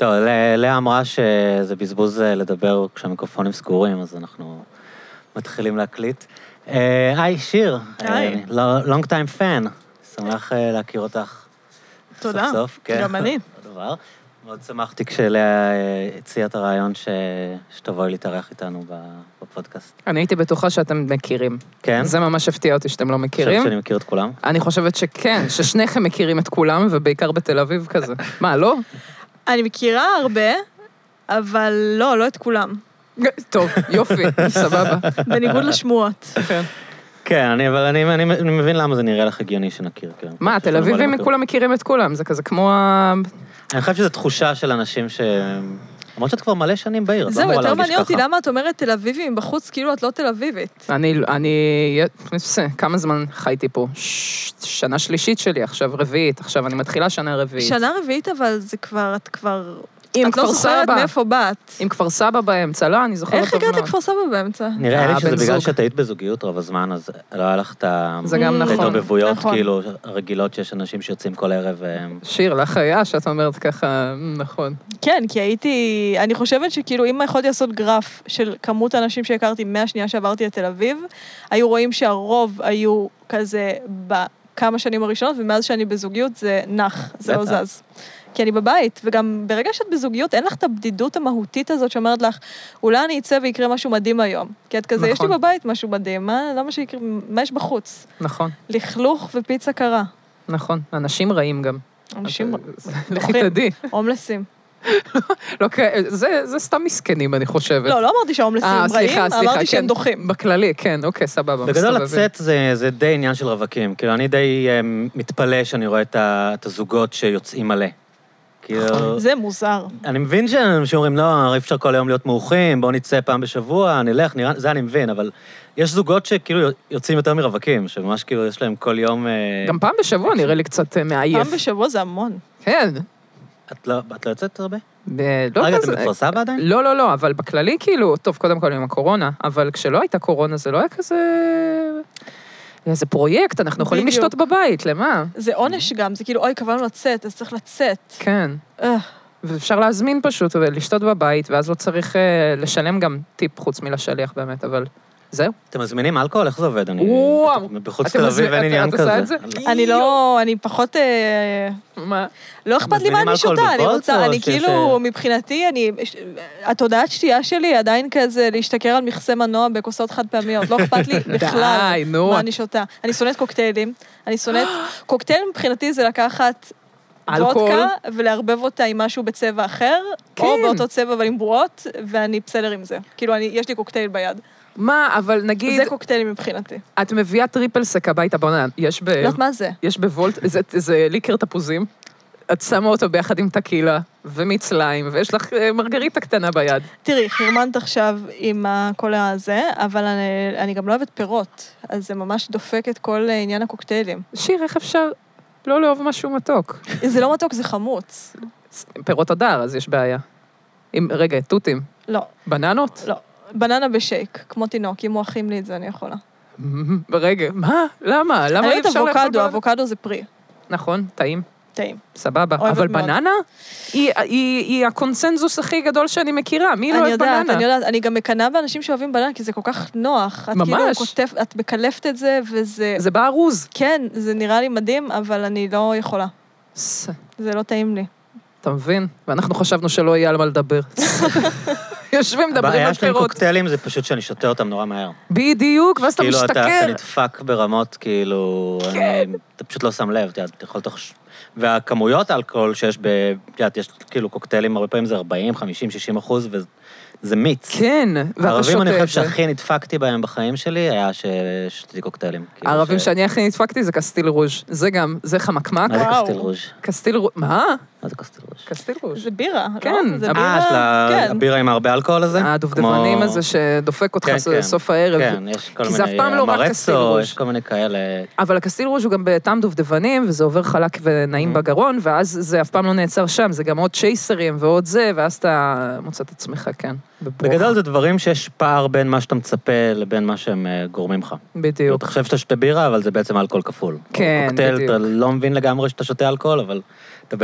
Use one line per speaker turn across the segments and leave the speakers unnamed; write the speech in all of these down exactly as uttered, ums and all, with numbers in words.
טוב, לאה אמרה שזה בזבוז לדבר כשהמיקרופונים סגורים, אז אנחנו מתחילים להקליט. היי, שיר.
היי.
long time fan. שמח להכיר אותך.
תודה.
סוף סוף, כן.
גם אני.
דבר. מאוד שמחתי כשלאה הציעה את הרעיון ש... שתבואי להתארח איתנו בפודקאסט.
אני הייתי בטוחה שאתם מכירים.
כן?
זה ממש הפתיע אותי שאתם לא מכירים.
חושבת שאני מכיר את כולם?
אני חושבת שכן, ששניכם מכירים את כולם, ובעיקר בתל אביב כזה. מה, לא?
אני מכירה הרבה, אבל לא, לא את כולם.
טוב, יופי, סבבה.
בניגוד לשמועות.
כן.
כן, אני, אבל אני, אני, אני מבין למה זה נראה לך הגיוני שנכיר, כן.
מה, תל אביבים כולם מכירים את כולם, זה כזה כמו ה...
אני חושב שזו תחושה של אנשים ש... למרות שאת כבר מלא שנים בעיר, את לא
זהו,
אמורה
יותר
להרגיש
מעניין אותי,
ככה.
למה את אומרת תל אביבים בחוץ, כאילו את לא תל אביבית.
אני, אני, כמה זמן חייתי פה? שנה שלישית שלי, עכשיו רביעית, עכשיו אני מתחילה שנה רביעית.
שנה רביעית, אבל זה כבר, את כבר...
עם
את לא
כפר
זוכרת
סבא.
מאיפה באת.
עם כפר סבא באמצע, לא, אני זוכרת
איך
טוב
הגעת
מאוד.
לכפר סבא באמצע?
נראה לי
אה,
שזה
בן
בגלל
זוג.
שאת היית בזוגיות רוב הזמן, אז לא היה לך את
זה גם נכון.
ההתערבבויות,
נכון.
כאילו, רגילות שיש אנשים שיוצאים כל ערב. והם-
שיר, לך היה שאת אומרת ככה, נכון.
כן, כי הייתי... אני חושבת שכאילו, אם יכולתי לעשות גרף של כמות האנשים שהכרתי מהשנייה שעברתי לתל אביב, היו רואים שהרוב היו כזה בכמה שנים הראשונות, ומאז שאני בזוגיות זה נח, זה לא
בטח.
זז. כי אני בבית, וגם ברגע שאת בזוגיות, אין לך את הבדידות המהותית הזאת שאומרת לך, אולי אני אצא ויקרה משהו מדהים היום. כי את כזה, יש לי
נכון.
בבית משהו מדהים, מה, למה שיקרה, מה יש בחוץ?
נכון,
לכלוך ופיצה קרה.
נכון. אנשים רעים גם.
אנשים
לכי תדעי.
הומלסים.
לא, זה, זה סתם מסכנים, אני חושבת.
לא, לא אמרתי שההומלסים
אה,
רעים,
סליחה, סליחה,
אמרתי שהם
כן.
דוחים.
בכללי, כן, אוקיי, סבבה.
בגדול
מסתובבים.
לצאת זה, זה די עניין של רווקים. כאילו, אני די אה, מתפלא שאני רואה את, ה, את הזוגות שיוצאים מלא. כאילו...
זה מוזר.
אני מבין שאנשים אומרים, לא, אי אפשר כל היום להיות מאוחים, בואו נצא פעם בשבוע, נלך, נראה, זה אני מבין, אבל יש זוגות שכאילו יוצאים יותר מרווקים, שממש כאילו יש להם כל יום... אה,
גם פעם בשבוע נראה לי קצת אה, מעייף.
פעם בשבוע זה המון.
כן.
את לא, את לא יוצאת הרבה?
ב- לא
רגע,
כזה-
אתם בכפר סבא עדיין?
לא, לא, לא, אבל בכללי כאילו, טוב, קודם כל עם הקורונה, אבל כשלא הייתה קורונה זה לא היה כזה... איזה פרויקט, אנחנו יכולים
בדיוק.
לשתות בבית, למה?
זה עונש גם, זה כאילו, אוי, קבלנו לצאת, אז צריך לצאת.
כן.
אה,
ואפשר להזמין פשוט ולשתות בבית, ואז לא צריך אה, לשלם גם טיפ חוץ מלשליח באמת, אבל זהו.
אתם מזמינים אלכוהול? איך זה עובד? אני...
וואו.
בחוץ
אתם
תל
מזמין-
אביב אין
את-
עניין
את עושה
כזה.
את זה?
אני לא, אני פחות, אה,
מה?
לא אכפת לי מה
מזמינים
אני
אלכוהול
שותה, אני
בוולט,
רוצה,
או
אני
שיש,
כאילו,
אה,
מבחינתי, אני, התודעת שתייה שלי עדיין כזה להשתכר על מכסה מנוע בכוסות חד פעמיות, לא אכפת לי בכלל
די, נו.
מה אני שותה. אני שונאת קוקטיילים, אני שונאת, קוקטייל מבחינתי זה לקחת
אלכוהול.
וודקה ולערבב אותה עם משהו בצבע אחר, או
כן.
באותו צבע אבל עם בועות, ואני בסדר עם זה. כאילו, אני, יש לי קוקטייל ביד.
מה, אבל נגיד,
זה קוקטיילים מבחינתי.
את מביאה טריפל סק הביתה, בוא נע, יש ב...
לא יודעת מה זה.
יש בוולט, זה, זה ליקר תפוזים, את שמה אותו ביחד עם טקילה ומיץ ליים, ויש לך אה, מרגריטה קטנה ביד.
תראי, חרמנת עכשיו עם כל הזה, אבל אני, אני גם לא אוהבת פירות, אז זה ממש דופק את כל עניין הקוקטיילים.
שיר, איך אפשר לא לאהוב משהו מתוק?
זה לא מתוק, זה חמוץ.
פירות הדר, אז יש בעיה. עם, רגע, תותים.
לא,
בננות?
לא. בננה בשייק, כמו תינוק, אם מואכים לי את זה, אני יכולה.
רגע, מה? למה? למה
אני
אי
אוהבת
אפשר לאכול
אבוקדו,
בננה?
אבוקדו זה פרי.
נכון, טעים.
טעים.
סבבה.
אוהבת
אבל
מאוד.
בננה? היא, היא, היא הקונסנזוס הכי גדול שאני מכירה. מי לא
אני
אוהב
יודעת,
בננה?
אני יודעת, אני גם מקנאה באנשים שאוהבים בננה, כי זה כל כך נוח. את
ממש.
כאילו כותב, את מקלפת את זה, וזה...
זה בארוז.
כן, זה נראה לי מדהים, אבל אני לא יכולה.
ס-
זה לא טעים לי.
אתה מבין? ואנחנו חשבנו שלא יהיה על מה לדבר. יושבים, מדברים
הבעיה
על
שלי עם
פירות.
קוקטיילים זה פשוט שאני שותה אותם נורא מהר.
בדיוק, ואז אתה
כאילו, אתה אתה
משתכר.
נדפק ברמות, כאילו, אני- אתה פשוט לא שם לב, אתה יודע, אתה יכול תוך... והכמויות האלכוהול שיש ב... את יודעת, יש כאילו קוקטיילים, הרבה פעמים זה ארבעים, חמישים, שישים אחוז, וזה מיץ.
כן, ואתה
הערבים אני
שותה
חושב
את זה.
שהכי נדפקתי בהם בחיים שלי, היה ששתיתי קוקטיילים. כאילו
הערבים
ש-
שאני הכי נדפקתי זה קסטיל רוז'. זה גם, זה חמקמק.
מה זה
וואו.
קסטיל רוז'?
קסטיל רוז', מה?
מה זה קסטיל רוז'?
קסטיל רוז'.
זה בירה, לא?
כן.
זה
אה,
בירה,
אה, של
כן.
הבירה עם הרבה אלכוהול הזה?
הדובדבנים
כמו-
הזה שדופק אותך
כן, כן.
סוף הערב.
כן, יש כל
כי
מיני...
זה אף פעם לא רק קסטיל
אמרצו,
רוז'.
יש כל מיני כאלה...
אבל הקסטיל רוז' הוא גם בטעם דובדבנים, וזה עובר חלק ונעים בגרון, ואז זה אף פעם לא נעצר שם, זה גם עוד צ'ייסרים ועוד זה, ואז אתה מוצא את עצמך, כן. בברוך.
בגדול זה דברים שיש פער בין מה שאתה מצפה לבין מה שהם אה, גורמים לך.
בדיוק.
אתה חושב שאתה שותה בירה, אבל זה בעצם אלכוהול כפול.
כן,
או קוקטייל,
בדיוק.
אתה לא מבין לגמרי שאתה שותה אלכוהול, אבל אתה בעצם כן,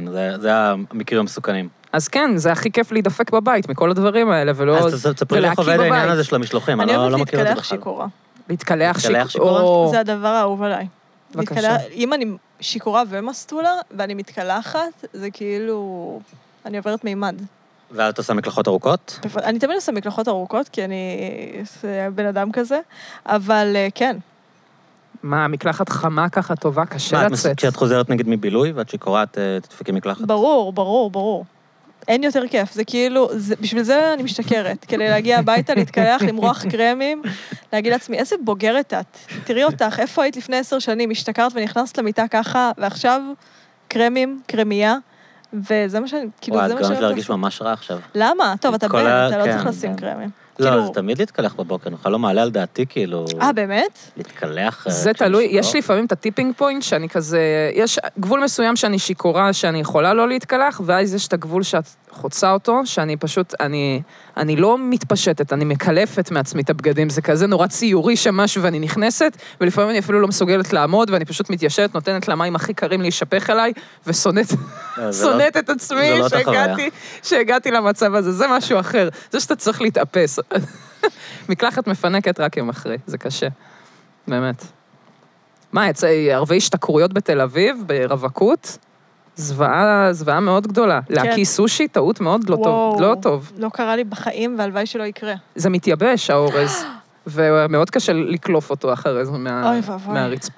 כן, זה, זה המקרים המסוכנים.
אז כן, זה הכי כיף להידפק בבית מכל הדברים האלה, ולא...
אז תספרי לי איך עובד העניין הזה של המשלוחים, אני לא מכיר את זה
אוהבת
בכלל.
להתקלח שיכורה.
להתקלח
להתקלח
שיכורה?
שיכורה?
זה הדבר האהוב עליי.
בבקשה.
להתקלח- אם אני שיכורה ומסטולה, ואני מתקלחת, זה כאילו... אני עוברת מימד.
ואז את עושה מקלחות ארוכות?
אני תמיד עושה מקלחות ארוכות, כי אני זה בן אדם כזה, אבל אה, כן.
מה, מקלחת חמה ככה טובה, קשה
מה, את
לצאת.
מס- כשאת חוזרת נגיד מבילוי, ואת שיכורה, את אה, תדפקי מקלחת?
ברור, ברור, ברור. אין יותר כיף, זה כאילו, זה, בשביל זה אני משתכרת, כדי להגיע הביתה, להתקלח, למרוח קרמים, להגיד לעצמי, איזה בוגרת את, תראי אותך, איפה היית לפני עשר שנים, השתכרת ונכנסת למיטה ככה, ועכשיו קרמים, קרמייה, וזה מה שאני, כאילו,
וואי,
זה
את
מה
גורמת
שאני...
להרגיש ממש רע עכשיו.
למה? טוב, אתה
כל
בן,
ה-
אתה לא
כן,
צריך לשים
כן.
קרמים.
לא,
כאילו-
זה תמיד להתקלח בבוקר, אני בכלל לא מעלה על דעתי, כאילו,
אה, באמת?
להתקלח... אה,
זה
כשאני
תלוי,
שיכור.
יש לי לפעמים את הטיפינג פוינט שאני כזה, יש גבול מסוים שאני שיכורה, שאני יכולה לא להתקלח, ואז יש את הגבול שאת חוצה אותו, שאני פשוט, אני, אני לא מתפשטת, אני מקלפת מעצמי את הבגדים, זה כזה נורא ציורי שמשהו ואני נכנסת, ולפעמים אני אפילו לא מסוגלת לעמוד, ואני פשוט מתיישבת, נותנת למים הכי קרים להישפך אליי, ושונאת
לא, זה לא-
שונאת את עצמי
זה לא אותה חוויה.
שהגעתי, שהגעתי למצב הזה, זה משהו אחר, זה שאתה צריך להתאפס. מקלחת מפנקת רק יום אחרי, זה קשה, באמת. מה, יצא ערבי השתכרויות בתל אביב, ברווקות? זוועה, זוועה מאוד גדולה. להקיא סושי, טעות מאוד לא טוב,
וואו.
לא טוב.
לא קרה לי בחיים, והלוואי שלא יקרה.
זה מתייבש, האורז, ומאוד קשה לקלוף אותו אחרי זה מה-
אוי ואבוי.
מהרצפה.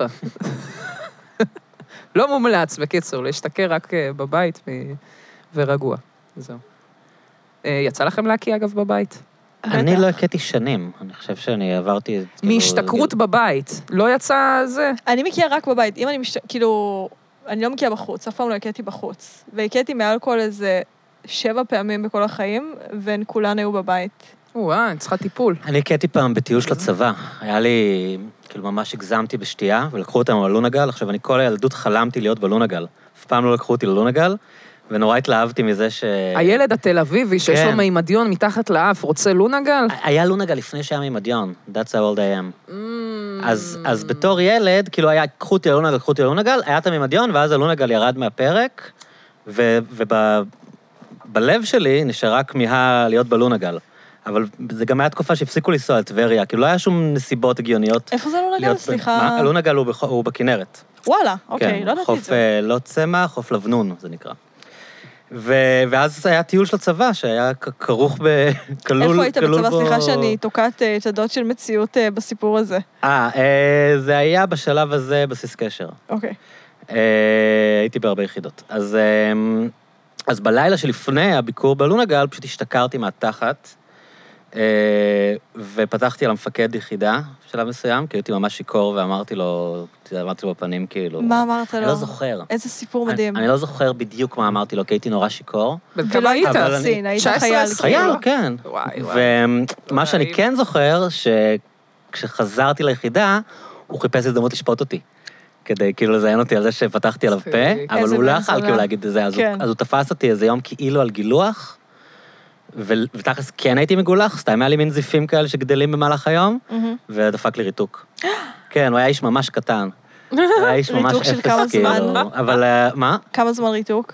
לא מומלץ, בקיצור, להשתכר רק אה, בבית ו- ורגוע. זהו. אה, יצא לכם להקיא, אגב, בבית?
אני
בטח.
לא הכיתי שנים, אני חושב שאני עברתי... כאילו,
מהשתכרות בבית. לא יצא זה?
אני מקיאה רק בבית. אם אני מש... כאילו, אני לא מקיאה בחוץ, אף פעם לא הכיתי בחוץ. והכיתי מאלכוהול איזה שבע פעמים בכל החיים, והן כולן היו בבית.
וואה, אני צריכה טיפול.
אני הכיתי פעם בטיול של הצבא. היה לי, כאילו ממש הגזמתי בשתייה, ולקחו אותנו ללונגל. עכשיו, אני כל הילדות חלמתי להיות בלונגל. אף פעם לא לקחו אותי ללונגל, ונורא התלהבתי מזה ש...
הילד התל אביבי שיש
כן.
לו מימדיון מתחת לאף, רוצה לונגל?
היה לונגל לפני שהיה מימדיון. That's how old I am.
Mm.
אז, אז בתור ילד, כאילו היה, קחו אותי ללונגל, קחו אותי ללונגל, היה את המימדיון, ואז הלונגל ירד מהפרק, ו, ובלב שלי נשארה כמיהה להיות בלונגל. אבל זה גם היה תקופה שהפסיקו לנסוע על טבריה, כאילו לא היה שום נסיבות הגיוניות.
איפה זה לא נגע?
להיות-
סליחה.
מה, הלונגל הוא, בח... הוא בכנרת.
וואלה, אוקיי,
כן,
לא ידעתי את
חוף
זה.
אה, לא צמח, חוף לבנון, זה נקרא. ו... ואז היה טיול של הצבא, שהיה כ- כרוך ב... כלול,
איפה היית
כלול
בצבא?
בו-
סליחה שאני תוקעת אה, צעדות של מציאות אה, בסיפור הזה.
אה, אה, זה היה בשלב הזה בסיס קשר.
אוקיי.
אה, הייתי בהרבה יחידות. אז, אה, אז בלילה שלפני הביקור בלונגל, פשוט השתכרתי מהתחת, אה, ופתחתי על המפקד יחידה בשלב מסוים, כי הייתי ממש שיכור, ואמרתי לו, אמרתי לו בפנים, כאילו...
מה אמרת לו?
אני לא זוכר.
איזה סיפור מדהים.
אני, אני לא זוכר בדיוק מה אמרתי לו, כי הייתי נורא שיכור.
בן
ולא
כמה היית?
היית
אבל אני-
קצין, היית
תשע עשרה
חייל.
עשרים.
חייל,
כאילו.
כן.
וואי, וואי.
ומה שאני
וואי.
כן זוכר, שכשחזרתי ליחידה, הוא חיפש הזדמנות לשפוט אותי. כדי כאילו לזיין אותי על זה שפתחתי עליו פה,
מצחיק.
אבל
איזה
הוא לא
בן
יכל
זונה.
כאילו להגיד את זה, אז הוא-
כן.
אז הוא תפס אותי איזה יום כאילו על גילוח, ו- ותכלס כן הייתי מגולח, סתם היה לי מין זיפים כאלה שגדלים במהלך היום,
מהמם.
ודפק לי ריתוק. כן, הוא היה איש ממש קטן. הוא היה איש ממש
ריתוק של
אפס,
כמה
כאילו.
זמן?
אבל אה, מה?
כמה זמן ריתוק?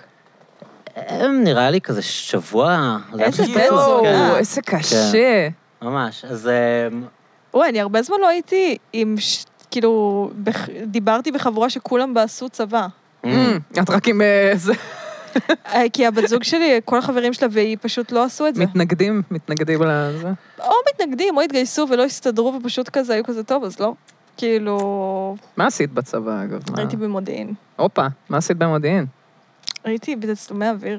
אה, נראה לי כזה שבוע. זה היה
איזה
פשוט
בן
פצוע,
זונה.
כן,
יואו, איזה קשה.
ממש. אז אה,
וואי, אני הרבה זמן לא הייתי עם, ש- כאילו, בח- דיברתי בחבורה שכולם בעשו צבא.
Mm, את רק עם אה, זה.
אה, כי הבת זוג שלי, כל החברים שלה, והיא פשוט לא עשו את זה.
מתנגדים, מתנגדים לזה.
או מתנגדים, או התגייסו ולא הסתדרו, ופשוט כזה, היו כזה טוב, אז לא. כאילו,
מה עשית בצבא, אגב? מה?
הייתי במודיעין.
הופה, מה עשית במודיעין?
הייתי בתצלומי אוויר.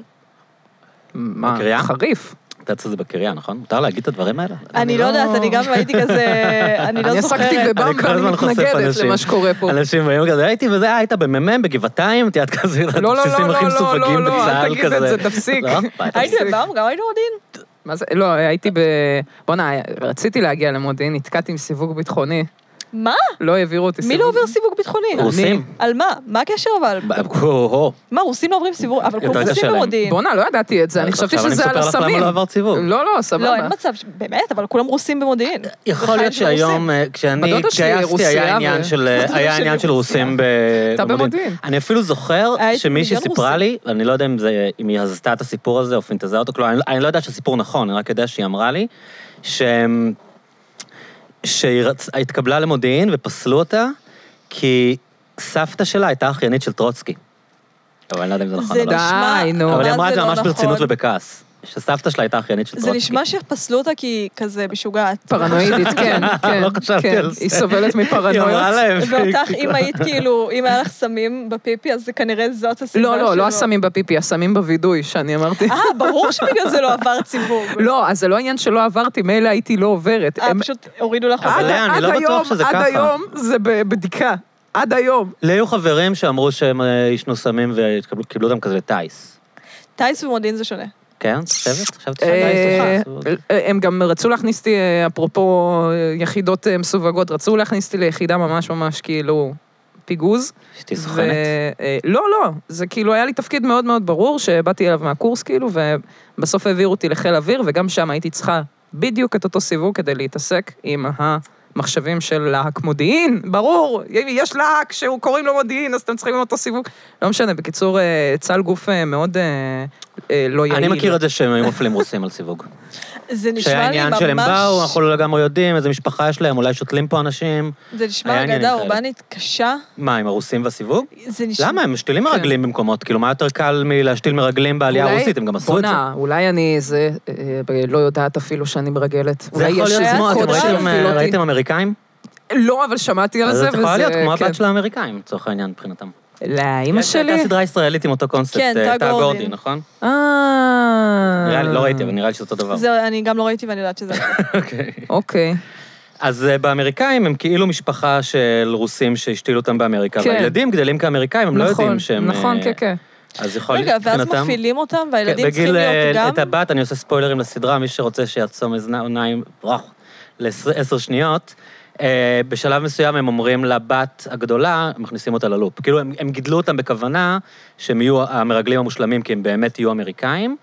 מה,
בקריה?
חריף.
אתה יוצא זה בקריה, נכון? מותר להגיד את הדברים האלה?
אני לא
לא-
יודעת, אני גם הייתי כזה, אני לא
אני
זוכרת.
עסקתי
אני
בבמבה,
כל
אני
הזמן חושף
מתנגדת
אנשים.
למה שקורה פה.
אנשים באים כזה, הייתי וזה, היית בממם, בגבעתיים, תיאת כזה,
לא, לא,
בסיסים
לא,
הכי
לא,
מסווגים
לא, לא, אל
בצה"ל
תגיד
כזה.
את זה, תפסיק.
לא, אכפת לי.
הייתי בבאם, גם הייתי במודיעין.
מה זה? לא, הייתי ב... בוא'נה, רציתי להגיע למודיעין, נתקעתי עם סיווג ביטחוני.
מה?
לא העבירו אותי סיווג.
מי לא עובר סיווג ביטחוני?
רוסים?
על מה? מה הקשר אבל?
הו-הו.
מה, רוסים לא עוברים סיווג? אבל
יותר
כולם
קשה
רוסים
להם.
במודיעין.
בוא'נה, לא ידעתי את זה, אני חשבתי
עכשיו
שזה על
אני מספר לך
הסמים.
למה לא עברת סיווג.
לא, לא, סבבה.
לא, אין מצב, ש- באמת, אבל כולם רוסים במודיעין.
יכול להיות
וחיים של רוסים.
שהיום, אה, כשאני
בדודה שלי
התגייסתי,
רוסיה
היה עניין
ו-
של אה,
בדודה
היה
שלי
עניין של
רוסיה.
רוסים ב-
אתה במודיעין.
אני אפילו זוכר
הייתי
שמישהי
מיליון
סיפרה
רוסים.
לי, אני לא יודע אם זה- אם היא הזתה את הסיפור הזה או פינטזה אותו, כלומר, אני לא- אני לא יודע שהסיפור נכון, אני רק יודע שהיא אמרה לי, ש- שהיא רצ- התקבלה למודיעין ופסלו אותה, כי סבתא שלה הייתה אחיינית של טרוצקי. אבל אני לא יודע אם זה נכון
זה
או לא.
נשמע...
די, נו.
אבל היא
מה
אמרה את
זה
זה
לא
ממש
נכון?
ברצינות ובכעס. שסבתא שלה הייתה אחיינית של
זה
טרוצקי.
נשמע שפסלו אותה כי היא כזה משוגעת.
פרנואידית, כן, כן.
לא חשבתי
כן.
על זה.
היא סובלת
היא
מפרנויות.
אמרה להם.
ואותך, אם היית כאילו, אם היה לך סמים בפיפי, אז זה כנראה זאת הסיבה
לא, לא,
שלו.
לא הסמים בפיפי, הסמים בווידוי, שאני אמרתי.
אה, ברור שבגלל זה לא עבר סיווג.
לא, אז זה לא עניין שלא עברתי, מילא הייתי לא עוברת.
אה,
הם-
פשוט הורידו לך
אבל
אותה.
לאה, אני
עד
לא בטוח
היום-
שזה
עד
ככה.
היום זה בבדיקה. עד היום.
לי היו חברים שאמרו שהם אה, ישנו סמים וקיבלו אותם כזה לטייס.
טייס ומודיעין זה שונה.
כן? חשבת? חשבתי
אה,
שטייס.
הם גם רצו להכניס אותי, אה, אפרופו אה, יחידות אה, מסווגות, רצו להכניס אותי ליחידה ממש ממש כאילו פיגוז.
אשתי סוכנת.
ו- אה, לא, לא, זה כאילו היה לי תפקיד מאוד מאוד ברור, שבאתי אליו מהקורס כאילו, ובסוף העבירו אותי לחיל אוויר, וגם שם הייתי צריכה בדיוק את אותו סיווג כדי להתעסק עם המחשבים של להק מודיעין, ברור, יש להק שהוא קוראים לו מודיעין, אז אתם צריכים עם אותו סיווג. לא משנה, בקיצור, אה, צה"ל גוף אה, מאוד אה, אה, לא יעיל.
אני מכיר את זה שהם היו מפלים רוסים על סיווג.
זה נשמע
שהיה
לי
עניין
ממש...
שלהם באו, אנחנו לא לגמרי יודעים, איזה משפחה יש להם, אולי שותלים פה אנשים.
זה נשמע
היה עניינים
אגדה
כאלה.
אורבנית קשה.
מה, עם הרוסים והסיווג?
זה נשמע...
למה? הם משתילים מרגלים במקומות, כאילו, מה יותר קל מלהשתיל מרגלים בעלייה
אולי-
הרוסית? הם גם עשו את זה.
בוא'נה, אולי אני זה, אה, לא יודעת אפילו שאני מרגלת.
זה
אולי
יכול
יש
להיות כמו, אתם
קוד
ראיתם,
שמפעיל אותי.
ראיתם אמריקאים?
לא, אבל שמעתי על
אז
זה,
זה
וזה...
יכול להיות כמו
כן.
הבת של האמריקאים, לצורך העניין, מבחינתם.
לאמא
יש-
שלי?
הייתה סדרה ישראלית עם אותו קונספט,
כן,
אה,
תא
תא
גורדין.
גורדין, נכון?
אה...
נראה לי, לא ראיתי, אבל נראה לי שזה אותו דבר.
זה, אני גם לא ראיתי ואני יודעת שזה...
אוקיי.
אוקיי.
אז אה, באמריקאים הם כאילו משפחה של רוסים שהשתילו אותם באמריקה,
כן.
והילדים גדלים כאמריקאים, הם לא
נכון,
יודעים שהם...
נכון,
אה,
כן, כן.
אז יכול
רגע, ואז
מבחינתם-
מפעילים אותם, והילדים
כן,
צריכים
בגיל,
להיות
אה,
גם...
את הבת, אני עושה ספוילרים לסדרה, מי שרוצה שיעצום אוזניים, רוח, לעשר שניות. אה, בשלב מסוים הם אומרים לבת הגדולה, הם מכניסים אותה ללופ. כאילו, הם, הם גידלו אותם בכוונה שהם יהיו המרגלים המושלמים, כי הם באמת יהיו אמריקאים,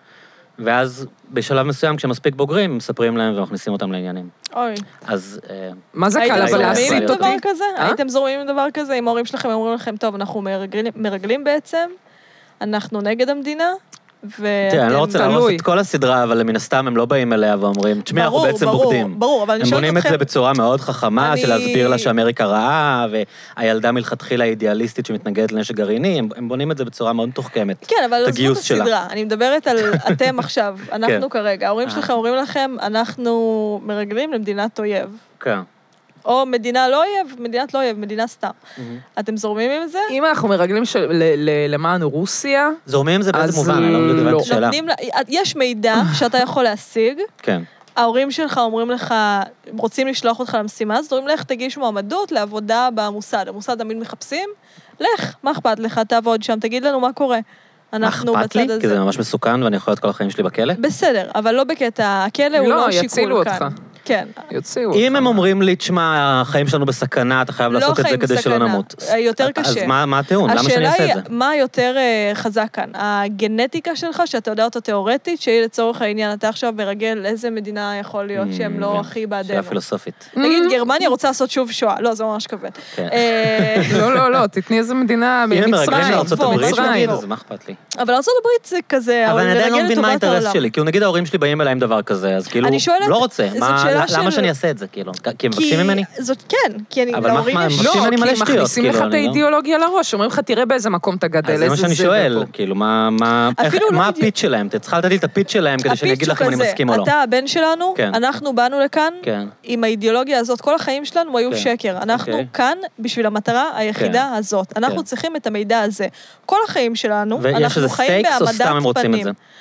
ואז בשלב מסוים, כשהם מספיק בוגרים, הם מספרים להם ומכניסים אותם לעניינים.
אוי.
אז... אה,
מה זה קל,
הייתם
אבל
זורמים
זורמים
להסיט
עם
אותי?
דבר כזה?
אה?
הייתם זורמים עם דבר כזה? אם ההורים שלכם אומרים לכם, טוב, אנחנו מרגלים- מרגלים בעצם, אנחנו נגד המדינה, ואתם...
תראה, אני לא רוצה להרוס
תלוי.
את כל הסדרה, אבל מן הסתם הם לא באים אליה ואומרים, תשמעי, אנחנו
ברור,
בעצם
ברור,
בוגדים.
ברור, אבל אני
הם
שואלת
בונים את
אתכם-
זה בצורה מאוד חכמה,
אני-
של להסביר לה שאמריקה רעה, והילדה מלכתחילה אידיאליסטית שמתנגדת לנשק גרעיני, הם, הם בונים את זה בצורה מאוד מתוחכמת.
כן, אבל
את
עזבו את
הגיוס שלה.
הסדרה. אני מדברת על אתם עכשיו, אנחנו
כן.
כרגע. ההורים
אה.
שלכם אומרים לכם, אנחנו מרגלים למדינת אויב.
כן.
או מדינה לא אויב, מדינת לא אויב, מדינה סתם. אתם זורמים עם זה?
אם אנחנו מרגלים של- ל- ל- למען רוסיה,
זורמים עם זה באיזה
אז
מובן, אני לא
לא.
הבנתי את השאלה.
נותנים לה, יש מידע שאתה יכול להשיג,
כן.
ההורים שלך אומרים לך, רוצים לשלוח אותך למשימה, אז אומרים לך, תגיש מועמדות לעבודה במוסד. המוסד תמיד מחפשים, לך, מה אכפת לך, תעבוד שם, תגיד לנו מה קורה.
מה
אנחנו
אכפת לי?
בצד
כי זה
הזה.
ממש מסוכן ואני יכול להיות כל החיים שלי בכלא?
בסדר, אבל לא בקטע, הכלא הוא
לא,
לא
יצילו
שיקול כאן.
אותך.
כן.
יוציאו אותך.
אם הם אומרים לי, תשמע, החיים שלנו בסכנה, אתה חייב
לא
לעשות את זה
חיים
כדי שלא
בסכנה,
נמות.
יותר
אז
קשה.
מה מה הטיעון? למה שאני אעשה את
השאלה
זה?
היא, מה יותר אה, חזק כאן? הגנטיקה שלך, שאתה יודע אותה תיאורטית, שהיא לצורך העניין, אתה עכשיו מרגל איזה מדינה יכול להיות שהם לא
כן.
הכי
שאלה
בעדנו.
פילוסופית.
נגיד, גרמניה רוצה לעשות שוב שואה. לא, זה ממש כבד.
כן.
אה,
לא, לא, לא, תתני איזה מדינה,
אם הם מרגלים
מצרים.
לארצות
בוא,
הברית,
מצרים.
נגיד, אז מה אכפת לי?
אבל ארצות הברית זה כזה,
אבל אני עדיין לא
לרגל
מבין מה
לטובת
האינטרס
העולם.
שלי, כאילו נגיד ההורים שלי באים אליי עם דבר כזה, אז כאילו,
אני שואלת,
לא רוצה,
זאת
מה-
שאלה
למה
של-
שאני אעשה את זה, כאילו? כי הם מבקשים
כי-
ממני?
זאת כן, כי אני,
אבל מה-
להורים
מה,
יש...
הם מבקשים
לא,
ממני
כי
מלא
הם
שטויות,
מכניסים
כאילו,
לך את
אני לא-
האידיאולוגיה לראש, אומרים לך, תראה באיזה מקום אתה גדל,
אז זה מה
איזה
שאני
זה
שואל,
ופה.
כאילו, מה- מה איך-
אפילו לא
מה
בדיוק.
הפיץ שלהם? אתה צריכה לתת לי את הפיץ שלהם כדי שאני אגיד
הפיץ'
לך
הוא
אם אני
כזה,
מסכים או לא.
אתה הבן שלנו,
כן.
אנחנו באנו לכאן,
כן.
עם האידיאולוגיה הזאת, כל החיים שלנו היו
כן.
שקר. אנחנו
אוקיי.
כאן בשביל המטרה היחידה
כן.
הזאת. אנחנו
כן.
צריכים את המידע הזה. כל החיים שלנו,
ויש
אנחנו
איזה
חיים
סטייקס או
בהעמדת
סתם הם רוצים את
פנים.
זה?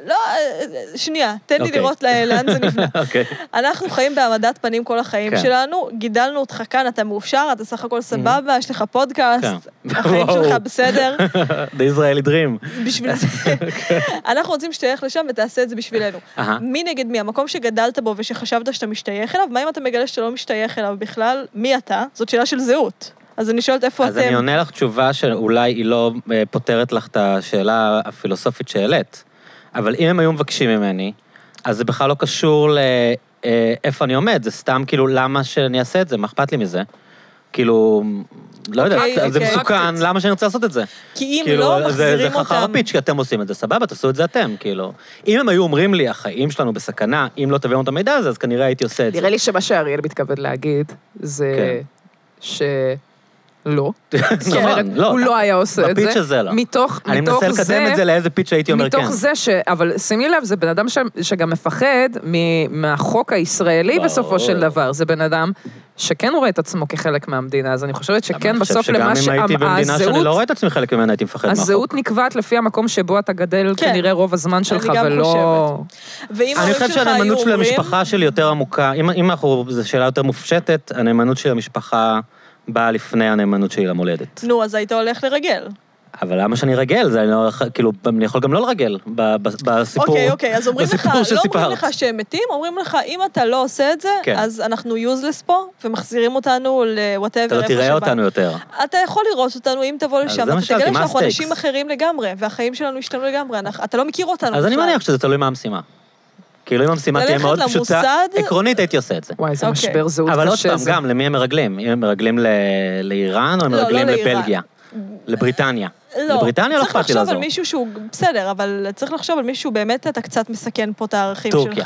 לא, שנייה, תן לי
אוקיי.
לראות לאן זה נבנה.
אוקיי.
אנחנו חיים בהעמדת פנים כל החיים
כן.
שלנו, גידלנו אותך כאן, אתה מאופשר, אתה סך הכל סבבה, יש לך פודקאסט,
כן.
החיים
וואו.
שלך בסדר.
The Israeli Dream.
בשביל זה. אנחנו רוצים שתלך לשם ותעשה את זה בשבילנו.
אהה.
מי נגד מי? המקום שגדלת בו ושחשבת שאתה משתייך אליו, מה אם אתה מגלה שאתה לא משתייך אליו בכלל? מי אתה? זאת שאלה של זהות. אז אני שואלת איפה
אז
אתם.
אני עונה לך תשובה שאולי היא לא אה, פותרת לך את השאלה הפילוסופית שהעלית, אבל אם הם היו מבקשים ממני, אז זה בכלל לא קשור לאיפה אני עומד, זה סתם כאילו למה שאני אעשה את זה, מה אכפת לי מזה? כאילו, לא יודע,
אוקיי,
זה
אוקיי.
מסוכן, למה שאני רוצה לעשות את זה?
כי אם
כאילו,
לא
זה-
מחזירים
זה חכם
אותם.
הפיץ', כי אתם עושים את זה, סבבה, תעשו את זה אתם, כאילו. אם הם היו אומרים לי, החיים שלנו בסכנה, אם לא תביאו את המידע הזה, אז כנראה הייתי עושה את זה.
נראה לי שמה שאריאל מתכוון להגיד, זה ש... לא. זאת אומרת,
לא,
הוא לא היה עושה את זה.
בפיץ' הזה לא.
מתוך
אני
מתוך
מנסה
זה...
לקדם את זה לאיזה פיץ' שהייתי אומר כן.
מתוך זה ש... אבל שימי לב, זה בן אדם ש... שגם מפחד מ... מהחוק הישראלי
ברור.
בסופו של דבר. זה בן אדם שכן רואה את עצמו כחלק מהמדינה, אז אני חושבת שכן בסוף למה
אני חושב שגם אם הייתי במדינה שאני לא רואה את עצמי חלק ממנה, הייתי מפחד מהחוק.
הזהות נקבעת לפי המקום שבו אתה גדל
כן.
כנראה רוב הזמן שלך,
גם
ולא...
ואם
אני
ההורים
חושב
שלך היו
שהנאמנות של
אומרים,
המשפחה שלי יותר עמוקה, אם, אם אנחנו, זו שאלה יותר מופשטת, הנאמנות של המשפחה באה לפני הנאמנות שלי למולדת.
נו, אז היית הולך לרגל.
אבל למה שאני רגל? זה אני לא, כאילו, אני יכול גם לא לרגל ב, ב, בסיפור,
אוקיי, אוקיי, אז אומרים לך,
בסיפור
לא אומרים
שסיפרת.
לך שהם מתים, אומרים לך, אם אתה לא עושה את זה,
כן.
אז אנחנו יוזלס פה, ומחזירים אותנו ל-whatever.
אתה לא תראה אותנו יותר.
אתה יכול לראות אותנו, אם תבוא לשם,
זה מה
אתה
ששאלתי,
תגלה
מה
שאנחנו
הסטייקס?
אנשים אחרים לגמרי, והחיים שלנו השתנו לגמרי, אנחנו- אתה לא מכיר אותנו.
אז אני
בכלל.
מניח שזה תלוי מה המשימה. כאילו, אם המשימה תהיה
ללכת
מאוד פשוטה,
למוסד?
עקרונית הייתי עושה את זה.
וואי, זה
אוקיי.
משבר זהות קשה.
אבל עוד פעם,
זה.
גם, למי הם מרגלים? אם הם מרגלים ל- לאיראן, או הם
לא, לא
מרגלים
לאיראן.
לבלגיה? לבריטניה.
לא,
לבריטניה לא
צריך
אכפת לי
לחשוב על
לעזור.
מישהו שהוא, בסדר, אבל צריך לחשוב על מישהו, באמת אתה קצת מסכן פה את הערכים
טורקיה.
שלך.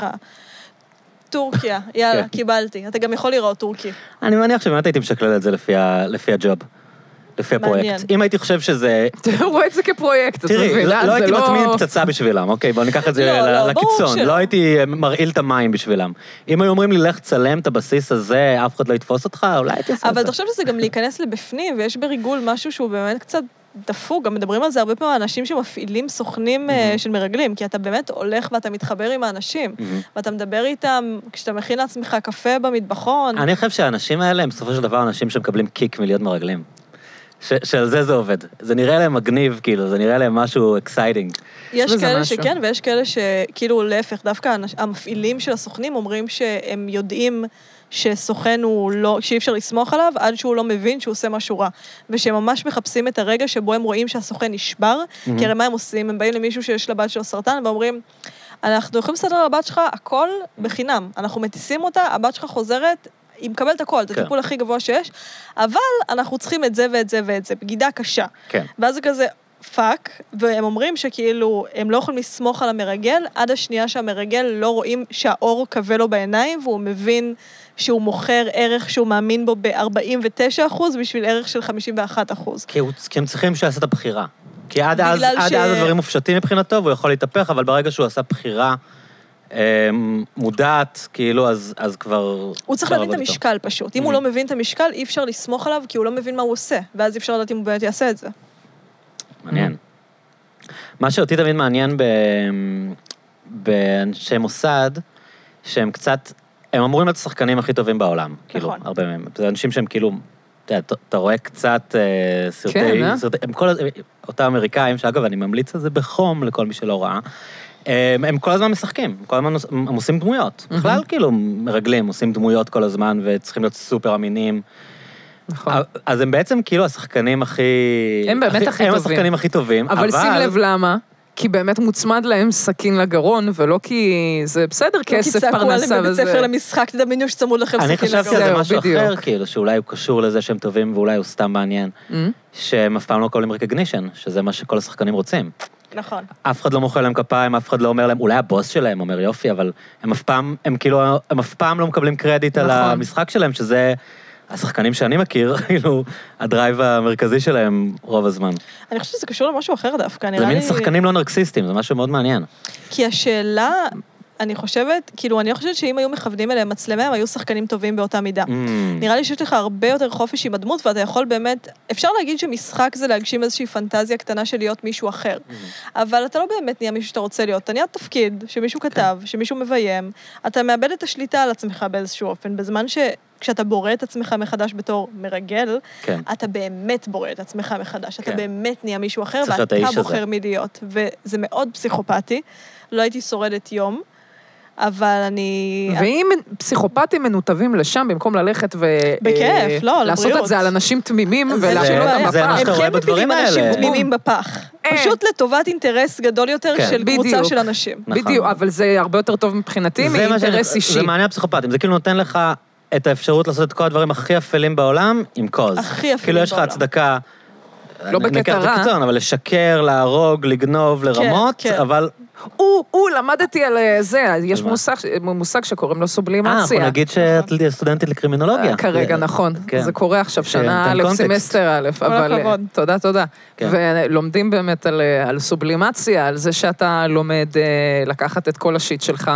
טורקיה, יאללה,
כן.
קיבלתי. אתה גם יכול לראות טורקי.
אני מניח שבאמת הייתי משקלל את זה לפי ה- לפי הג'וב. לפי הפרויקט.
מעניין.
אם הייתי חושב שזה...
אתה רואה את זה כפרויקט, אתה
תראי,
מבין?
לא
אה?
לא
זה
הייתי
לא...
מטמין פצצה בשבילם, אוקיי? בואו ניקח את זה
לא,
ל-
לא, ברור
לקיצון.
שלא.
לא הייתי מרעיל את המים בשבילם. אם היו אומרים לי, לך צלם את הבסיס הזה, אף אחד לא יתפוס אותך, אולי הייתי עושה את
אבל
זה.
אתה חושב שזה גם להיכנס לבפנים, ויש בריגול משהו שהוא באמת קצת דפוק, גם מדברים על זה הרבה פעמים, אנשים שמפעילים סוכנים אה, של מרגלים, כי אתה באמת הולך ואתה מתחבר עם האנשים, ואתה מדבר איתם, כשאתה מכין לעצמך קפה במטבחון,
אני חושב שהאנשים האלה הם בסופו של דבר אנשים שמקבלים קיק מלהיות מרגלים. ש- שעל זה זה עובד. זה נראה להם מגניב, כאילו, זה נראה להם משהו אקסייטינג.
יש
וזה
כאלה
משהו.
שכן, ויש כאלה שכאילו להפך, דווקא האנש- המפעילים של הסוכנים אומרים שהם יודעים שסוכן הוא לא, שאי אפשר לסמוך עליו, עד שהוא לא מבין שהוא עושה משהו רע. ושהם ממש מחפשים את הרגע שבו הם רואים שהסוכן נשבר, כי הרי מה הם עושים? הם באים למישהו שיש לבת שלו סרטן, ואומרים, אנחנו יכולים לסדר לבת שלך הכל בחינם. אנחנו מטיסים אותה, הבת שלך חוזרת, היא מקבלת הכל, את
כן.
הטיפול הכי גבוה שיש, אבל אנחנו צריכים את זה ואת זה ואת זה, בגידה קשה.
כן.
ואז זה כזה פאק, והם אומרים שכאילו, הם לא יכולים לסמוך על המרגל, עד השנייה שהמרגל לא רואים שהאור קווה לו בעיניים, והוא מבין שהוא מוכר ערך שהוא מאמין בו ב-ארבעים ותשעה אחוז, בשביל ערך של חמישים ואחד אחוז.
כי, הוא, כי הם צריכים שיעשה את הבחירה. כי עד אז,
בגלל
עד
ש-
אז הדברים מופשטים מבחינתו, והוא יכול להתהפך, אבל ברגע שהוא עשה בחירה אה, מודעת, כאילו, אז, אז כבר...
הוא צריך
כבר
להבין את
עבוד איתו.
המשקל פשוט. אם הוא
Mhm.
לא מבין את המשקל, אי אפשר לסמוך עליו, כי הוא לא מבין מה הוא עושה. ואז אי אפשר לדעת אם הוא באמת יעשה את זה.
מעניין. מה שאותי תמיד מעניין ב... באנשי מוסד, שהם קצת, הם אמורים להיות השחקנים הכי טובים בעולם. כאילו,
נכון.
הרבה מהם. זה אנשים שהם כאילו, אתה יודע, אתה רואה קצת אה, סרטי...
כן, אה?
סרטי, הם כל... אותם אמריקאים, שאגב, אני ממליץ על זה בחום לכל מי שלא ראה, הם, הם כל הזמן משחקים, כל הזמן עוש- הם עושים דמויות. בכלל, כאילו, מרגלים, עושים דמויות כל הזמן, וצריכים להיות סופר אמינים.
נכון.
אז הם בעצם כאילו השחקנים הכי...
הם באמת הכי
הם
טובים.
השחקנים הכי טובים,
אבל שים לב למה. כי באמת מוצמד להם סכין לגרון, ולא כי זה בסדר, כסף, פרנסה
לא כי צעקו עליהם בבית ספר
וזה.
למשחק, תדמיינו שצמוד לכם
אני
סכין
חשבתי על
לגרון.
זה
זהו,
משהו
בדיוק.
אחר, כאילו, שאולי הוא קשור לזה שהם טובים, ואולי הוא סתם מעניין,
Mm?
שהם אף פעם לא מקבלים recognition, שזה מה שכל השחקנים רוצים.
נכון.
אף אחד לא מוחא להם כפיים, אף אחד לא אומר להם, אולי הבוס שלהם אומר יופי, אבל הם אף פעם, הם כאילו, הם אף פעם לא מקבלים קרדיט על
נכון.
המשחק שלהם, שזה השחקנים שאני מכיר, כאילו, הדרייב המרכזי שלהם רוב הזמן.
אני חושבת שזה קשור למשהו אחר דווקא,
זה
נראה לי...
מין שחקנים לא נרקסיסטים, זה משהו מאוד מעניין.
כי השאלה, אני חושבת, כאילו, אני חושבת שאם היו מכוונים אליהם מצלמה, הם היו שחקנים טובים באותה מידה. נראה לי שיש לך הרבה יותר חופש עם הדמות, ואתה יכול באמת, אפשר להגיד שמשחק זה להגשים איזושהי פנטזיה קטנה של להיות מישהו אחר. אבל אתה לא באמת נהיה מישהו שאתה רוצה להיות. אתה נהיה תפקיד, שמישהו כתב, שמישהו מביים. אתה מאבד את השליטה על עצמך באיזשהו אופן, בזמן ש... כשאתה בורא את עצמך מחדש בתור מרגל, כן. אתה באמת בורא את עצמך מחדש, כן. אתה באמת נהיה מישהו אחר, ואתה בוחר מי להיות. וזה מאוד פסיכופתי, לא הייתי שורדת יום, אבל אני...
ואם פסיכופטים מנותבים לשם, במקום ללכת ו...
בכיף, לא,
לעשות לבריאות. את זה על אנשים תמימים, ולהשאיר אותם בפח.
זה מה שאתה רואה בדברים האלה.
הם כן מפילים אנשים תמימים בפח. פשוט לטובת אינטרס גדול יותר של קבוצה של אנשים.
בדיוק, אבל זה הרבה יותר טוב מבחינתי, מאינטרס אישי.
זה מעניין הפסיכופטים, זה כאילו נותן לך את האפשרות לעשות את כל הדברים הכי אפלים בעולם עם קוז.
הכי אפלים בעולם.
כאילו יש לך הצדקה,
לא בקטע רע.
קיצון, אבל לשקר, להרוג, לגנוב, לרמות, אבל...
הוא, הוא, למדתי על זה, יש מושג, מושג שקוראים לו סובלימציה.
אה, אנחנו נגיד שאת סטודנטית לקרימינולוגיה.
כרגע, נכון. זה קורה עכשיו שנה א', סמסטר א', אבל... תודה, תודה. ולומדים באמת על סובלימציה, על זה שאתה לומד לקחת את כל השיט שלך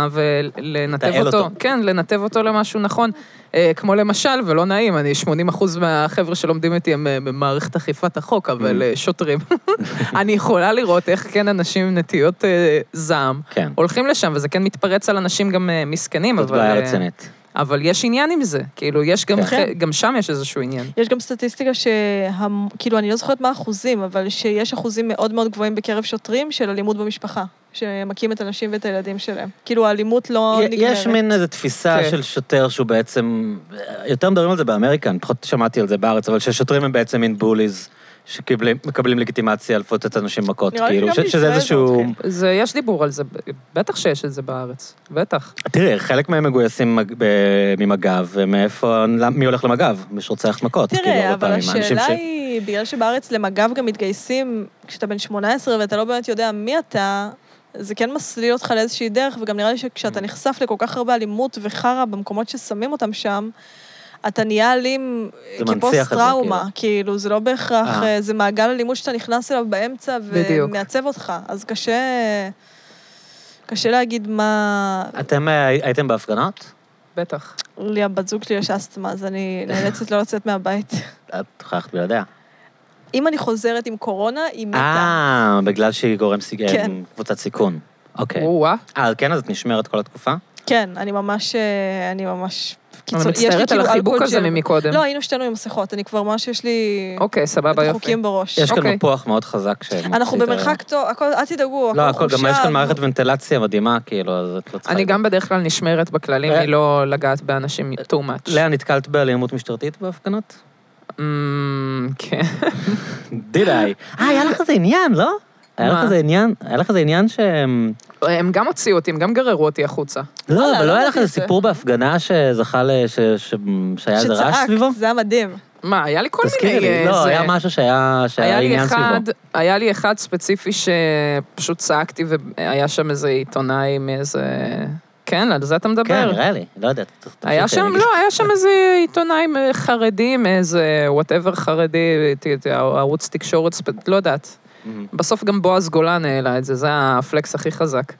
ולנתב אותו. כן, לנתב אותו למשהו נכון. כמו למשל, ולא נעים, אני שמונים אחוז מהחבר'ה שלומדים איתי הם במערכת אכיפת החוק, אבל שוטרים. אני יכולה לראות איך כן אנשים עם נטיות זעם הולכים לשם, וזה כן מתפרץ על אנשים גם מסכנים,
זאת בעיה רצינית.
אבל יש עניין עם זה, כאילו, יש גם, גם שם יש איזשהו עניין.
יש גם סטטיסטיקה שה... כאילו, אני לא זוכרת מה האחוזים, אבל שיש אחוזים מאוד מאוד גבוהים בקרב שוטרים של אלימות במשפחה, שמקים את הנשים ואת הילדים שלהם. כאילו, האלימות לא נגמרת. יש
מין איזו תפיסה של שוטר שהוא בעצם, יותר מדברים על זה באמריקה, אני פחות שמעתי על זה בארץ, אבל ששוטרים הם בעצם מין בוליז, שמקבלים לגיטימציה לפות את אנשים מכות, כאילו, שזה איזשהו...
יש דיבור על זה, בטח שיש את זה בארץ, בטח.
תראי, חלק מהם מגויסים ממג"ב, ומאיפה, מי הולך למג"ב? מי שרוצח מכות,
תראה, אבל השאלה היא, בגלל שבארץ למג"ב גם מתגייסים, כשאתה בן שמונה עשרה ואתה לא באמת יודע מי אתה, זה כן מסליל אותך לאיזושהי דרך, וגם נראה לי שכשאתה נחשף לכל כך הרבה אלימות וחרה במקומות ששמים אותם שם, אתה נהיה אלים כפוסט טראומה, כאילו, זה לא בהכרח, זה מעגל אלימות שאתה נכנס אליו באמצע ומעצב אותך, אז קשה, קשה להגיד מה...
אתם הייתם בהפגנות?
בטח.
לי, הבת זוג שלי יש אסתמה, אז אני נאלצת לא לצאת מהבית.
את הוכחת בלעדיה.
אם אני חוזרת עם קורונה, היא מתה.
אה, בגלל שהיא גורם קבוצת סיכון. אוקיי. אה, כן, אז את נשמרת כל התקופה?
כן, אני ממש, אני ממש...
אני מצטערת על החיבוק הזה ממקודם.
לא, היינו שתינו עם מסכות, אני כבר ממש יש לי...
אוקיי, סבבה, יופי.
חוקים בראש.
יש כאן מפוח מאוד חזק.
אנחנו במרחק טוב, אל תדאגו,
הכל חושב. לא, גם יש כאן מערכת ונטילציה מדהימה, כאילו, אז את לא צריכה...
אני גם בדרך כלל נשמרת בכללים, היא לא לגעת באנשים too much.
לאה, נתקלת באלימות משטרתית בהפגנות?
כן.
did I? אה, היה לך איזה עניין, לא? היה לך איזה עניין, היה לך איזה עניין שהם...
הם גם הוציאו אותי, הם גם גררו אותי החוצה.
לא, אבל לא היה לך איזה סיפור בהפגנה שזכה שהיה איזה רעש סביבו?
זה היה מדהים.
מה, היה לי כל מיני...
לא, היה משהו שהיה עניין סביבו.
היה לי אחד ספציפי שפשוט צעקתי, והיה שם איזה עיתונאי מאיזה... כן, על זה אתה מדבר.
כן, נראה לי, לא יודעת.
היה שם, לא, היה שם איזה עיתונאי חרדי, מאיזה whatever חרדי, ערוץ תקשורת, לא יודעת. בסוף גם בועז גולן העלה את זה, זה הפלקס הכי חזק.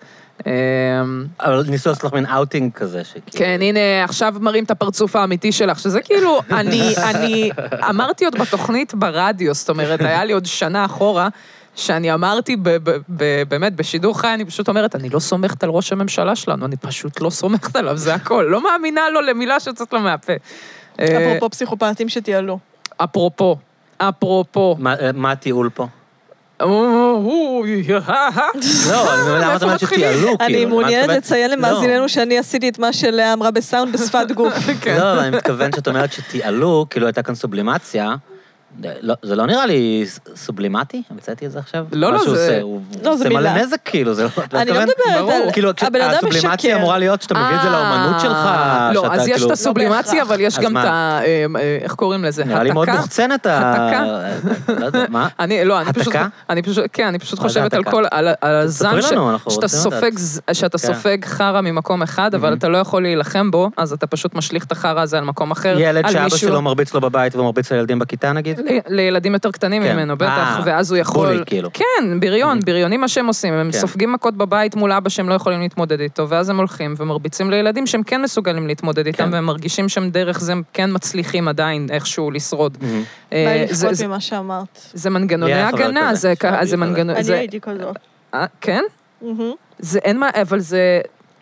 אבל ניסו לעשות לך מין אאוטינג כזה.
כן, הנה, עכשיו מראים את הפרצוף האמיתי שלך, שזה כאילו, אני, אני אמרתי עוד בתוכנית ברדיו, זאת אומרת, היה לי עוד שנה אחורה, שאני אמרתי באמת בשידור חי, אני פשוט אומרת, אני לא סומכת על ראש הממשלה שלנו, אני פשוט לא סומכת עליו, זה הכל, לא מאמינה לו למילה שיוצאת לו מהפה.
אפרופו פסיכופטים שתיעלו.
אפרופו, אפרופו.
מה הטיעול פה?
לא,
למה אתה אומרת שתיעלו?
אני מעוניינת לציין למאזיננו שאני עשיתי את מה שלאה אמרה בסאונד בשפת גוף.
לא, אני מתכוון שאת אומרת שתיעלו, כאילו הייתה כאן סובלימציה, זה לא נראה לי סובלימטי? המצאתי את זה עכשיו?
לא, לא, זה...
הוא עושה מלא נזק, כאילו, זה לא...
אני לא מדברת על...
כאילו, הסובלימציה אמורה להיות שאתה מביא את זה לאמנות שלך,
לא, אז יש את הסובלימציה, אבל יש גם את ה... איך קוראים לזה?
נראה לי מאוד מוחצנת ה... לא יודע, מה?
לא, אני פשוט... כן, אני פשוט חושבת על כל... על הזן שאתה סופג חרה ממקום אחד, אבל אתה לא יכול להילחם בו, אז אתה פשוט משליך את החרה הזה על מקום אחר.
ילד שאבא שלו מרביץ לו בבית ומרביץ לילדים בכיתה, נגיד?
לילדים יותר קטנים
כן.
ממנו, בטח,
אה,
ואז הוא יכול...
בולי, כאילו.
כן, בריון, בריונים מה שהם עושים, הם
כן.
סופגים מכות בבית מול אבא שהם לא יכולים להתמודד איתו, ואז הם הולכים ומרביצים לילדים שהם כן מסוגלים להתמודד איתם,
כן.
והם מרגישים שהם דרך זה הם כן מצליחים עדיין איכשהו לשרוד.
בא
אה,
לי
זה-
לפחות
זה-
ממה שאמרת.
זה מנגנוני
לי היה חבר
הגנה,
כזה,
זה
שהיה
כ-
לי
זה
כזה.
מנגנון...
אני
זה-
הייתי כזאת.
אה, כן?
מהמם.
זה אין מה, אבל זה...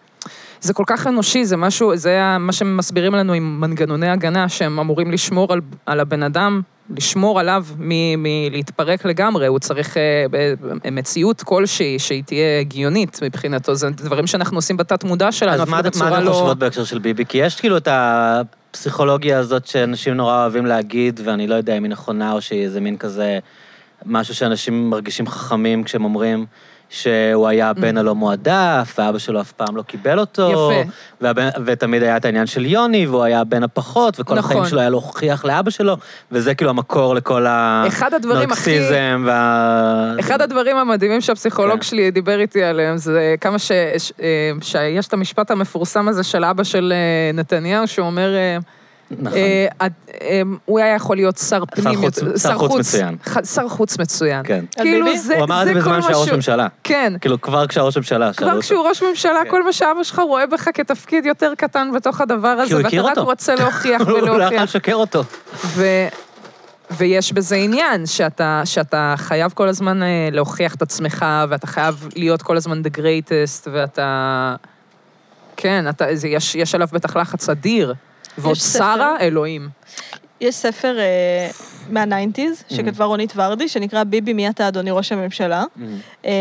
זה כל כך אנושי, זה משהו, זה ה- מה שהם מסבירים לנו עם מנגנוני הגנה, שהם אמורים לשמור על, על הבן אדם, לשמור עליו מ- מלהתפרק לגמרי, הוא צריך אה, ב- מציאות כלשהי, שהיא תהיה הגיונית מבחינתו, זה דברים שאנחנו עושים בתת מודע שלנו,
אז
אפילו
מה
בצורה
מה אתם
לא...
חושבות בהקשר של ביבי? כי יש כאילו את הפסיכולוגיה הזאת שאנשים נורא אוהבים להגיד, ואני לא יודע אם היא נכונה או שהיא איזה מין כזה, משהו שאנשים מרגישים חכמים כשהם אומרים שהוא היה הבן הלא מועדף, ואבא שלו אף פעם לא קיבל אותו.
יפה.
והבן, ותמיד היה את העניין של יוני, והוא היה הבן הפחות, וכל
נכון.
החיים שלו היה להוכיח לאבא שלו, וזה כאילו המקור לכל
אחד הדברים הכי-
הנרקסיזם וה...
אחד הדברים המדהימים שהפסיכולוג
כן.
שלי דיבר איתי עליהם, זה כמה ש... ש- אה, שיש את המשפט המפורסם הזה של אבא של אה, נתניהו, שהוא אומר... אה,
נכון.
אה, עד- אה, הוא היה יכול להיות שר פנים,
חוץ-
יותר-
שר חוץ מצוין.
ח- שר חוץ מצוין.
כן.
כאילו
ביבי?
זה
הוא אמר את
זה
זה
כל
בזמן
מה
שהיה ראש
שהוא-
ממשלה.
כן.
כאילו, כבר כשהראש ממשלה, שאלו
כבר
אותו.
כשהוא ראש ממשלה,
כן.
כל מה שאבא שלך רואה בך כתפקיד יותר קטן בתוך הדבר הזה,
הוא
ואתה
הכיר
רק
אותו.
רוצה להוכיח
הוא לא יכול
ולהוכיח.
לשקר אותו.
ו... ויש בזה עניין, שאתה, שאתה חייב כל הזמן אה, להוכיח את עצמך, ואתה חייב להיות כל הזמן the greatest, ואתה... כן, אתה, זה, יש, יש עליו בטח לחץ אדיר. ועוד
ספר.
שרה, אלוהים.
יש ספר אה, מהניינטיז, שכתבה רונית ורדי, שנקרא ביבי מי אתה אדוני ראש הממשלה, אה,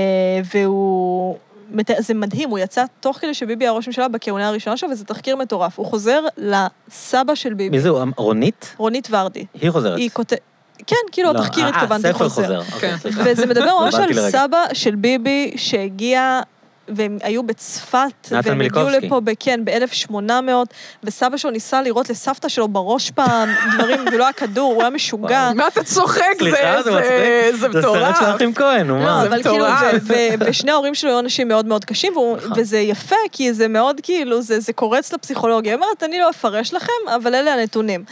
והוא... מת- זה מדהים, הוא יצא תוך כדי שביבי היה ראש ממשלה בכהונה הראשונה שלו, וזה תחקיר מטורף. הוא חוזר לסבא של ביבי,
מי זה הוא? רונית?
רונית ורדי.
היא חוזרת.
היא כותבת... כן, כאילו
לא,
התחקיר
אה,
התכוונתי
ספר
חוזר.
חוזר.
כן.
אוקיי, סליחה.
וזה מדבר ממש על
התבלבלתי לרגע.
סבא של ביבי שהגיע, והם היו בצפת,
נתן
והם הגיעו
מיליקובסקי.
לפה, ב- כן, ב-אלף שמונה מאות, וסבא שלו ניסה לראות לסבתא שלו בראש פעם, דברים, ולא היה כדור, הוא היה משוגע.
מה אתה צוחק?
סליחה, זה
זה-
מצחיק.
זה
זה
מטורף.
סרט של אחים כהן, נו
לא,
מה?
אבל כאילו,
מטורף.
ו- ו- ושני ההורים שלו היו אנשים מאוד מאוד קשים, והוא- וזה יפה, כי זה מאוד כאילו, זה זה קורץ לפסיכולוגיה. היא אומרת, אני לא אפרש לכם, אבל אלה הנתונים.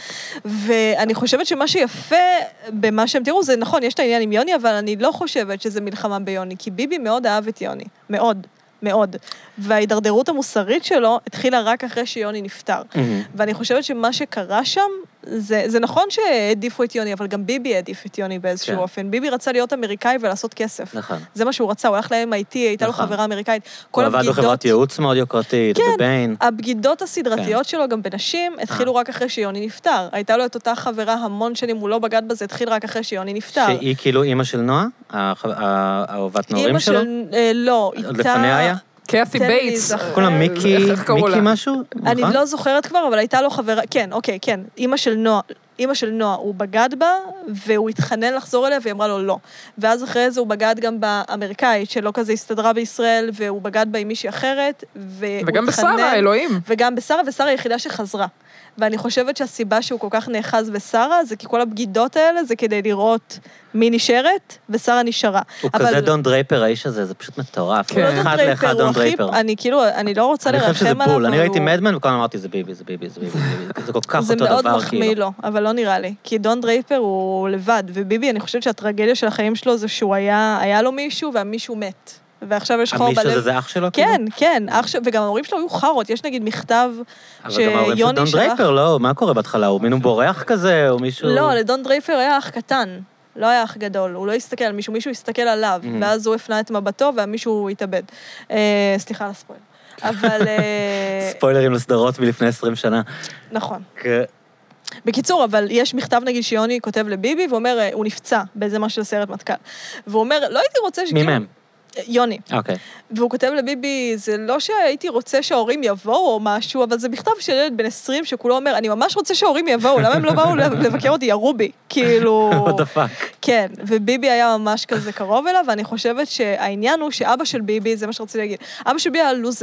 ואני חושבת שמה שיפה במה שהם תראו, זה נכון, יש את העניין עם יוני, אבל אני לא חושבת שזה מלחמה ביוני, כי ביבי מאוד אהב את יוני, מאוד. מאוד. וההידרדרות המוסרית שלו התחילה רק אחרי שיוני נפטר. ואני חושבת שמה שקרה שם, זה, זה נכון שהעדיפו את יוני, אבל גם ביבי העדיף את יוני באיזשהו
כן.
אופן. ביבי רצה להיות אמריקאי ולעשות כסף.
נכון.
זה מה שהוא רצה, הוא הלך ל-אם איי טי, הייתה לו
נכון.
חברה אמריקאית.
הוא
כל
עבד בחברת
הבגידות,
ייעוץ מאוד יוקרתית,
כן.
בביין.
הבגידות הסדרתיות שלו, גם בנשים, התחילו רק אחרי שיוני נפטר. הייתה לו את אותה חברה המון שנים, הוא לא בגד בזה, התחיל רק אחרי שיוני נפטר.
שהיא כאילו אימא של נועה? האח- האהובת נעורים
אימא
שלו?
של... אה, לא,
עוד
איתה...
לפניה היה?
קאתי
תן לי
בייטס.
להיזכר.
כולם מיקי,
איך קראו
מיקי
לה?
משהו?
אני
נכון?
לא זוכרת כבר, אבל הייתה לו חברה, כן, אוקיי, כן, אימא של נועה, אימא של נועה, הוא בגד בה, והוא התחנן לחזור אליה, והיא אמרה לו לא. ואז אחרי זה הוא בגד גם באמריקאית, שלא כזה הסתדרה בישראל, והוא בגד בה עם מישהי אחרת, והוא
וגם
התחנן-
בשרה, אלוהים.
וגם בשרה, ושרה היא היחידה שחזרה. ואני חושבת שהסיבה שהוא כל כך נאחז בשרה, זה כי כל הבגידות האלה זה כדי לראות מי נשארת, ושרה נשארה.
הוא
אבל-
כזה דון דרייפר, האיש הזה, זה פשוט מטורף.
כן.
הוא לא דון
אחד
דרייפר,
לאחד
הוא
דון
הכי-
דרייפר.
אני כאילו, אני לא רוצה
אני
לרחם
חושב
עליו,
שזה בול, אני
אבל
ראיתי
הוא-
מדמן, וכל הזמן אמרתי, זה ביבי, זה ביבי, זה ביבי, זה ביבי. זה כל כך
זה
אותו
מאוד
דבר,
מחמיא
כאילו.
לו, אבל לא נראה לי. כי דון דרייפר הוא לבד, וביבי, אני חושבת שהטרגדיה של החיים שלו זה שהוא היה, היה לו מישהו, והמישהו מת. ועכשיו יש חור
המישהו
בלב.
הזה זה אח שלו? כאילו?
כן, כן, אח ש... וגם ההורים שלו היו חרות, יש נגיד מכתב
אבל גם ההורים של
שיוני
דון
שלח...
דרייפר, לא, מה קורה בהתחלה? הוא מין הוא בורח כזה, או מישהו...
לא, לדון דרייפר היה אח קטן, לא היה אח גדול, הוא לא הסתכל על מישהו, מישהו הסתכל עליו, ואז הוא הפנה את מבטו, והמישהו התאבד. אה, סליחה על הספוילר. אבל... אה,
ספוילרים לסדרות מלפני עשרים שנה.
נכון.
כן.
בקיצור, אבל יש מכתב נגיד שיוני כותב לביבי, ואומר, הוא נפצע באיזה משהו לסיירת מטכ"ל. והוא אומר, לא הייתי רוצה
מי
שכאילו...
מהם?
יוני.
אוקיי.
והוא כותב לביבי, זה לא שהייתי רוצה שההורים יבואו או משהו, אבל זה מכתב של ילד בן עשרים שכולו אומר, אני ממש רוצה שההורים יבואו, למה הם לא באו לבקר אותי, ירו בי? כאילו...
what the fuck.
כן, וביבי היה ממש כזה קרוב אליו, ואני חושבת שהעניין הוא שאבא של ביבי, זה מה שרציתי להגיד, אבא של ביבי היה לוזר.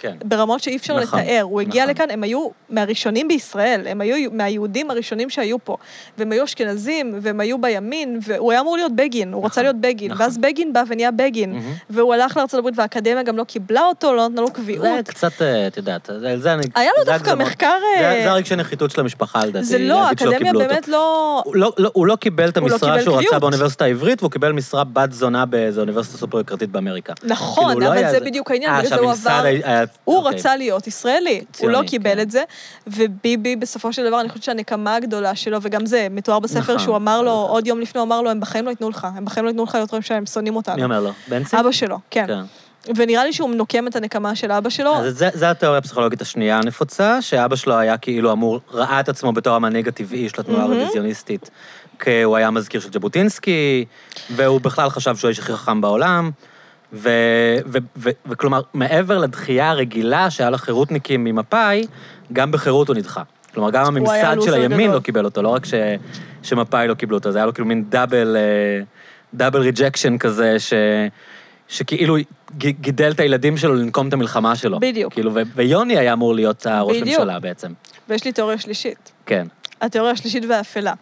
כן.
ברמות שאי אפשר
נכון,
לתאר. הוא הגיע
נכון.
לכאן, הם היו מהראשונים בישראל, הם היו מהיהודים הראשונים שהיו פה, והם היו אשכנזים, והם היו בימין, והוא היה אמור להיות בגין, הוא רצה להיות בגין,
נכון.
ואז בגין בא ונהיה בגין, והוא הלך לארצות הברית, והאקדמיה גם לא קיבלה אותו, לא נתנה לו
זה
קביעות.
קצת, את יודעת, זה- זה אני...
היה לו
זה
דווקא
הגזמות.
מחקר...
זה
אה,
זה הרגשי נחיתות של המשפחה, לדעתי.
זה לא,
להגיד שלא
האקדמיה
קיבלו אותו.
באמת לא...
הוא לא, לא, הוא לא קיבל את
הוא לא
המשרה
קיבל
שהוא רצה
קביעות.
באוניברסיטה העברית, והוא קיבל משרה בת זונה באיזו אוניברסיטה סופר יקרתית באמריקה.
נכון,
כאילו, לא
אבל
היה
זה
איזה-
בדיוק העניין,
אה,
בגלל זה הוא
שהממסד
עבר...
היה- היה-
הוא
אוקיי.
רצה להיות ישראלי, הוא
ציוני,
לא קיבל
כן.
את זה, וביבי בסופו של דבר, אני חושבת שהנקמה הגדולה שלו, וגם זה, מתואר בספר
נכון.
שהוא אמר לו, עוד יום לפני הוא אמר לו, הם בחיים לא ייתנו לך, הם בחיים לא ייתנו לך יותר שהם שונאים
מי
אותנו.
אומר לו? בנצי?
אבא שלו, כן.
כן.
ונראה לי שהוא נוקם את הנקמה של אבא שלו.
אז זה, זה התיאוריה הפסיכולוגית השנייה הנפוצה, שאבא שלו היה כאילו אמור, ראה את עצמו בתור המנהיג הטבעי של התנועה הרוויזיוניסטית, כי הוא היה מזכיר של ז'בוטינסקי, והוא בכלל חשב שהוא האיש הכי חכם בעולם, ו, ו, ו, וכלומר, מעבר לדחייה הרגילה שהיה לחירותניקים ממפאי, גם בחירות הוא נדחה. כלומר, גם
היה
הממסד
לוזר
של הימין
גדול.
לא קיבל אותו, לא רק ש, שמפאי לא קיבלו אותו, זה היה לו כאילו מין דאבל, דאבל ריג'קשן כזה, ש... שכאילו ג- גידל את הילדים שלו לנקום את המלחמה שלו.
בדיוק.
כאילו, ו- ויוני היה אמור להיות הראש
בדיוק.
ממשלה בעצם.
ויש לי תיאוריה שלישית.
כן.
התיאוריה השלישית והאפלה.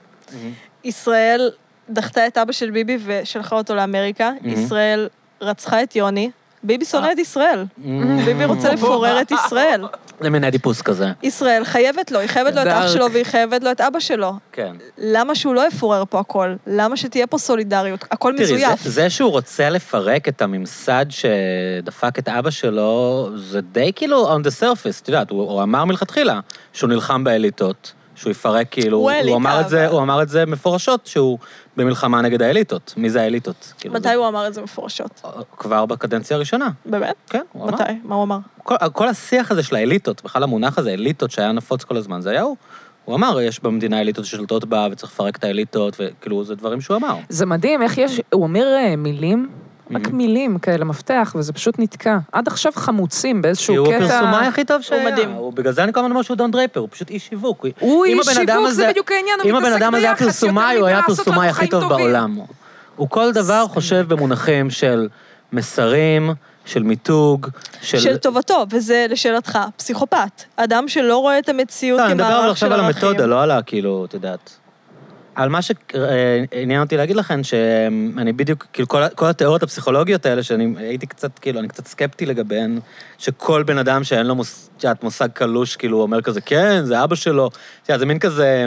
ישראל דחתה את אבא של ביבי ושלחה אותו לאמריקה. ישראל רצחה את יוני. ביבי שונא את ישראל. ביבי רוצה לפורר את ישראל.
זה מין אדיפוס כזה.
ישראל חייבת לו, היא חייבת לו את אח
דארק.
שלו והיא חייבת לו את אבא שלו.
כן.
למה שהוא לא יפורר פה הכל? למה שתהיה פה סולידריות? הכל
תראי,
מזויף.
זה, זה שהוא רוצה לפרק את הממסד שדפק את אבא שלו, זה די כאילו on the surface, את יודעת, הוא, הוא אמר מלכתחילה שהוא נלחם באליטות, שהוא יפרק כאילו,
הוא אליטה,
אמר את זה,
אבל.
הוא אמר את זה מפורשות, שהוא במלחמה נגד האליטות. מי זה האליטות? כאילו,
מתי
זה,
הוא אמר את זה מפורשות?
כבר בקדנציה הראשונה.
באמת?
כן, הוא אמר.
מתי? מה הוא אמר?
כל, כל השיח הזה של האליטות, בכלל המונח הזה, אליטות שהיה נפוץ כל הזמן, זה היה הוא. הוא אמר, יש במדינה אליטות ששלטות בה, וצריך לפרק את האליטות, וכאילו, זה דברים שהוא אמר.
זה מדהים, איך יש, הוא אומר אה, מילים, רק מילים כאלה, מפתח, וזה פשוט נתקע. עד עכשיו חמוצים
כי
באיזשהו
הוא
קטע...
הפרסומאי הכי טוב שהיה.
מדהים.
הוא, בגלל זה אני כל הזמן אומר שהוא דון דרייפר, הוא פשוט איש שיווק.
הוא
אם
איש
הבן אדם
שיווק,
הזה-
זה בדיוק העניין, הוא
אם הבן
מתעסק
אדם הזה היה
ביח"צ,
פרסומאי,
יותר
הוא היה
מדי לעשות
הפרסומאי
לנו
הכי
חיים
טוב
טובים.
בעולם. הוא כל דבר חושב במונחים של מסרים, של מיתוג, של...
של טובתו, וזה לשאלתך, פסיכופת. אדם שלא רואה את המציאות
לא, אני מדבר
כמערך
עכשיו
של
על
ערכים.
המתודה, לא על ה... כאילו, את יודעת. על מה שעניין אותי להגיד לכם, שאני בדיוק, כאילו, כל, כל התיאוריות הפסיכולוגיות האלה, שאני הייתי קצת, כאילו, אני קצת סקפטי לגביהן, שכל בן אדם שאין לו מוס, שאת מושג קלוש, כאילו, אומר כזה, כן, זה אבא שלו. זה מין כזה,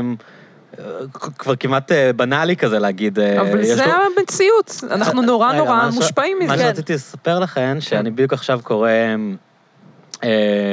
כבר כמעט בנאלי כזה להגיד.
אבל
יש
זה
לו-
המציאות, אנחנו נורא
רגע,
נורא
מה ש-
מושפעים
מה
מזה.
שרציתי לספר לכם, שאני בדיוק עכשיו קורא אה,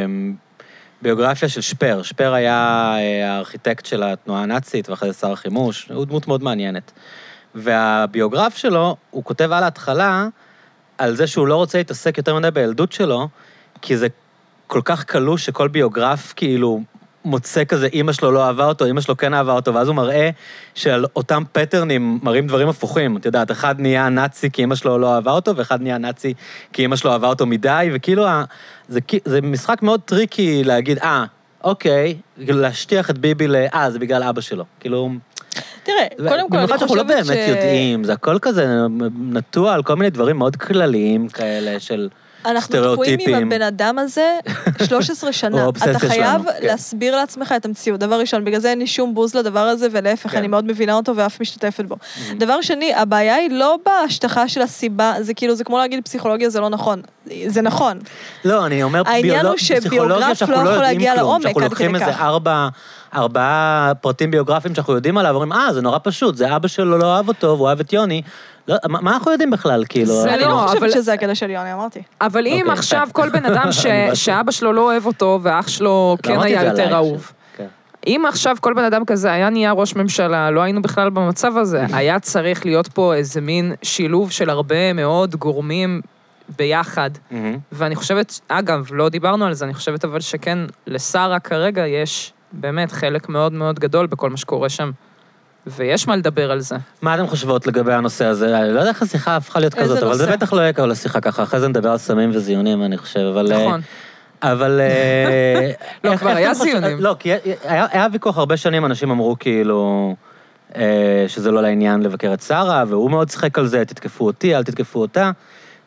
ביוגרפיה של שפר. שפר היה אה, הארכיטקט של התנועה הנאצית, ואחרי זה שר החימוש, הוא דמות מאוד מעניינת. והביוגרף שלו, הוא כותב על ההתחלה, על זה שהוא לא רוצה להתעסק יותר מדי בילדות שלו, כי זה כל כך קלוש שכל ביוגרף כאילו מוצא כזה, אמא שלו לא אהבה אותו, אמא שלו כן אהבה אותו, ואז הוא מראה שעל אותם פטרנים מראים דברים הפוכים. את יודעת, אחד נהיה נאצי כי אמא שלו לא אהבה אותו, ואחד נהיה נאצי כי אמא שלו אהבה אותו מדי, וכאילו, ה- זה, כי- זה משחק מאוד טריקי להגיד, אה, אוקיי, כאילו להשטיח את ביבי ל... אה, זה בגלל אבא שלו. כאילו...
תראה, קודם כל, אני
במיוחד שאנחנו לא
חושבת ש...
באמת יודעים, זה הכל כזה נטוע על כל מיני דברים מאוד כלליים כאלה של...
אנחנו תקועים עם
סטריאוטיפים.
הבן אדם הזה שלוש עשרה
או
שנה.
האובססיה
אתה חייב
שלנו, כן.
להסביר לעצמך את המציאות. דבר ראשון, בגלל זה אין לי שום בוז לדבר הזה, ולהפך,
כן.
אני מאוד מבינה אותו ואף משתתפת בו. דבר שני, הבעיה היא לא בהשטחה של הסיבה, זה כאילו, זה כמו להגיד פסיכולוגיה, זה לא נכון. זה נכון.
לא, אני אומר,
העניין הוא
פסיכולוגיה
שביוגרף
שאנחנו
לא יכול
יודעים
להגיע
כלום,
לעומק
שאנחנו
עד
לוקחים
כדי
איזה
כך.
ארבע, ארבעה פרטים ביוגרפיים שאנחנו יודעים עליו, אומרים, אה, זה נורא פשוט, זה אבא שלו לא אוהב אותו, והוא אוהב את יוני. לא, מה מה אנחנו יודעים בכלל, כאילו?
זה
אני
לא,
לא חושבת
אבל-
שזה הקטע של יוני, אמרתי.
אבל אם
אוקיי.
עכשיו כל בן אדם ש- שאבא שלו לא אוהב אותו, ואח שלו
לא
כן
אמרתי
היה
את זה
יותר
עלייך.
אהוב.
כן.
אם עכשיו כל בן אדם כזה היה נהיה ראש ממשלה, לא היינו בכלל במצב הזה, היה צריך להיות פה איזה מין שילוב של הרבה מאוד גורמים ביחד.
מהמם.
ואני חושבת, אגב, לא דיברנו על זה, אני חושבת אבל שכן, לשרה כרגע יש באמת חלק מאוד מאוד גדול בכל מה שקורה שם. ויש מה לדבר על זה.
מה אתם חושבות לגבי הנושא הזה? אני לא יודע איך השיחה הפכה להיות
איזה
כזאת, אבל זה
נושא?
בטח לא יהיה כל השיחה ככה, אחרי זה נדבר על סמים וזיונים, אני חושב, אבל... אה,
נכון.
אבל... אה,
לא,
איך-
כבר
איך
היה
אתם חושבים-
זיונים.
לא, כי היה היה ויכוח הרבה שנים, אנשים אמרו כאילו... אה, שזה לא לעניין לבקר את שרה, והוא מאוד צחק על זה, תתקפו אותי, אל תתקפו אותה.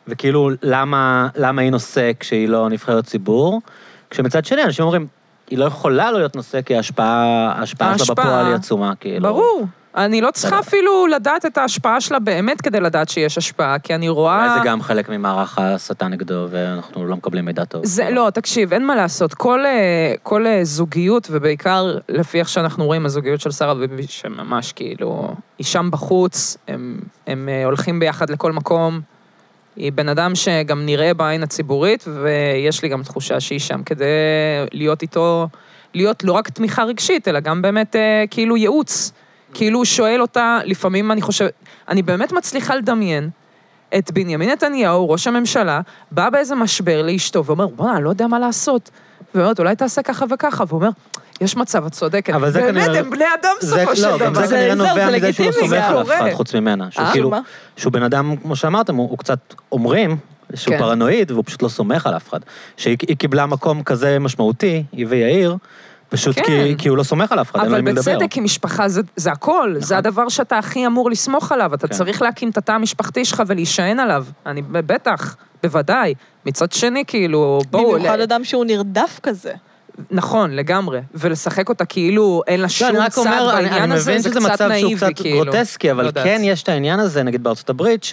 וכאילו, למה, למה היא נושא כשהיא לא נבחרת ציבור? כשמצד שני, אנשים אומרים, היא לא יכולה לא להיות נושא, כי ההשפעה, ההשפעה שלה בפועל היא עצומה, כאילו.
ברור. אני לא צריכה אפילו לדעת את ההשפעה שלה באמת כדי לדעת שיש השפעה, כי אני רואה...
אולי זה גם חלק ממערך הסתה נגדו, ואנחנו לא מקבלים מידע טוב.
זה, לא, תקשיב, אין מה לעשות. כל, כל זוגיות, ובעיקר לפי איך שאנחנו רואים, הזוגיות של שרה וביבי, שממש כאילו, היא שם בחוץ, הם, הם הולכים ביחד לכל מקום, היא בן אדם שגם נראה בעין הציבורית, ויש לי גם תחושה שהיא שם כדי להיות איתו, להיות לא רק תמיכה רגשית, אלא גם באמת כאילו ייעוץ. כאילו הוא שואל אותה, לפעמים אני חושב, אני באמת מצליחה לדמיין את בנימין נתניהו, ראש הממשלה, בא באיזה משבר לאשתו, ואומר, בוא, אני לא יודע מה לעשות. ואומרת, אולי תעשה ככה וככה, ואומר, יש מצב, את צודקת. באמת, הם בני אדם סופו של דבר.
זה כנראה נובע מזה שהוא לא סומך על אף אחד, חוץ ממנה. שהוא בן אדם, כמו שאמרתם, הוא קצת אומרים, שהוא פרנואיד, והוא פשוט לא סומך על אף אחד. שהיא קיבלה מקום כזה משמעותי, היא ויעיר, פשוט כי, כי הוא לא סומך על אף אחד, אין לו עם לדבר.
אבל בצדק, כי משפחה זה, זה הכל, נכון. זה הדבר שאתה הכי אמור לסמוך עליו, אתה כן. צריך להקים את התא המשפחתי שלך ולהישען עליו, אני בטח, בוודאי, מצד שני, כאילו, בואו...
במיוחד אדם שהוא נרדף כזה.
נכון, לגמרי, ולשחק אותה כאילו אין לה שום צד בעניין הזה, זה קצת נאיבי,
כאילו. אני מבין שזה מצב שהוא קצת גרוטסקי, אבל כן יש את העניין הזה, נגיד בארצות הברית,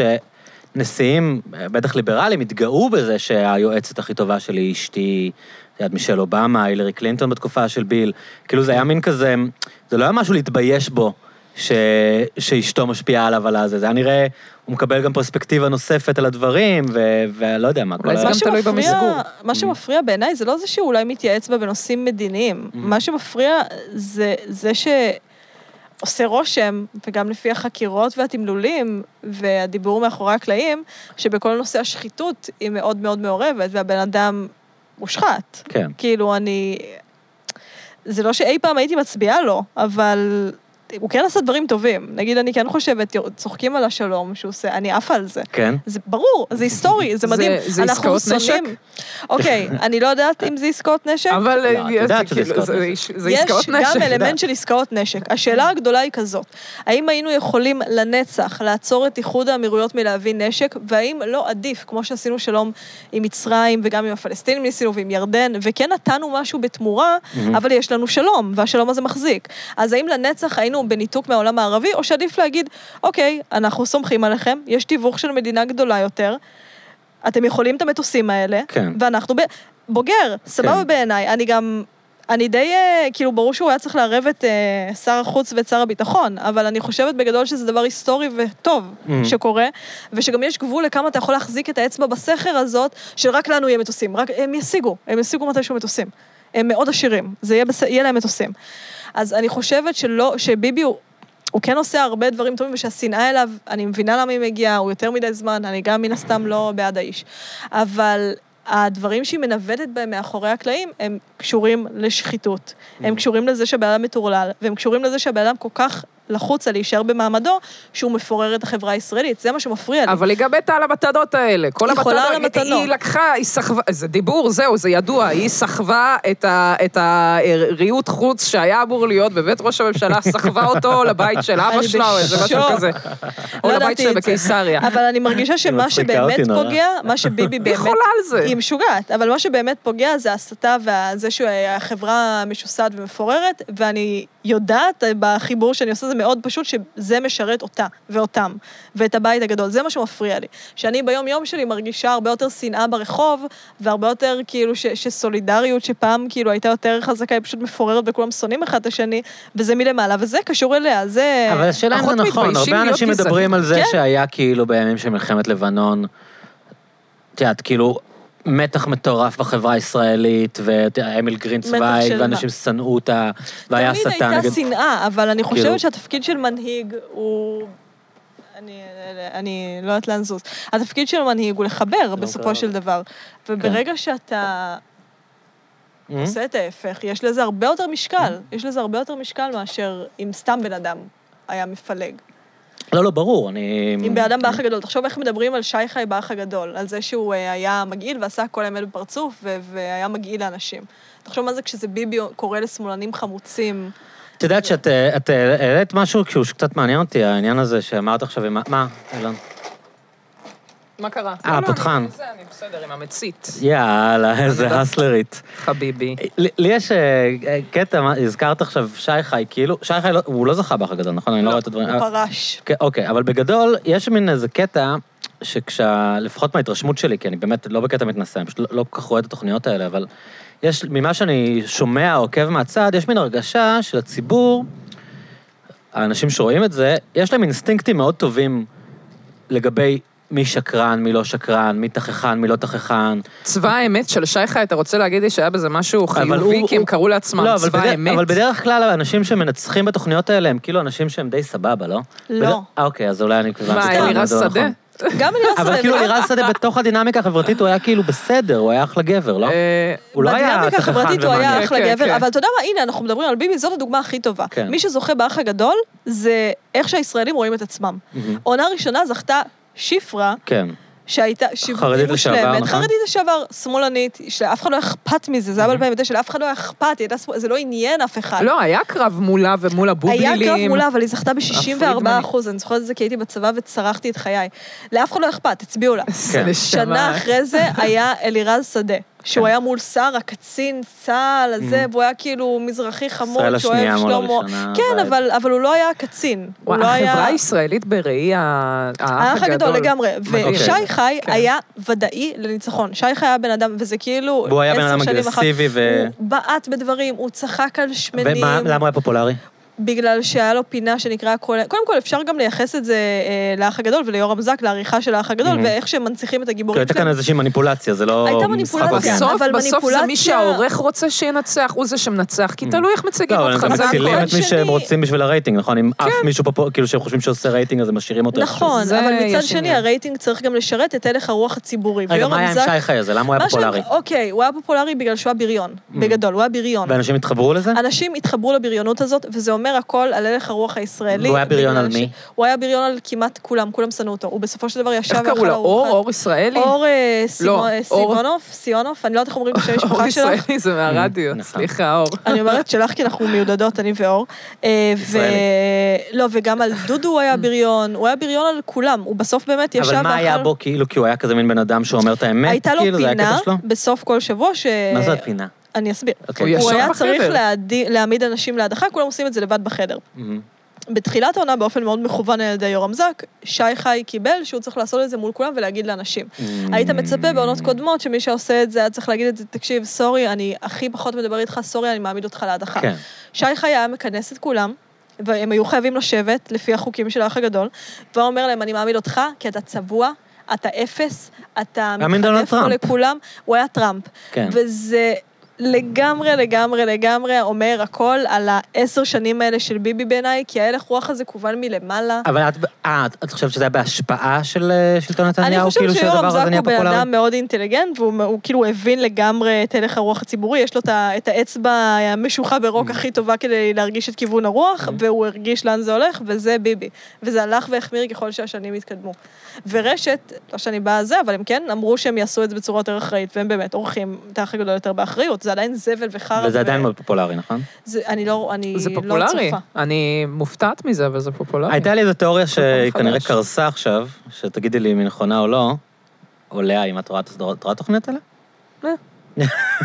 שנשיאים, בטח ליברלים, התגאו בזה שהיועצת הכי טובה שלי היא אשתי, יד מישל אובמה, הילרי קלינטון בתקופה של ביל, כאילו זה היה מין כזה, זה לא היה משהו להתבייש בו, ש... שאשתו משפיעה עליו על הזה, זה היה נראה, הוא מקבל גם פרספקטיבה נוספת על הדברים, ו... ולא יודע מה.
אולי זה גם תלוי במסגור.
מה שמפריע בעיניי, זה לא זה שהוא אולי מתייעץ בה בנושאים מדיניים, מה שמפריע זה, זה ש... עושה רושם, וגם לפי החקירות והתמלולים, והדיבור מאחורי הקלעים, שבכל נושא השחיתות היא מאוד מאוד מעורבת, והבן אדם מושחת.
כן.
כאילו, אני... זה לא שאי פעם הייתי מצביעה לו, אבל הוא כן עשה דברים טובים. נגיד, אני כן חושבת, צוחקים על השלום שהוא עושה, אני עפה על זה.
כן.
זה ברור, זה היסטורי, זה מדהים.
זה, זה עסקאות נשק?
אוקיי, אני לא יודעת אם זה עסקאות נשק.
אבל
זה עסקאות נשק. יש גם אלמנט של עסקאות נשק. השאלה הגדולה היא כזאת, האם היינו יכולים לנצח, לעצור את איחוד האמירויות מלהביא נשק, והאם לא עדיף, כמו שעשינו שלום עם מצרים, וגם עם הפלסטינים ניסינו, ועם ירדן, וכן נתנו משהו בתמורה, אבל יש לנו שלום, והשלום הזה מחזיק. אז האם לנצח היינו בניתוק מהעולם הערבי, או שעדיף להגיד, אוקיי, אנחנו סומכים עליכם, יש תיווך של מדינה גדולה יותר, אתם יכולים את המטוסים האלה,
כן.
ואנחנו ב... בוגר, סבבה כן. בעיניי, אני גם, אני די, כאילו, ברור שהוא היה צריך לערב את uh, שר החוץ ואת שר הביטחון, אבל אני חושבת בגדול שזה דבר היסטורי וטוב mm-hmm. שקורה, ושגם יש גבול לכמה אתה יכול להחזיק את האצבע בסכר הזאת, של רק לנו יהיה מטוסים, רק הם ישיגו, הם ישיגו מתישהו מטוסים. הם מאוד עשירים, זה יהיה, בס... יהיה להם מטוסים. אז אני חושבת שלא, שביבי הוא, הוא כן עושה הרבה דברים טובים, ושהשנאה אליו, אני מבינה למה היא מגיעה, הוא יותר מדי זמן, אני גם מן הסתם לא בעד האיש. אבל הדברים שהיא מנוודת בהם מאחורי הקלעים, הם קשורים לשחיתות. הם קשורים לזה שהבן מטורלל, והם קשורים לזה שהבן אדם כל כך לחוץ על להישאר במעמדו, שהוא מפורר את החברה הישראלית. זה מה שמפריע לי.
אבל היא גם בטה על המתנות האלה. כל המתנות, היא לקחה, היא סחבה, זה דיבור, זהו, זה ידוע, היא סחבה את הריאות חוץ שהיה אמור להיות בבית ראש הממשלה, סחבה אותו לבית של אבא שלה, או איזה משהו כזה. או לבית שלה בקיסריה.
אבל אני מרגישה שמה שבאמת פוגע, מה שביבי באמת... היא משוגעת, אבל מה שבאמת פוגע זה הסתה, וזה שהחברה משוסעת ומפוררת, ואני יודעת בחיבור שאני עושה זה מאוד פשוט שזה משרת אותה ואותם, ואת הבית הגדול. זה מה שמפריע לי. שאני ביום יום שלי מרגישה הרבה יותר שנאה ברחוב, והרבה יותר כאילו ש, שסולידריות שפעם כאילו הייתה יותר חזקה, היא פשוט מפוררת וכולם שונאים אחד את השני, וזה מלמעלה, וזה קשור אליה, זה...
אבל השאלה אם זה נכון, הרבה אנשים מדברים על זה כן? שהיה כאילו בימים של מלחמת לבנון, תיאת, כאילו... מתח מטורף בחברה הישראלית, ואמיל גרינצווייג, ואנשים שנאו אותה, והיה סטן.
תמיד הייתה שנאה, אבל אני חושבת שהתפקיד של מנהיג הוא... אני לא יודעת להנזוז. התפקיד של מנהיג הוא לחבר בסופו של דבר. וברגע שאתה עושה את ההפך, יש לזה הרבה יותר משקל. יש לזה הרבה יותר משקל מאשר אם סתם בן אדם היה מפלג.
לא, לא, ברור, אני...
עם באדם באח הגדול. תחשוב איך מדברים על שי חי באח הגדול, על זה שהוא היה מגעיל ועשה כל האמת בפרצוף, והיה מגעיל לאנשים. תחשוב מה זה כשזה ביבי קורא לשמאלנים חמוצים.
את יודעת שאת העלית משהו, כשהוא שקצת מעניין אותי, העניין הזה שאמרת עכשיו, מה, אילן?
מה קרה?
אה, פותחן.
זה, אני בסדר, עם המצית.
יאללה, איזה הסלרית.
חביבי.
לי יש קטע, הזכרת עכשיו שי חי, כאילו, שי חי, הוא לא זכה באח הגדול, נכון? אני לא רואה את הדברים.
הוא פרש.
אוקיי, אבל בגדול, יש מין איזה קטע, שכשה, לפחות מההתרשמות שלי, כי אני באמת לא בקטע מתנשא, אני פשוט לא כל כך רואה את התוכניות האלה, אבל יש, ממה שאני שומע או עוקב מהצד, יש מין הרגשה של הציבור, האנשים שרואים את זה, יש להם אינסטינקטים מאוד טובים לגבי מי שקרן, מי לא שקרן, מי תכחן, מי לא תכחן.
צבא האמת של שי חי, אתה רוצה להגיד לי שהיה בזה משהו חיובי, הוא, כי הם הוא... קראו לעצמם
לא,
צבא
בדרך,
האמת?
אבל בדרך כלל האנשים שמנצחים בתוכניות האלה, הם כאילו אנשים שהם די סבבה, לא?
לא.
בד... אה, אוקיי, אז אולי אני כבר...
מה, אלירז שדה?
גם אלירז שדה.
אבל כאילו אלירז שדה בתוך הדינמיקה החברתית, הוא היה כאילו בסדר, הוא היה אחלה גבר, לא? הוא לא היה
בדינמיקה החברתית הוא היה אחלה
כן,
גבר,
כן.
אבל אתה יודע מה, הנה, אנחנו מדברים על ביבי, זאת הדוגמה הכי טובה.
כן.
מי שזוכה באח הגדול, זה איך שהישראלים רואים את עצמם. עונה ראשונה זכתה שפרה,
כן.
שהייתה
חרדית לשעבר, נכון?
חרדית לשעבר, שמאלנית, שלאף אחד לא אכפת מזה, זה היה ב-אלפיים ותשע, שלאף אחד לא אכפת, זה לא עניין אף אחד.
לא, היה קרב מולה ומול הבובלילים.
היה קרב מולה, אבל היא זכתה ב-שישים וארבעה אחוז, אני זוכרת את זה כי הייתי בצבא וצרחתי את חיי. לאף אחד לא אכפת, הצביעו לה. שנה אחרי זה היה אלירז שדה, שהוא היה מול שר, הקצין, צה"ל, הזה, והוא היה כאילו מזרחי חמוד, שהוא אוהב שלמה. כן, אבל הוא לא היה קצין.
החברה הישראלית בראי האח הגדול.
לגמרי. ושי חי היה ודאי לניצחון. שי חי היה בן אדם, וזה כאילו...
והוא היה בן אדם אגרסיבי ו...
הוא בעט בדברים, הוא צחק על שמנים.
ולמה הוא היה פופולרי?
בגלל שהיה לו פינה שנקרא... קודם כל, אפשר גם לייחס את זה לאח הגדול וליורם זק, לעריכה של האח הגדול, ואיך שהם מנציחים את הגיבורים שלהם.
הייתה כאן איזושהי מניפולציה, זה לא...
הייתה מניפולציה, אבל
בסוף זה מי שהעורך רוצה שינצח, הוא זה שמנצח, כי תלוי איך מציגים אותך.
לא, אבל הם מצילים את מי שהם רוצים בשביל הרייטינג, נכון? אם אף מישהו פה, כאילו שהם חושבים שעושה רייטינג, אז הם משאירים אותו.
נכון, אבל מצד שני, הרייטינג צריך גם לשרת את הלך הרוח הציבורי.
רגע, מה היה עם שי חי הזה? למה הוא היה פופולרי?
אוקיי, הוא היה פופולרי בגלל שהוא היה בריון, בגדול, הוא היה בריון.
ואנשים התחברו לזה?
אנשים התחברו לבריונות הזאת, וזה אומר הכל על הלך הרוח הישראלי.
והוא היה בריון על מי?
הוא היה בריון על כמעט כולם, כולם שנאו אותו. הוא בסופו של דבר ישב
איך קראו לו? אור? אור ישראלי?
אור סיונוף, סיונוף, אני לא יודעת איך אומרים בשם משפחה שלך.
אור ישראלי זה מהרדיו, סליחה, אור.
אני אומרת שלך כי אנחנו מיודדות, אני ואור. לא, וגם על דודו הוא היה בריון, הוא היה בריון על כולם, הוא בסוף באמת ישב...
אבל מה היה בו כאילו, כי הוא היה כזה מין בן אדם שאומר את האמת?
הייתה לו פינה בסוף כל שבוע ש...
מה זאת פינה?
אני אסביר. הוא היה צריך להעמיד אנשים להדחה, כולם עושים את זה לבד בחדר. בתחילת העונה, באופן מאוד מכוון על ידי יורם זק, שי חי קיבל שהוא צריך לעשות את זה מול כולם ולהגיד לאנשים. היית מצפה בעונות קודמות שמי שעושה את זה, היה צריך להגיד את זה, תקשיב, סורי, אני הכי פחות מדבר איתך, סורי, אני מעמיד אותך להדחה. שי חי היה מכנס את כולם, והם היו חייבים לשבת לפי החוקים של האח הגדול, והוא אומר להם, אני מעמיד אותך, כי אתה צבוע, אתה אפס, אתה מתחנף פה לכולם, הוא היה טראמפ. וזה לגמרי, לגמרי, לגמרי אומר הכל על העשר שנים האלה של ביבי בעיניי, כי ההלך רוח הזה כוון מלמעלה.
אבל את, אה, את חושבת שזה היה בהשפעה של שלטון נתניהו?
אני חושבת שיורם זק הוא בן אדם מאוד אינטליגנט, והוא כאילו הבין לגמרי את הלך הרוח הציבורי, יש לו את האצבע המשוחה ברוק הכי טובה כדי להרגיש את כיוון הרוח, והוא הרגיש לאן זה הולך, וזה ביבי. וזה הלך והחמיר ככל שהשנים התקדמו. ורשת, לא שאני באה על זה, אבל הם כן אמרו שהם יעשו את זה בצורה יותר אחראית, והם באמת עורכים את האח הגדול יותר באחריות. זה עדיין זבל וחרא.
וזה עדיין מאוד פופולרי, נכון?
אני לא, אני לא צופה.
זה פופולרי, אני מופתעת מזה, אבל זה פופולרי.
הייתה לי איזו תיאוריה שהיא כנראה קרסה עכשיו, שתגידי לי אם היא נכונה או לא, או לאה, אם את רואה את התוכניות האלה?
לא.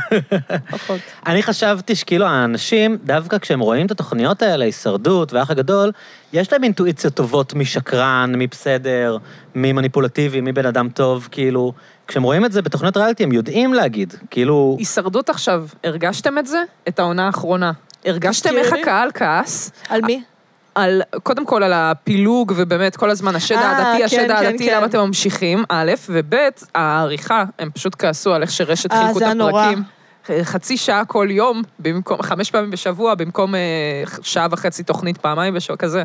פחות.
אני חשבתי שכאילו האנשים, דווקא כשהם רואים את התוכניות האלה, הישרדות והאח הגדול, יש להם אינטואיציות טובות משקרן, מבסדר, ממניפולטיבי, מבן אדם טוב, כאילו, כשהם רואים את זה בתוכניות ריאליטי, הם יודעים להגיד, כאילו...
הישרדות עכשיו, הרגשתם את זה? את העונה האחרונה. הרגשתם איך הקהל כעס?
על מי?
על, קודם כל על הפילוג, ובאמת כל הזמן השד העדתי, השד העדתי, למה אתם ממשיכים, א', וב', העריכה, הם פשוט כעסו על איך שרשת חילקו את הפרקים. חצי שעה כל יום, במקום, חמש פעמים בשבוע, במקום שעה וחצי תוכנית פעמיים בשבוע כזה.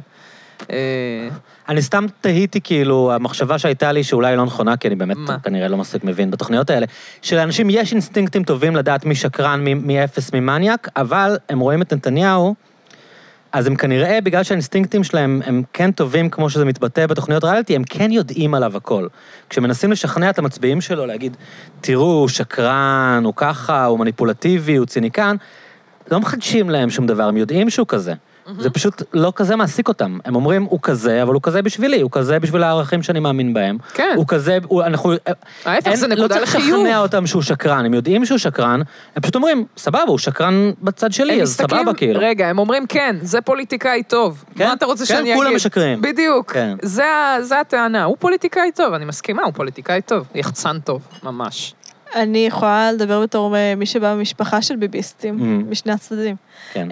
אני סתם תהיתי כאילו, המחשבה שהייתה לי שאולי לא נכונה, כי אני באמת כנראה לא מספיק מבין בתוכניות האלה, שלאנשים יש אינסטינקטים טובים לדעת מי שקרן, מי אפס, מי מניאק, אבל הם רואים את נתניהו, אז הם כנראה, בגלל שהאינסטינקטים שלהם הם כן טובים כמו שזה מתבטא בתוכניות ריאליטי, הם כן יודעים עליו הכל. כשמנסים לשכנע את המצביעים שלו, להגיד, תראו, הוא שקרן, הוא ככה, הוא מניפולטיבי, הוא ציניקן, לא מחדשים להם שום דבר, הם יודעים שהוא כזה. זה פשוט לא כזה מעסיק אותם. הם אומרים, הוא כזה, אבל הוא כזה בשבילי, הוא כזה בשביל הערכים שאני מאמין בהם.
כן.
הוא כזה, הוא, אנחנו...
ההפך, זה נקודה
לא צריך
לחיוב.
לשכנע אותם שהוא שקרן, הם יודעים שהוא שקרן, הם פשוט אומרים, סבבה, הוא שקרן בצד שלי, אז סבבה כאילו.
רגע, הם אומרים, כן, זה פוליטיקאי טוב.
כן?
מה אתה רוצה
כן,
שאני אגיד?
כולם משקרים.
בדיוק.
כן.
זה, זה הטענה. הוא פוליטיקאי טוב, אני מסכימה, הוא פוליטיקאי טוב. יחצן טוב, ממש.
אני יכולה לדבר בתור מי שבא במשפחה של ביביסטים, משני הצדדים.
כן.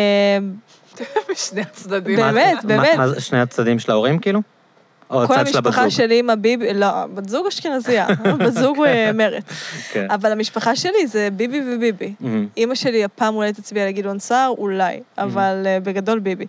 בשני הצדדים.
באמת, באמת.
מה זה שני הצדדים של ההורים כאילו? או
כל
הצד של הבת זוג?
המשפחה שלי עם הביבי, לא, בת זוג אשכנזייה, בת זוג מרץ.
כן.
אבל המשפחה שלי זה ביבי וביבי. אמא שלי הפעם אולי תצביע לגדעון סער, אולי, אבל בגדול ביבי.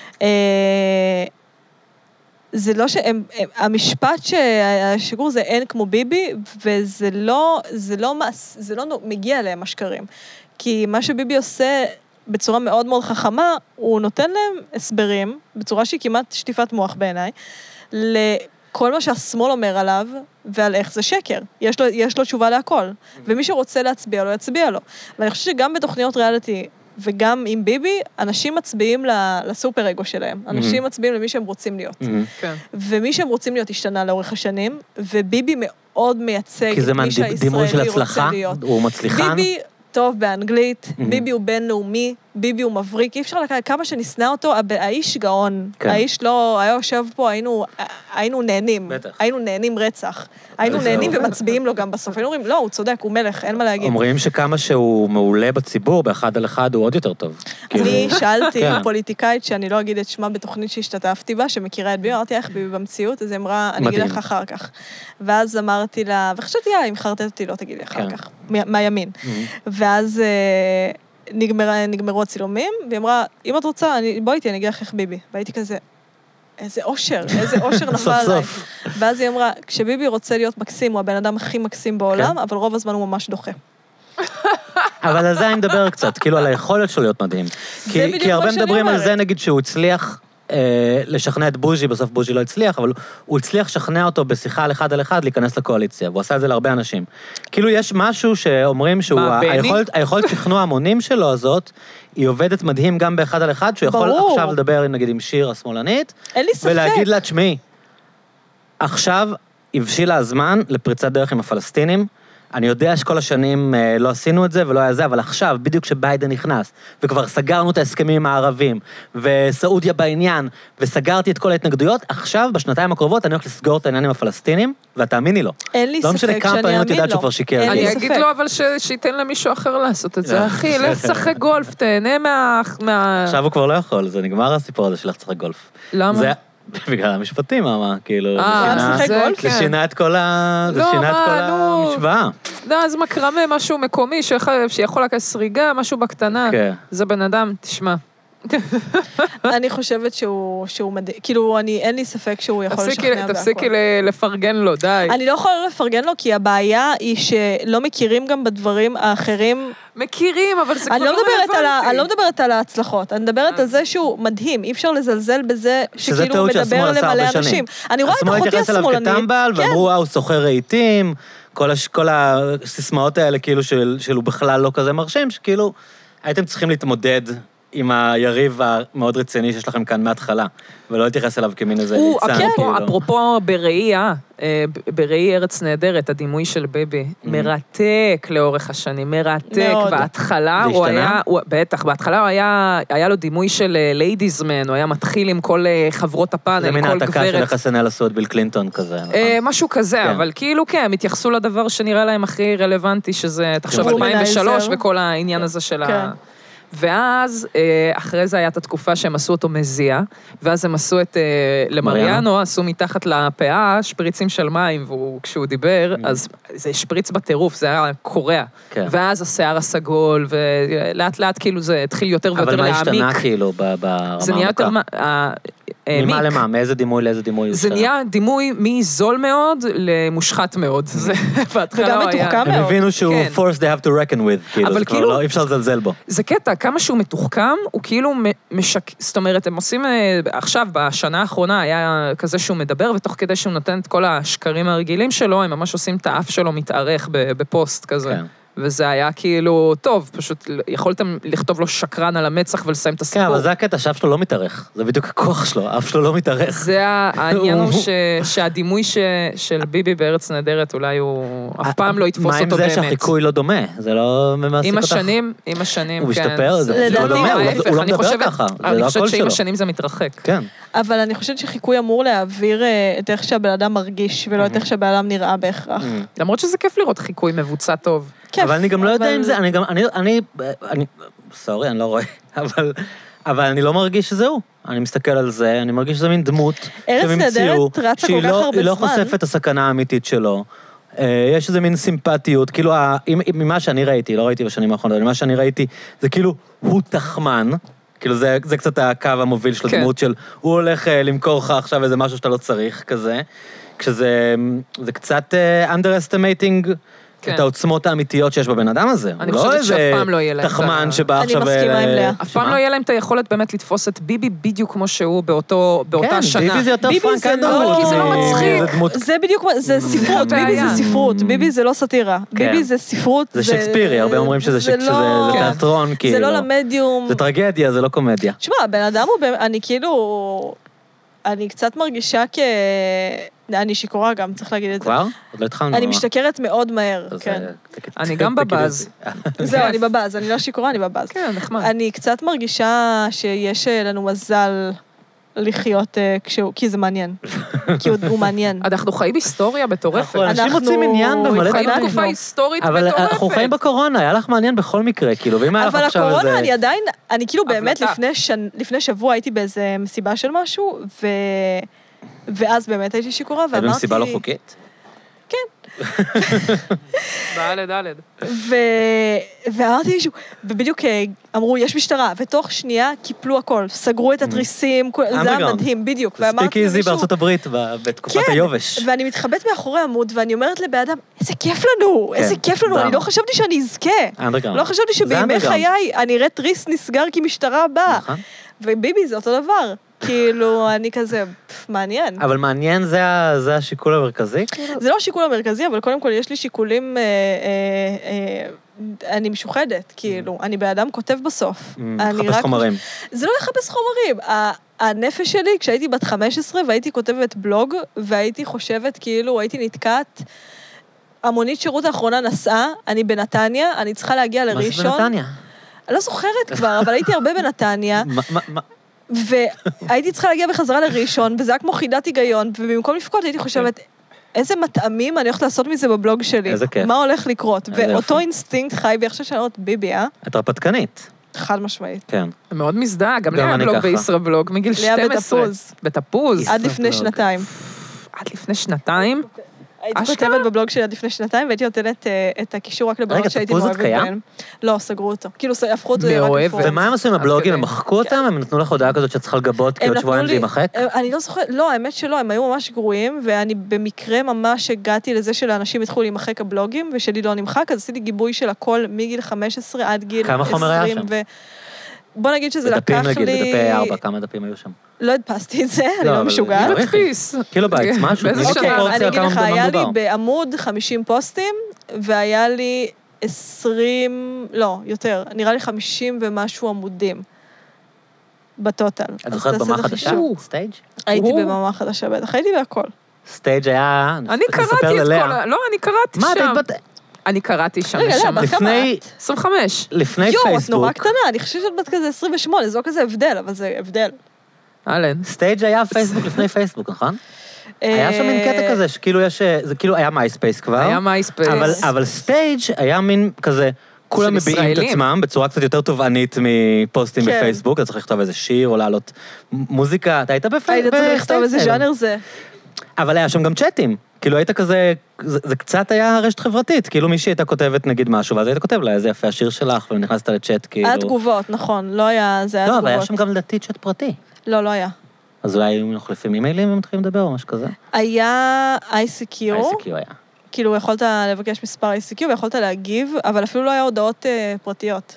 זה לא שהם, המשפט שהשיגור זה אין כמו ביבי, וזה לא, זה לא, זה לא מגיע להם השקרים. כי מה שביבי עושה בצורה מאוד מאוד חכמה, הוא נותן להם הסברים, בצורה שהיא כמעט שטיפת מוח בעיניי, לכל מה שהשמאל אומר עליו, ועל איך זה שקר. יש לו, יש לו תשובה להכל. ומי שרוצה להצביע לו, יצביע לו. ואני חושבת שגם בתוכניות ריאליטי, וגם עם ביבי, אנשים מצביעים לסופר אגו שלהם. אנשים מצביעים למי שהם רוצים להיות. ומי שהם רוצים להיות השתנה לאורך השנים, וביבי מאוד מייצג את מי שהישראלי רוצה להיות.
הוא מצליחן.
ביבי טוב באנגלית, ביבי הוא בינלאומי, ביבי הוא מבריק, אי אפשר לקחת כמה שנסנה אותו, האיש גאון, האיש לא, היה יושב פה, היינו נהנים, היינו נהנים רצח, היינו נהנים ומצביעים לו גם בסוף, היינו אומרים, לא, הוא צודק, הוא מלך, אין מה להגיד.
אומרים שכמה שהוא מעולה בציבור, באחד על אחד הוא עוד יותר טוב.
אני שאלתי פוליטיקאית, שאני לא אגיד את שמה בתוכנית שהשתתפתי בה, שמכירה את ביבי, אמרתי איך ביבי במציאות, אז היא אמרה, אני אגיד לך אחר כך. ואז אמרתי לה, וחשבתי, יא, אם חרטט אותי, לא תגידי אחר כך, מהימין. ואז נגמרו הצילומים, והיא אמרה, אם את רוצה, בואי איתי, אני אגיד לך איך ביבי. והייתי כזה, איזה אושר, איזה אושר נפל עליי. ואז היא אמרה, כשביבי רוצה להיות מקסים, הוא הבן אדם הכי מקסים בעולם, אבל רוב הזמן הוא ממש דוחה.
אבל על זה אני מדבר קצת, כאילו על היכולת שלו להיות מדהים. כי הרבה מדברים על זה, נגיד, שהוא הצליח לשכנע את בוז'י, בסוף בוז'י לא הצליח, אבל הוא הצליח לשכנע אותו בשיחה על אחד על אחד להיכנס לקואליציה, והוא עשה את זה להרבה אנשים. כאילו יש משהו שאומרים שהוא, היכולת שכנוע המונים שלו הזאת, היא עובדת מדהים גם באחד על אחד, שהוא יכול עכשיו לדבר, נגיד, עם שיר השמאלנית, ולהגיד לה, תשמעי, עכשיו הבשילה הזמן לפריצת דרך עם הפלסטינים, אני יודע שכל השנים לא עשינו את זה ולא היה זה, אבל עכשיו, בדיוק כשביידן נכנס, וכבר סגרנו את ההסכמים עם הערבים, וסעודיה בעניין, וסגרתי את כל ההתנגדויות, עכשיו, בשנתיים הקרובות, אני הולך לסגור את העניין עם הפלסטינים, ותאמיני לו.
אין לי ספק שאני אאמין לו.
לא משנה כמה פעמים שיקר.
אני אגיד לו, אבל שייתן למישהו אחר לעשות את זה. אחי, לך שחק גולף, תהנה מה...
עכשיו הוא כבר לא יכול, זה נגמר הסיפור הזה של לך שחק גולף.
למה?
בגלל המשפטים, מה, כאילו,
זה
שינה את כל המשוואה.
לא, אז מקרמה, משהו מקומי, שיכול לקחת סריגה, משהו בקטנה. זה בן אדם, תשמע.
אני חושבת שהוא מדהים, כאילו, אין לי ספק שהוא יכול לשכנע בהכל.
תפסיקי לפרגן לו, די.
אני לא יכולה לפרגן לו, כי הבעיה היא שלא מכירים גם בדברים האחרים.
מכירים, אבל זה כבר לא רלוונטי.
אני לא מדברת על ההצלחות, אני מדברת על זה שהוא מדהים, אי אפשר לזלזל בזה שכאילו הוא מדבר למלא אנשים. אני רואה את אחותי השמאלנית.
השמאל התייחס אליו כטמבל, ואמרו, הוא סוחר רהיטים, כל הסיסמאות האלה, כאילו, שהוא בכלל לא כזה מרשים, שכאילו, הייתם צריכים להתמודד עם היריב המאוד רציני שיש לכם כאן מההתחלה, ולא להתייחס אליו כמין איזה ליצן.
אפרופו בראייה, בראי ארץ נהדרת, הדימוי של ביבי, מרתק לאורך השנים, מרתק. בהתחלה הוא היה, בטח, בהתחלה הוא היה, היה לו דימוי של ליידיזמן, הוא היה מתחיל עם כל חברות הפאנל, כל גברת.
זה מין העתקה של חסנל עשו את ביל קלינטון כזה.
משהו כזה, אבל כאילו כן, הם התייחסו לדבר שנראה להם הכי רלוונטי, שזה, תחשוב, אלפיים ושלוש וכל העניין הזה של ה... ואז, אחרי זה היה את התקופה שהם עשו אותו מזיע, ואז הם עשו את, למריאנו, עשו מתחת לפאה שפריצים של מים, וכשהוא דיבר, אז זה שפריץ בטירוף, זה היה קורע. ואז השיער הסגול, ולאט לאט כאילו זה התחיל יותר ויותר להעמיק.
אבל מה השתנה כאילו ברמה
זה נהיה יותר...
ממה למה? מאיזה דימוי לאיזה דימוי?
זה נהיה דימוי מזול מאוד למושחת מאוד.
וגם מתוחכם מאוד.
הם הבינו שהוא force they have to reckon with, כאילו, אי אפשר לזלזל בו.
זה קטע, כמה שהוא מתוחכם, הוא כאילו משק... זאת אומרת, הם עושים עכשיו, בשנה האחרונה, היה כזה שהוא מדבר, ותוך כדי שהוא נותן את כל השקרים הרגילים שלו, הם ממש עושים את האף שלו מתארך בפוסט כזה. וזה היה כאילו, טוב, פשוט יכולתם לכתוב לו שקרן על המצח ולסיים את הסיפור.
כן, אבל זה הקטע, שהאף שלו לא מתארך. זה בדיוק הכוח שלו, האף שלו לא מתארך.
זה העניין הוא שהדימוי של ביבי בארץ נהדרת, אולי הוא אף פעם לא יתפוס אותו באמת.
מה עם זה שהחיקוי לא דומה? זה לא מעסיק
עם
אותך?
השנים, עם השנים,
הוא
כן.
משתפר, זה לא דומה, הוא לא מדבר ככה.
אני חושבת שעם השנים זה מתרחק.
כן.
אבל אני חושבת שחיקוי אמור להעביר את איך שהבן אדם מרגיש, ולא את איך שהבן אדם נראה בהכרח.
למרות שזה כיף לראות חיקוי מבוצע טוב.
אבל אני גם לא יודע אם זה, אני גם, אני, אני, אני, סורי, אני לא רואה, אבל, אבל אני לא מרגיש שזהו. אני מסתכל על זה, אני מרגיש שזה מין דמות,
ארץ נהדרת רצה כל כך הרבה זמן.
שהיא לא חושפת את הסכנה האמיתית שלו. יש איזה מין סימפטיות, כאילו, ממה שאני ראיתי, לא ראיתי בשנים האחרונות, אבל ממה שאני ראיתי, זה כאילו, הוא תחמן, כאילו זה, זה קצת הקו המוביל של הדמות של, הוא הולך למכור לך עכשיו איזה משהו שאתה לא צריך, כזה, כשזה, זה קצת underestimating, את העוצמות האמיתיות שיש בבן אדם הזה.
אני חושבת שאף פעם לא יהיה להם.
תחמן שבא עכשיו...
אני מסכימה עם לאה.
אף פעם לא יהיה להם את היכולת באמת לתפוס את ביבי בדיוק כמו שהוא באותה שנה.
כן, ביבי זה יותר פרנק אנדרמן.
כי זה לא מצחיק.
זה בדיוק, זה ספרות, ביבי זה ספרות, ביבי זה לא סאטירה. ביבי זה ספרות.
זה שייקספירי, הרבה אומרים שזה תיאטרון, כאילו.
זה לא למדיום.
זה טרגדיה, זה לא קומדיה.
תשמע, הבן אדם הוא, אני כאילו... אני קצת מרגישה כ... אני שיכורה גם, צריך להגיד את זה.
כבר? עוד לא התחלנו.
אני משתכרת מאוד מהר, כן.
אני גם בבאז.
זהו, אני בבאז, אני לא שיכורה, אני בבאז.
כן, נחמד.
אני קצת מרגישה שיש לנו מזל לחיות כשהוא, כי זה מעניין. כי הוא מעניין.
אנחנו חיים היסטוריה מטורפת.
אנשים רוצים עניין במלא
חיים תקופה היסטורית מטורפת.
אבל אנחנו חיים בקורונה, היה לך מעניין בכל מקרה, כאילו, ואם היה לך עכשיו איזה...
אבל הקורונה, אני עדיין, אני כאילו באמת לפני שבוע הייתי באיזה מסיבה של משהו, ו... ואז באמת הייתי שיכורה, ואמרתי...
הייתה מסיבה לא חוקית?
כן.
דלת, דלת.
ואמרתי מישהו, ובדיוק אמרו, יש משטרה, ותוך שנייה קיפלו הכל, סגרו את התריסים, זה היה מדהים, בדיוק.
ספיק איזי בארצות הברית, בתקופת היובש.
כן, ואני מתחבאת מאחורי עמוד, ואני אומרת לבאדם, איזה כיף לנו, איזה כיף לנו, אני לא חשבתי שאני אזכה. לא חשבתי שבימי חיי אני אראה תריס נסגר כי משטרה באה. וביבי זה אותו דבר. כאילו, אני כזה, מעניין.
אבל מעניין זה השיקול המרכזי?
זה לא השיקול המרכזי, אבל קודם כל יש לי שיקולים, אני משוחדת, כאילו, אני באדם כותב בסוף.
לחפש חומרים.
זה לא לחפש חומרים. הנפש שלי, כשהייתי בת חמש עשרה והייתי כותבת בלוג, והייתי חושבת, כאילו, הייתי נתקעת, המונית שירות האחרונה נסעה, אני בנתניה, אני צריכה להגיע לראשון.
מה זה בנתניה?
אני לא זוכרת כבר, אבל הייתי הרבה בנתניה. מה? והייתי צריכה להגיע בחזרה לראשון, וזה היה כמו חידת היגיון, ובמקום לפקוד הייתי חושבת, איזה מטעמים אני הולכת לעשות מזה בבלוג שלי.
איזה כיף.
מה הולך לקרות? ואותו אינסטינקט חי בי, עכשיו שאני אומרת, ביבי, אה?
את הרפתקנית.
חד משמעית.
כן.
מאוד מזדהה, גם לאה בלוג בישראבלוג, מגיל שתים עשרה.
לאה בתפוז.
בתפוז.
עד לפני שנתיים.
עד לפני שנתיים?
הייתי כותבת בבלוג שלי עד לפני שנתיים, והייתי נותנת את הקישור רק לבנות שהייתי מאוהבת בהן. לא, סגרו אותו. כאילו, הפכו אותו רק לפורום.
ומה הם עשו עם הבלוגים? הם מחקו אותם? הם נתנו לך הודעה כזאת שאת צריכה לגבות, כי עוד שבועיים זה יימחק?
אני לא זוכרת, לא, האמת שלא, הם היו ממש גרועים, ואני במקרה ממש הגעתי לזה שלאנשים התחילו להימחק הבלוגים, ושלי לא נמחק, אז עשיתי גיבוי של הכל מגיל חמש עשרה עד גיל עשרים.
כמה חומר היה שם?
בוא נגיד שזה לקח לי...
בדפים נגיד, בדפי ארבע, כמה דפים היו שם?
לא הדפסתי את זה, אני לא משוגעת.
מדפיס.
קילו בייטס, משהו.
אוקיי, אני אגיד לך, היה לי בעמוד חמישים פוסטים, והיה לי עשרים, לא, יותר, נראה לי חמישים ומשהו עמודים. בטוטל.
את זוכרת במה חדשה? סטייג'?
הייתי במה חדשה, בטח, הייתי בהכל.
סטייג' היה...
אני קראתי את כל... לא, אני קראתי שם.
מה, את התבטא?
אני קראתי שם
רגע,
ושם.
לפני...
עשרים וחמש.
לפני
פייסבוק. יו, את
פייסבוק.
נורא קטנה, אני חושבת שאת בת כזה עשרים ושמונה, זה לא כזה הבדל, אבל זה הבדל.
אלן.
סטייג' היה פייסבוק לפני פייסבוק, נכון? היה שם מין קטע כזה, שכאילו יש... זה כאילו היה מייספייס כבר.
היה מייספייס.
אבל סטייג' היה מין כזה... כולם מביעים את עצמם בצורה קצת יותר תובענית מפוסטים בפייסבוק, אתה צריך לכתוב איזה שיר או לעלות מוזיקה, אתה היית בפייסבוק?
היית צריך לכתוב איזה ז'אנר זה.
אבל היה שם גם צ'אטים, כאילו היית כזה, זה קצת היה רשת חברתית, כאילו מישהי הייתה כותבת נגיד משהו, ואז היית כותב לה, איזה יפה השיר שלך, ונכנסת לצ'אט כאילו...
היה תגובות, נכון, לא היה, זה היה תגובות.
לא, אבל היה שם גם לדעתי צ'אט פרטי.
לא, לא היה.
אז אולי היו מחליפים אימיילים ומתחילים לדבר או משהו כזה?
היה איי סי קיו.
איי סי קיו היה.
כאילו, יכולת לבקש מספר איי סי קיו, ויכולת להגיב, אבל אפילו לא היה הודעות פרטיות.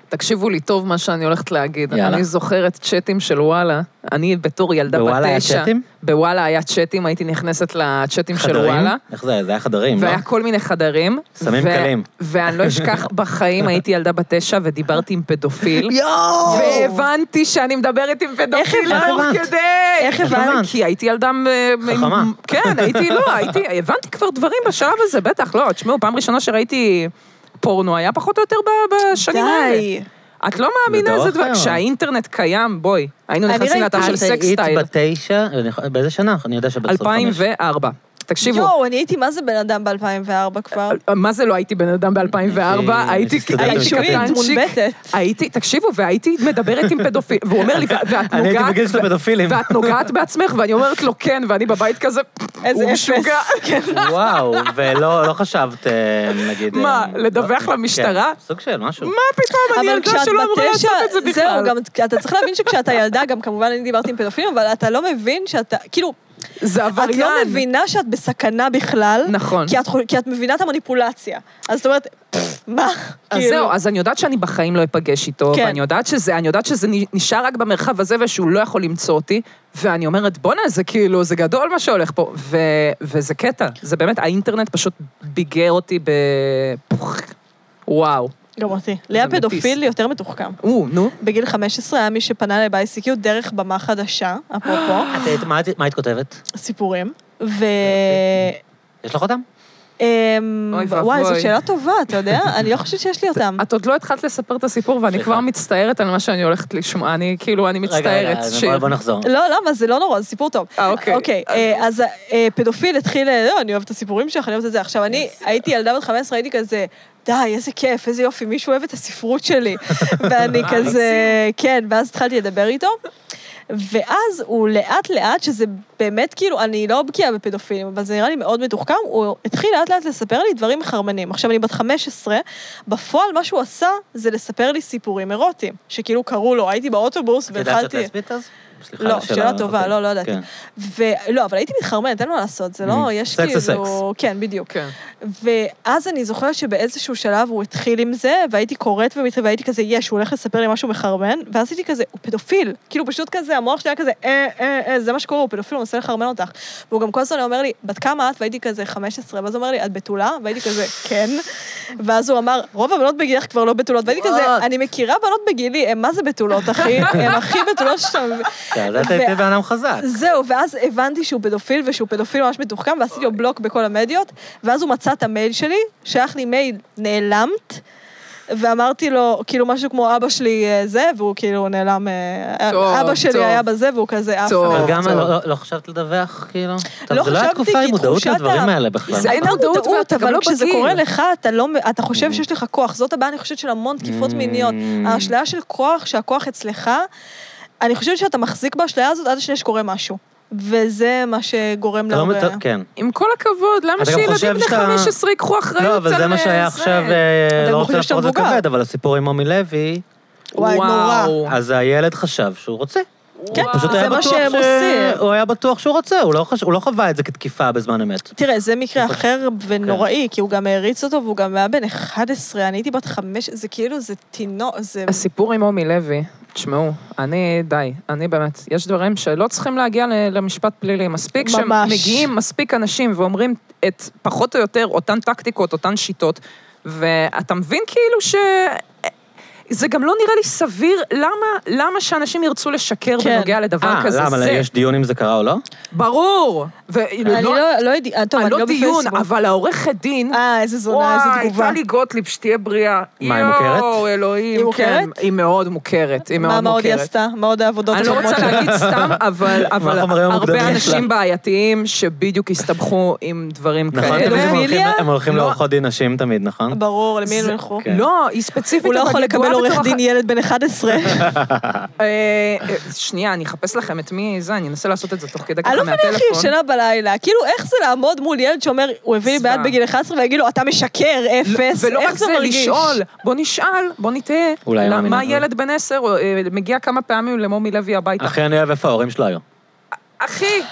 תקשיבו לי טוב מה שאני הולכת להגיד.
יאללה.
אני זוכרת צ'אטים של וואלה. אני בתור ילדה בתשע.
בוואלה היה צ'אטים?
בוואלה היה צ'אטים, הייתי נכנסת לצ'אטים של
חדרים?
וואלה.
איך זה? זה היה חדרים, לא?
והיה כל מיני חדרים.
סמים
ו-
קלים.
ואני לא אשכח בחיים, הייתי ילדה בתשע ודיברתי עם פדופיל.
יואו!
והבנתי שאני מדברת עם פדופיל
איך
תוך
הבנת?
כדי.
איך
הבנת?
כי הייתי ילדה... מ-
חכמה.
כן, הייתי, לא, הייתי, הבנתי כבר דברים בשלב הזה, בטח, לא, תשמעו, פעם ראשונה שראיתי פורנו, היה פחות או יותר ב- בשנים האלה.
די.
את לא מאמינה
זה
איזה
דור
דבר,
אחר.
כשהאינטרנט קיים, בואי, היינו
אני
נכנסים
ראיתי-
לאתר של
את היית
סקסטייל,
בתשע, באיזה שנה? אני יודע שבסוף
אלפיים וארבע. תקשיבו,
יואו, אני הייתי מה זה בן אדם ב-אלפיים וארבע כבר.
מה זה לא הייתי בן אדם ב-אלפיים וארבע?
הייתי-
הייתי
הייתי סטודנט
האישורית
קטנצ'יק.
מונבטת.
הייתי, תקשיבו, והייתי מדברת עם פדופיל, והוא אומר לי, "ו- ואת
אני הייתי
נוגעת,
בגיל של הפדופילים.
ואת נוגעת בעצמך, ואני אומרת לו כן, ואני בבית כזה,
איזה
הוא
אפס.
משוגע.
וואו, ולא לא חשבת, אה, נגיד...
מה,
אה,
לדווח
לא-
למשטרה?
כן, סוג של משהו.
מה פתאום, אני
אבל
ילדה
כשאת
שלא אמורה
בתשע,
לעשות את זה בכלל.
זהו, גם אתה צריך להבין שכשאתה ילדה, גם כמובן אני דיברתי עם פדופילים, אבל אתה לא מבין שאתה, כאילו,
זה
את
עבריין.
לא מבינה שאת בסכנה בכלל.
נכון.
כי את, חול- כי את מבינה את המניפולציה. אז זאת אומרת, מה?
אז
כאילו,
זהו, אז אני יודעת שאני בחיים לא אפגש איתו,
כן.
ואני יודעת שזה, אני יודעת שזה נשאר רק במרחב הזה, ושהוא לא יכול למצוא אותי, ואני אומרת, בוא'נה, זה כאילו, זה גדול מה שהולך פה, ו, וזה קטע, זה באמת, האינטרנט פשוט ביגר אותי בפוך, וואו.
גם אותי. לי
מטיס.
הפדופיל יותר מתוחכם.
או, נו.
בגיל חמש עשרה היה מי שפנה אליי ב-איי סי קיו דרך במה חדשה, אפרופו,
את היית- מה היית- מה היית כותבת?
סיפורים. ו...
יש לך אותם?
אמ,
אוי ואבוי.
וואי, זו שאלה טובה, אתה יודע? אני לא חושבת שיש לי אותם.
את עוד לא התחלת לספר את הסיפור, ואני
סליחה.
כבר מצטערת על מה שאני הולכת לשמוע, אני כאילו, אני
רגע,
מצטערת.
רגע,
שיר.
בוא- בוא נחזור.
לא, למה? זה לא נורא, זה סיפור טוב.
אה, אוקיי.
אוקיי, אה, אז אה, פדופיל התחיל, אה, לא, אני אוהבת את הסיפורים שלך, אני אוהבת את זה. עכשיו, אני הייתי ילדה בת חמש עשרה, הייתי כזה, די, איזה כיף, איזה יופי, מישהו אוהב את הספרות שלי. ואני כזה, כן, ואז התחלתי לדבר איתו. ואז הוא לאט לאט, שזה באמת כאילו, אני לא בקיאה בפדופילים, אבל זה נראה לי מאוד מתוחכם, הוא התחיל לאט לאט לספר לי דברים מחרמנים. עכשיו, אני בת חמש עשרה, בפועל מה שהוא עשה, זה לספר לי סיפורים אירוטיים, שכאילו קראו לו, הייתי באוטובוס
את יודעת שאת
והתחלתי...
לסבית אז? סליחה,
לא,
השאלה-
שאלה טובה,
אוקיי.
לא, לא ידעתי.
כן.
ולא, אבל הייתי מתחרמנת, אין מה לעשות, זה לא,
Mm.
יש
סקס זה
כאילו... כן, בדיוק.
כן.
ואז אני זוכרת שבאיזשהו שלב הוא התחיל עם זה, והייתי קוראת ומתחיל, והייתי כזה, יש, הוא הולך לספר לי משהו מחרמן, ואז הייתי כזה, הוא פדופיל, כאילו פשוט כזה, המוח שלי היה כזה, אה, אה, אה, זה מה שקורה, הוא פדופיל, הוא מנסה לחרמן אותך. והוא גם כל הזמן אומר לי, בת כמה את? והייתי כזה חמש עשרה, ואז הוא אומר לי, את בתולה? והייתי כזה, כן. ואז הוא אמר, רוב הבנות בגילך כבר לא בתולות, והייתי כזה, אני מכירה בנות בגילי, הם מה זה בתולות, אחי? הם הכי בתולות שאתה...
כן, זה הייתי בן אדם חזק.
זהו, ואז הבנתי שהוא פדופיל, ושהוא פדופיל ממש מתוחכם, ועשיתי לו בלוק בכל המדיות, ואז הוא מצא את המייל שלי, שלח לי מייל, נעלמת, ואמרתי לו, כאילו משהו כמו אבא שלי אה, זה, והוא כאילו נעלם, אה,
טוב,
אבא שלי
טוב.
היה בזה, והוא כזה אף.
טוב.
אבל
אחד.
גם
טוב.
לא- לא חשבת לדווח, כאילו? טוב,
לא
זה לא היה
חשבתי,
תקופה
כי
עם מודעות
תחושת
לדברים
ה-
האלה בכלל.
זה- אין
הייתה
מודעות,
מודעות,
ואתה גם
אבל
לא
לא כשזה
בגיל.
קורה לך, אתה לא, אתה חושב שיש לך כוח, זאת הבעיה, אני חושבת, של המון תקיפות
Mm.
מיניות. האשליה של כוח, שהכוח אצלך, אני חושבת שאתה מחזיק באשליה הזאת עד השנייה שקורה משהו. וזה מה שגורם
אתה לא
להרבה...
מת- כן.
עם כל הכבוד, למה
אתה גם
שילדים
חושב
בני
שאתה-
חמש עשרה ייקחו אחריות על
לא, אבל זה מה שהיה
זה?
עכשיו, אה,
אתה
לא
חושב
רוצה
שאתה
לפרוט את
מבוגר.
הכבד, אבל הסיפור עם מומי לוי,
וואי, נורא.
אז הילד חשב שהוא רוצה.
כן,
פשוט
זה
היה
מה
בטוח
שהם עושים.
שהוא היה בטוח שהוא רוצה, הוא לא חש- הוא לא חווה את זה כתקיפה בזמן אמת.
תראה, זה מקרה
חושב-
אחר ונוראי, כי הוא גם העריץ אותו, והוא גם היה בן אחד עשרה, אני הייתי בת חמש, זה כאילו, זה תינוק, זה...
הסיפור עם מומי לוי, תשמעו, אני, די, אני באמת, יש דברים שלא צריכים להגיע ל- למשפט פלילי, מספיק
ממש.
שמגיעים מספיק אנשים ואומרים את פחות או יותר אותן טקטיקות, אותן שיטות, ואתה מבין כאילו ש... זה גם לא נראה לי סביר, למה, למה שאנשים ירצו לשקר
כן.
בנוגע לדבר
אה,
כזה?
למה,
זה
יש דיון אם זה קרה או לא?
ברור.
אני לא לא יודעת, טוב, אני
לא
לא
דיון,
בפייסבוק.
אבל העורכת דין...
אה, איזה זונה, איזה
וואי,
תגובה.
טלי גוטליב, שתהיה בריאה.
מה, היא מוכרת?
יואו, אלוהים.
היא מוכרת?
כן, היא מאוד מוכרת, היא מאוד
מה, מה עוד היא
מוכרת.
עשתה? מה עוד העבודות
אני לא
הקודמות
רוצה
שלה?
להגיד סתם, אבל, אבל
החומרים המוקדמים
הרבה
שלה.
אנשים בעייתיים שבדיוק הסתבכו עם דברים
נכון,
כאלה.
תמיד הם הולכים-
פדופיליה?
הם הולכים
לא.
לעורכות דין נשים תמיד, נכון?
ברור, למי הם
זה-
ילכו?
כן.
לא, היא ספציפית,
הוא לא
אבל
יכול
ידועה
לקבל עורך
בתור
דין
אח-
ילד בן אחד עשרה.
אה, אה, שנייה, אני אחפש לכם את מי זה, אני אנסה לעשות את זה תוך כדי
אני
ככה
לא מבינה איך היא
מהטלפון.
ישנה בלילה. כאילו, איך זה לעמוד מול ילד שאומר, הוא הביא לי
זוועה.
בעד בגיל אחד עשרה, ויגיד לו, אתה משקר, אפס.
ולא
איך
רק זה,
מרגיש?
לשאול, בוא נשאל, בוא נטעה.
אולי היא מאמינה.
מה ילד בן עשר אה, מגיע כמה פעמים למומי לוי הביתה.
אחי, אני אוהב איפה ההורים שלו היום.
אחי,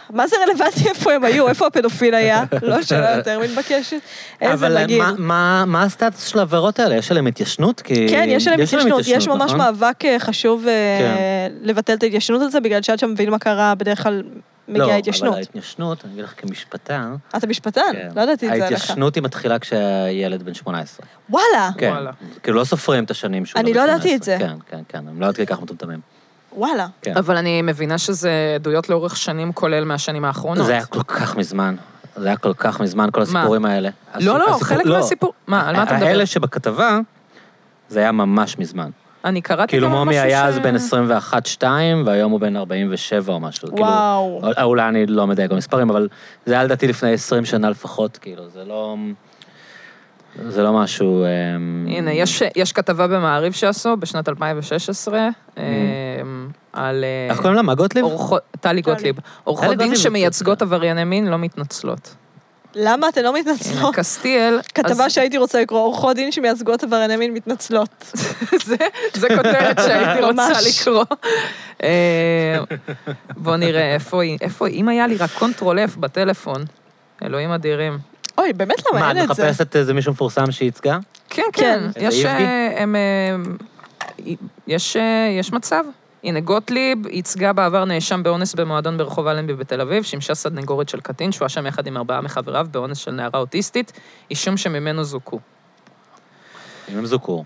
מה זה רלוונטי איפה הם היו? איפה הפדופיל היה? לא שאלה יותר מתבקשת. איזה מגעיל.
אבל מה הסטטוס של העבירות האלה? יש עליהם התיישנות?
כן, יש עליהם התיישנות. יש ממש מאבק חשוב לבטל את ההתיישנות על זה, בגלל שעד שם מבין מה קרה, בדרך כלל מגיעה התיישנות.
לא, אבל ההתיישנות, אני אגיד לך כמשפטן.
אתה משפטן? לא ידעתי את זה עליך.
ההתיישנות היא מתחילה כשהילד בן שמונה עשרה.
וואלה.
כן, כאילו לא סופרים את השנים שהוא
אני לא ידעתי את זה.
כן, כן, כן, הם לא יודעים כך מטומטמים.
וואלה.
אבל אני מבינה שזה עדויות לאורך שנים, כולל מהשנים האחרונות.
זה היה כל כך מזמן. זה היה כל כך מזמן, כל הסיפורים האלה.
לא, לא, חלק מהסיפור. מה, על מה אתה מדבר?
האלה שבכתבה, זה היה ממש מזמן.
אני קראתי גם משהו ש...
כאילו מומי היה אז בין עשרים ואחת שתיים, והיום הוא בין ארבעים ושבע או משהו.
וואו.
אולי אני לא מדייק במספרים, אבל זה היה לדעתי לפני עשרים שנה לפחות, כאילו, זה לא... זה לא משהו...
הנה, יש, יש כתבה במעריב שעשו בשנת אלפיים ושש עשרה, על...
איך קוראים לה? מה גוטליב?
טלי גוטליב. עורכות דין שמייצגות עברייני מין לא מתנצלות.
למה אתן לא מתנצלות?
קסטיאל...
כתבה שהייתי רוצה לקרוא, עורכות דין שמייצגות עברייני מין מתנצלות.
זה כותרת שהייתי רוצה לקרוא. בוא נראה, איפה... אם היה לי רק קונטרול F בטלפון, אלוהים אדירים.
אוי, באמת למה אין את זה?
מה, את מחפשת איזה מישהו מפורסם שייצגה?
כן, כן. יש מצב. הנה, גוטליב ייצגה בעבר נאשם באונס במועדון ברחוב אלנבי בתל אביב, שימשה סנגורית של קטין, שהוא אשם יחד עם ארבעה מחבריו באונס של נערה אוטיסטית, אישום שממנו זוכו.
אם הם זוכו.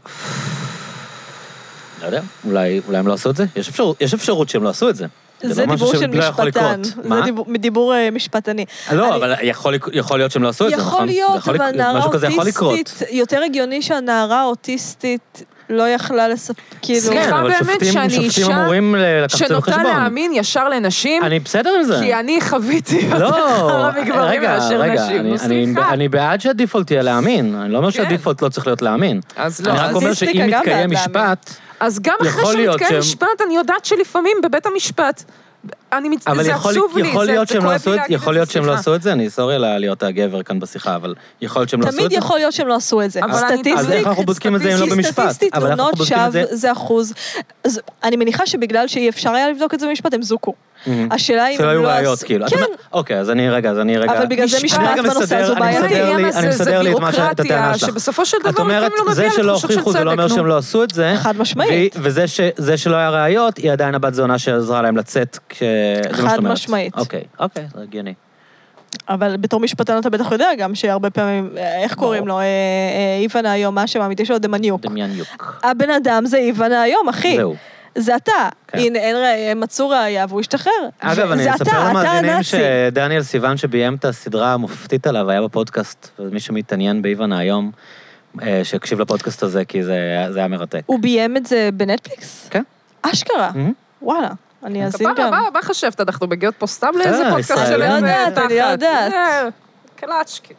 לא יודע, אולי הם לא עשו את זה? יש אפשרות שהם לא עשו את זה.
זה דיבור של משפטן, זה דיבור משפטני.
לא, אבל יכול להיות שהם לא עשו את זה, נכון?
יכול להיות, אבל נערה אוטיסטית, יותר הגיוני שהנערה האוטיסטית לא יכלה לספר, כאילו...
סליחה באמת שאני אישה שנוטה להאמין ישר לנשים,
אני בסדר עם זה.
כי אני חוויתי יותר מגברים מאשר נשים.
אני בעד שהדיפולט יהיה להאמין, אני לא אומר שהדיפולט לא צריך להיות להאמין.
אז לא,
אני רק אומר שאם מתקיים משפט...
אז גם אחרי שמתקיים משפט, אני יודעת שלפעמים בבית המשפט, זה עצוב לי, זה כואב לי להגיד את זה.
יכול להיות שהם לא עשו את זה, אני סורי להיות הגבר כאן בשיחה, אבל יכול להיות שהם לא עשו את זה.
תמיד יכול להיות שהם לא עשו את זה.
אז איך אנחנו בודקים את זה אם לא במשפט?
סטטיסטית, תלונות שווא, זה אחוז. אני מניחה שבגלל שאי אפשר היה לבדוק את זה במשפט, הם זוכו. השאלה אם
הם לא... שלא היו ראיות, כאילו. כן. אוקיי, אז אני רגע, אז אני רגע...
אבל בגלל זה משפט בנושא הזו בעייתי.
אני מסדר לי את הטענה שלך.
שבסופו של דבר
את אומרת, זה שלא הוכיחו, זה לא אומר שהם לא עשו את זה.
חד משמעית.
וזה שלא היה ראיות, היא עדיין הבת זונה שעזרה להם לצאת כש...
חד משמעית.
אוקיי, אוקיי, זה הגיוני.
אבל בתור משפטן אתה בטח יודע גם שהרבה פעמים, איך קוראים לו, איוון היום, מה שם האמיתי שלו, דמניוק.
דמניוק.
הבן אדם זה איוון היום, אחי.
זהו.
זה אתה. הנה, אין מצאו ראייה, והוא השתחרר.
אגב, אני אספר למאזינים שדניאל סיוון שביים את הסדרה המופתית עליו, היה בפודקאסט, ומי שמתעניין באיוון היום, שהקשיב לפודקאסט הזה, כי זה היה מרתק.
הוא ביים את זה בנטפליקס?
כן.
אשכרה. וואלה. אני אזין גם.
מה חשבת? אנחנו מגיעות פה סתם לאיזה פודקאסט של איזה תחת.
אני יודעת.
קלאצ'קי.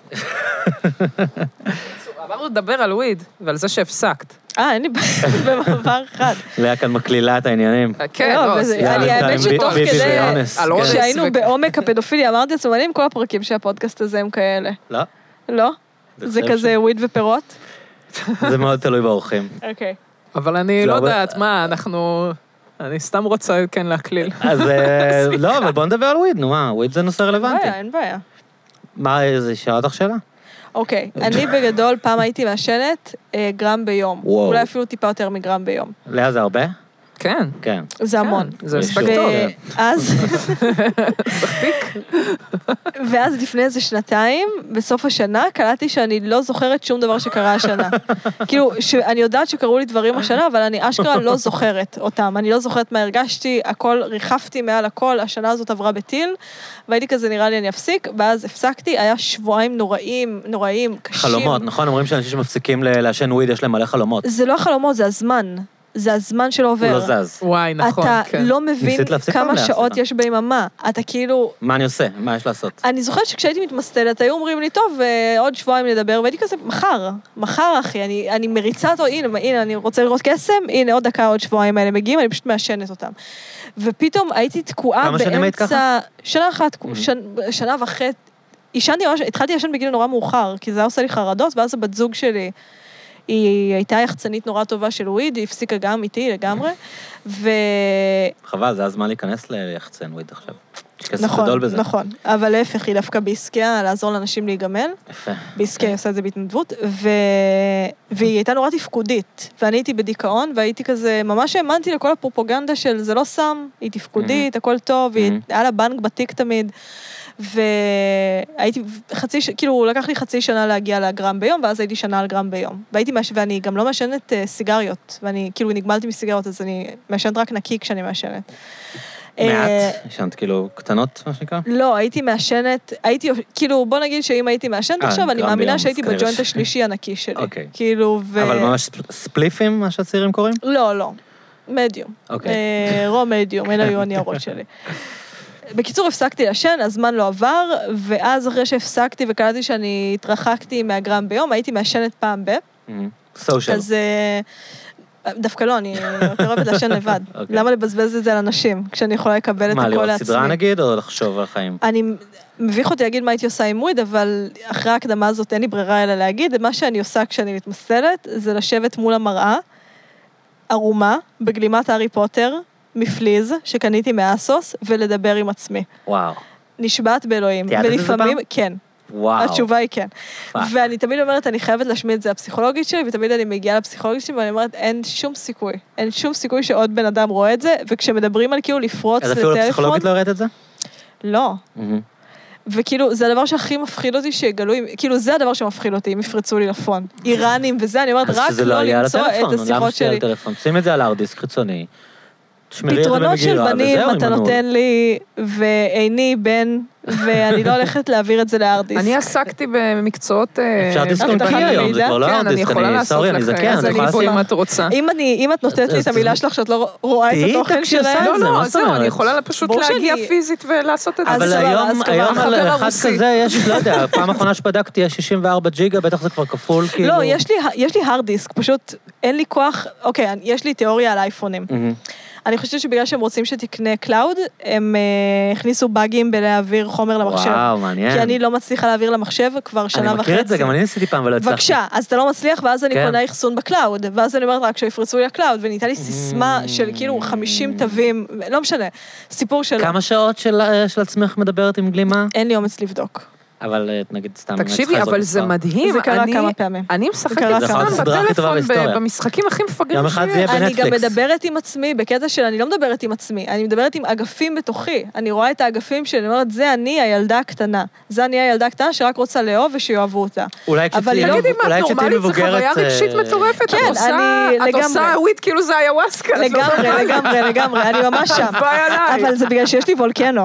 עברנו לדבר על וויד, ועל זה שהפסקת.
אה, אין לי במעבר אחד.
לאה כאן מקלילה את העניינים.
כן, לא,
אני האמת שתוך כדי, כשהיינו בעומק הפדופיליה, אמרתי לעצמם, אני עם כל הפרקים שהפודקאסט הזה הם כאלה.
לא.
לא? זה כזה וויד ופירות?
זה מאוד תלוי באורחים.
אוקיי.
אבל אני לא יודעת, מה, אנחנו... אני סתם רוצה כן להקליל.
אז לא, אבל בוא נדבר על וויד, נו מה, וויד זה נושא רלוונטי.
אין בעיה, אין בעיה.
מה, זה שאלה אותך שאלה?
אוקיי, אני בגדול פעם הייתי מעשנת גרם ביום. אולי אפילו טיפה יותר מגרם ביום.
לאה זה הרבה?
כן.
כן.
זה המון.
זה הספק טוב.
ואז... ואז לפני איזה שנתיים, בסוף השנה, קלטתי שאני לא זוכרת שום דבר שקרה השנה. כאילו, אני יודעת שקראו לי דברים השנה, אבל אני אשכרה לא זוכרת אותם. אני לא זוכרת מה הרגשתי, הכל, ריחפתי מעל הכל, השנה הזאת עברה בטיל, והייתי כזה, נראה לי אני אפסיק, ואז הפסקתי, היה שבועיים נוראים, נוראים, קשים.
חלומות, נכון? אומרים שאנשים שמפסיקים לעשן וויד, יש להם מלא חלומות.
זה לא החלומות, זה הזמן. זה הזמן שלא עובר.
הוא לא זז.
וואי, נכון,
אתה
כן.
לא מבין כמה שעות יש ביממה. אתה כאילו...
מה אני עושה? מה יש לעשות?
אני זוכרת שכשהייתי מתמסטלת, היו אומרים לי, טוב, עוד שבועיים נדבר, והייתי כזה, מחר, מחר אחי, אני, אני מריצה אותו, הנה, הנה, אני רוצה לראות קסם, הנה, עוד דקה, עוד שבועיים האלה מגיעים, אני פשוט מאשנת אותם. ופתאום הייתי תקועה באמצע... כמה שנים היית ככה? שנה אחת, שנה וחצי. ישנתי ממש, התחלתי לשן בגיל נורא מאוחר, כי זה היה עושה לי חרדות, ואז הבת זוג שלי, היא הייתה יחצנית נורא טובה של וויד, היא הפסיקה גם איתי לגמרי, ו...
חבל, זה הזמן להיכנס ליחצן וויד עכשיו. יש כסף גדול בזה.
נכון, אבל להפך, היא דווקא בעסקיה לעזור לאנשים להיגמל.
יפה.
בעסקיה היא עושה את זה בהתנדבות, והיא הייתה נורא תפקודית, ואני הייתי בדיכאון, והייתי כזה, ממש האמנתי לכל הפרופוגנדה של זה לא סם, היא תפקודית, הכל טוב, והיא היה לה בנק בתיק תמיד, והייתי חצי, כאילו, לקח לי חצי שנה להגיע לגרם ביום, ואז הייתי שנה על גרם ביום. והייתי, ואני גם לא מעשנת סיגריות, ואני כאילו נגמלתי מסיגריות, אז אני מעשנת רק נקי כשאני מעשנת.
מעט? ישנת כאילו קטנות, מה שנקרא?
לא, הייתי מעשנת, הייתי, כאילו, בוא נגיד שאם הייתי מעשנת עכשיו, אני מאמינה שהייתי בג'וינט השלישי הנקי שלי.
אוקיי.
כאילו, ו...
אבל ממש ספליפים, מה שהצעירים קוראים?
לא, לא. מדיום.
אוקיי.
רו מדיום, אלה היו הניירות שלי. בקיצור, הפסקתי לשן, הזמן לא עבר, ואז אחרי שהפסקתי וקלטתי שאני התרחקתי מהגרם ביום, הייתי מעשנת פעם ב.
סושיאל.
אז דווקא לא, אני יותר אוהבת לשן לבד. למה לבזבז את זה על אנשים, כשאני יכולה לקבל את הכל לעצמי?
מה, לראות סדרה נגיד, או לחשוב על החיים?
אני מביך אותי להגיד מה הייתי עושה עם וויד, אבל אחרי ההקדמה הזאת אין לי ברירה אלא להגיד, מה שאני עושה כשאני מתמסלת, זה לשבת מול המראה, ערומה, בגלימת הארי פוטר, מפליז, שקניתי מאסוס, ולדבר עם עצמי.
וואו.
נשבעת באלוהים.
תיאדת את זה פעם?
כן.
וואו.
התשובה היא כן.
פאק.
ואני תמיד אומרת, אני חייבת להשמיע את זה הפסיכולוגית שלי, ותמיד אני מגיעה לפסיכולוגית שלי, ואני אומרת, אין שום סיכוי. אין שום סיכוי שעוד בן אדם רואה את זה, וכשמדברים על כאילו לפרוץ
אז
לטלפון...
אפילו הפסיכולוגית לא ראית את זה?
לא. וכאילו, זה הדבר שהכי מפחיד אותי שיגלו, כאילו, זה הדבר שמפחיד אותי, אם יפרצו לי לפון. איראנים וזה, אני אומרת, רק לא למצוא את השיחות שלי.
שים את זה על הארדיסק חיצוני.
פתרונות של בנים, אתה נותן לי, ואיני בן, ואני לא הולכת להעביר את זה לארדיסק.
אני עסקתי במקצועות...
אפשר דיסק היום, זה כבר לא ארדיסק, אני סורי, אני זקן,
אז אני פה אם את רוצה.
אם את נותנת לי את המילה שלך, שאת לא רואה את התוכן שלהם,
לא, לא, זהו, אני יכולה פשוט להגיע פיזית ולעשות את זה.
אבל היום על אחד כזה, יש, לא יודע, פעם האחרונה שבדקתי, יש שישים וארבע ג'יגה, בטח זה כבר כפול, כאילו...
לא, יש לי הרד דיסק, פשוט אין לי כוח, אוקיי, יש לי תיאוריה על האייפונים. אני חושבת שבגלל שהם רוצים שתקנה קלאוד, הם הכניסו באגים בלהעביר חומר למחשב.
וואו, מעניין.
כי אני לא מצליחה להעביר למחשב כבר שנה וחצי.
אני מכיר את זה, גם אני ניסיתי פעם ולא הצלחתי.
בבקשה, אז אתה לא מצליח, ואז אני קונה אחסון בקלאוד, ואז אני אומרת רק שיפרצו לי הקלאוד, וניתה לי סיסמה של כאילו חמישים תווים, לא משנה, סיפור של...
כמה שעות של עצמך מדברת עם גלימה?
אין לי אומץ לבדוק.
אבל נגיד סתם...
תקשיבי, אבל זה מדהים.
זה קרה כמה פעמים.
אני משחקת סתם בטלפון במשחקים הכי מפגרים
יום אחד זה יהיה בנטפליקס.
אני גם מדברת עם עצמי, בקטע של אני לא מדברת עם עצמי, אני מדברת עם אגפים בתוכי. אני רואה את האגפים שאני אומרת, זה אני הילדה הקטנה. זה אני הילדה הקטנה שרק רוצה לאהוב ושיאהבו אותה.
אולי כשתהיי מבוגרת...
זה חוויה רגשית מטורפת.
כן, אני לגמרי.
את עושה וויד כאילו זה היוואסקה.
לגמרי, לגמרי, לגמרי. אני ממש שם. אבל זה בגלל שיש לי וולקנו.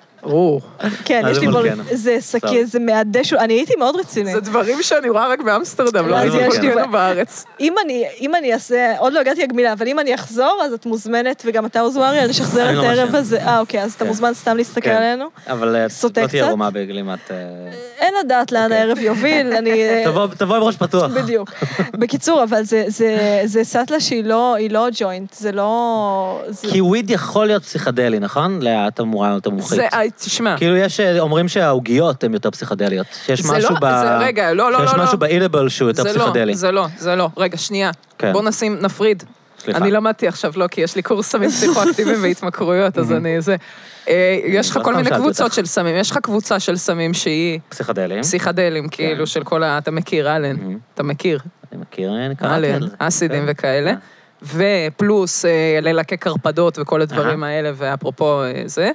כן, יש לי וולקנו. זה שקי, זה מעדש, אני הייתי מאוד רצינית.
זה דברים שאני רואה רק באמסטרדם, לא הייתי וולקנו בארץ.
אם אני אעשה, עוד לא הגעתי הגמילה, אבל אם אני אחזור, אז את מוזמנת, וגם אתה עוזמרי, לשחזר את הערב הזה. אה, אוקיי, אז אתה מוזמן סתם להסתכל עלינו.
אבל לא תהיה רומה בגלימת...
אין לדעת לאן הערב יוביל, אני...
תבוא עם ראש פתוח.
בדיוק. בקיצור, אבל זה סטלה שהיא לא ג'וינט, זה לא...
כי וויד יכול להיות פסיכדלי, נכון? לאט אמורה יותר מוחית.
תשמע.
כאילו יש, אומרים שהעוגיות הן יותר פסיכדליות. שיש משהו ב...
רגע, לא, לא, לא.
שיש משהו באידבל שהוא יותר פסיכדלי.
זה לא, זה לא. רגע, שנייה. בוא נשים, נפריד.
סליחה.
אני למדתי עכשיו, לא, כי יש לי קורס סמים פסיכואקטיביים והתמכרויות, אז אני זה... יש לך כל מיני קבוצות של סמים. יש לך קבוצה של סמים שהיא...
פסיכדלים.
פסיכדלים, כאילו, של כל ה... אתה מכיר, אלן. אתה מכיר.
אני מכיר, אני קראתי על זה.
אסידים וכאלה. ופלוס ללקק קרפדות וכל הדברים האלה, ואפרופו זה.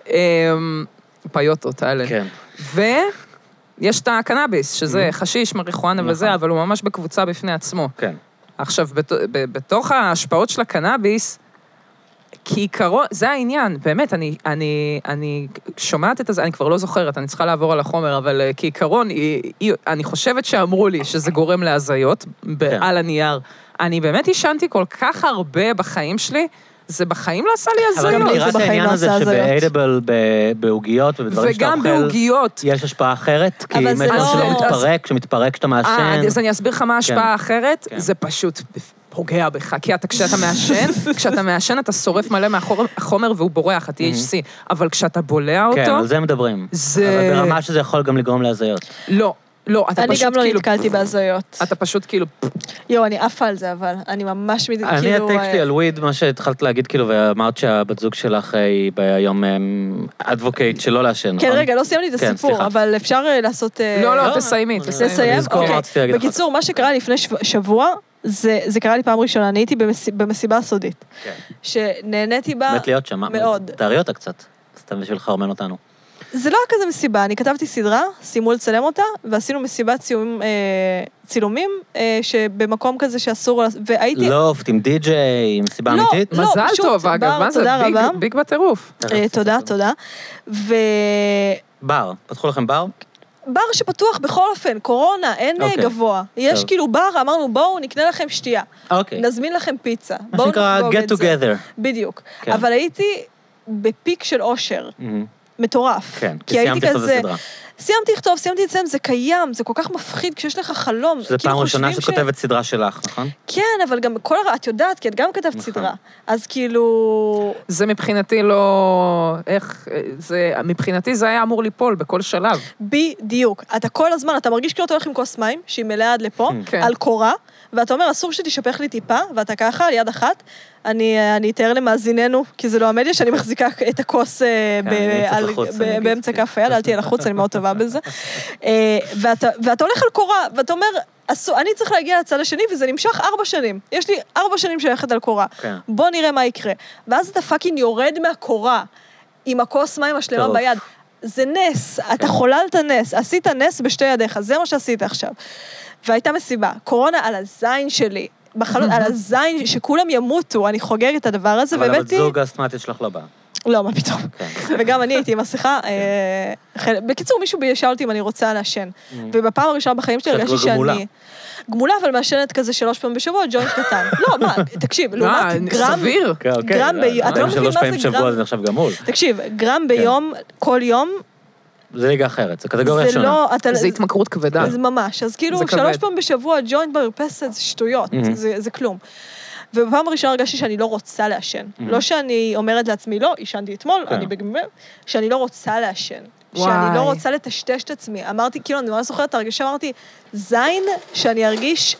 פיוטות, האלה.
כן.
ויש את הקנאביס, שזה חשיש, מריחואנה וזה, אבל הוא ממש בקבוצה בפני עצמו.
כן.
עכשיו, בתוך ההשפעות של הקנאביס, כעיקרון, זה העניין, באמת, אני, אני, אני שומעת את זה, אני כבר לא זוכרת, אני צריכה לעבור על החומר, אבל כעיקרון, אני חושבת שאמרו לי שזה גורם להזיות, על הנייר. אני באמת ישנתי כל כך הרבה בחיים שלי, זה בחיים לא עשה לי הזיות.
אבל גם נראה את העניין הזה שבאיידבל, בעוגיות ובדברים שאתה אוכל,
וגם בעוגיות.
יש השפעה אחרת, כי
אבל זה
משהו
לא-
שלא מתפרק, כשמתפרק שאתה מעשן.
אז אני אסביר לך מה ההשפעה האחרת, זה פשוט פוגע בך, כי אתה, כשאתה מעשן, כשאתה מעשן אתה שורף מלא מהחומר והוא בורח, ה-טי אייץ' סי, אבל כשאתה בולע אותו...
כן, על זה מדברים.
זה...
אבל ברמה שזה יכול גם לגרום להזיות.
לא. לא, אתה
אני
פשוט
גם לא
כאילו...
נתקלתי בהזויות.
אתה פשוט כאילו...
יואו, אני עפה על זה, אבל אני ממש...
אני
כאילו,
הטייק שלי על וויד, מה שהתחלת להגיד, כאילו, ואמרת שהבת זוג שלך היא ביום אדבוקייט שלא לעשן,
כן,
נכון?
רגע, לא סיימתי את
כן,
הסיפור,
סליחה.
אבל אפשר להעשות...
לא,
לא,
לא, תסיימי, תסיימי.
לסיים?
לזכור מה
אוקיי.
רציתי להגיד לך.
בקיצור, מה שקרה לי לפני שב- שבוע, זה זה קרה לי פעם ראשונה, אני הייתי במס- במסיבה סודית,
כן.
שנהניתי בה
באמת להיות שם,
מאוד.
תארי אותה קצת, סתם בשביל לחרמן אותנו.
זה לא היה כזה מסיבה, אני כתבתי סדרה, סיימו לצלם אותה, ועשינו מסיבת צילומים, אה, צילומים, אה, שבמקום כזה שאסור, לעשות- והייתי...
לופט עם די-ג'יי, עם סיבה
לא,
אמיתית?
לא,
מזל
פשוט,
טוב, אגב,
בר,
מה זה?
תודה
ביג-
רבה.
ביג בטירוף.
אה, תודה, תודה. ו...
בר, פתחו לכם בר?
בר שפתוח בכל אופן, קורונה, אין
אוקיי.
גבוה. יש
טוב.
כאילו בר, אמרנו, בואו נקנה לכם שתייה.
אוקיי.
נזמין לכם פיצה.
מה
בואו
שנקרא
נחגוג
get
את זה.
together.
בדיוק.
כן.
אבל הייתי בפיק של אושר,
מהמם.
מטורף.
כן, כי
כי הייתי
סיימת לכתוב את
כזה,
הסדרה.
סיימתי לכתוב, סיימתי לציין, זה קיים, זה כל כך מפחיד כשיש לך חלום.
שזו
כאילו
פעם ראשונה
חושבים
שאת כותבת סדרה שלך, נכון?
כן, אבל גם כל הרע, את יודעת, כי את גם כתבת
נכון.
סדרה. אז כאילו...
זה מבחינתי לא... איך... זה... מבחינתי זה היה אמור ליפול בכל שלב.
בדיוק. אתה כל הזמן, אתה מרגיש כאילו אתה הולך עם כוס מים, שהיא מלאה עד לפה,
כן.
על קורה, ואתה אומר, אסור שתשפך לי טיפה, ואתה ככה, על יד אחת. אני, אני אתאר למאזיננו, כי זה לא המדיה, שאני מחזיקה את הכוס אה,
כן,
ב-
אני אצא
על-
לחוץ,
ב-
אני אגיד.
באמצע כף היד, אל תהיה לחוץ, אני מאוד טובה בזה. אה, ואתה, ואתה הולך על קורה, ואתה אומר, אסור, אני צריך להגיע לצד השני, וזה נמשך ארבע שנים. יש לי ארבע שנים שהולכת על קורה.
כן.
בוא נראה מה יקרה. ואז אתה פאקינג יורד מהקורה, עם הכוס מים השלמה
טירוף.
ביד. זה נס, אתה חוללת נס, עשית נס בשתי ידיך, זה מה שעשית עכשיו. והייתה מסיבה, קורונה על הזין שלי, בחלון, על הזין, שכולם ימותו, אני חוגגת את הדבר הזה,
אבל הבת
והבאתי...
זוג האסטמטית שלך לא באה.
לא, מה פתאום.
כן.
וגם אני הייתי עם מסכה. אה, חל- בקיצור, מישהו שאל אותי אם אני רוצה לעשן. ובפעם הראשונה בחיים שלי
שאת
הרגשתי
גמולה.
שאני... גמולה, אבל מעשנת כזה שלוש פעמים בשבוע, ג'וינט קטן. לא, מה, תקשיב, לעומת
אה,
גרם...
סביר.
כן, אוקיי.
גרם ב- אתה לא
אם
מבין
שלוש
מה
פעמים
זה
בשבוע
גרם?
זה נחשב גמול.
תקשיב, גרם ביום, כל יום,
זה ליגה אחרת, זה קטגוריה
זה
שונה.
לא... אתה-
זה התמכרות כבדה.
זה ממש. אז כאילו,
זה כבד.
שלוש פעמים בשבוע ג'וינט במרפסת, זה שטויות,
Mhm.
זה זה כלום. ובפעם הראשונה הרגשתי שאני לא רוצה לעשן. לא שאני אומרת לעצמי, לא, עישנתי אתמול,
כן.
אני בגמר, שאני לא רוצה לעשן.
וואי.
שאני לא רוצה לטשטש את עצמי. אמרתי, כאילו, אני ממש זוכרת את הרגשה, אמרתי, זין שאני ארגיש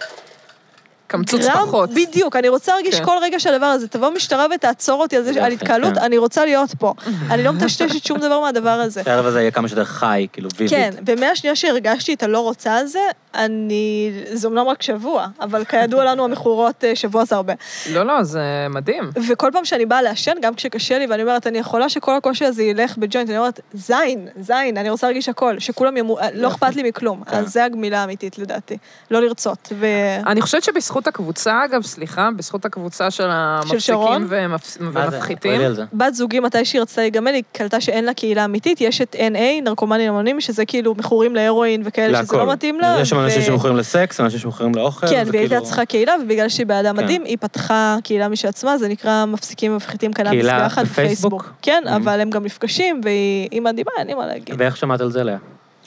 קמצוץ
גרם,
פחות.
בדיוק, אני רוצה להרגיש
כן.
כל רגע שהדבר הזה, תבוא משטרה ותעצור אותי על זה,
יופי,
על התקהלות,
כן.
אני רוצה להיות פה. אני לא מטשטשת שום דבר מהדבר הזה.
שהערב הזה יהיה כמה שיותר חי, כאילו ויביד.
כן, במאה שהרגשתי את הלא רוצה הזה, אני, זה אומנם רק שבוע, אבל כידוע לנו המכורות, שבוע זה הרבה.
לא, לא, זה מדהים.
וכל פעם שאני באה לעשן, גם כשקשה לי, ואני אומרת, אני יכולה שכל הקושי הזה ילך בג'וינט, אני אומרת, זין, זין, אני רוצה להרגיש הכל, שכולם ימו, לא אכפת לי מכלום.
כן.
אז זה הגמילה האמיתית, לדעתי. לא לרצות. ו...
אני חושבת שבזכות הקבוצה, אגב, סליחה, בזכות הקבוצה של
שרון?
המפסיקים ומפס-
מה זה?
ומפחיתים.
תראי לי על זה.
בת זוגי, מתי שהיא רצתה להיגמל, היא קלטה שאין לה קהילה אמיתית, יש את אן איי, נרקומנים אנונימיים, שזה כאילו מכורים להרואין וכאלה, שזה
להכל.
לא מתאים לה.
יש שם אנשים
ו-
שמוכרים לסקס, אנשים שמוכרים לאוכל.
כן,
זה
והיא הייתה
כאילו-
צריכה קהילה, ובגלל שהיא באדם
כן.
מדהים, היא פתחה קהילה משעצמה, זה נקרא מפסיקים ומפחיתים קנאביס
קהילה
ביחד
בפייסבוק?
כן,
Mhm.
אבל הם גם נפגשים, והיא מדהימה, אין לי מה להגיד.
ואיך שמעת על זה, לאה?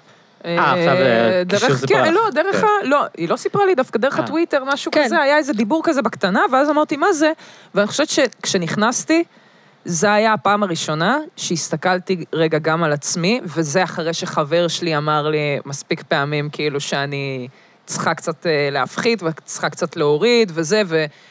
אה,
עכשיו, אה,
דרך,
קישור סיפרה
כן,
לך.
לא, דרך
כן.
ה... לא, היא לא סיפרה לי דווקא דרך
אה.
הטוויטר, משהו
כן.
כזה, היה איזה דיבור כזה בקטנה, ואז אמרתי, מה זה? ואני חושבת שכשנכנסתי, זה היה הפעם הראשונה שהסתכלתי רגע גם על עצמי, וזה אחרי שחבר שלי אמר לי מספיק פעמים, כאילו שאני צריכה קצת אה, להפחית, וצריכה קצת להוריד, וזה,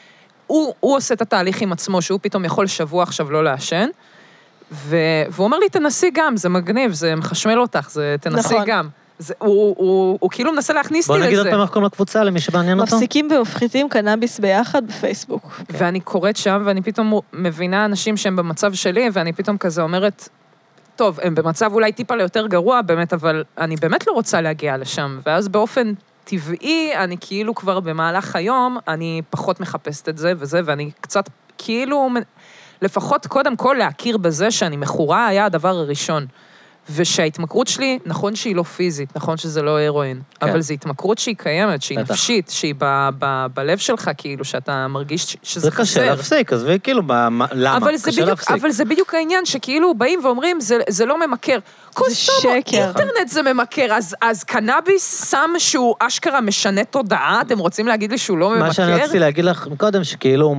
והוא הוא עושה את התהליך עם עצמו, שהוא פתאום יכול שבוע עכשיו לא לעשן, ו... והוא אומר לי, תנסי גם, זה מגניב, זה מחשמל אותך, זה תנסי
נכון.
גם. זה, הוא, הוא, הוא, הוא כאילו מנסה להכניס
בוא
אותי
נגיד
לזה.
עוד פעם איך קוראים לקבוצה, למי שמעניין אותו.
מפסיקים ומפחיתים קנאביס ביחד בפייסבוק.
ואני קוראת שם, ואני פתאום מבינה אנשים שהם במצב שלי, ואני פתאום כזה אומרת, טוב, הם במצב אולי טיפה ליותר גרוע באמת, אבל אני באמת לא רוצה להגיע לשם. ואז באופן טבעי, אני כאילו כבר במהלך היום, אני פחות מחפשת את זה וזה, ואני קצת כאילו, לפחות קודם כל להכיר בזה שאני מכורה היה הדבר הראשון. ושההתמכרות שלי, נכון שהיא לא פיזית, נכון שזה לא הרואין,
כן.
אבל זו התמכרות שהיא קיימת, שהיא
בטח.
נפשית, שהיא ב, ב, בלב שלך, כאילו, שאתה מרגיש שזה
זה קשה
חסר.
להפסיק, אז וכאילו, מה- למה?
אבל זה,
קשה
בדיוק,
להפסיק.
אבל זה בדיוק העניין, שכאילו באים ואומרים, זה, זה לא ממכר. קוסומו,
שקר.
אינטרנט זה ממכר, אז, אז קנאביס סם שהוא אשכרה משנה תודעה, אתם רוצים להגיד לי שהוא לא ממכר?
מה שאני רציתי להגיד לך מקודם, שכאילו,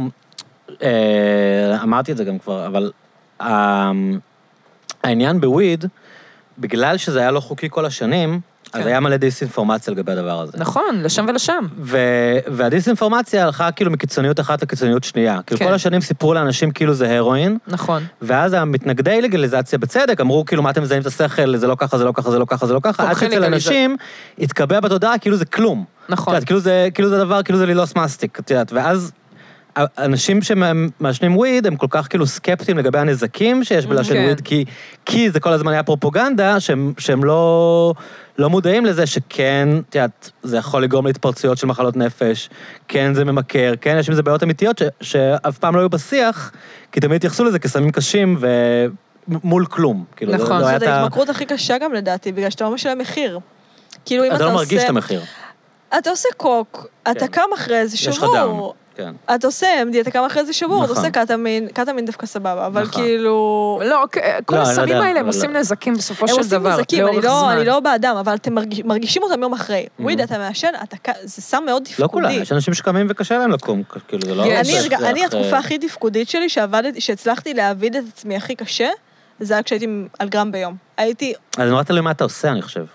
אה, אמרתי את זה גם כבר, אבל אה, העניין בוויד, בגלל שזה היה לא חוקי כל השנים, אז היה מלא דיסאינפורמציה לגבי הדבר הזה.
נכון, לשם ולשם.
והדיסאינפורמציה הלכה כאילו מקיצוניות אחת לקיצוניות שנייה. כאילו כל השנים סיפרו לאנשים כאילו זה הרואין.
נכון.
ואז המתנגדי לגליזציה בצדק, אמרו כאילו מה אתם מזהים את השכל, זה לא ככה, זה לא ככה, זה לא ככה, זה לא ככה, עד שאצל אנשים התקבע בתודעה כאילו זה כלום.
נכון.
כאילו זה, כאילו זה דבר, כאילו זה לילוס מסטיק, את יודעת, ואז אנשים שמעשנים וויד, הם כל כך כאילו סקפטיים לגבי הנזקים שיש בלעשן וויד, כי, כי זה כל הזמן היה פרופוגנדה, שהם, שהם לא, לא מודעים לזה שכן, את יודעת, זה יכול לגרום להתפרצויות של מחלות נפש, כן זה ממכר, כן יש עם זה בעיות אמיתיות ש, שאף פעם לא היו בשיח, כי תמיד התייחסו לזה כסמים קשים ו... מול כלום. כאילו,
נכון.
לא
זאת ההתמכרות הכי קשה גם לדעתי, בגלל שאתה לא משלם מחיר. כאילו אם אתה
אתה
עושה...
לא מרגיש את המחיר.
אתה עושה קוק, אתה קם אחרי זה שבור.
יש לך דם. כן.
אתה עושה אם די, אתה קם אחרי זה שבור, אתה עושה קטמין, קטמין דווקא סבבה, אבל כאילו...
לא, כל הסמים האלה הם עושים נזקים בסופו של דבר.
הם עושים נזקים, אני לא באדם, אבל אתם מרגישים אותם יום אחרי. וויד, אתה מעשן, זה סם מאוד תפקודי.
לא כולם, יש אנשים שקמים וקשה להם לקום, כאילו זה לא...
אני התקופה הכי תפקודית שלי, שהצלחתי להעביד את עצמי הכי קשה, זה היה כשהייתי על גרם ביום. הייתי...
אז נורא תלוי מה אתה עושה, אני חושב.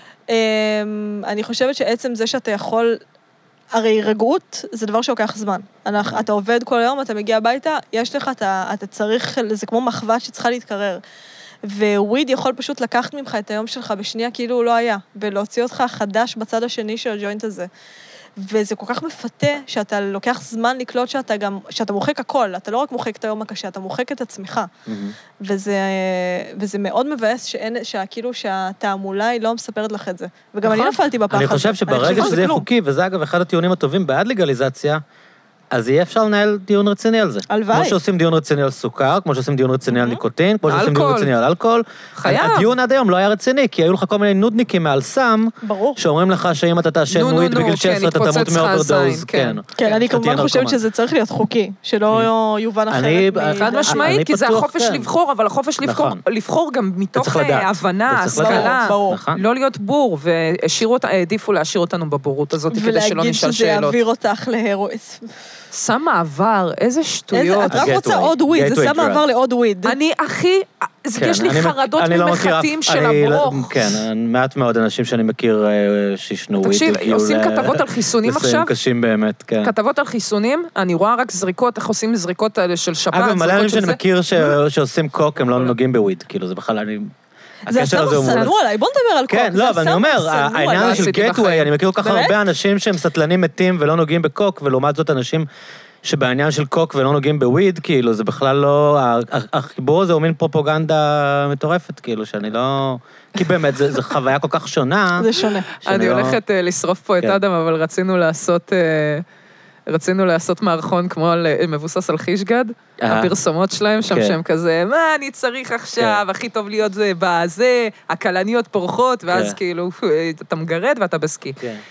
אני חושבת שעצם זה שאתה יכול... הרי רגעות זה דבר שלוקח זמן. אתה עובד כל היום, אתה מגיע הביתה, יש לך, אתה, אתה צריך, זה כמו מחווה שצריכה להתקרר. וויד יכול פשוט לקחת ממך את היום שלך בשנייה כאילו הוא לא היה, ולהוציא אותך חדש בצד השני של הג'וינט הזה. וזה כל כך מפתה שאתה לוקח זמן לקלוט שאתה גם, שאתה מוחק הכל, אתה לא רק מוחק את היום הקשה, אתה מוחק את עצמך. וזה, וזה מאוד מבאס שאין, שכאילו שהתעמולה היא לא מספרת לך את זה. וגם אני נפלתי בפחד.
אני חושב שברגע שזה יהיה חוקי, וזה אגב אחד הטיעונים הטובים בעד לגליזציה, אז יהיה אפשר לנהל דיון רציני על זה.
הלוואי.
כמו שעושים דיון רציני על סוכר, כמו שעושים דיון רציני על ניקוטין, כמו שעושים דיון רציני על אלכוהול.
חייב.
הדיון עד היום לא היה רציני, כי היו לך כל מיני נודניקים מעל סם,
ברור.
שאומרים לך שאם אתה תעשן וויד בגיל שש עשרה, אתה תמות מאוברדוז.
כן, כן, אני כמובן חושבת שזה צריך להיות חוקי, שלא יובן אחרת.
חד משמעית, כי זה החופש לבחור, אבל החופש לבחור גם מתוך הבנה, השכלה, לא להיות בור, והעדיפו להשאיר אותנו בבורות הזאת, כדי שלא נשאל שאלות.
ולהגיד שזה יעביר אותך להרואיס.
סם מעבר, איזה שטויות.
את רק רוצה עוד וויד, זה סם מעבר לעוד וויד.
אני הכי, יש לי חרדות ממחטים של הברוך.
כן, מעט מאוד אנשים שאני מכיר שישנו וויד.
תקשיב, עושים כתבות על חיסונים עכשיו.
לסיים קשים באמת, כן.
כתבות על חיסונים, אני רואה רק זריקות, איך עושים זריקות האלה של שפעת.
אגב, מלא אנשים שאני מכיר שעושים קוק, הם לא נוגעים בוויד, כאילו, זה בכלל, אני...
זה הסם סנוע עליי, בוא נדבר על קוק.
כן, לא, אבל אני אומר, העניין של גטווי, אני מכיר כל כך הרבה אנשים שהם סטלנים מתים ולא נוגעים בקוק, ולעומת זאת אנשים שבעניין של קוק ולא נוגעים בוויד, כאילו, זה בכלל לא... החיבור הזה הוא מין פרופוגנדה מטורפת, כאילו, שאני לא... כי באמת, זו חוויה כל כך שונה.
זה שונה.
אני הולכת לשרוף פה את אדם, אבל רצינו לעשות... רצינו לעשות מערכון כמו על, מבוסס על חישגד, הפרסומות שלהם שם שהם כזה, מה אני צריך עכשיו, הכי טוב להיות זה בזה, הקלניות פורחות, ואז כאילו, אתה מגרד ואתה בסקי.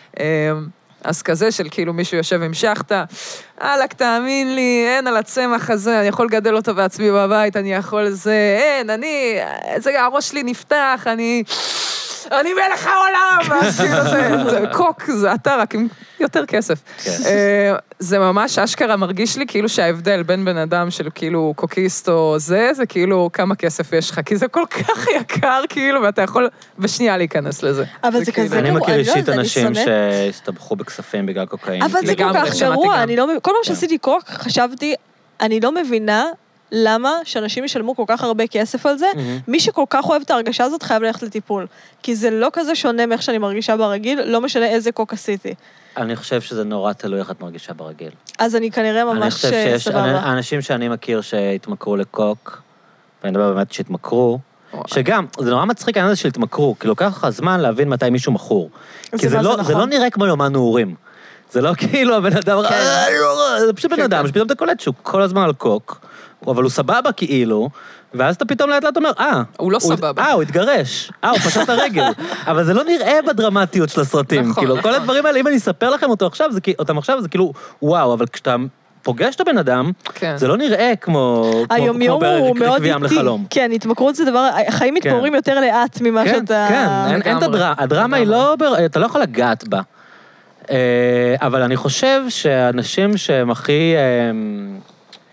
אז כזה של כאילו מישהו יושב עם שחטה, אלק, תאמין לי, אין על הצמח הזה, אני יכול לגדל אותו בעצמי בבית, אני יכול זה, אין, אני, זה, הראש שלי נפתח, אני... אני מלך העולם, אז כאילו זה, קוק, זה אתה רק עם יותר כסף. זה ממש אשכרה מרגיש לי כאילו שההבדל בין בן אדם של כאילו קוקיסט או זה, זה כאילו כמה כסף יש לך, כי זה כל כך יקר כאילו, ואתה יכול בשנייה להיכנס לזה.
אבל זה כזה,
אני מכיר אישית אנשים שהסתבכו בכספים בגלל קוקאין.
אבל זה כל כך גרוע, כל מה שעשיתי קוק, חשבתי, אני לא מבינה, למה שאנשים ישלמו כל כך הרבה כסף על זה, מי שכל כך אוהב את ההרגשה הזאת חייב ללכת לטיפול. כי זה לא כזה שונה מאיך שאני מרגישה ברגיל, לא משנה איזה קוק עשיתי.
אני חושב שזה נורא תלוי איך את מרגישה ברגיל.
אז אני כנראה ממש סבבה.
אני חושב שיש אנשים שאני מכיר שהתמכרו לקוק, ואני מדבר באמת שהתמכרו, שגם, זה נורא מצחיק העניין הזה שהתמכרו, כי לוקח לך זמן להבין מתי מישהו מכור. כי זה לא נראה כמו יומן נעורים. זה לא כאילו הבן אדם, זה פשוט בן אדם, שפתאום אתה קולט שהוא כל הזמן על קוק, אבל הוא סבבה כאילו, ואז אתה פתאום לאט לאט אומר, אה,
הוא לא סבבה.
אה, הוא התגרש, אה, הוא פשט הרגל. אבל זה לא נראה בדרמטיות של הסרטים, כאילו, כל הדברים האלה, אם אני אספר לכם אותו עכשיו, אותם עכשיו, זה כאילו, וואו, אבל כשאתה פוגש את הבן אדם, זה לא נראה כמו בקביעם לחלום.
כן, התמכרות זה דבר, החיים מתפוררים יותר לאט ממה שאתה...
כן, אין את הדרמה, הדרמה היא לא, אתה לא יכול לגעת בה. אבל אני חושב שאנשים שהם הכי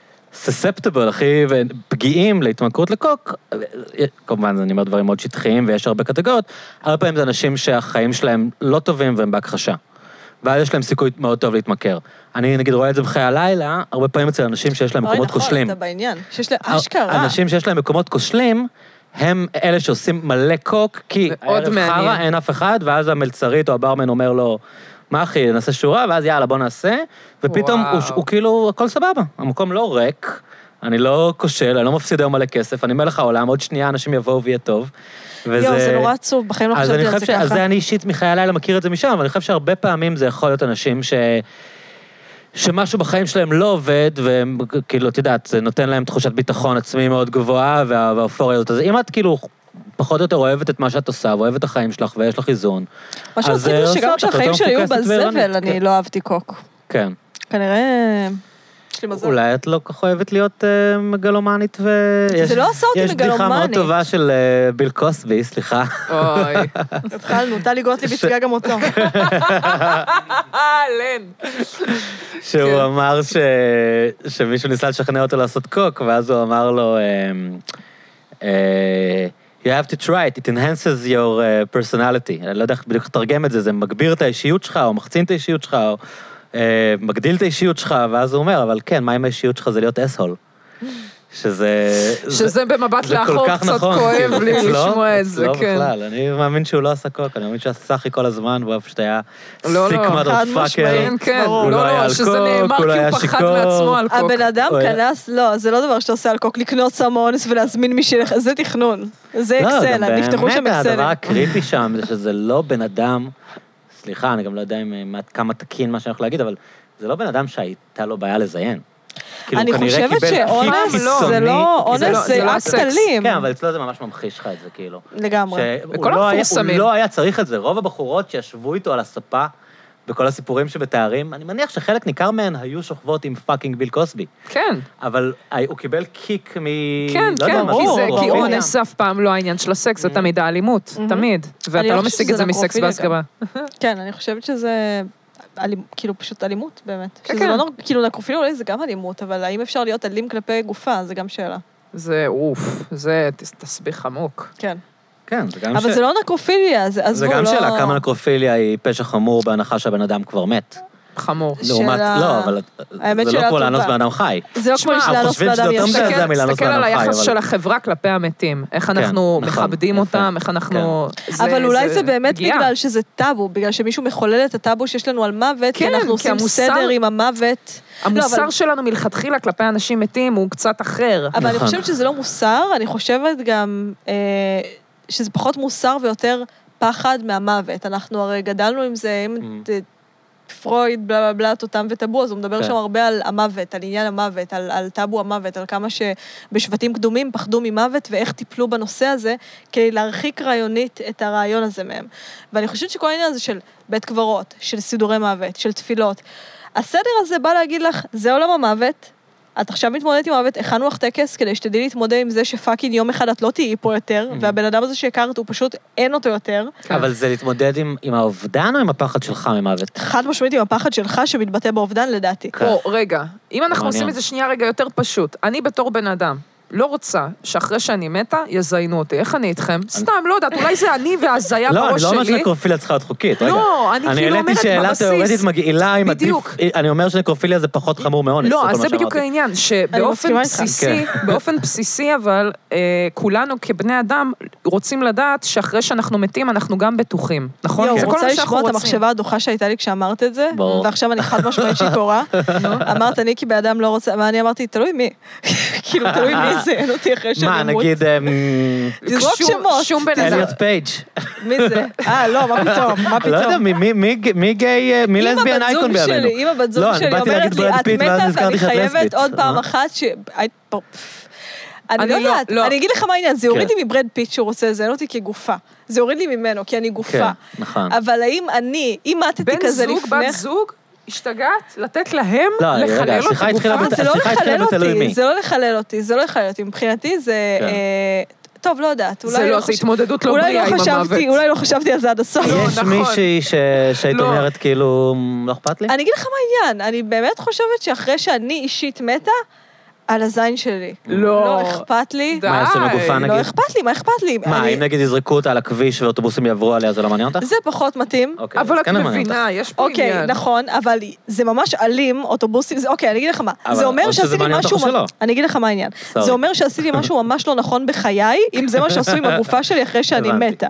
susceptible, הכי פגיעים להתמכרות לקוק, כמובן אני אומר דברים מאוד שטחיים ויש הרבה קטגוריות, הרבה פעמים זה אנשים שהחיים שלהם לא טובים והם בהכחשה. ואז יש להם סיכוי מאוד טוב להתמכר. אני נגיד רואה את זה בחיי הלילה, הרבה פעמים אצל אנשים שיש להם מקומות כושלים.
אתה בעניין, שיש להם אשכרה.
אנשים שיש להם מקומות כושלים, הם אלה שעושים מלא קוק, כי הערב חרה, אין אף אחד, ואז המלצרית או הברמן אומר לו, מה אחי, נעשה שורה, ואז יאללה, בוא נעשה, ופתאום הוא, הוא כאילו, הכל סבבה, המקום לא ריק, אני לא כושל, אני לא מפסיד היום מלא כסף, אני מלך העולם, עוד שנייה אנשים יבואו ויהיה טוב. וזה...
יו, זה נורא עצוב, בחיים לא חשבתי על זה ככה.
אז זה אני אישית מחיי הלילה מכיר את זה משם, אבל אני חושב שהרבה פעמים זה יכול להיות אנשים ש... שמשהו בחיים שלהם לא עובד, והם כאילו, את יודעת, זה נותן להם תחושת ביטחון עצמי מאוד גבוהה, והאופוריה הזאת. אז אם את כאילו פחות או יותר אוהבת את מה שאת עושה, ואוהבת את החיים שלך, ויש לך איזון,
מה שמצחיק זה שגם כשהחיים שלי היו בזבל, אני לא אהבתי קוק.
כן.
כנראה...
אולי את לא כך אוהבת להיות מגלומנית ו...
זה לא עשה אותי מגלומנית.
יש בדיחה מאוד טובה של ביל קוסבי, סליחה.
אוי.
התחלנו, טלי גוטליב הציגה גם אותו.
לן.
שהוא אמר שמישהו ניסה לשכנע אותו לעשות קוק, ואז הוא אמר לו, you have to try it, it enhances your personality. אני לא יודע איך בדיוק תרגם את זה, זה מגביר את האישיות שלך, או מחצין את האישיות שלך, או... מגדיל את האישיות שלך, ואז הוא אומר, אבל כן, מה אם האישיות שלך זה להיות אסהול? שזה...
שזה במבט לאחור קצת כואב לי לשמוע את זה, כן.
לא בכלל, אני מאמין שהוא לא עשה קוק, אני מאמין שהוא עשה כל הזמן, והוא פשוט היה סיק מדרפאקר,
הוא לא היה על קוק, הוא לא היה שיכור.
הבן אדם כנס, לא, זה לא דבר שאתה עושה על קוק, לקנות סם אונס ולהזמין מי שלך, זה תכנון, זה אקסל, נפתחו שם אקסלים.
הדבר הקריטי שם זה שזה לא בן אדם, סליחה, אני גם לא יודע כמה תקין מה שאני הולך להגיד, אבל זה לא בן אדם שהייתה לו בעיה לזיין.
אני חושבת שאונס זה לא, אונס זה אקט אלים.
כן, אבל אצלו זה ממש ממחיש לך את זה, כאילו.
לגמרי.
הוא לא היה צריך את זה. רוב הבחורות שישבו איתו על הספה, בכל הסיפורים שבתארים, אני מניח שחלק ניכר מהן היו שוכבות עם פאקינג ביל קוסבי.
כן.
אבל הוא קיבל קיק מ...
כן, כן, כי אונס אף פעם לא העניין של הסקס, זה תמיד האלימות, תמיד. ואתה לא משיג את זה מסקס בהסגרה.
כן, אני חושבת שזה... כאילו פשוט אלימות באמת. שזה לא נורא, כאילו נקרופילים אולי זה גם אלימות, אבל האם אפשר להיות אלים כלפי גופה, זה גם שאלה.
זה אוף, זה תסביך עמוק.
כן.
כן, זה גם
אבל זה לא נקרופיליה, זה
זה גם שאלה, כמה נקרופיליה היא פשע חמור בהנחה שהבן אדם כבר מת.
חמור.
לעומת, לא, אבל זה לא כמו לאנוס בן אדם חי.
זה לא כמו לאנוס בן אדם ישן.
תסתכל על היחס של החברה כלפי המתים, איך אנחנו מכבדים אותם, איך אנחנו...
אבל אולי זה באמת בגלל שזה טאבו, בגלל שמישהו מחולל את הטאבו שיש לנו על מוות, כי אנחנו עושים סדר עם המוות.
המוסר שלנו מלכתחילה כלפי אנשים מתים הוא קצת אחר.
אבל אני חושבת שזה לא מוסר, אני חושבת גם שזה פחות מוסר ויותר פחד מהמוות. אנחנו הרי גדלנו עם זה, פרויד, בלה בלה בלה, תותם וטאבו, אז הוא מדבר שם הרבה על המוות, על עניין המוות, על, על טאבו המוות, על כמה שבשבטים קדומים פחדו ממוות, ואיך טיפלו בנושא הזה, כדי להרחיק רעיונית את הרעיון הזה מהם. ואני חושבת שכל העניין הזה של בית קברות, של סידורי מוות, של תפילות, הסדר הזה בא להגיד לך, זה עולם המוות, את עכשיו מתמודדת עם המוות, הכנו לך טקס, כדי שתדעי להתמודד עם זה שפאקינג יום אחד את לא תהיי פה יותר, והבן אדם הזה שהכרת, הוא פשוט אין אותו יותר.
אבל זה להתמודד עם האובדן או עם הפחד שלך ממוות?
חד משמעית עם הפחד שלך שמתבטא באובדן, לדעתי.
או, רגע, אם אנחנו עושים את זה שנייה רגע יותר פשוט, אני בתור בן אדם, לא רוצה שאחרי שאני מתה, יזיינו אותי. איך אני איתכם? סתם, לא יודעת, אולי זה אני והזיה בראש שלי.
לא, אני לא אומר שנקרופיליה צריכה להיות חוקית.
לא, אני כאילו אומרת בבסיס.
אני העליתי שאלה תיאורטית מגעילה עם עדיף, אני אומר שנקרופיליה זה פחות חמור מאונס.
לא, אז זה בדיוק העניין, שבאופן בסיסי, באופן בסיסי, אבל כולנו כבני אדם רוצים לדעת שאחרי שאנחנו מתים, אנחנו גם בטוחים. נכון?
אני רוצה לשמוע את המחשבה הדוחה שהייתה לי כשאמרת את זה, ועכשיו אני חד משמעית שיכורה. אמרת, אני כבאדם לא רוצה, ואני אמרתי, תלוי מי. כאילו, תלוי מי זה, אין אותי אחרי שאני
מה,
אמות.
נגיד...
תזרוק שמות.
שום בן אדם.
אליוט פייג'.
מי זה? אה, לא, מה פתאום? מה פתאום?
לא יודע, מי גיי, מי לסביאן אייקון בימינו?
אם הבת זוג שלי אומרת לי, את מתה ואני חייבת עוד פעם אחת ש... אני לא יודעת, אני אגיד לך מה העניין, זה יוריד לי מברד פיט שהוא רוצה לזיין אותי כגופה. זה יוריד לי ממנו, כי אני גופה. אבל האם אני, אם מתתי כזה לפני...
בן זוג, בת זוג, השתגעת, לתת להם לחלל אותי גופה.
זה לא לחלל אותי, זה לא לחלל אותי, זה לא לחלל אותי. מבחינתי זה... טוב, לא יודעת.
זה לא, זה התמודדות לא בריאה עם המוות.
אולי לא חשבתי על זה עד הסוף.
יש מישהי שהיית אומרת כאילו, לא אכפת לי?
אני אגיד לך מה העניין, אני באמת חושבת שאחרי שאני אישית מתה, על הזין שלי.
לא.
לא אכפת לי.
די.
מה יעשו עם הגופה, נגיד?
לא אכפת לי, מה אכפת לי?
מה,
אני-
אם נגיד יזרקו אותה על הכביש ואוטובוסים יעברו עליה, זה לא מעניין אותך?
זה פחות מתאים.
אוקיי,
אבל
אז
את
כן מעניין אותך.
מבינה, יש פה
אוקיי,
עניין.
נכון, אבל זה ממש אלים, אוטובוסים, זה- אוקיי, אני אגיד לך מה.
אבל
זה אומר
או שזה
שעשיתי
מעניין אותך
משהו...
או שלא.
אני אגיד לך מה העניין.
Sorry.
זה אומר שעשיתי משהו ממש לא נכון בחיי, אם זה מה שעשו עם הגופה שלי אחרי שאני
הבנתי.
מתה.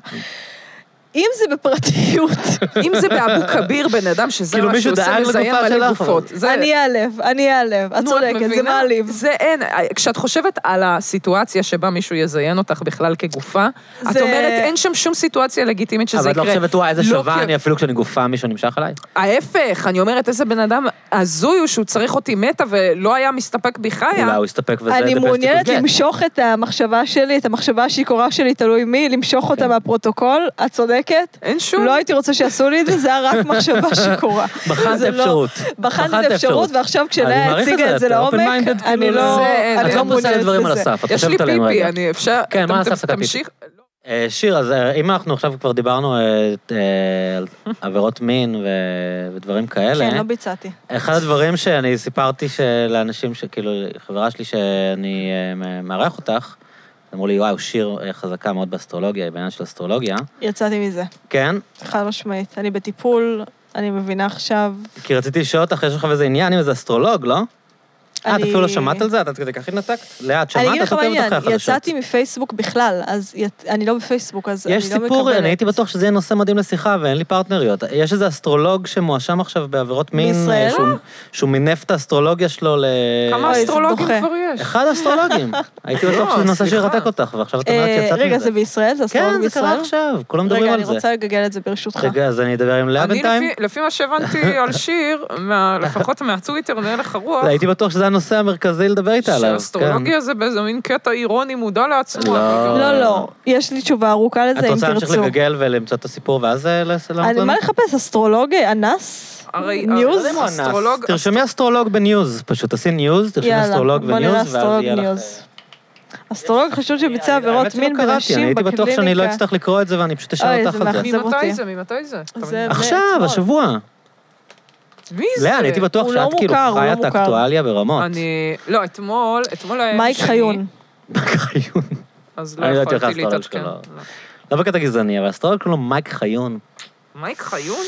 אם זה בפרטיות,
אם זה באבו כביר, בן אדם שזה
כאילו
מה
מישהו
שעושה
דאג
מזיין
לגופה
מלא
שלך,
גופות. זה-
אני אעלב, אני אעלב. את
נו, את
צודקת, זה
מבינה?
מעליב.
זה אין, כשאת חושבת על הסיטואציה שבה מישהו יזיין אותך בכלל כגופה, את
זה-
אומרת, אין שם שום סיטואציה לגיטימית שזה
אבל
יקרה.
את לא חושבת, וואי, איזה
לא
שווה
כי-
אני אפילו כשאני גופה מישהו נמשך עליי?
ההפך, אני אומרת, איזה בן אדם הזוי הוא שהוא צריך אותי מתה ולא היה מסתפק בחיה.
אולי הוא יסתפק וזה
אני
the best you
מעוניינת
could get.
למשוך את המחשבה שלי, את המחשבה השיכורה שלי, תלוי מי, למשוך אותה מהפרוטוקול, את צודקת.
אין שום...
לא הייתי רוצה שיעשו לי את זה, זה היה רק מחשבה שיכורה.
בחנת
זה לא-
אפשרות.
בחנתי את האפשרות, ועכשיו
אני
כשלאה
מעריך
הציגה
את
את זה
זה,
לעומק,
open-minded,
אני
כאילו,
לא
זה-
אני
את
לא
לא מנסה
מעוניינת
דברים על
בזה.
הסף, את
יש לי
חושבת עליהם
פיפי,
רגע.
אני אפשר...
כן, מה
אתם-
הסף אתה
תמשיך.
אה, שיר, אז אה, אם אנחנו עכשיו כבר דיברנו אה, אה, על עבירות מין ו- ודברים כאלה,
כן, לא ביצעתי.
אחד הדברים שאני סיפרתי לאנשים, שכאילו, חברה שלי שאני אה, מארח אותך, אמרו לי, וואו, שיר אה, חזקה מאוד באסטרולוגיה, בעניין של אסטרולוגיה.
יצאתי מזה,
כן,
חד משמעית. אני בטיפול, אני מבינה עכשיו.
כי רציתי לשאול אותך, יש לך איזה עניין עם איזה אסטרולוג, לא? אה, את
אני-
אפילו לא שמעת על זה? את כדי כך התנתקת? לאט, שמעת?
אני אגיד
את
לך מה
עוקבת
העניין,
אחרי החדשות.
יצאתי מפייסבוק בכלל, אז ית- אני לא בפייסבוק, אז אני לא
יש
מקבלת.
סיפור, אני הייתי בטוח שזה יהיה נושא מדהים לשיחה, ואין לי פרטנריות. יש איזה אסטרולוג שמואשם עכשיו בעבירות מין,
בישראל?
אה, שהוא- שהוא מינף את האסטרולוגיה שלו ל...
כמה
אוי, זה
אסטרולוגים
דוחה.
כבר יש?
אחד האסטרולוגים. הייתי בטוח
לא,
שזה נושא
סליחה.
שירתק אותך, ועכשיו את אומרת
אה,
שיצאת מזה.
רגע, זה בישראל? זה אסטרולוג
כן, זה
בישראל?
קרה עכשיו, כולם מדברים
רגע,
על
אני
זה.
רוצה לגגל את זה ברשותך.
רגע, אז אני אדבר עם לאה
אני
בינתיים.
לפי- לפי מה שהבנתי על שיר, מה- לפחות מהטוויטר, מהלך הרוח,
הייתי בטוח שזה הנושא המרכזי לדבר איתה עליו.
שהאסטרולוגיה זה באיזה מין קטע אירוני מודע לעצמו.
לא.
אני גם-
לא, לא, יש לי תשובה ארוכה לזה,
את
אם
רוצה להמשיך
תרצו.
לגגל ולמצוא את הסיפור, ואז אה, לענות
אני,
לנו?
מה לחפש, אסטרולוג, אנס?
הרי-
ניוז?
הרי-
אם הוא אנס,
אסטרולוג-
תרשמי אסטרולוג בניוז, פשוט תעשי ניוז, תרשמי
יאללה,
אסטרולוג
בוא נראה
בניוז, ואז
אסטרולוג
יהיה לך...
ניוז. אסטרולוג חשוד שביצע
האמת
עבירות
שלא
מין
קראתי,
בנשים
אני הייתי בטוח שאני לא
בקליניקה.
אצטרך לקרוא את זה, ואני פשוט
אוי,
אשאל
זה
אותך על זה.
מאכזב אותי.
ממתי זה? ממתי זה?
זה-
עכשיו,
אתמול.
השבוע.
מי זה?
לאה, אני הייתי בטוח
הוא לא
שאת כאילו
מוכר, הוא לא
חיה את
מוכר.
האקטואליה ברמות.
אני... לא, אתמול, אתמול היה...
מייק
שני,
חיון.
חיון.
אז לא
אני לא יודעת איך
יכולתי
האסטרולוג
להתעדכן.
שלו. לא בקטע גזעני, אבל האסטרולוג קוראים לו מייק חיון.
מייק חיון?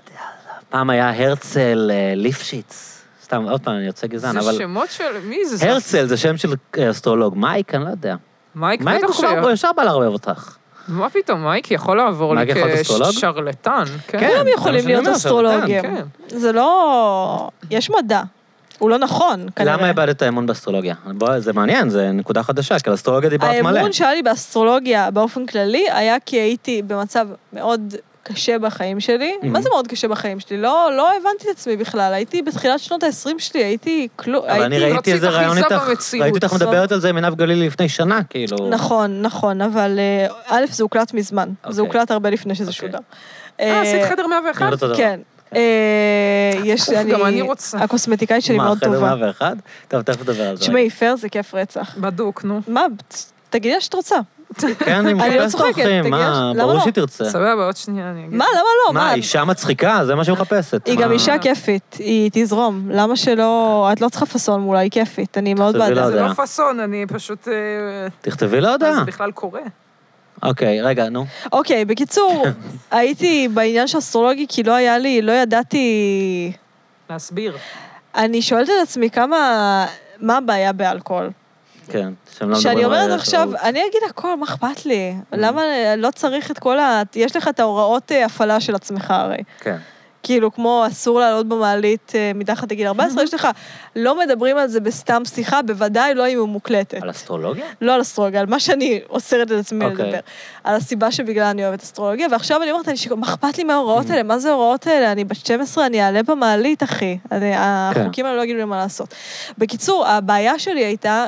פעם היה הרצל אה, ליפשיץ. סתם, עוד פעם, אני יוצא גזען,
זה
אבל...
שמות של... מי זה?
הרצל זה שם של אה, אסטרולוג. מייק, אני לא יודע.
מייק
מייק
בטח
הוא
ש...
כבר- הוא ישר בא לערבב אותך.
מה פתאום, מייק יכול לעבור לי
מייק יכול להיות אסטרולוג?
כשרלטן.
כן.
כולם
זה מה
יכולים
שאני
להיות
אומר,
אסטרולוגים.
כן.
זה לא... יש מדע. הוא לא נכון, כנראה.
למה איבדת אמון באסטרולוגיה? בוא, זה מעניין, זה נקודה חדשה, כי על אסטרולוגיה דיברת מלא.
האמון שהיה לי באסטרולוגיה באופן כללי היה כי הייתי במצב מאוד קשה בחיים שלי. מה זה מאוד קשה בחיים שלי? לא, לא הבנתי את עצמי בכלל. הייתי בתחילת שנות ה-עשרים שלי, הייתי כלום.
אבל אני
הייתי-
ראיתי איזה
רצית
רעיון
אחיזה
איתך,
במציאות.
ראיתי אותך מדברת על זה עם עינב גלילי לפני שנה, כאילו.
נכון, נכון, אבל אה, א', זה הוקלט מזמן. זה
אוקיי.
הוקלט הרבה לפני שזה
אוקיי.
שודר.
אה, עשית חדר מאה ואחת?
נראה אותו דבר.
כן. אה, יש,
אוף, גם אני רוצה.
הקוסמטיקאית שלי
מה,
מאוד
חדר
טובה.
מאה ואחת? טוב, תכף נדבר על זה.
תשמעי, פר זה כיף רצח.
בדוק, נו.
מה, תגידי לה שאת רוצה.
כן, אני
אני לא
מחפש
צוחקת,
אורחים,
תגידי,
מה,
למה
ברור
לא?
שהיא תרצה.
סבבה, עוד שנייה אני אגיד.
מה, למה לא?
מה, אישה מצחיקה? זה מה שהיא מחפשת.
היא
מה-
גם אישה כיפית, היא תזרום. למה שלא... את לא צריכה פסון מולה, היא כיפית. אני מאוד
תכתבי לה
בעדה.
זה
יודע.
לא פאסון, אני פשוט... אה,
תכתבי לה
מה
הודעה.
זה בכלל קורה?
אוקיי, רגע, נו.
אוקיי, בקיצור, הייתי בעניין של אסטרולוגי, כי לא היה לי, לא ידעתי...
להסביר.
אני שואלת את עצמי כמה... מה הבעיה באלכוהול?
כן, שהם לא
שאני
מדברים על
אומרת עכשיו,
רעות.
אני אגיד הכל, מה אכפת לי? למה לא צריך את כל ה... יש לך את ההוראות אה, הפעלה של עצמך הרי.
כן.
כאילו, כמו אסור לעלות במעלית אה, מתחת לגיל ארבע עשרה, יש לך, לא מדברים על זה בסתם שיחה, בוודאי לא אם הוא מוקלטת.
על אסטרולוגיה?
לא על אסטרולוגיה, על מה שאני אוסרת את עצמי
אוקיי.
לדבר. על הסיבה שבגלל אני אוהבת אסטרולוגיה, ועכשיו אני אומרת, אני שיקום, מה אכפת לי מההוראות האלה? מה זה ההוראות האלה? אני בת שתים עשרה, אני אעלה במעלית, אחי. אני- החוקים האלה לא יגידו לי מה לעשות. בקיצור, הבעיה שלי הייתה...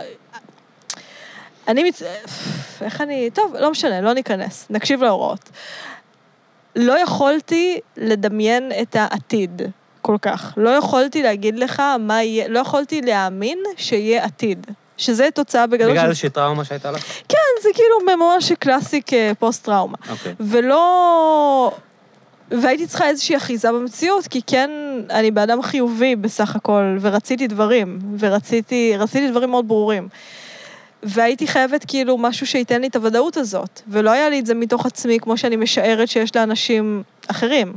אני מת... איך אני... טוב, לא משנה, לא ניכנס. נקשיב להוראות. לא יכולתי לדמיין את העתיד כל כך. לא יכולתי להגיד לך מה יהיה... לא יכולתי להאמין שיהיה עתיד. שזה תוצאה בגדול...
בגלל
של-
איזושהי טראומה שהייתה לך?
כן, זה כאילו ממש קלאסיק אה, פוסט-טראומה.
אוקיי.
ולא... והייתי צריכה איזושהי אחיזה במציאות, כי כן אני באדם חיובי בסך הכל, ורציתי דברים, ורציתי, רציתי דברים מאוד ברורים. והייתי חייבת כאילו משהו שייתן לי את הוודאות הזאת, ולא היה לי את זה מתוך עצמי, כמו שאני משערת שיש לאנשים אחרים.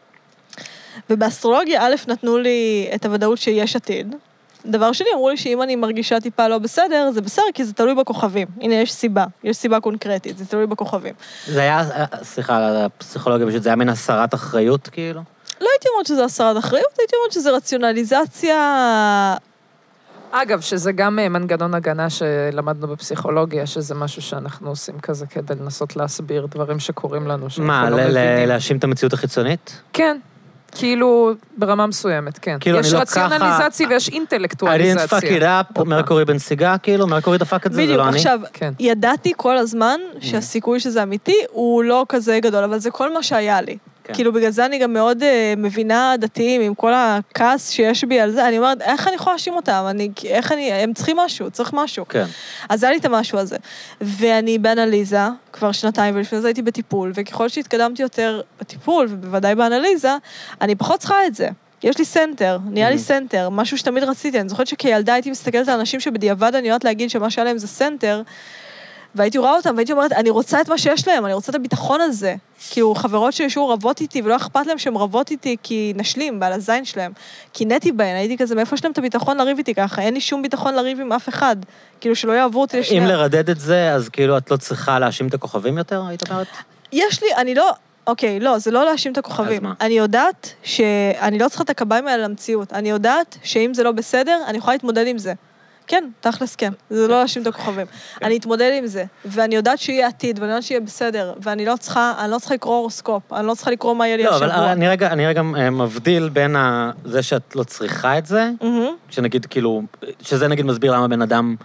ובאסטרולוגיה, א', נתנו לי את הוודאות שיש עתיד. דבר שני, אמרו לי שאם אני מרגישה טיפה לא בסדר, זה בסדר, כי זה תלוי בכוכבים. הנה, יש סיבה, יש סיבה קונקרטית, זה תלוי בכוכבים.
זה היה, סליחה, על הפסיכולוגיה, פשוט זה היה מן הסרת אחריות, כאילו?
לא הייתי אומרת שזה הסרת אחריות, הייתי אומרת שזה רציונליזציה...
אגב, שזה גם מנגנון הגנה שלמדנו בפסיכולוגיה, שזה משהו שאנחנו עושים כזה כדי לנסות להסביר דברים שקורים לנו,
מה,
לא מבינים.
להאשים את המציאות החיצונית?
כן. כאילו, ברמה מסוימת, כן.
כאילו,
יש
אני לא
רציונליזציה ויש אינטלקטואליזציה.
I didn't fuck it up, מרקורי בן סיגה, כאילו, מרקורי דפק את זה, זה לא אני.
בדיוק, עכשיו,
כן.
ידעתי כל הזמן שהסיכוי שזה אמיתי הוא לא כזה גדול, אבל זה כל מה שהיה לי.
כן.
כאילו, בגלל זה אני גם מאוד uh, מבינה דתיים, עם כל הכעס שיש בי על זה, אני אומרת, איך אני יכולה להאשים אותם? אני, איך אני, הם צריכים משהו, צריך משהו.
כן.
אז היה לי את המשהו הזה. ואני באנליזה, כבר שנתיים, ולפני זה הייתי בטיפול, וככל שהתקדמתי יותר בטיפול, ובוודאי באנליזה, אני פחות צריכה את זה. יש לי סנטר, נהיה לי סנטר, משהו שתמיד רציתי. אני זוכרת שכילדה הייתי מסתכלת על אנשים שבדיעבד אני יודעת להגיד שמה שהיה להם זה סנטר, והייתי רואה אותם, והייתי אומרת, אני רוצה את מה שיש להם, אני רוצה את הביטחון הזה. כאילו, חברות שישו רבות איתי, ולא אכפת להם שהן רבות איתי, כי נשלים, בעל הזין שלהם. כי נתי בהן, הייתי כזה, מאיפה יש להם את הביטחון לריב איתי ככה? אין לי שום ביטחון לריב עם אף אחד. כאילו, שלא יעברו אותי לשנייה.
אם לרדד את זה, אז כאילו, את לא צריכה להאשים את הכוכבים יותר, היית אומרת?
יש לי, אני לא... אוקיי, לא, זה לא להאשים את הכוכבים.
אז מה?
אני יודעת שאני לא צריכה את הקביים האלה למציאות. אני יודעת שאם זה לא בסדר, אני יכולה להתמודד עם זה. כן, תכלס כן. זה לא להאשים את הכוכבים. אני אתמודד עם זה, ואני יודעת שיהיה עתיד, ואני יודעת שיהיה בסדר, ואני לא צריכה, אני לא צריכה לקרוא הורוסקופ, אני לא צריכה לקרוא מה יהיה לי
לא,
השבוע.
אבל אני רגע, אני רגע מבדיל בין זה שאת לא צריכה את זה, שנגיד כאילו, שזה נגיד מסביר למה בן אדם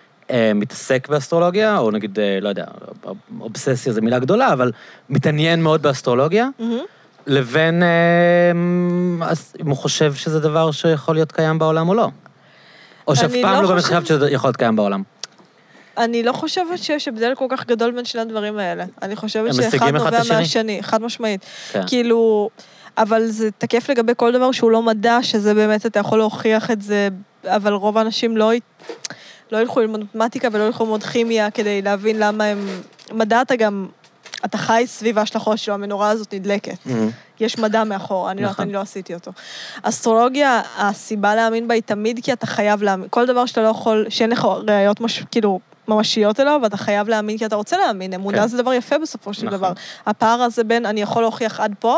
מתעסק באסטרולוגיה, או נגיד, לא יודע, אובססיה זו מילה גדולה, אבל מתעניין מאוד באסטרולוגיה, לבין אם הוא חושב שזה דבר שיכול להיות קיים בעולם או לא. או שאף פעם לא באמת חשבת שזה יכול להיות קיים בעולם.
אני לא חושבת שיש הבדל כל כך גדול בין שני הדברים האלה. אני חושבת
הם
שאחד
משיגים אחד את
נובע
השני.
מהשני, חד משמעית.
כן.
כאילו, אבל זה תקף לגבי כל דבר שהוא לא מדע, שזה באמת, אתה יכול להוכיח את זה, אבל רוב האנשים לא, לא ילכו ללמוד מתמטיקה ולא ילכו ללמוד כימיה, כדי להבין למה הם... מדע אתה גם... אתה חי סביב ההשלכות שלו, המנורה הזאת נדלקת. יש מדע מאחור, אני לא, אני לא עשיתי אותו. אסטרולוגיה, הסיבה להאמין בה היא תמיד כי אתה חייב להאמין. כל דבר שאתה לא יכול, שאין לך ראיות מש, כאילו, ממשיות אליו, ואתה חייב להאמין כי אתה רוצה להאמין. אמונה זה דבר יפה בסופו של דבר. הפער הזה בין אני יכול להוכיח עד פה,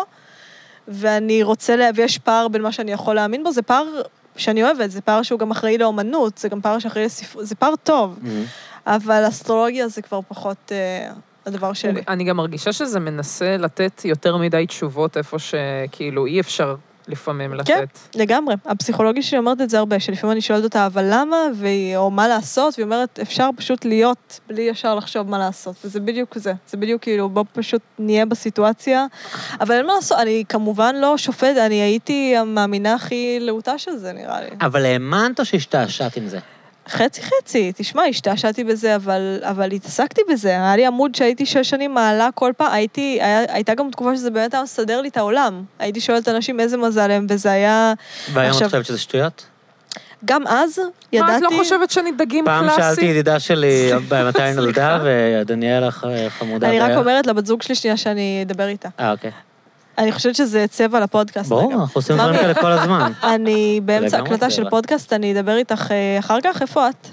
ואני רוצה להביא, יש פער בין מה שאני יכול להאמין בו, זה פער שאני אוהבת, זה פער שהוא גם אחראי לאומנות, זה גם פער שאחראי לספרות, זה פער טוב. אבל אסטרולוגיה זה כבר פחות... הדבר שלי.
אני גם מרגישה שזה מנסה לתת יותר מדי תשובות איפה שכאילו אי אפשר לפעמים לתת.
כן, לגמרי. הפסיכולוגית שלי אומרת את זה הרבה, שלפעמים אני שואלת אותה, אבל למה, או מה לעשות, והיא אומרת, אפשר פשוט להיות בלי ישר לחשוב מה לעשות, וזה בדיוק זה. זה בדיוק כאילו, בוא פשוט נהיה בסיטואציה, אבל אין מה לעשות, אני כמובן לא שופט, אני הייתי המאמינה הכי להוטה של זה, נראה לי.
אבל האמנת או שהשתעשעת עם זה?
חצי חצי, תשמע, השתעשעתי בזה, אבל, אבל התעסקתי בזה. היה לי עמוד שהייתי שש שנים מעלה כל פעם, הייתי, היה, הייתה גם תקופה שזה באמת היה מסדר לי את העולם. הייתי שואלת אנשים איזה מזל הם, וזה היה...
והיום את חושבת שזה שטויות?
גם אז ידעתי...
מה, את לא חושבת שאני דגים קלאסי?
פעם שאלתי ידידה שלי מתי היא נולדה, ודניאלה חמודה.
אני רק אומרת לבת זוג שלי שנייה שאני אדבר איתה.
אה, אוקיי.
אני חושבת שזה צבע לפודקאסט.
ברור, אנחנו עושים דברים כאלה כל הזמן.
אני באמצע הקלטה של פודקאסט, אני אדבר איתך אחר כך, איפה את?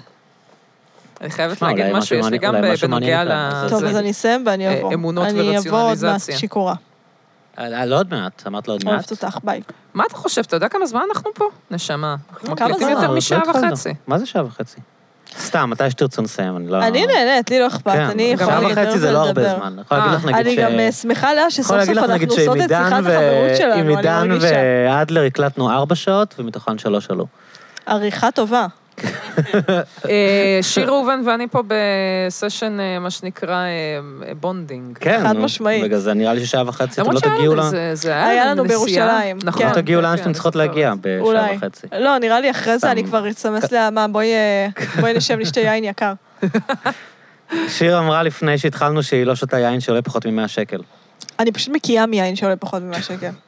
אני חייבת להגיד משהו, יש לי גם בנוגע
טוב, אז אני אסיים ואני אבוא.
אמונות
אני אבוא עוד מעט
ורציונליזציה.
שיקורה.
לא עוד מעט, אמרת לא עוד מעט.
אוהבת אותך, ביי.
מה אתה חושב? אתה יודע כמה זמן אנחנו פה? נשמה. אנחנו
כמה
מקליטים
זמן?
יותר
לא
משעה
התחלנו.
וחצי.
מה זה שעה וחצי? סתם, מתי שתרצו נסיים, אני לא...
אני נהנית, לי לא אכפת, אני יכולה
שעה
לדבר
וחצי זה לא הרבה
ולדבר.
זמן. אני יכולה להגיד לך נגיד
אני
ש...
גם שמחה לה שסוף
יכול להגיד
סוף
לך נגיד
אנחנו עושות את
שעם
שיחת
עידן
החברות שלנו,
עם
אני
עידן
מרגישה.
ואדלר הקלטנו ארבע שעות, ומתוכן שלוש עלו.
עריכה טובה.
שיר ראובן ואני פה בסשן, מה שנקרא, בונדינג.
כן,
חד משמעית.
בגלל זה נראה לי ששעה וחצי אתם לא
למרות שהיה
תגיעו לה...
לנו, זה- זה
היה
היה
לנו
נסיעה.
בירושלים.
נכון.
כן.
לא תגיעו לאן
כן,
שאתם
אני
צריכות
זוכרת.
להגיע בשעה
אולי.
וחצי.
לא, נראה לי אחרי זה
סתם.
אני כבר אצמס לה, מה, בואי אה, בואי נשב לשתי יין יקר.
שיר אמרה לפני שהתחלנו שהיא לא שותה יין שעולה פחות מ-מאה שקל.
אני פשוט מקיאה מיין שעולה פחות ממה שקל.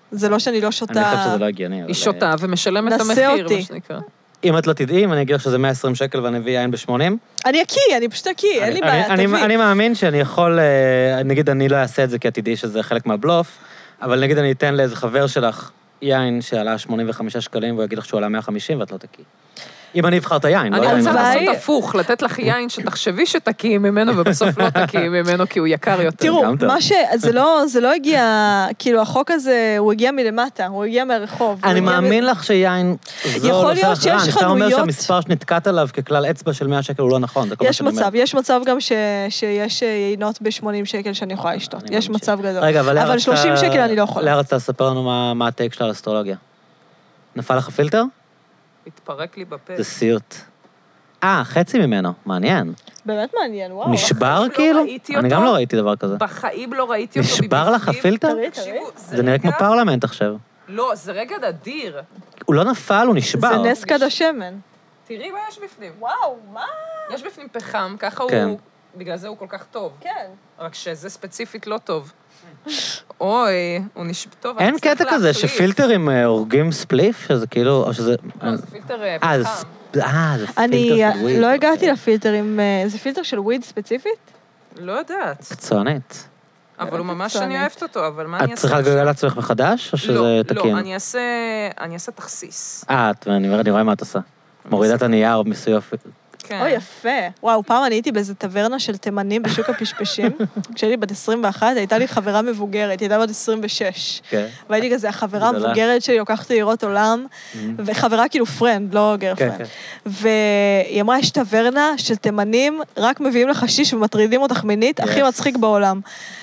זה לא שאני לא שותה...
אני חושב שזה לא הגיוני.
היא שותה ומשלמת את
נסה
המחיר,
אותי.
מה שנקרא.
אם את לא תדעי, אם אני אגיד לך שזה מאה ועשרים שקל ואני אביא יין ב-שמונים,
אני אקיא, אני פשוט אקיא, אין לי בעיה,
אני,
תביא.
אני מאמין שאני יכול, נגיד אני לא אעשה את זה כי את תדעי שזה חלק מהבלוף, אבל נגיד אני אתן לאיזה חבר שלך יין שעלה שמונים וחמישה שקלים, והוא יגיד לך שהוא עלה מאה וחמישים ואת לא תקיא. אם אני אבחר את היין, לא
אני
יין.
רוצה
הלוואי-
לעשות הפוך, לתת לך יין שתחשבי שתקיא ממנו, ובסוף לא תקיא ממנו, כי הוא יקר יותר.
תראו,
גם טוב.
מה ש... זה לא, זה לא הגיע, כאילו, החוק הזה, הוא הגיע מלמטה, הוא הגיע מהרחוב.
אני
הוא הגיע
מאמין לך שיין זול
יכול
עושה
להיות
לך רע.
שיש
אני סתם אומר
חנויות-
שהמספר שנתקעת עליו ככלל אצבע של מאה שקל הוא לא נכון. זה כל מה
יש
שאני אומר.
מצב, יש מצב גם ש... שיש יינות ב-שמונים שקל שאני יכולה לשתות.
אני
יש
ממשיך.
מצב גדול.
רגע, אבל לאה
אבל
רצתה-
שלושים שקל אני לא יכולה.
לאה רצתה לספר לנו מה- מה הטייק שלה על אסטרולוגיה. נפל לך פילטר?
התפרק לי בפה.
זה סיוט. אה, חצי ממנו, מעניין.
באמת מעניין, וואו.
נשבר
לא
כאילו?
ראיתי
אני
אותו.
גם לא ראיתי דבר כזה.
בחיים לא ראיתי אותו
נשבר לך
מבפנים.
הפילטר?
תראי,
תקשיבו,
תראי.
זה נראה כמו
רגע-
פרלמנט עכשיו.
לא, זה רגע נדיר.
הוא לא נפל, הוא נשבר.
זה נס כד השמן.
תראי מה יש בפנים.
וואו, מה?
יש בפנים פחם, ככה
כן.
הוא... בגלל זה הוא כל כך טוב.
כן.
רק שזה ספציפית לא טוב. אוי, הוא נשב... טוב,
אין
אני צריך
קטע כזה
להחליף.
שפילטרים אה, הורגים ספליף, שזה כאילו, או שזה...
לא, זה פילטר אה,
אה, זה
פחם.
ספ- אה, זה פילטר
אני
של וויד.
לא הגעתי לפילטרים, אה, זה פילטר של וויד ספציפית?
לא יודעת.
קצוענית.
אבל הוא ממש
מקצוענית.
אני אוהבת אותו, אבל מה אני
את
אעשה
צריכה
עכשיו?
לגלגל לעצמך מחדש, או שזה
לא,
תקין?
לא, אני אעשה... אני אעשה תכסיס.
אה, את- אני אני רואה מה את עושה. מורידה את הנייר מסויף.
כן.
אוי, יפה. וואו, פעם אני הייתי באיזה טברנה של תימנים בשוק הפשפשים. כשהייתי בת עשרים ואחת, הייתה לי חברה מבוגרת, היא הייתה בת עשרים ושש.
כן.
והייתי כזה, החברה
גדולה.
המבוגרת שלי לוקחת אותי לראות עולם, וחברה כאילו פרנד, לא גרפרנד.
כן.
והיא אמרה, יש טברנה של תימנים, רק מביאים לך שיש ומטרידים אותך מינית, הכי
Yes.
מצחיק בעולם.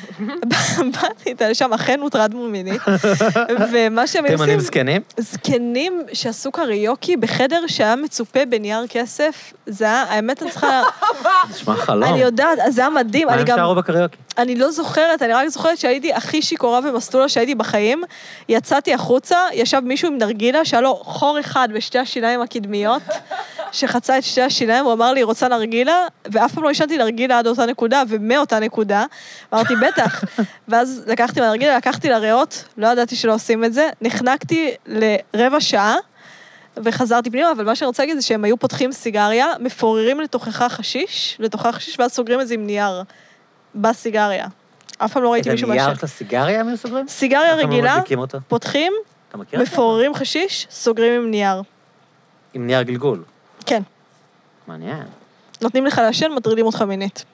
באתי איתה לשם, אכן הוטרד מינית, ומה שהם היו
תימנים
עושים,
זקנים?
זקנים שעשו קריוקי בחדר שהיה מצופה בנייר כסף, זה היה, האמת אני צריכה,
נשמע חלום.
אני יודעת, אז זה היה מדהים,
מה
אני
הם
גם,
שרו בקריוקי?
אני לא זוכרת, אני רק זוכרת שהייתי הכי שיכורה במסלולה שהייתי בחיים, יצאתי החוצה, ישב מישהו עם נרגילה, שהיה לו חור אחד בשתי השיניים הקדמיות, שחצה את שתי השיניים, הוא אמר לי, רוצה נרגילה, ואף פעם לא ישנתי נרגילה עד אותה נקודה, ומאותה נקודה, אמרתי, בטח. ואז לקחתי מהנרגילה, לקחתי לריאות, לא ידעתי שלא עושים את זה, נחנקתי לרבע שעה, וחזרתי פנימה, אבל מה שאני רוצה להגיד זה שהם היו פותחים סיגריה, מפוררים לתוכחה חשיש, לתוכה חשיש, ואז סוגרים את זה עם נייר, בסיגריה. אף פעם לא ראיתי מישהו
את הנייר
מעשן.
של הסיגריה הם היו סוגרים?
סיגריה
איך הם
רגילה,
מדליקים אותו?
פותחים,
אתה מכיר את זה?
מפוררים חשיש, סוגרים עם נייר.
עם נייר גלגול.
כן.
מעניין.
נותנים לך לעשן, מטרידים אותך מינית.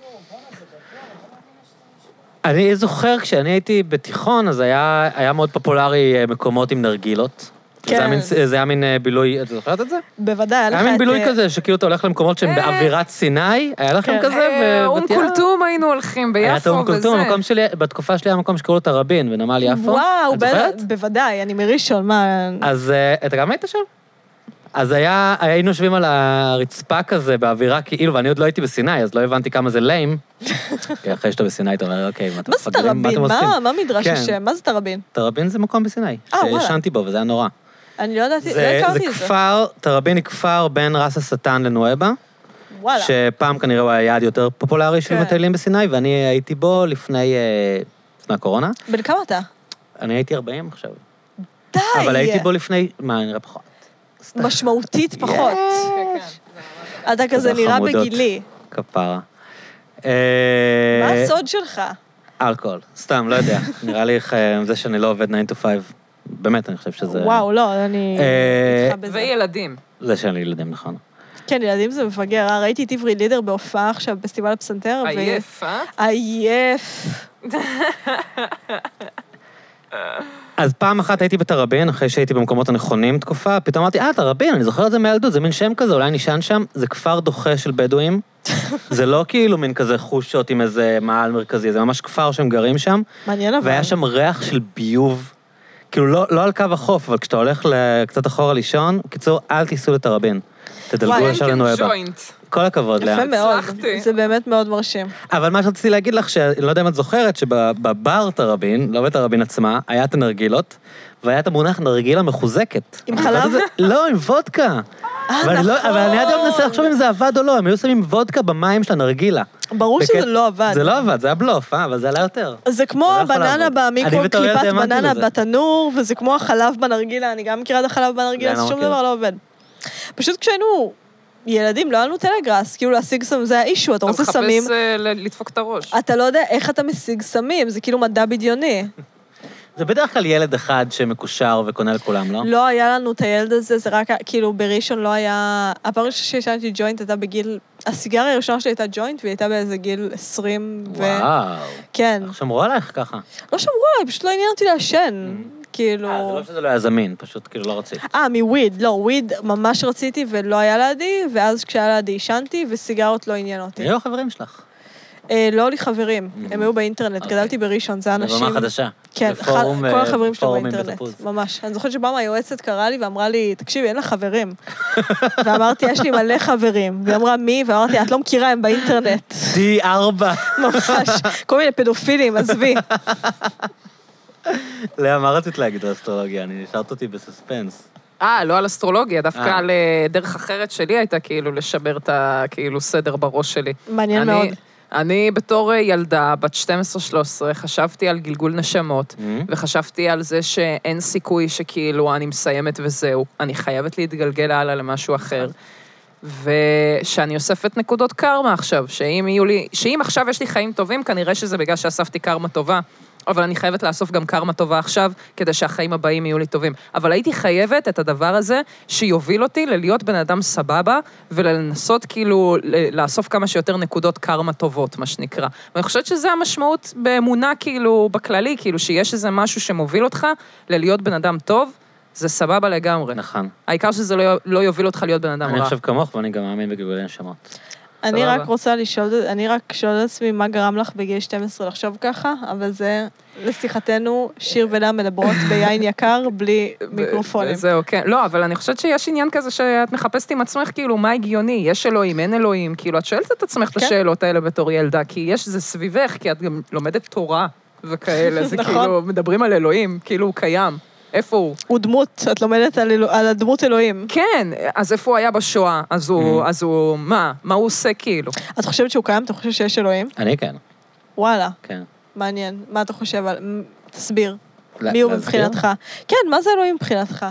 אני זוכר, כשאני הייתי בתיכון, אז היה, היה מאוד פופולרי אה, מקומות עם נרגילות.
כן.
זה היה מין, זה היה מין אה, בילוי, את זוכרת את זה?
בוודאי, היה לך
היה
את...
מין בילוי
אה,
כזה, שכאילו אתה הולך למקומות שהם
אה.
באווירת סיני, היה לכם
כן.
כזה?
אה, אום
בבת ים?
כולתום היינו הולכים
היה את
ביפו
אום
וזה.
כולתום, המקום שלי, בתקופה שלי היה מקום שקראו לו תראבין, בנמל יפו.
וואו,
את זוכרת?
ב- בוודאי, אני מראשון, מה...
אז אה, אתה גם היית שם? אז היה, היינו יושבים על הרצפה כזה, באווירה כאילו, ואני עוד לא הייתי בסיני, אז לא הבנתי כמה זה ליים. כי אחרי שאתה בסיני, אתה אומר, אוקיי, מה אתם
מה זה
מפגרים? מה
תרבין?
אתם עושים?
מה מה מדרש
כן.
השם? מה זה תרבין?
תראבין זה מקום בסיני,
אה, וואלה.
שישנתי בו, וזה היה נורא.
אני לא ידעתי, לא
זה,
הכרתי
זה
את זה.
כפר, תראבין היא כפר בין רס השטן לנואבה,
וואלה.
שפעם כנראה הוא היה יעד יותר פופולרי של
כן.
מטיילים בסיני, ואני הייתי בו לפני, אה, לפני הקורונה.
בן כמה אתה?
אני הייתי ארבעים עכשיו.
די!
אבל הייתי בו לפני, מה, אני נראה פחות.
משמעותית פחות.
כן, כן.
אתה כזה
תודה,
נראה
חמודות.
בגילי.
כפרה.
מה
אה,
הסוד שלך?
אלכוהול, סתם, לא יודע. נראה לי אה, זה שאני לא עובד תשע to חמש, באמת, אני חושב שזה...
וואו, לא, אני
אה,
איתך בזה.
וילדים.
זה שאין לי ילדים, נכון.
כן, ילדים זה מפגר. אה, ראיתי את עברי לידר בהופעה עכשיו בפסטיבל הפסנתר. ו-
עייף, אה?
עייף.
אז פעם אחת הייתי בתראבין, אחרי שהייתי במקומות הנכונים תקופה, פתאום אמרתי, אה, תראבין, אני זוכר את זה מהילדות, זה מין שם כזה, אולי נשען שם, זה כפר דוחה של בדואים. זה לא כאילו מין כזה חושות עם איזה מעל מרכזי, זה ממש כפר שהם גרים שם,
מעניין אבל.
והיה שם ריח של ביוב, כאילו לא, לא על קו החוף, אבל כשאתה הולך קצת אחורה לישון, בקיצור, אל תיסעו לתראבין. תדלגו
וואי,
ישר
כן,
לנואבה.
ג'וינט.
כל הכבוד, לאה.
יפה מאוד.
הצלחתי.
זה באמת מאוד מרשים.
אבל מה שרציתי להגיד לך, שאני לא יודע אם את זוכרת, שבבר תראבין, לא בתראבין עצמה, היה את הנרגילות, והיה את המונח נרגילה מחוזקת.
עם
את זוכרת
חלב?
את זה? לא, עם וודקה.
אה,
ואני לא-
נכון.
אבל אני עד היום מנסה לחשוב אם זה עבד או לא, הם היו שמים וודקה במים של הנרגילה.
ברור
בקט-
שזה לא עבד.
זה לא עבד, זה היה בלוף, אה? אבל זה עלה יותר.
זה כמו
זה לא יכול
בננה
לעבוד. אני
במיקרו,
בתור ילד
קליפת
האמנתי
בננה
לזה.
בתנור, וזה כמו החלב בנרגילה, אני גם מכירה את החלב
זה
בנרגילה,
אני
אז
לא
שום
מכיר.
דבר לא עובד. פשוט כשהיינו ילדים, לא היה לנו טלגראס, כאילו להשיג סמים, זה היה אישו, אתה רוצה סמים,
אתה מחפש אה, ל- לדפוק את הראש.
אתה לא יודע איך אתה משיג סמים, זה כאילו מדע בדיוני.
זה בדרך כלל ילד אחד שמקושר וקונה לכולם, לא?
לא היה לנו את הילד הזה, זה רק, כאילו בראשון לא היה... הפעם ראשונה שישנתי ג'וינט הייתה בגיל... הסיגריה הראשונה שלי הייתה ג'וינט, והיא הייתה באיזה גיל עשרים ו...
וואו.
כן.
איך שמרו עלייך ככה?
לא שמרו עליי, פשוט לא עניין אותי לעשן. כאילו...
אה, זה לא שזה לא היה זמין, פשוט כאילו לא רצית.
אה, מוויד, לא, וויד ממש רציתי ולא היה לידי, ואז כשהיה לידי עישנתי, וסיגרות לא עניין אותי.
מי היו החברים שלך?
אה, לא לי חברים, הם היו באינטרנט, גדלתי בראשון, זה אנשים...
בבמה חדשה.
כן,
בפורום,
כל
אה,
החברים שלי
פורומים
באינטרנט,
בתפוז.
ממש. אני זוכרת שבאמה היועצת קראה לי ואמרה לי, תקשיבי, אין לך חברים. ואמרתי, יש לי מלא חברים. והיא אמרה, מי? ואמרתי, את לא מכירה, הם באינטרנט.
די ארבע.
ממש, כל מיני פדופילים, עזבי.
לאה, מה רצית להגיד על אסטרולוגיה? אני נשארת אותי בסספנס.
אה, לא על אסטרולוגיה, דווקא
אה.
על אה, דרך אחרת שלי הייתה כאילו לשבר את הכאילו סדר בראש שלי.
מעניין
אני-
מאוד.
אני בתור ילדה, בת שתים עשרה שלוש עשרה, חשבתי על גלגול נשמות, וחשבתי על זה שאין סיכוי שכאילו אני מסיימת וזהו, אני חייבת להתגלגל הלאה למשהו אחר. ושאני אוספת נקודות קרמה עכשיו, שאם יהיו לי, שאם עכשיו יש לי חיים טובים, כנראה שזה בגלל שאספתי קרמה טובה, אבל אני חייבת לאסוף גם קרמה טובה עכשיו, כדי שהחיים הבאים יהיו לי טובים. אבל הייתי חייבת את הדבר הזה, שיוביל אותי ללהיות בן אדם סבבה, ולנסות כאילו לאסוף כמה שיותר נקודות קרמה טובות, מה שנקרא. ואני חושבת שזה המשמעות באמונה כאילו בכללי, כאילו שיש איזה משהו שמוביל אותך ללהיות בן אדם טוב, זה סבבה לגמרי.
נכון.
העיקר שזה לא, לא יוביל אותך להיות בן אדם
אני
רע.
חושב כמוך, ואני גם מאמין בגלגולי נשמות.
אני
סבבה.
רק רוצה לשאול, אני רק שואל את עצמי מה גרם לך בגיל שתים עשרה לחשוב ככה, אבל זה, לשיחתנו, שיר ולאה מדברות ביין יקר, בלי מיקרופונים.
זהו, כן. לא, אבל אני חושבת שיש עניין כזה שאת מחפשת עם עצמך, כאילו, מה הגיוני? יש אלוהים, אין אלוהים? כאילו, את שואלת את עצמך את
כן.
השאלות האלה בתור ילדה, כי יש, זה סביבך, כי את גם לומדת תורה וכאלה, זה
נכון.
כאילו, מדברים על אלוהים, כאילו הוא קיים. איפה הוא?
הוא דמות, את לומדת על, אלוה- על הדמות אלוהים.
כן, אז איפה הוא היה בשואה? אז הוא, אז הוא, מה? מה הוא עושה כאילו?
את חושבת שהוא קיים? אתה חושב שיש אלוהים?
אני כן,
וואלה,
כן.
מעניין. מה אתה חושב על... מ- תסביר.
לה-
מי הוא
להסביר?
מבחינתך? כן, מה זה אלוהים מבחינתך?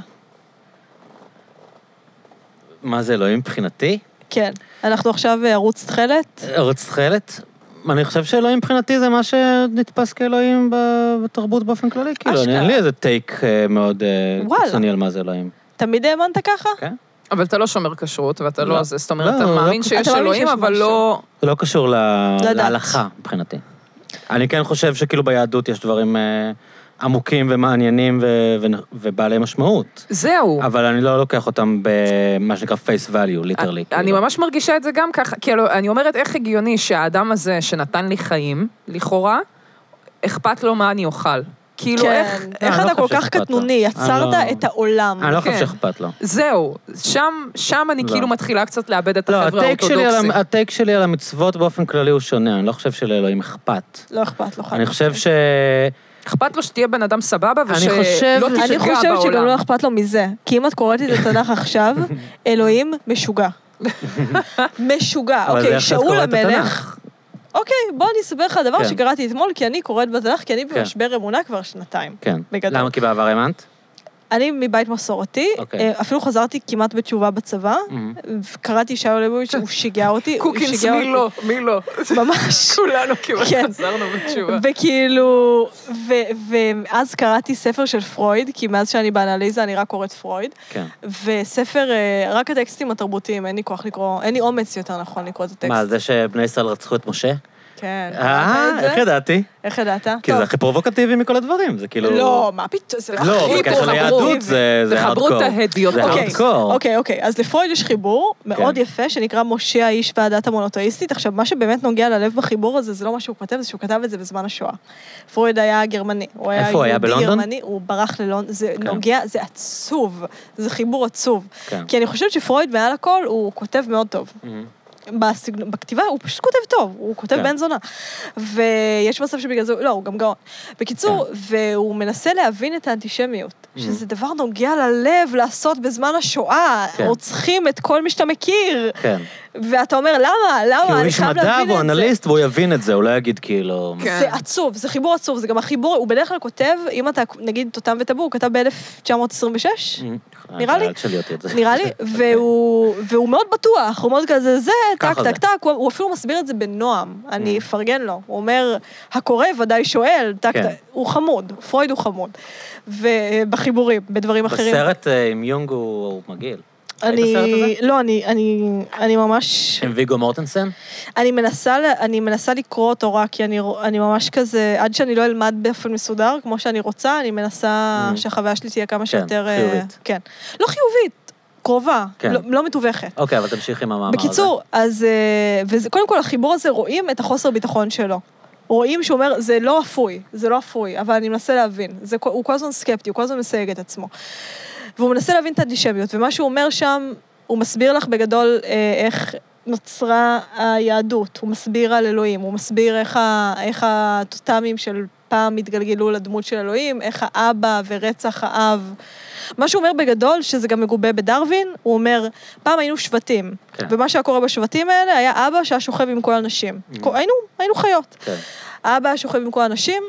מה זה אלוהים מבחינתי?
כן. אנחנו עכשיו ערוץ תכלת.
ארץ תכלת? אני חושב שאלוהים מבחינתי זה מה שנתפס כאלוהים ב- בתרבות באופן כללי. כאילו, אני-
אשכרה.
אין לי איזה טייק אה, מאוד אה,
וואלה.
קיצוני על מה זה אלוהים.
תמיד האמנת ככה?
כן?
אבל אתה לא שומר כשרות, ואתה לא,
לא.
זה, זאת אומרת,
לא,
אתה
לא
מאמין
קשור.
שיש
אתה מאמין
אלוהים,
שיש
אבל
משהו.
לא...
זה לא קשור ל-
לדת.
להלכה מבחינתי. אני כן חושב שכאילו ביהדות יש דברים אה, עמוקים ומעניינים ו- ו- ובעלי משמעות.
זהו.
אבל אני לא לוקח אותם במה שנקרא face value, ליטרלי.
אני ממש מרגישה את זה גם ככה, כאילו, אני אומרת איך הגיוני שהאדם הזה שנתן לי חיים, לכאורה, אכפת לו מה אני אוכל. כאילו, איך...
כן.
אה,
איך
אני לא
אתה כל
חושב
כך
שאכפת לו.
קטנוני,
אני
יצרת
לא-
את העולם.
אני לא חושב
כן.
שאכפת לו.
זהו, שם, שם אני
לא.
כאילו מתחילה קצת לאבד את
לא,
החבר'ה
הטייק שלי, על,
האורתודוקסים.
המ- הטייק שלי על המצוות באופן כללי הוא שונה, אני לא חושב שלאלוהים אכפת.
לא אכפת לו. חד
אני חושב ש...
אכפת לו שתהיה בן אדם סבבה,
אני חושב-
ושלא
אני
תפגע
חושבת שגם לא
בעולם.
אכפת לו מזה. כי אם את קוראת את התנ"ך עכשיו, אלוהים משוגע. משוגע.
אבל זה
אוקיי,
איך שאת
שאול
קוראת את
המלך...
התנ"ך.
אוקיי, בוא אני אספר לך דבר
כן.
שקראתי אתמול, כי אני קוראת בתנ"ך, כי אני
כן.
במשבר אמונה כבר שנתיים.
כן.
בגדול.
למה? כי בעבר האמנת?
אני מבית מסורתי,
אוקיי.
אה, אפילו חזרתי כמעט בתשובה בצבא,
מהמם.
וקראתי ישעיהו ליבוביץ', הוא שיגע אותי. הוא
קוקינס,
שיגע
מי
אותי.
לא? מי לא?
ממש.
כולנו כמעט
כן.
חזרנו בתשובה.
וכאילו, ו- ואז קראתי ספר של פרויד, כי מאז שאני באנליזה אני רק קוראת פרויד,
כן.
וספר, אה, רק הטקסטים התרבותיים, אין לי כוח לקרוא, אין לי אומץ יותר נכון לקרוא את הטקסט.
מה, זה שבני ישראל רצחו את משה?
כן.
אה,
ראית את זה?
איך ידעתי?
איך ידעת?
כי
טוב.
זה הכי פרובוקטיבי מכל הדברים, זה כאילו...
לא, מה פתאום, זה
לא,
הכי
בקשר
פרובוקטיבי.
ליהדות זה זה
זה
הארדקור.
חברות ההדיוט.
זה
אוקיי,
הארדקור.
אוקיי, אוקיי. אז לפרויד יש חיבור מאוד
כן.
יפה, שנקרא משה האיש והדת המונותאיסטית. עכשיו, מה שבאמת נוגע ללב בחיבור הזה, זה לא מה שהוא כותב, זה שהוא כתב את זה בזמן השואה. פרויד היה גרמני. הוא היה
איפה הוא היה?
יהודי
בלונדון?
גרמני, הוא ברח ללונדון. זה
כן.
נוגע, זה עצוב. זה חיבור עצוב.
כן.
כי אני חושבת שפרויד, מעל הכל, הוא כותב מאוד טוב.
מהמם.
בסגנון, בכתיבה הוא פשוט כותב טוב, הוא כותב
כן.
בן זונה. ויש מצב שבגלל זה, לא, הוא גם גאון. בקיצור, והוא מנסה להבין את האנטישמיות, שזה דבר נוגע ללב לעשות בזמן השואה,
כן.
רוצחים את כל מי שאתה מכיר.
כן.
ואתה אומר, למה? למה?
כי הוא
אני
איש
חייב
מדע
להבין
והוא
את זה.
אנליסט והוא יבין את זה, הוא לא יגיד כאילו...
כן.
זה עצוב, זה חיבור עצוב, זה גם החיבור, הוא בדרך כלל כותב, אם אתה, נגיד, תותם וטבור, הוא כתב ב-אלף תשע מאות עשרים ושש, נראה לי? נראה לי, והוא, והוא מאוד בטוח, הוא מאוד כזה, זה, טק, טק, טק, הוא אפילו מסביר את זה בנועם, אני אפרגן לו, הוא אומר, הקורא ודאי שואל, טק, טק, הוא חמוד, פרויד הוא חמוד, ובחיבורים, בדברים אחרים.
בסרט עם יונג הוא מגעיל.
אני, לא, אני, אני, אני ממש...
עם ויגו מורטנסן?
אני מנסה, אני מנסה לקרוא אותו רק, כי אני, אני ממש כזה, עד שאני לא אלמד באופן מסודר, כמו שאני רוצה, אני מנסה mm. שהחוויה שלי תהיה כמה שיותר...
כן, חיובית.
כן. לא חיובית, קרובה,
כן.
לא, לא מתווכת.
אוקיי, אבל תמשיך עם המאמר הזה.
בקיצור, אז, וזה, קודם כל, החיבור הזה, רואים את החוסר ביטחון שלו. רואים שהוא אומר, זה לא אפוי, זה לא אפוי, אבל אני מנסה להבין. זה, הוא כל הזמן סקפטי, הוא כל הזמן מסייג את עצמו. והוא מנסה להבין את האנטישמיות, ומה שהוא אומר שם, הוא מסביר לך בגדול איך נוצרה היהדות, הוא מסביר על אלוהים, הוא מסביר איך, ה, איך הטוטמים של פעם התגלגלו לדמות של אלוהים, איך האבא ורצח האב. מה שהוא אומר בגדול, שזה גם מגובה בדרווין, הוא אומר, פעם היינו שבטים, כן. ומה שהיה קורה בשבטים האלה, היה אבא שהיה שוכב עם כל הנשים. Mm. היינו, היינו חיות. כן. האבא היה שוכב עם כל הנשים,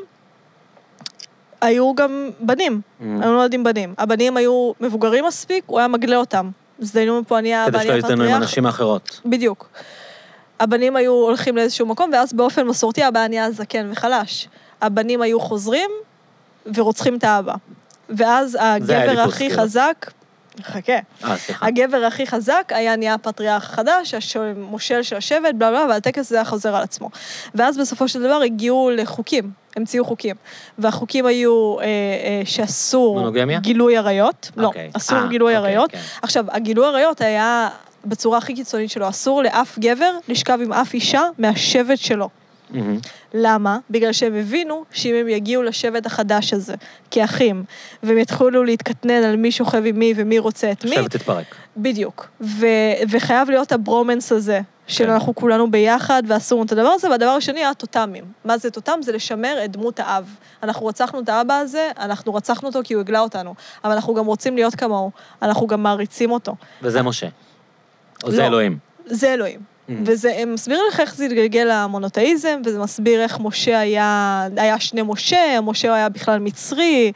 היו גם בנים, mm. היו נולדים בנים. הבנים היו מבוגרים מספיק, הוא היה מגלה אותם. הזדיינו מפה, אני היה...
כדי שלא הזדיינו עם אנשים האחרות.
בדיוק. הבנים היו הולכים לאיזשהו מקום, ואז באופן מסורתי, הבא נהיה זקן וחלש. הבנים היו חוזרים, ורוצחים את האבא. ואז הגבר הכי חזק... חכה.
אה, סליחה.
הגבר הכי חזק היה נהיה הפטריארך החדש, המושל של השבט, בלה בלה, והטקס הזה היה חוזר על עצמו. ואז בסופו של דבר הגיעו לחוקים, המציאו חוקים. והחוקים היו אה, אה, שאסור
מונוגמיה?
גילוי עריות.
Okay.
לא, אסור
אה,
גילוי
okay,
עריות.
Okay.
עכשיו, הגילוי עריות היה בצורה הכי קיצונית שלו, אסור לאף גבר לשכב עם אף אישה מהשבט שלו. Mm-hmm. למה? בגלל שהם הבינו שאם הם יגיעו לשבט החדש הזה, כאחים, והם יתחילו להתקטנן על מי שוכב עם מי ומי רוצה את מי.
השבט תתפרק.
בדיוק. ו- וחייב להיות הברומנס הזה, שאנחנו כולנו ביחד, ואסור את הדבר הזה, והדבר השני היה טוטמים. מה זה טוטם? זה לשמר את דמות האב. אנחנו רצחנו את האבא הזה, אנחנו רצחנו אותו כי הוא הגלה אותנו, אבל אנחנו גם רוצים להיות כמוהו, אנחנו גם מעריצים אותו.
וזה משה. או זה אלוהים.
זה אלוהים. וזה, הם מסבירים לך איך זה התגלגל למונותאיזם, וזה מסביר איך משה היה, היה שני משה, משה היה בכלל מצרי,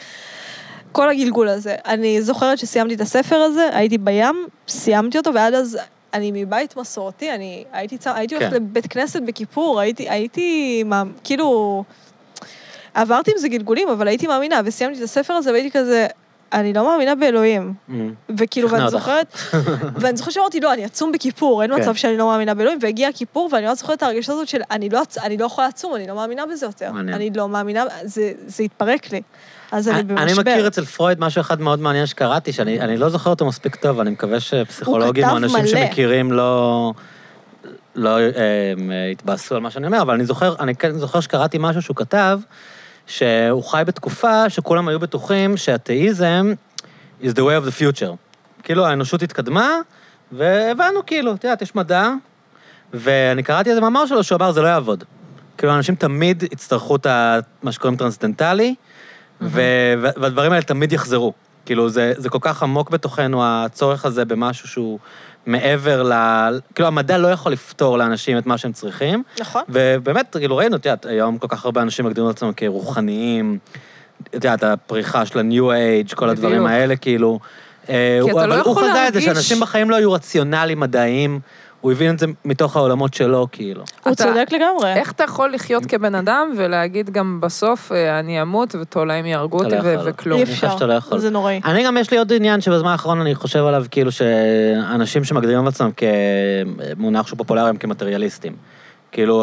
כל הגלגול הזה. אני זוכרת שסיימתי את הספר הזה, הייתי בים, סיימתי אותו, ועד אז אני מבית מסורתי, אני הייתי, הייתי הולכת לבית כנסת בכיפור, הייתי, הייתי, כאילו, עברתי עם זה גלגולים, אבל הייתי מאמינה, וסיימתי את הספר הזה, והייתי כזה, אני לא מאמינה באלוהים. וכאילו, ואני זוכרת, ואני זוכרת שאמרתי, לא, אני עצום בכיפור, אין מצב שאני לא מאמינה באלוהים, והגיע הכיפור, ואני לא זוכרת את הרגשת הזאת של, אני לא יכולה עצום, אני לא מאמינה בזה יותר. אני לא מאמינה, זה התפרק לי. אז אני במשבר.
אני מכיר אצל פרויד משהו אחד מאוד מעניין שקראתי, שאני לא זוכר אותו מספיק טוב, אני מקווה שפסיכולוגים או אנשים שמכירים לא... לא התבאסו על מה שאני אומר, אבל אני זוכר, אני כן זוכר שקראתי משהו שהוא כתב, שהוא חי בתקופה שכולם היו בטוחים שהתאיזם is the way of the future. כאילו האנושות התקדמה, והבנו כאילו, תראה, יש מדע, ואני קראתי איזה מאמר שלו, שהוא אמר, זה לא יעבוד. כאילו, אנשים תמיד יצטרכו את מה שקוראים טרנסדנטלי, והדברים האלה תמיד יחזרו. כאילו, זה, זה כל כך עמוק בתוכנו, הצורך הזה במשהו שהוא מעבר ל... כאילו, המדע לא יכול לפתור לאנשים את מה שהם צריכים.
נכון.
ובאמת, כאילו, ראינו, תראה, היום כל כך הרבה אנשים מגדירים לעצמם כרוחניים, תראה, את הפריחה של ה-New Age, כל הדברים האלה, כאילו...
כי אתה לא יכול להרגיש...
חזה את זה, שאנשים בחיים לא היו רציונליים מדעיים, הוא הבין את זה מתוך העולמות שלו, כאילו.
הוא צודק לגמרי.
איך אתה יכול לחיות כבן אדם ולהגיד גם בסוף, אני אמות ותולעים יהרגו אותי וכלום?
אי אפשר, זה נוראי.
אני גם, יש לי עוד עניין שבזמן האחרון אני חושב עליו, כאילו שאנשים שמגדירים לעצמם כמונח שהוא פופולרי, הם כמטריאליסטים. כאילו,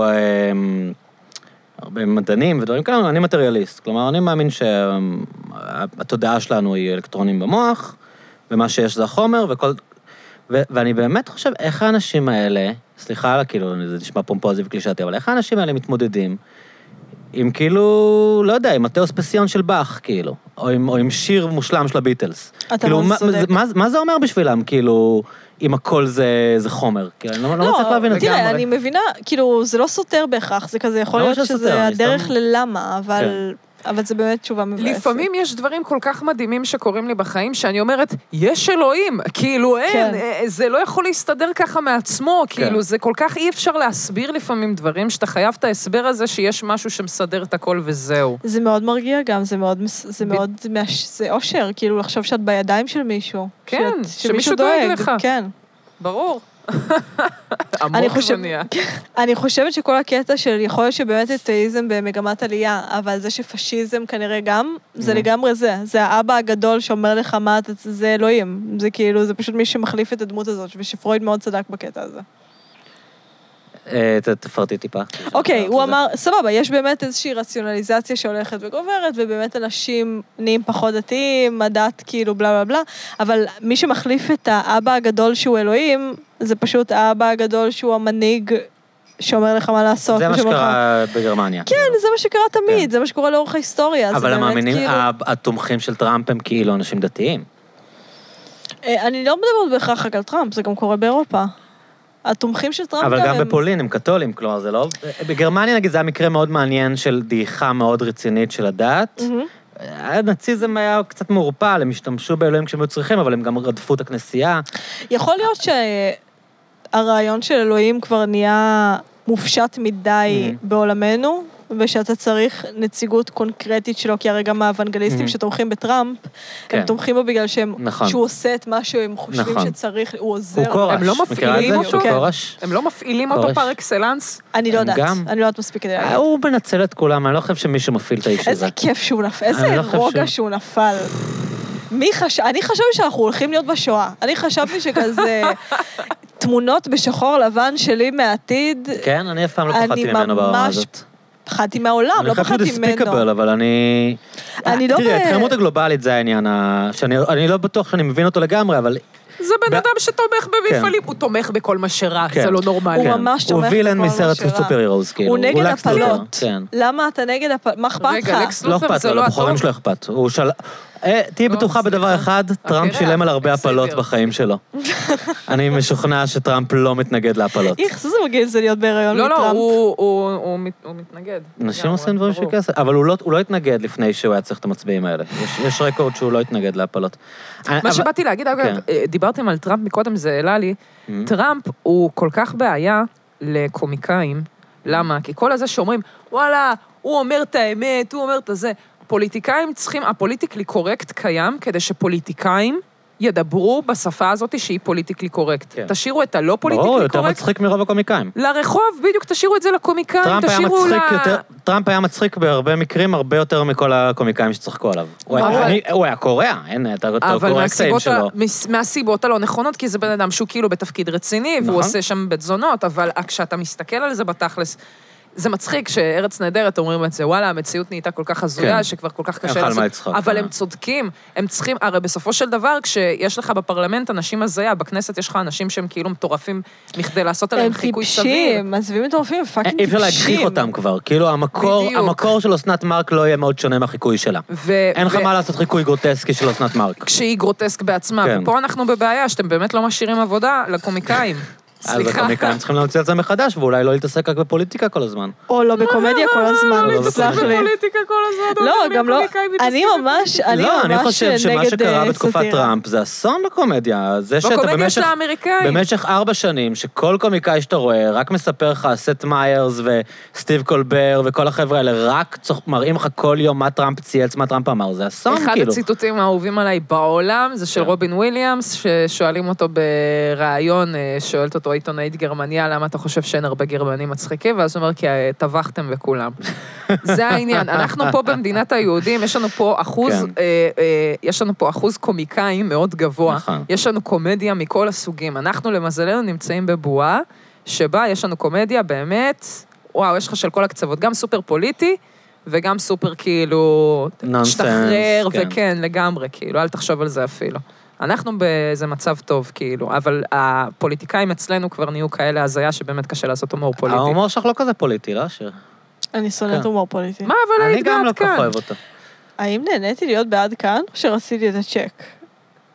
הרבה מדענים ודברים כאלה, אני מטריאליסט. כלומר, אני מאמין שהתודעה שלנו היא אלקטרונים במוח, ומה שיש זה החומר, וכל... ו- ואני באמת חושב איך האנשים האלה, סליחה, כאילו, זה נשמע פומפוזי וקלישאתי, אבל איך האנשים האלה מתמודדים עם כאילו, לא יודע, עם התיאוס פסיון של באך, כאילו, או עם, או עם שיר מושלם של הביטלס.
אתה
כאילו,
לא צודק.
מה, מה זה אומר בשבילם, כאילו, אם הכל זה, זה חומר? כאילו, אני לא, לא מצליח להבין את זה.
תראה, אני מבינה, כאילו, זה לא סותר בהכרח, זה כזה, יכול להיות שזה הדרך ללמה, אבל... אבל זה באמת תשובה מבאסת.
לפעמים יש דברים כל כך מדהימים שקורים לי בחיים, שאני אומרת, יש אלוהים, כאילו אין, זה לא יכול להסתדר ככה מעצמו, כאילו זה כל כך אי אפשר להסביר לפעמים דברים, שאתה חייב את ההסבר הזה שיש משהו שמסדר את הכל וזהו.
זה מאוד מרגיע גם, זה מאוד, זה מאוד, זה אושר, כאילו לחשוב שאת בידיים של מישהו.
כן, שמישהו דואג לך.
כן.
ברור.
אני, חושב, אני חושבת שכל הקטע של יכול להיות שבאמת אתאיזם במגמת עלייה, אבל זה שפשיזם כנראה גם, זה לגמרי זה. זה האבא הגדול שאומר לך מה, זה אלוהים. זה כאילו, זה פשוט מי שמחליף את הדמות הזאת, ושפרויד מאוד צדק בקטע הזה.
תפרטי טיפה.
אוקיי, הוא אמר, סבבה, יש באמת איזושהי רציונליזציה שהולכת וגוברת, ובאמת אנשים נהיים פחות דתיים, הדת כאילו בלה בלה בלה, אבל מי שמחליף את האבא הגדול שהוא אלוהים, זה פשוט האבא הגדול שהוא המנהיג שאומר לך מה לעשות.
זה מה שקרה בגרמניה.
כן, זה מה שקרה תמיד, זה מה שקורה לאורך ההיסטוריה.
אבל המאמינים, התומכים של טראמפ הם כאילו אנשים דתיים.
אני לא מדברת בהכרח רק על טראמפ, זה גם קורה באירופה. התומכים של טראמפ
אבל גם בפולין הם קתולים, כלומר זה לא... בגרמניה נגיד זה היה מקרה מאוד מעניין של דעיכה מאוד רצינית של הדת. הנאציזם היה קצת מעורפל, הם השתמשו באלוהים כשהם היו צריכים, אבל הם גם רדפו את הכנסייה.
יכול להיות שהרעיון של אלוהים כבר נהיה מופשט מדי בעולמנו, ושאתה צריך נציגות קונקרטית שלו, כי הרי גם האוונגליסטים שתומכים בטראמפ, הם תומכים בו בגלל שהוא עושה את מה שהם חושבים שצריך, הוא עוזר.
הוא קורש,
הם לא מפעילים אותו?
קורש?
הם לא מפעילים אותו פר אקסלנס?
אני לא יודעת, אני לא יודעת מספיק כדי להגיד.
הוא מנצל את כולם, אני לא חושב שמישהו מפעיל את האיש הזה.
איזה כיף שהוא נפל, איזה רוגע שהוא נפל. מי חשב, אני חשבתי שאנחנו הולכים להיות בשואה. אני חשבתי שכזה תמונות בשחור לבן שלי מהעתיד.
כן, אני אף פעם לא פחדתי ממנו ברמה הזאת.
פחדתי מהעולם, לא פחדתי ממנו.
אני חייב אבל אני...
אני לא...
תראי, ההתחממות הגלובלית זה העניין, שאני לא בטוח שאני מבין אותו לגמרי, אבל...
זה בן אדם שתומך במפעלים, הוא תומך בכל מה שרע, זה לא נורמלי.
הוא ממש תומך בכל מה שרע.
הוא וילן מסרט סופר הירוס, כאילו.
הוא נגד הפלות. למה אתה נגד הפלות? מה אכפת לך?
לא אכפת לו, לבחורים שלו אכפת. תהיי בטוחה בדבר אחד, טראמפ שילם על הרבה הפלות בחיים שלו. אני משוכנע שטראמפ לא מתנגד להפלות.
איך זה מגיע זה להיות בהיריון
מטראמפ? לא, לא, הוא מתנגד.
נשים עושים דברים של כסף, אבל הוא לא התנגד לפני שהוא היה צריך את המצביעים האלה. יש רקורד שהוא לא התנגד להפלות.
מה שבאתי להגיד, אגב, דיברתם על טראמפ מקודם, זה העלה לי, טראמפ הוא כל כך בעיה לקומיקאים, למה? כי כל הזה שאומרים, וואלה, הוא אומר את האמת, הוא אומר את זה. פוליטיקאים צריכים, הפוליטיקלי קורקט קיים, כדי שפוליטיקאים ידברו בשפה הזאת שהיא פוליטיקלי קורקט. כן. תשאירו את הלא פוליטיקלי קורקט.
ברור, יותר מצחיק מרוב הקומיקאים.
לרחוב, בדיוק, תשאירו את זה לקומיקאים,
טראמפ
תשאירו
היה מצחיק ל... יותר, טראמפ היה מצחיק בהרבה מקרים, הרבה יותר מכל הקומיקאים שצחקו עליו. הוא, אבל... היה, הוא היה קורא, אין, אתה קורא קטעים שלו.
אבל מהסיבות הלא נכונות, כי זה בן אדם שהוא כאילו בתפקיד רציני, והוא עושה שם בתזונות, אבל כשאתה מסתכל על זה בתכלס, זה מצחיק שארץ נהדרת אומרים את זה, וואלה, המציאות נהייתה כל כך הזויה, שכבר כל כך קשה לעשות, אבל הם צודקים, הם צריכים, הרי בסופו של דבר, כשיש לך בפרלמנט אנשים הזיה, בכנסת יש לך אנשים שהם כאילו מטורפים, מכדי לעשות עליהם חיקוי סביר.
הם טיפשים, עזבים מטורפים, הם פאקינג טיפשים.
אי אפשר להגחיך אותם כבר, כאילו המקור של אסנת מרק לא יהיה מאוד שונה מהחיקוי שלה. אין לך מה לעשות חיקוי גרוטסקי של אסנת מרק.
כשהיא גרוטסק בעצמה, ופה אנחנו בבעיה, שאתם באמת לא משאירים עבודה לקומיקאים.
אז הקומיקאים צריכים להמציא את זה מחדש, ואולי לא להתעסק רק בפוליטיקה כל הזמן.
או לא בקומדיה כל הזמן,
תסלח לי. בפוליטיקה כל הזמן,
לא, גם לא, אני ממש, אני ממש נגד סאטירה.
לא, אני חושב שמה שקרה בתקופת טראמפ זה אסון לקומדיה.
בקומדיה של האמריקאים.
במשך ארבע שנים, שכל קומיקאי שאתה רואה, רק מספר לך, סט מיירס וסטיב קולבר וכל החבר'ה האלה, רק מראים לך כל יום מה טראמפ צייץ, מה טראמפ אמר, זה אסון כאילו.
אחד הציטוטים האהובים עליי בעולם, זה של רובין וויליאמס, ששואלים אותו בראיון, שואלת אותו עיתונאית גרמניה, למה אתה חושב שאין הרבה גרמנים מצחיקים? ואז הוא אומר, כי טבחתם וכולם. זה העניין. אנחנו פה במדינת היהודים, יש לנו פה אחוז, יש לנו פה אחוז קומיקאים מאוד גבוה. יש לנו קומדיה מכל הסוגים. אנחנו למזלנו נמצאים בבועה, שבה יש לנו קומדיה באמת, וואו, יש לך של כל הקצוות, גם סופר פוליטי, וגם סופר כאילו, שתחרר, וכן, לגמרי, כאילו, אל תחשוב על זה אפילו. אנחנו באיזה מצב טוב, כאילו, אבל הפוליטיקאים אצלנו כבר נהיו כאלה הזיה שבאמת קשה לעשות הומור פוליטי.
ההומור שלך לא כזה פוליטי, לא שיר?
אני שונאת הומור פוליטי.
מה, אבל היית בעד כאן?
אני גם לא כך אוהב אותה.
האם נהניתי להיות בעד כאן, או שרציתי את הצ'ק?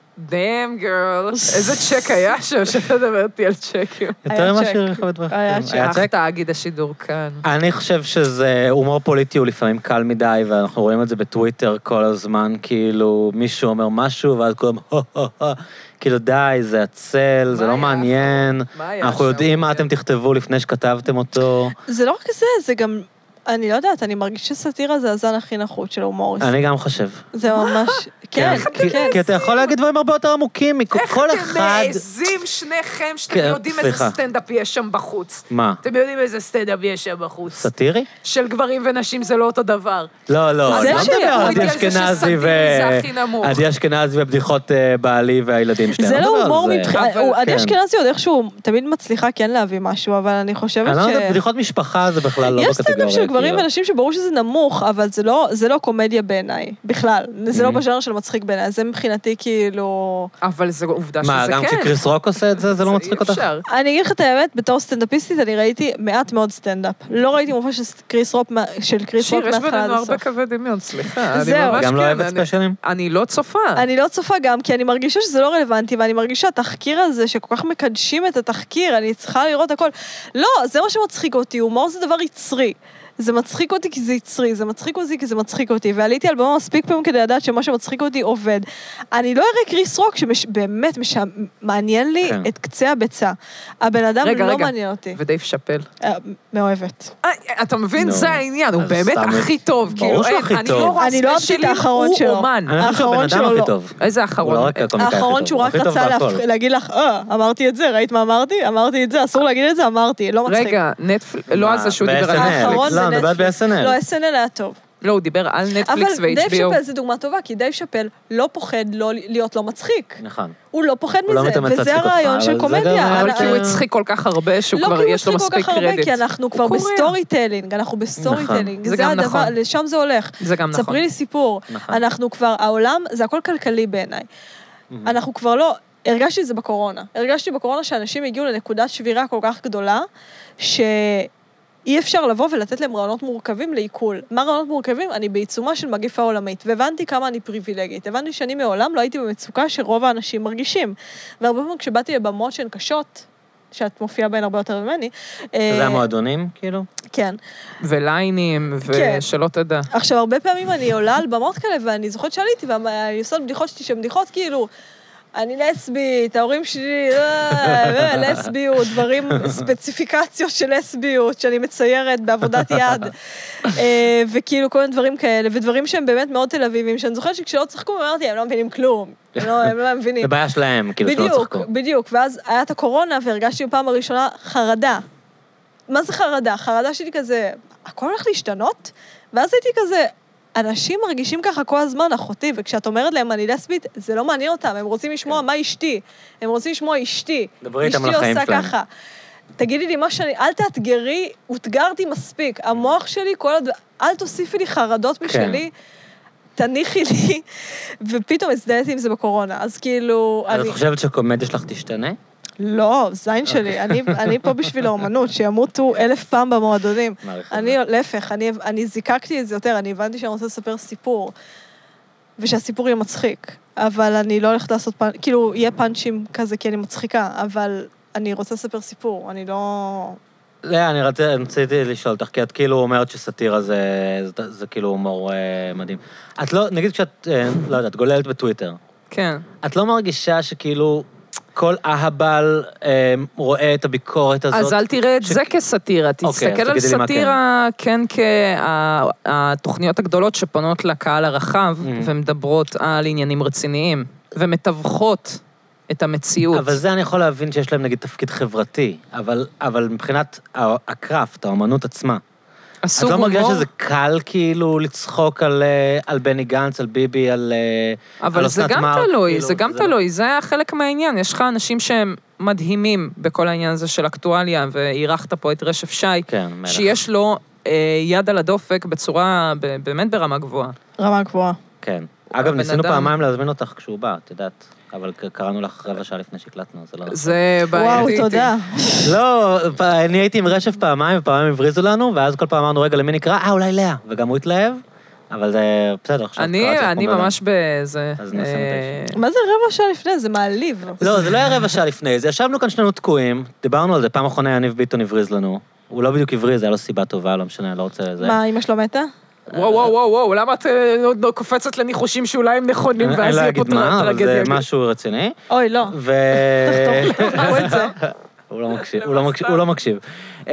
דאם גרל, איזה צ'ק היה שם, שאתה מדבר אותי על צ'קים.
יותר ממה שרכבת ברכבים.
היה צ'ק.
היה תאגיד השידור כאן.
אני חושב שזה, הומור פוליטי הוא לפעמים קל מדי, ואנחנו רואים את זה בטוויטר כל הזמן, כאילו מישהו אומר משהו, ואז כולם, הו הו הו, כאילו די, זה עצל, זה לא מעניין, אנחנו יודעים מה אתם תכתבו לפני שכתבתם אותו.
זה לא רק זה, זה גם... אני לא יודעת, אני מרגיש שסאטירה זה הזן הכי נחות של הומוריסט.
אני גם חושב.
זה ממש... כן, כן.
כי אתה יכול להגיד דברים הרבה יותר עמוקים, מכל אחד...
איך אתם מעזים שניכם שאתם יודעים איזה סטנדאפ יש שם בחוץ?
מה?
אתם יודעים איזה סטנדאפ יש שם בחוץ?
סאטירי?
של גברים ונשים זה לא אותו דבר.
לא, לא, אני לא מדבר על עדי
זה
אשכנזי
שסאטירי זה הכי נמוך.
עדי אשכנזי ובדיחות בעלי והילדים שלהם.
זה לא הומור מבחינת... עדי
כן.
אשכנזי עוד איכשהו תמיד מצליחה כן להביא משהו, אבל אני חושבת ש...
אני לא יודעת, בדיחות משפחה זה בכלל לא
יש
בקטגוריה.
סטנדאפ של גברים ונשים שברור שזה נמוך, אבל זה לא, זה לא קומדיה בעיניי, בכלל. זה לא בז'אנר של מצחיק בעיניי, זה מבחינתי כאילו...
אבל זו עובדה שזה
מה,
כן.
גם כשקריס רוק עושה את זה, זה לא מצחיק אותך?
אני אגיד לך את האמת, בתור סטנדאפיסטית, אני ראיתי מעט מאוד סטנדאפ. לא ראיתי מופע של קריס רוק מההתחלה עד הסוף.
שיר, יש בינינו הרבה קווי דמיון, סליחה.
זהו.
גם לא אוהבת ספיישלים?
אני לא צופה.
אני לא צופה גם, כי אני מרגישה שזה לא רלוונטי, ואני מרגישה התחקיר הזה, שכל כך מקדשים את התחקיר, אני צריכה לראות הכל. לא, זה מה שמצחיק אותי, הומור זה דבר יצרי. זה מצחיק אותי כי זה יצרי, זה מצחיק אותי כי זה מצחיק אותי, ועליתי על במה מספיק פעמים כדי לדעת שמה שמצחיק אותי עובד. אני לא אראה קריס רוק שבאמת מעניין לי את קצה הביצה. הבן אדם לא מעניין אותי.
ודייב שאפל?
מאוהבת.
אתה מבין? זה העניין, הוא באמת הכי טוב.
ברור שהוא הכי טוב.
אני לא אהבתי את האחרון שלו.
הוא אומן.
אני חושב שהבן אדם הכי טוב.
איזה האחרון?
האחרון שהוא רק רצה להגיד לך, אה, אמרתי את זה, ראית מה אמרתי? אמרתי את זה, אסור להגיד את זה, אמרתי, לא מצחיק.
רגע, נטפליקס, לא על זה שהוא דיבר על
נטפליקס.
לא, אני מדברת ב-אס אן אל.
לא, אס אן אל היה טוב.
לא, הוא דיבר על נטפליקס ו-אייץ' בי או.
אבל דייב שאפל זה דוגמה טובה, כי דייב שאפל לא פוחד להיות לא מצחיק.
נכון.
הוא לא פוחד מזה, וזה הרעיון של קומדיה.
אבל כי הוא הצחיק כל כך הרבה, שהוא כבר יש לו מספיק קרדיט.
כי אנחנו כבר בסטורי טלינג, אנחנו בסטורי טלינג.
זה גם נכון.
לשם זה הולך.
זה גם נכון.
ספרי לי סיפור. אנחנו כבר, העולם, זה הכל כלכלי בעיניי. אנחנו כבר לא, הרגשתי את זה בקורונה. הרגשתי בקורונה שאנשים הגיעו לנקודת שבירה כל כך גדולה, ש... אי אפשר לבוא ולתת להם רעיונות מורכבים לעיכול. מה רעיונות מורכבים? אני בעיצומה של מגיפה עולמית, והבנתי כמה אני פריבילגית. הבנתי שאני מעולם לא הייתי במצוקה שרוב האנשים מרגישים. והרבה פעמים כשבאתי לבמות שהן קשות, שאת מופיעה בהן הרבה יותר ממני.
זה המועדונים, כאילו?
כן.
וליינים, ושלא תדע.
עכשיו, הרבה פעמים אני עולה על במות כאלה, ואני זוכרת שעליתי, ואני עושה בדיחות שלי, שהן בדיחות כאילו... אני לסבית, ההורים שלי, לסביות, דברים, ספציפיקציות של לסביות, שאני מציירת בעבודת יד, וכאילו כל מיני דברים כאלה, ודברים שהם באמת מאוד תל אביבים, שאני זוכרת שכשלא צחקו, אמרתי, הם לא מבינים כלום, הם לא מבינים.
זה בעיה שלהם, כאילו שלא צחקו.
בדיוק, בדיוק, ואז היה את הקורונה, והרגשתי בפעם הראשונה חרדה. מה זה חרדה? חרדה שלי כזה, הכל הולך להשתנות? ואז הייתי כזה, אנשים מרגישים ככה כל הזמן, אחותי, וכשאת אומרת להם, אני לסבית, זה לא מעניין אותם, הם רוצים לשמוע מה אשתי, הם רוצים לשמוע אשתי.
דברי איתם על החיים שלהם.
ככה. תגידי לי מה שאני, אל תאתגרי, הותגרתי מספיק, המוח שלי, כל עוד, אל תוסיפי לי חרדות משלי, תניחי לי, ופתאום הזדהיתי עם זה בקורונה, אז כאילו...
אז את חושבת שהקומדיה שלך תשתנה?
לא, זין שלי, אני, אני פה בשביל האומנות, שימותו אלף פעם במועדונים. אני, להפך, אני, אני זיקקתי את זה יותר, אני הבנתי שאני רוצה לספר סיפור, ושהסיפור יהיה מצחיק, אבל אני לא הולכת לעשות פאנ... כאילו, יהיה פאנצ'ים כזה, כי אני מצחיקה, אבל אני רוצה לספר סיפור, אני לא...
לא, אני רציתי לשאול אותך, כי את כאילו אומרת שסאטירה זה, זה, זה כאילו הומור מדהים. את לא, נגיד כשאת, לא יודעת, גוללת בטוויטר.
כן.
את לא מרגישה שכאילו... כל אהבל אה, רואה את הביקורת הזאת.
אז אל תראה את ש... זה כסאטירה, תסתכל
אוקיי,
על סאטירה, כן, כהתוכניות הגדולות שפונות לקהל הרחב, mm-hmm. ומדברות על עניינים רציניים, ומתווכות את המציאות.
אבל זה אני יכול להבין שיש להם נגיד תפקיד חברתי, אבל, אבל מבחינת הקראפט, האמנות עצמה. את לא מרגישה שזה קל כאילו לצחוק על, על בני גנץ, על ביבי, על
אבל
על
זה גם
מרק,
תלוי,
כאילו,
זה גם
זה
תלוי,
לא...
זה היה חלק מהעניין. יש לך אנשים שהם מדהימים בכל העניין הזה של אקטואליה, ואירחת פה את רשף שי,
כן,
שיש לו אה, יד על הדופק בצורה, באמת ברמה גבוהה.
רמה גבוהה.
כן. אגב, ניסינו
אדם...
פעמיים להזמין אותך כשהוא בא, את יודעת. אבל קראנו לך רבע שעה לפני שהקלטנו, זה לא...
זה
בעייתי. וואו, תודה.
לא, אני הייתי עם רשף פעמיים, ופעמיים הבריזו לנו, ואז כל פעם אמרנו, רגע, למי נקרא? אה, אולי לאה. וגם הוא התלהב, אבל זה בסדר, עכשיו
אני,
קראתי
אני
חומר
ממש בזה...
אז נעשה מתישהו.
מה זה רבע שעה לפני? זה מעליב.
לא, זה לא היה רבע שעה לפני, זה ישבנו כאן שנינו תקועים, דיברנו על זה, פעם אחרונה יניב ביטון הבריז לנו. הוא לא בדיוק הבריז, זה היה לו סיבה טובה, לא משנה, לא רוצה לזה.
מה, אמא שלו מתה?
וואו, וואו, וואו, וואו, למה את אה, עוד לא קופצת לניחושים שאולי הם נכונים,
אני
ואז
לא
יהיה פה
אגיד מה, אבל
טרגדיה.
זה משהו רציני.
אוי, לא.
ו...
תחתוך, תחתכו את זה.
הוא לא מקשיב, הוא לא מקשיב, הוא לא מקשיב. אמ,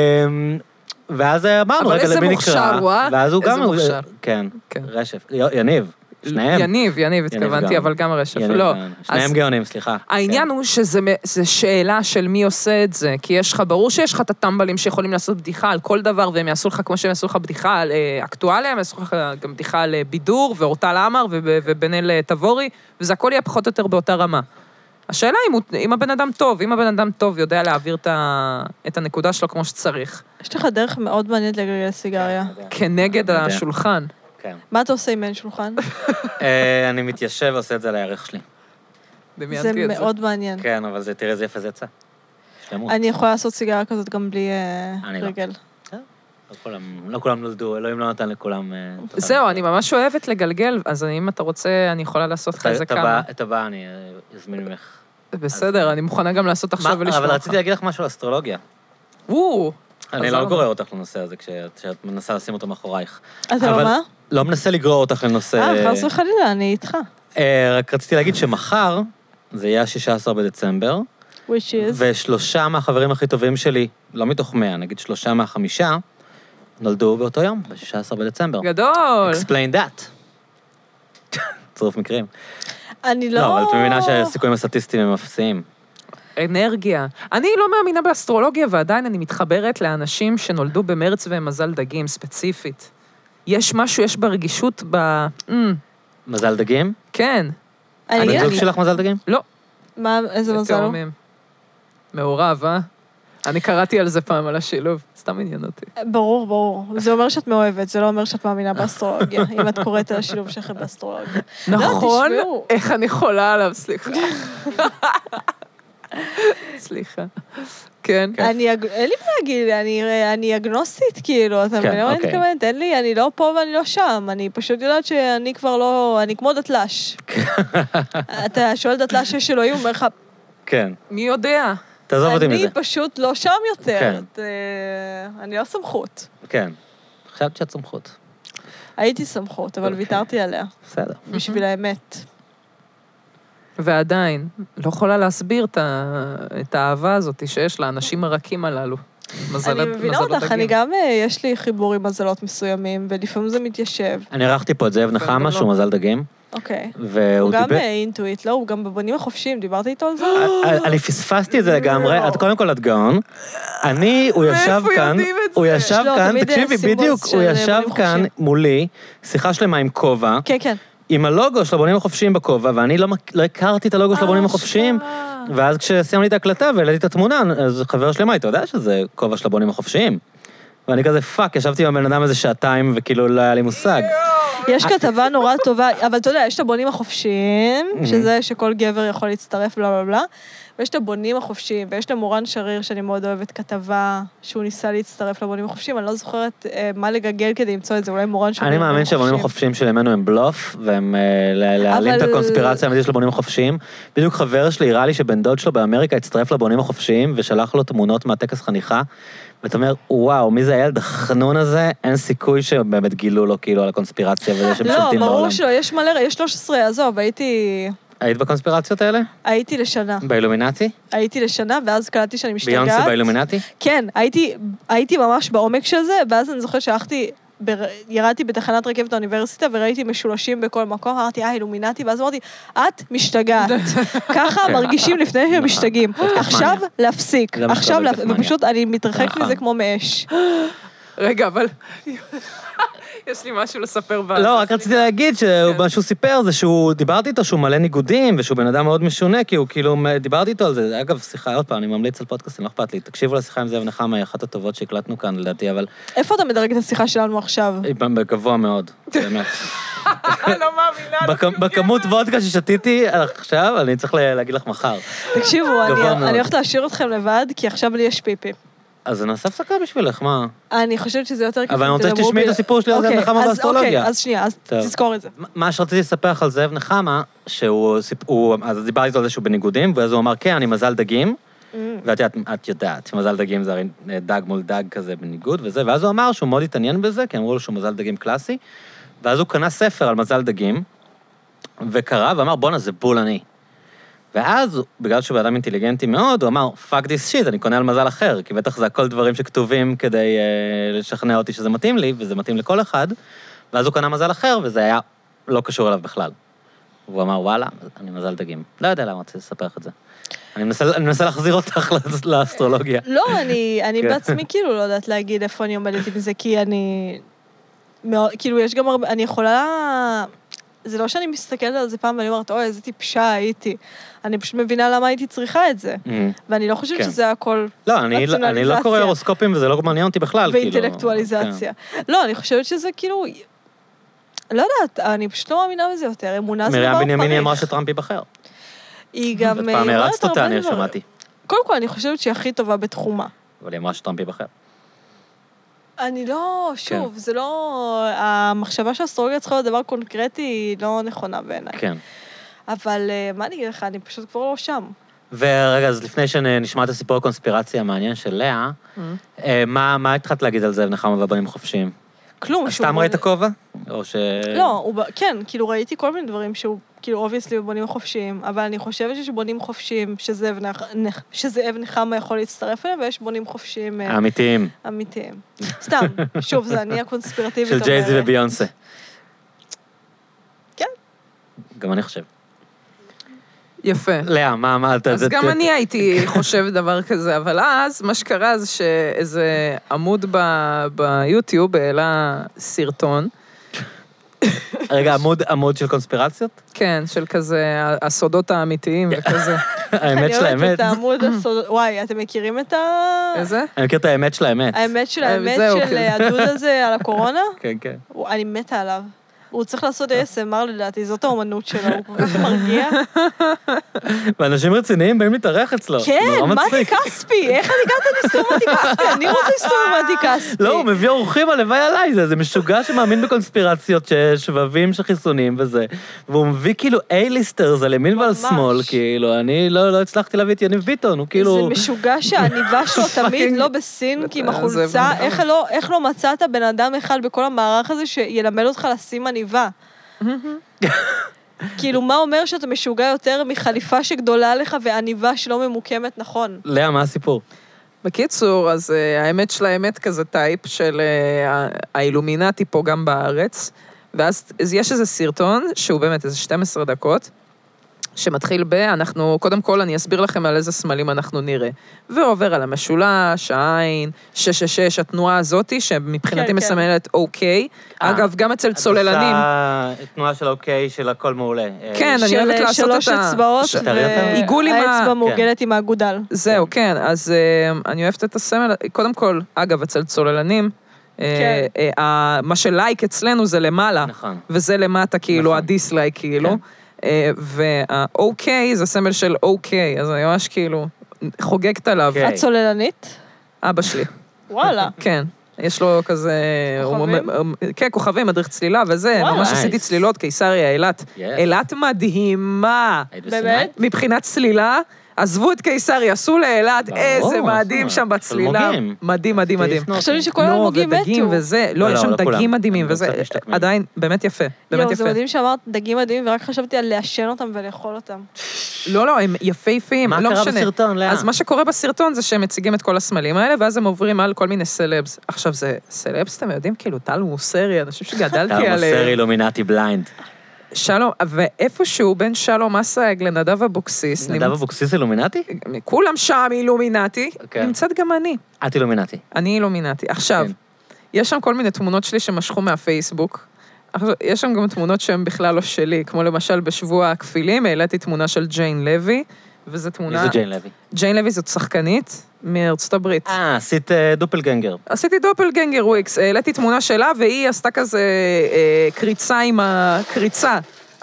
ואז אמרנו,
אבל
רגע,
איזה
למי
מוכשר
נקרא?
הוא, אה?
ואז הוא
איזה
גם...
מוכשר.
כן,
כן.
רשף. יניב, שניהם.
יניב, יניב, התכוונתי,
גם.
אבל גם הרשף.
יניב
לא.
גם. שניהם
אז
גאונים, סליחה.
העניין הוא שזה מ- זה שאלה של מי עושה את זה, כי יש לך, ברור שיש לך את הטמבלים שיכולים לעשות בדיחה על כל דבר, והם יעשו לך כמו שהם יעשו לך בדיחה על אה, אקטואליה, הם יעשו לך גם בדיחה על אה, בידור, ואורטל עמר, וב- ובן-אל אה, תבורי, וזה הכל יהיה פחות או יותר באותה רמה. השאלה אם, הוא, אם הבן אדם טוב, אם הבן אדם טוב יודע להעביר את, ה, את הנקודה שלו כמו שצריך,
יש לך דרך מאוד מעניינת לגלגל סיגריה.
כנגד
אני יודע.
השולחן.
כן.
מה אתה עושה אם אין שולחן?
אה, אני מתיישב ועושה את זה על הערך שלי.
זה
דמיינתי את זה.
מאוד מעניין.
כן, אבל זה, תראה איזה יפה זה יצא. שלמות.
אני יכולה לעשות סיגריה כזאת גם בלי אה,
אני לא.
רגל.
לא כולם, לא כולם נולדו, אלוהים לא נתן לכולם... אה, את אותם.
זהו, אני ממש אוהבת לגלגל, אז אם אתה רוצה, אני יכולה לעשות לך
את-
איזה
את
כמה.
הבא- את הבא אני אה, אזמין ממך.
בסדר, אני מוכנה גם לעשות עכשיו
מה-
ולשמוע
אבל
אותך.
רציתי להגיד לך משהו על אסטרולוגיה.
וואו.
אני
עזוב.
לא גורר אותך לנושא הזה כשאת כשאת מנסה לשים אותו מאחורייך.
אתה לא
אבל
מה?
לא מנסה לגרור אותך לנושא...
אה, חס וחלילה, אני איתך.
אה, רק רציתי להגיד שמחר, זה יהיה ה-שישה עשר בדצמבר,
which is...
ושלושה מהחברים הכי טובים שלי, לא מתוך מאה, נגיד שלושה מהחמישה, נולדו באותו יום, ב-שישה עשר בדצמבר.
גדול.
Explain that. צירוף מקרים.
אני לא...
לא, אבל את מבינה שהסיכויים הסטטיסטיים הם אפסיים.
אנרגיה. אני לא מאמינה באסטרולוגיה, ועדיין אני מתחברת לאנשים שנולדו במרץ והם מזל דגים, ספציפית. יש משהו, יש ברגישות ב... Mm,
מזל דגים?
כן.
אני
הבן
אגיד
זוג
לך,
שלך מזל דגים?
לא.
מה, איזה מזל הוא?
תאומים. מעורב, אה? אני קראתי על זה פעם, על השילוב. סתם עניין אותי.
ברור, ברור. זה אומר שאת מאוהבת, זה לא אומר שאת מאמינה באסטרולוגיה, אם את קוראת על השילוב שלכם באסטרולוגיה.
נכון?
לא, תשמעו.
איך אני חולה עליו, סליחה. סליחה. כן.
אני, אג- אין לי מה להגיד, אני, אני אגנוסטית, כאילו, אתה
כן,
מבין מה אני
אוקיי.
מתכוונת? אין לי, אני לא פה ואני לא שם, אני פשוט יודעת שאני כבר לא, אני כמו דתל"ש. אתה שואל דתל"ש שיש אלוהים, הוא אומר לך,
כן.
מי יודע?
תעזוב אותי מזה.
אני פשוט לא שם יותר,
כן.
את, אה, אני לא סמכות.
כן. חשבת שאת סמכות.
הייתי סמכות, אבל
אוקיי.
ויתרתי עליה,
בסדר.
בשביל האמת.
ועדיין, לא יכולה להסביר את ה- את האהבה הזאת שיש לאנשים הרכים הללו. מזל-
אני מבינה
מזלות
אותך, אני
דגים.
גם, אה, יש לי חיבור עם מזלות מסוימים, ולפעמים זה מתיישב.
אני ערכתי פה את זאב נחמה, שהוא מזל דגים,
אוקיי.
והוא
הוא גם
דיבר...
אה, אינטואיט, לא? הוא גם בבונים החופשיים, דיברת איתו על זה?
אני פספסתי את זה לגמרי, את קודם כל את גאון. אני, הוא ישב
מאיפה
כאן,
יודעים את
הוא
זה?
ישב
יש לו
כאן,
תמיד,
תקשיבי,
אה, סימבולס
בדיוק,
של
הוא
בונים
ישב כאן
חופשיים.
מולי, שיחה שלמה עם כובע,
כן, כן.
עם הלוגו של הבונים החופשיים בכובע, ואני לא מק- לא הכרתי את הלוגו של הבונים החופשיים, ואז כשסיימתי את ההקלטה והעליתי את התמונה, אז חבר שלי אמר, אתה יודע שזה כובע של הבונים החופשיים? ואני כזה, פאק, ישבתי עם הבן אדם איזה שעתיים, וכאילו לא היה לי מושג.
יש כתבה נורא טובה, אבל אתה יודע, יש את הבונים החופשיים, שזה שכל גבר יכול להצטרף, בלה בלה בלה, ויש את הבונים החופשיים, ויש את מורן שריר, שאני מאוד אוהבת כתבה, שהוא ניסה להצטרף לבונים החופשיים, אני לא זוכרת אה, מה לגגל כדי למצוא את זה, אולי מורן שריר.
אני מאמין שהבונים החופשיים של ימינו הם בלוף, והם אה, ל- להעלים את
אבל-
הקונספירציה האמיתית של הבונים החופשיים. בדיוק חבר שלי הראה לי שבן דוד שלו באמריקה הצטרף לבונים החופשיים, ושלח לו תמונות מהטקס חניכה, ואתה אומר, וואו, מי זה הילד החנון הזה? אין סיכוי שבאמת גילו לו כאילו על הקונספירציה וזה שהם
לא,
שולטים בעולם.
ברור שלא, יש מלא, יש שלוש עשרה, עזוב, הייתי,
היית בקונספירציות האלה?
הייתי לשנה.
באילומינטי?
הייתי לשנה, ואז קלטתי שאני משתגעת.
ביונסה באילומינטי?
כן, הייתי, הייתי ממש בעומק של זה, ואז אני זוכרת שהלכתי, בר... ירדתי בתחנת רכבת האוניברסיטה, וראיתי משולשים בכל מקום, אמרתי, אה, אילומינטי, ואז אמרתי, את משתגעת. ככה מרגישים לפני שהם משתגעים. עכשיו להפסיק.
זה מה
עכשיו,
שקורה
להפ-
בקטמניה.
ופשוט אני מתרחק
נכון.
מזה כמו מאש.
רגע, אבל... יש לי משהו לספר ב...
לא, רק רציתי להגיד שמה שהוא סיפר זה שהוא, דיברתי איתו שהוא מלא ניגודים, ושהוא בן אדם מאוד משונה, כי הוא כאילו, דיברתי איתו על זה. אגב, שיחה, עוד פעם, אני ממליץ על פודקאסטים, לא אכפת לי. תקשיבו לשיחה עם זאב נחמה, היא אחת הטובות שהקלטנו כאן, לדעתי, אבל
איפה אתה מדרג את השיחה שלנו עכשיו?
היא בגבוה מאוד, באמת.
לא מאמינה.
בכ- בכמות וודקה ששתיתי עכשיו, אני צריך לה- להגיד לך מחר.
תקשיבו,
גבוה
אני-
מאוד.
אני הולכת להשאיר אתכם לבד, כי עכשיו לי יש פיפי.
אז נעשה הפסקה בשבילך, מה?
אני חושבת שזה יותר כיף.
אבל אני רוצה שתשמעי את הסיפור שלי על זאב נחמה באסטרולוגיה.
אוקיי, אז שנייה, אז תזכור את זה.
מה שרציתי לספר לך על זאב נחמה, שהוא, אז דיברתי איתו על זה שהוא בניגודים, ואז הוא אמר, כן, אני מזל דגים, ואת יודעת, את יודעת, שמזל דגים זה הרי דג מול דג כזה בניגוד וזה, ואז הוא אמר שהוא מאוד התעניין בזה, כי אמרו לו שהוא מזל דגים קלאסי, ואז הוא קנה ספר על מזל דגים, וקרא ואמר, בונה, זה בול אני. ואז, בגלל שהוא באדם אינטליגנטי מאוד, הוא אמר, fuck this shit, אני קונה על מזל אחר, כי בטח זה הכל דברים שכתובים כדי uh, לשכנע אותי שזה מתאים לי, וזה מתאים לכל אחד, ואז הוא קנה מזל אחר, וזה היה לא קשור אליו בכלל. והוא אמר, וואלה, אני מזל דגים. לא יודע למה רציתי לספר לך את זה. אני מנסה, אני מנסה להחזיר אותך לאסטרולוגיה.
לא, אני, אני בעצמי כאילו לא יודעת להגיד איפה אני עומדת עם זה, כי אני... כאילו, יש גם הרבה... אני יכולה... זה לא שאני מסתכלת על זה פעם ואני אומרת, אוי, איזה טיפשה הייתי. אני פשוט מבינה למה הייתי צריכה את זה. ואני לא חושבת שזה הכל
לא, אני לא קורא הורוסקופים וזה לא מעניין אותי בכלל.
ואינטלקטואליזציה. לא, אני חושבת שזה כאילו... לא יודעת, אני פשוט לא מאמינה בזה יותר. אמונה זה דבר פריך.
מרים בנימיני אמרה שטראמפ ייבחר.
היא גם...
פעם הרצת אותה, אני שמעתי.
קודם כל, אני חושבת שהיא הכי טובה בתחומה.
אבל היא אמרה שטראמפ ייבחר.
אני לא, שוב, זה לא... המחשבה שהאסטרולוגיה צריכה להיות דבר קונקרטי היא לא נכונה בעיניי.
כן.
אבל מה אני אגיד לך, אני פשוט כבר לא שם.
ורגע, אז לפני שנשמע את הסיפור הקונספירציה המעניין של לאה, מה התחלת להגיד על זאב נחמה והבנים החופשיים?
כלום.
סתם ראית כובע? או ש...
לא, כן, כאילו ראיתי כל מיני דברים שהוא, כאילו, אובייסלי בבונים חופשיים, אבל אני חושבת שיש בונים חופשיים שזאב נחמה יכול להצטרף אליהם, ויש בונים חופשיים...
אמיתיים.
אמיתיים. סתם, שוב, זה אני הקונספירטיבית.
של ג'ייזי וביונסה.
כן.
גם אני חושב.
יפה.
לאה, מה, מה...
אז גם אני הייתי חושב דבר כזה, אבל אז, מה שקרה זה שאיזה עמוד ביוטיוב העלה סרטון.
רגע, עמוד של קונספירציות?
כן, של כזה, הסודות האמיתיים וכזה.
האמת של האמת.
אני אוהבת את העמוד הסודות, וואי, אתם מכירים את ה...
איזה?
אני מכיר את האמת של האמת.
האמת של האמת של הדוד הזה על הקורונה?
כן, כן.
אני מתה עליו. הוא צריך לעשות אי אס אם אר לדעתי, זאת האומנות שלו, הוא כל כך מרגיע.
ואנשים רציניים באים להתארח אצלו.
כן, מתי כספי, איך אני הגעת לסתום מתי כספי? אני רוצה לסתום מתי כספי.
לא, הוא מביא אורחים הלוואי עליי, זה, זה משוגע שמאמין בקונספירציות, שבבים שחיסונים וזה, והוא מביא כאילו איי-ליסטרס על ימין ועל שמאל, כאילו, אני לא, לא הצלחתי להביא את יניב ביטון, הוא כאילו...
זה משוגע שהעניבה שלו תמיד לא בסין, כי עם החולצה, איך לא, איך לא מצאת בן אדם אחד בכל המערך הזה שילמד אותך לשים עניבה? כאילו, מה אומר שאתה משוגע יותר מחליפה שגדולה לך ועניבה שלא ממוקמת נכון?
לאה, מה הסיפור?
בקיצור, אז האמת של האמת כזה טייפ של האילומינטי פה גם בארץ, ואז יש איזה סרטון שהוא באמת איזה שתים עשרה דקות, שמתחיל ב, אנחנו, קודם כל אני אסביר לכם על איזה סמלים אנחנו נראה. ועובר על המשולש, העין, שש שש שש, התנועה הזאת, שמבחינתי
כן,
מסמלת אוקיי. אגב, גם אצל צוללנים.
את עושה תנועה של אוקיי, של הכל מעולה.
כן, אני אוהבת לעשות את ה...
שלוש אצבעות,
ועיגול עם ה...
האצבע מעוגלת עם האגודל.
זהו, כן, אז אני אוהבת את הסמל, קודם כל, אגב, אצל צוללנים, מה שלייק אצלנו זה למעלה, וזה למטה, כאילו, הדיסלייק, כאילו. והאוקיי זה סמל של אוקיי, אז אני ממש כאילו חוגגת עליו.
את צוללנית?
אבא שלי.
וואלה.
כן, יש לו כזה...
כוכבים?
כן, כוכבים, מדריך צלילה וזה, ממש עשיתי צלילות, קיסריה, אילת. אילת מדהימה.
באמת?
מבחינת צלילה, עזבו את קיסריה, עשו לאילת, איזה מדהים שם בצלילה. מדהים, מדהים, מדהים.
חשבתי שכל האלמוגים מתו.
ודגים וזה, לא, יש שם דגים מדהימים וזה, עדיין, באמת יפה, באמת יפה.
זה מדהים שאמרת דגים מדהימים, ורק חשבתי על לעשן אותם ולאכול אותם.
לא, לא, הם יפהפיים, לא משנה.
מה קרה בסרטון, לאה?
אז מה שקורה בסרטון זה שהם מציגים את כל הסמלים האלה, ואז הם עוברים על כל מיני סלבס. עכשיו זה, סלבס, אתם יודעים, כאילו, טל מוסרי, אנשים שגדלתי עליהם.
טל מוסרי, לומינטי בליינד.
שלום, ואיפשהו בין שלום אסייג לנדב אבוקסיס...
נדב אבוקסיס אילומינטי?
כולם שם אילומינטי, נמצאת גם אני.
את אילומינטי.
אני אילומינטי. עכשיו, יש שם כל מיני תמונות שלי שמשכו מהפייסבוק, יש שם גם תמונות שהן בכלל לא שלי, כמו למשל בשבוע הכפילים, העליתי תמונה של ג'יין לוי, וזו תמונה...
מי זו ג'יין לוי?
ג'יין לוי זאת שחקנית מארצות הברית.
אה, עשית דופלגנגר.
עשיתי דופלגנגר וויקס, העליתי תמונה שלה, והיא עשתה כזה קריצה עם הקריצה.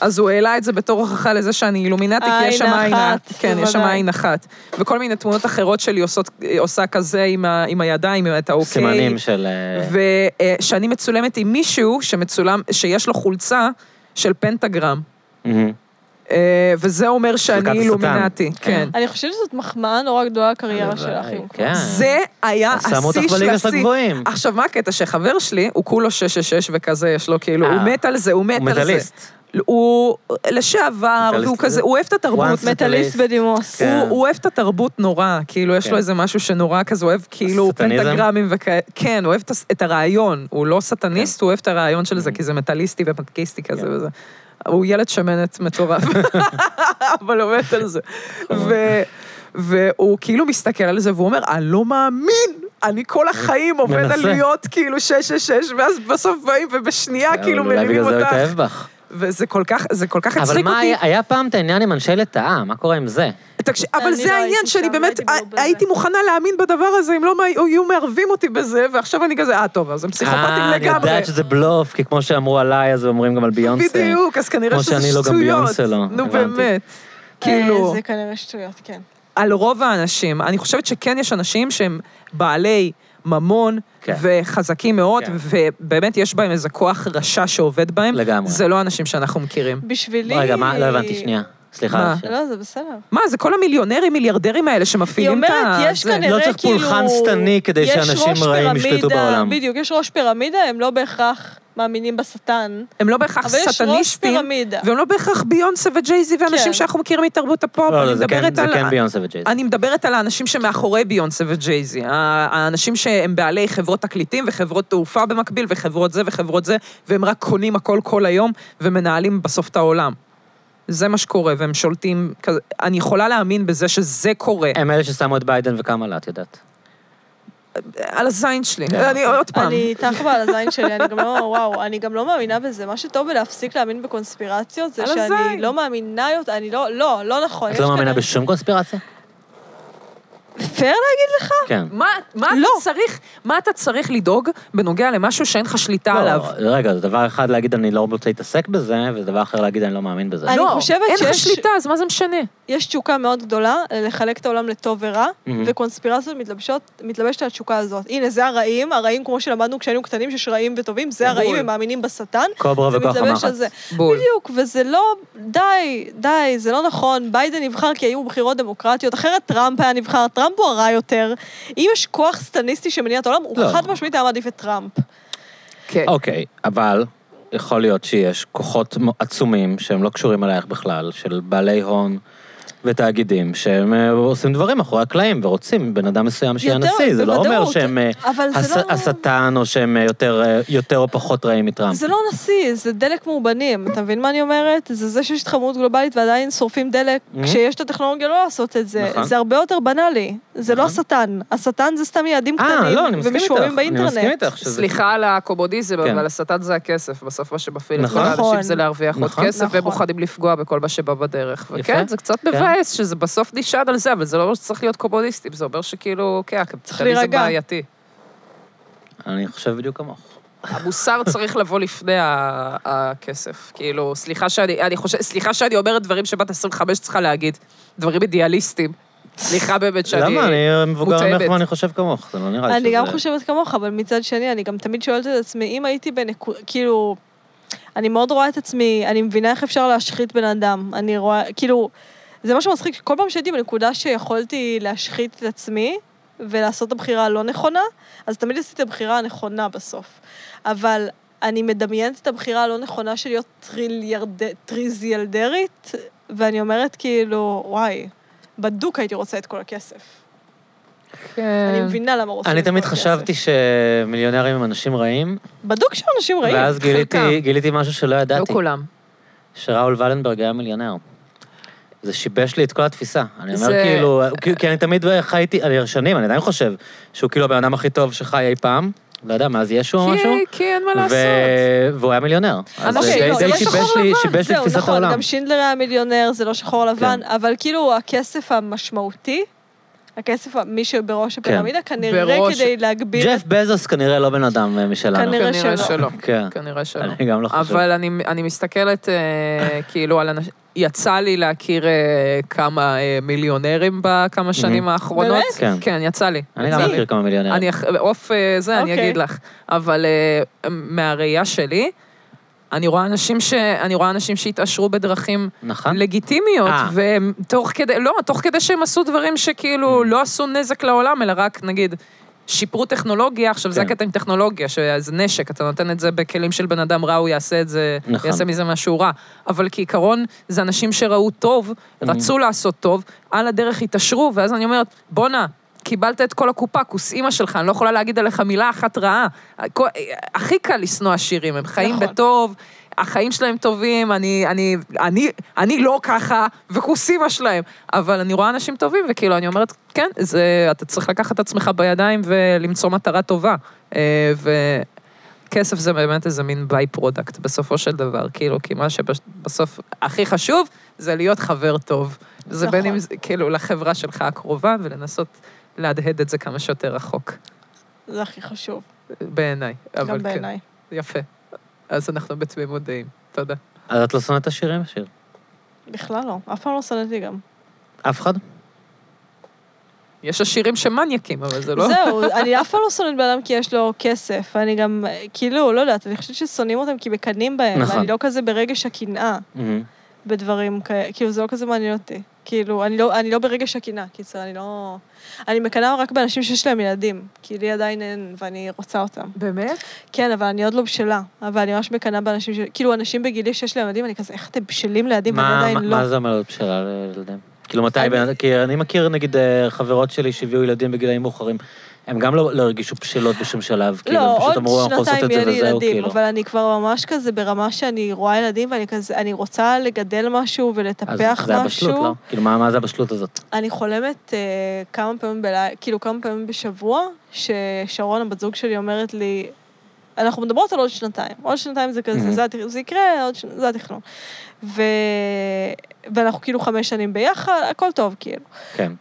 אז הוא העלה את זה בתור הוכחה לזה שאני אילומינטי, כי יש שם עין אחת. כן, יש שם עין אחת. וכל מיני תמונות אחרות שלי עושה כזה עם הידיים, עם את האוקיי.
סימנים של...
ושאני מצולמת עם מישהו שמצולם, שיש לו חולצה של פנטגרם. וזה אומר שאני אילומינטי. כן.
אני חושבת שזאת מחמאה נורא גדולה לקריירה שלך.
זה היה השיא של השיא.
עכשיו,
מה הקטע? שחבר שלי, הוא כולו שש שש שש וכזה, יש לו כאילו, הוא מת על זה, הוא מת על זה.
הוא מטליסט.
הוא לשעבר, והוא כזה, הוא אוהב את התרבות.
מטליסט בדימוס.
הוא אוהב את התרבות נורא, כאילו, יש לו איזה משהו שנורא כזה, הוא אוהב כאילו פנטגרמים וכאלה. כן, הוא אוהב את הרעיון. הוא לא סטניסט, הוא אוהב את הרעיון של זה, כי זה מטליסטי ופנטקיסטי כזה וזה. הוא ילד שמנת מטורף, אבל הוא מת על זה. והוא כאילו מסתכל על זה, והוא אומר, אני לא מאמין, אני כל החיים עובד על להיות כאילו שש שש שש, ואז בסוף באים ובשנייה כאילו מרימים אותך. וזה כל כך, זה כל כך הצחיק אותי.
אבל מה, היה פעם את העניין עם אנשי לטאה, מה קורה עם זה?
אבל זה העניין שלי, באמת, הייתי מוכנה להאמין בדבר הזה, אם לא היו מערבים אותי בזה, ועכשיו אני כזה, אה, טוב, אז הם פסיכופטים לגמרי.
אני יודעת שזה בלוף, כי כמו שאמרו עליי, אז אומרים גם על ביונסה.
בדיוק, אז כנראה שזה שטויות. נו, באמת. כאילו...
זה כנראה שטויות, כן.
על רוב האנשים, אני חושבת שכן יש אנשים שהם בעלי ממון, וחזקים מאוד, ובאמת יש בהם איזה כוח רשע שעובד בהם.
לגמרי.
זה לא אנשים שאנחנו מכירים.
בשבילי...
רגע, מה? לא הבנתי, שנייה. סליחה.
לא, זה בסדר.
מה, זה כל המיליונרים, מיליארדרים האלה שמפעילים את ה...
היא אומרת, יש כנראה כאילו...
לא צריך פולחן סתני כדי שאנשים רעים ישלטו בעולם.
בדיוק, יש ראש פירמידה, הם לא בהכרח מאמינים בשטן.
הם לא בהכרח סטניסטים, והם לא בהכרח ביונסה וג'ייזי, ואנשים שאנחנו מכירים מתרבות הפופ.
לא, זה כן ביונסה וג'ייזי.
אני מדברת על האנשים שמאחורי ביונסה וג'ייזי. האנשים שהם בעלי חברות תקליטים, וחברות תעופה במקביל, וחברות זה וחברות זה, והם רק קונים הכל כל היום, ומנהלים בסוף את העולם. זה מה שקורה, והם שולטים, אני יכולה להאמין בזה שזה קורה.
הם אלה ששמו את ביידן וכמה את יודעת.
על הזין שלי, אני עוד פעם.
אני תחבה על הזין שלי, אני גם לא, וואו, אני גם לא מאמינה בזה. מה שטוב בלהפסיק להאמין בקונספירציות, זה שאני לא מאמינה יותר, אני לא, לא, לא נכון.
את לא מאמינה בשום קונספירציה?
פייר להגיד לך?
כן.
מה, מה אתה צריך, מה אתה צריך לדאוג בנוגע למשהו שאין לך שליטה עליו?
רגע, זה דבר אחד להגיד אני לא רוצה להתעסק בזה, ודבר אחר להגיד אני לא מאמין בזה.
אני חושבת שיש...
אין לך שליטה, אז מה זה משנה?
יש תשוקה מאוד גדולה לחלק את העולם לטוב ורע, וקונספירציות מתלבשת על התשוקה הזאת. הנה, זה הרעים, הרעים כמו שלמדנו כשהיינו קטנים, שיש רעים וטובים, זה הרעים, הם מאמינים בשטן.
קוברה וכוח המחץ.
בדיוק, וזה לא, די, די, זה לא נכון. ביידן נבחר כי היו בחירות דמוקרטיות, אחרת טראמפ היה נבחר, טראמפ הוא הרע יותר. אם יש כוח סטניסטי שמניע את העולם, הוא חד משמעית היה מעדיף את טראמפ.
אוקיי, אבל יכול להיות שיש כוחות עצומים שהם לא קשורים עלייך בכלל, של בעלי הון ותאגידים, שהם עושים דברים אחרי הקלעים, ורוצים בן אדם מסוים שיהיה נשיא. זה לא אומר שהם השטן, או שהם יותר או פחות רעים מטראמפ.
זה לא נשיא, זה דלק מאובנים. אתה מבין מה אני אומרת? זה זה שיש התחממות גלובלית, ועדיין שורפים דלק, כשיש את הטכנולוגיה לא לעשות את זה. זה הרבה יותר בנאלי. זה לא השטן. השטן זה סתם יעדים קטנים, ומשוורים באינטרנט.
סליחה על הקומודיזם, אבל השטן זה הכסף. בסוף מה שמפעיל את כל האנשים זה להרוויח עוד כסף, והם מוכנים לפגוע בכל מה שבא בדרך. וכן, זה קצת מבאס שזה בסוף נשען על זה, אבל זה לא אומר שצריך להיות קומוניסטים, זה אומר שכאילו, כן, הקפיטליזם בעייתי.
אני חושב בדיוק כמוך.
המוסר צריך לבוא לפני הכסף. כאילו, סליחה שאני, אני חושב, סליחה שאני אומרת דברים שבת עשרים וחמש צריכה להגיד, דברים אידיאליסטים. סליחה באמת שאני
מוטבת. למה? אני מבוגר ממך ואני חושב כמוך, זה לא נראה לי שזה...
אני גם חושבת כמוך, אבל מצד שני, אני גם תמיד שואלת את עצמי, אם הייתי בנקוד, כאילו, אני מאוד רואה את עצמי, אני מבינה איך אפשר להשחית בן אדם. אני רואה, כאילו, זה משהו מצחיק, כל פעם שהייתי בנקודה שיכולתי להשחית את עצמי, ולעשות את הבחירה הלא נכונה, אז תמיד עשיתי את הבחירה הנכונה בסוף. אבל אני מדמיינת את הבחירה הלא נכונה של להיות טריליארד... טריזיאלדרית, ואני אומרת כאילו, וואי, בדוק הייתי רוצה את כל הכסף.
כן.
אני מבינה למה רוצים את כל הכסף.
אני תמיד חשבתי שמיליונרים הם אנשים רעים.
בדוק שהם אנשים רעים.
ואז גיליתי, גיליתי משהו שלא ידעתי.
לא כולם.
שראול ולנברג היה מיליונר. זה שיבש לי את כל התפיסה. אני אומר כאילו, כי אני תמיד חייתי, אני שנים, אני עדיין חושב, שהוא כאילו הבן אדם הכי טוב שחי אי פעם, לא יודע, מאז ישו או משהו.
כי אין מה לעשות.
והוא היה מיליונר. אז
די
שיבש לי תפיסת העולם.
גם שינדלר היה מיליונר, זה לא שחור לבן, אבל כאילו הכסף המשמעותי, הכסף, מי שבראש הפירמידה, כנראה
בראש-
כדי להגביר...
ג'ף בזוס כנראה לא בן אדם משלנו.
כנראה
כנראה
שלא.
שלא.
כן.
כנראה שלא.
אני גם לא חושב.
אבל אני, אני מסתכלת, אה, כאילו, על אנשים, יצא לי להכיר אה, כמה אה, מיליונרים בכמה שנים האחרונות.
באמת?
כן.
כן, יצא לי.
אני
יצא
גם
לי.
מכיר כמה מיליונרים.
אני, אח- עוף אה, זה, אני
אוקיי.
אגיד לך. אבל אה, מהראייה שלי, אני רואה אנשים ש... אני רואה אנשים שהתעשרו בדרכים
נכון.
לגיטימיות,
אה.
ותוך כדי, לא, תוך כדי שהם עשו דברים שכאילו לא עשו נזק לעולם, אלא רק, נגיד, שיפרו טכנולוגיה, עכשיו זה
כן.
הקטע עם טכנולוגיה, שזה נשק, אתה נותן את זה בכלים של בן אדם רע, הוא יעשה את זה,
נכון.
יעשה מזה משהו רע. אבל כעיקרון, זה אנשים שראו טוב, רצו לעשות טוב, על הדרך התעשרו, ואז אני אומרת, בונה, קיבלת את כל הקופה, כוס אימא שלך, אני לא יכולה להגיד עליך מילה אחת רעה. כל- הכי קל לשנוא עשירים, הם חיים
נכון.
בטוב, החיים שלהם טובים, אני, אני, אני, אני לא ככה, וכוס אימא שלהם. אבל אני רואה אנשים טובים, וכאילו, אני אומרת, כן, זה, אתה צריך לקחת את עצמך בידיים ולמצוא מטרה טובה. אה, וכסף זה באמת איזה מין ביי פרודקט, בסופו של דבר, כאילו, כי מה שבסוף הכי חשוב, זה להיות חבר טוב. זה
נכון.
בין אם, זה, כאילו, לחברה שלך הקרובה, ולנסות להדהד את זה כמה שיותר רחוק.
זה הכי חשוב,
בעיניי. אבל
גם
כן,
בעיניי.
יפה. אז אנחנו בתמימות דעים. תודה.
אז את לא שונאת השירים, שיר?
בכלל לא, אף פעם לא שנאתי גם.
אף אחד?
יש עשירים שמניאקים, אבל זה לא...
זהו, אני אף פעם לא שונאת בן אדם כי יש לו כסף, אני גם, כאילו, לא יודעת, אני חושבת ששונאים אותם כי מקנאים בהם,
נכון.
ואני לא כזה ברגש הקנאה
מהמם.
בדברים כאלה, כאילו, זה לא כזה מעניין אותי. כאילו, אני לא, אני לא ברגש הקנאה, קיצר, אני לא... אני מקנאה רק באנשים שיש להם ילדים, כי לי עדיין אין, ואני רוצה אותם.
באמת?
כן, אבל אני עוד לא בשלה, אבל אני ממש מקנאה באנשים ש... כאילו, אנשים בגילי שיש להם ילדים, אני כזה, איך אתם בשלים לילדים, ואני
מה-
עדיין
מה-
לא.
מה זה אומר להיות בשלה לילדים? כאילו מתי,
אני-
בן- כי אני מכיר נגיד אה, חברות שלי שהביאו ילדים בגילאים מאוחרים, הם גם לא לא הרגישו בשלות בשום שלב, כאילו,
לא,
הם פשוט
עוד
אמרו, אנחנו עושות
שנתיים
את זה
יהיה לי
וזהו,
ילדים,
כאילו.
אבל אני כבר ממש כזה ברמה שאני רואה ילדים, ואני כזה, אני רוצה לגדל משהו
אז
ולטפח
זה הבשלות,
משהו.
לא? כאילו, מה מה זה הבשלות הזאת?
אני חולמת אה, כמה פעמים בלילה, כאילו כמה פעמים בשבוע, ששרון, הבת זוג שלי, אומרת לי, אנחנו מדברות על עוד שנתיים, עוד שנתיים זה כזה,
Mhm.
זה, התכ- זה יקרה, עוד ש... זה התכנון. ו... ואנחנו כאילו חמש שנים ביחד, הכל טוב, כאילו.
כן.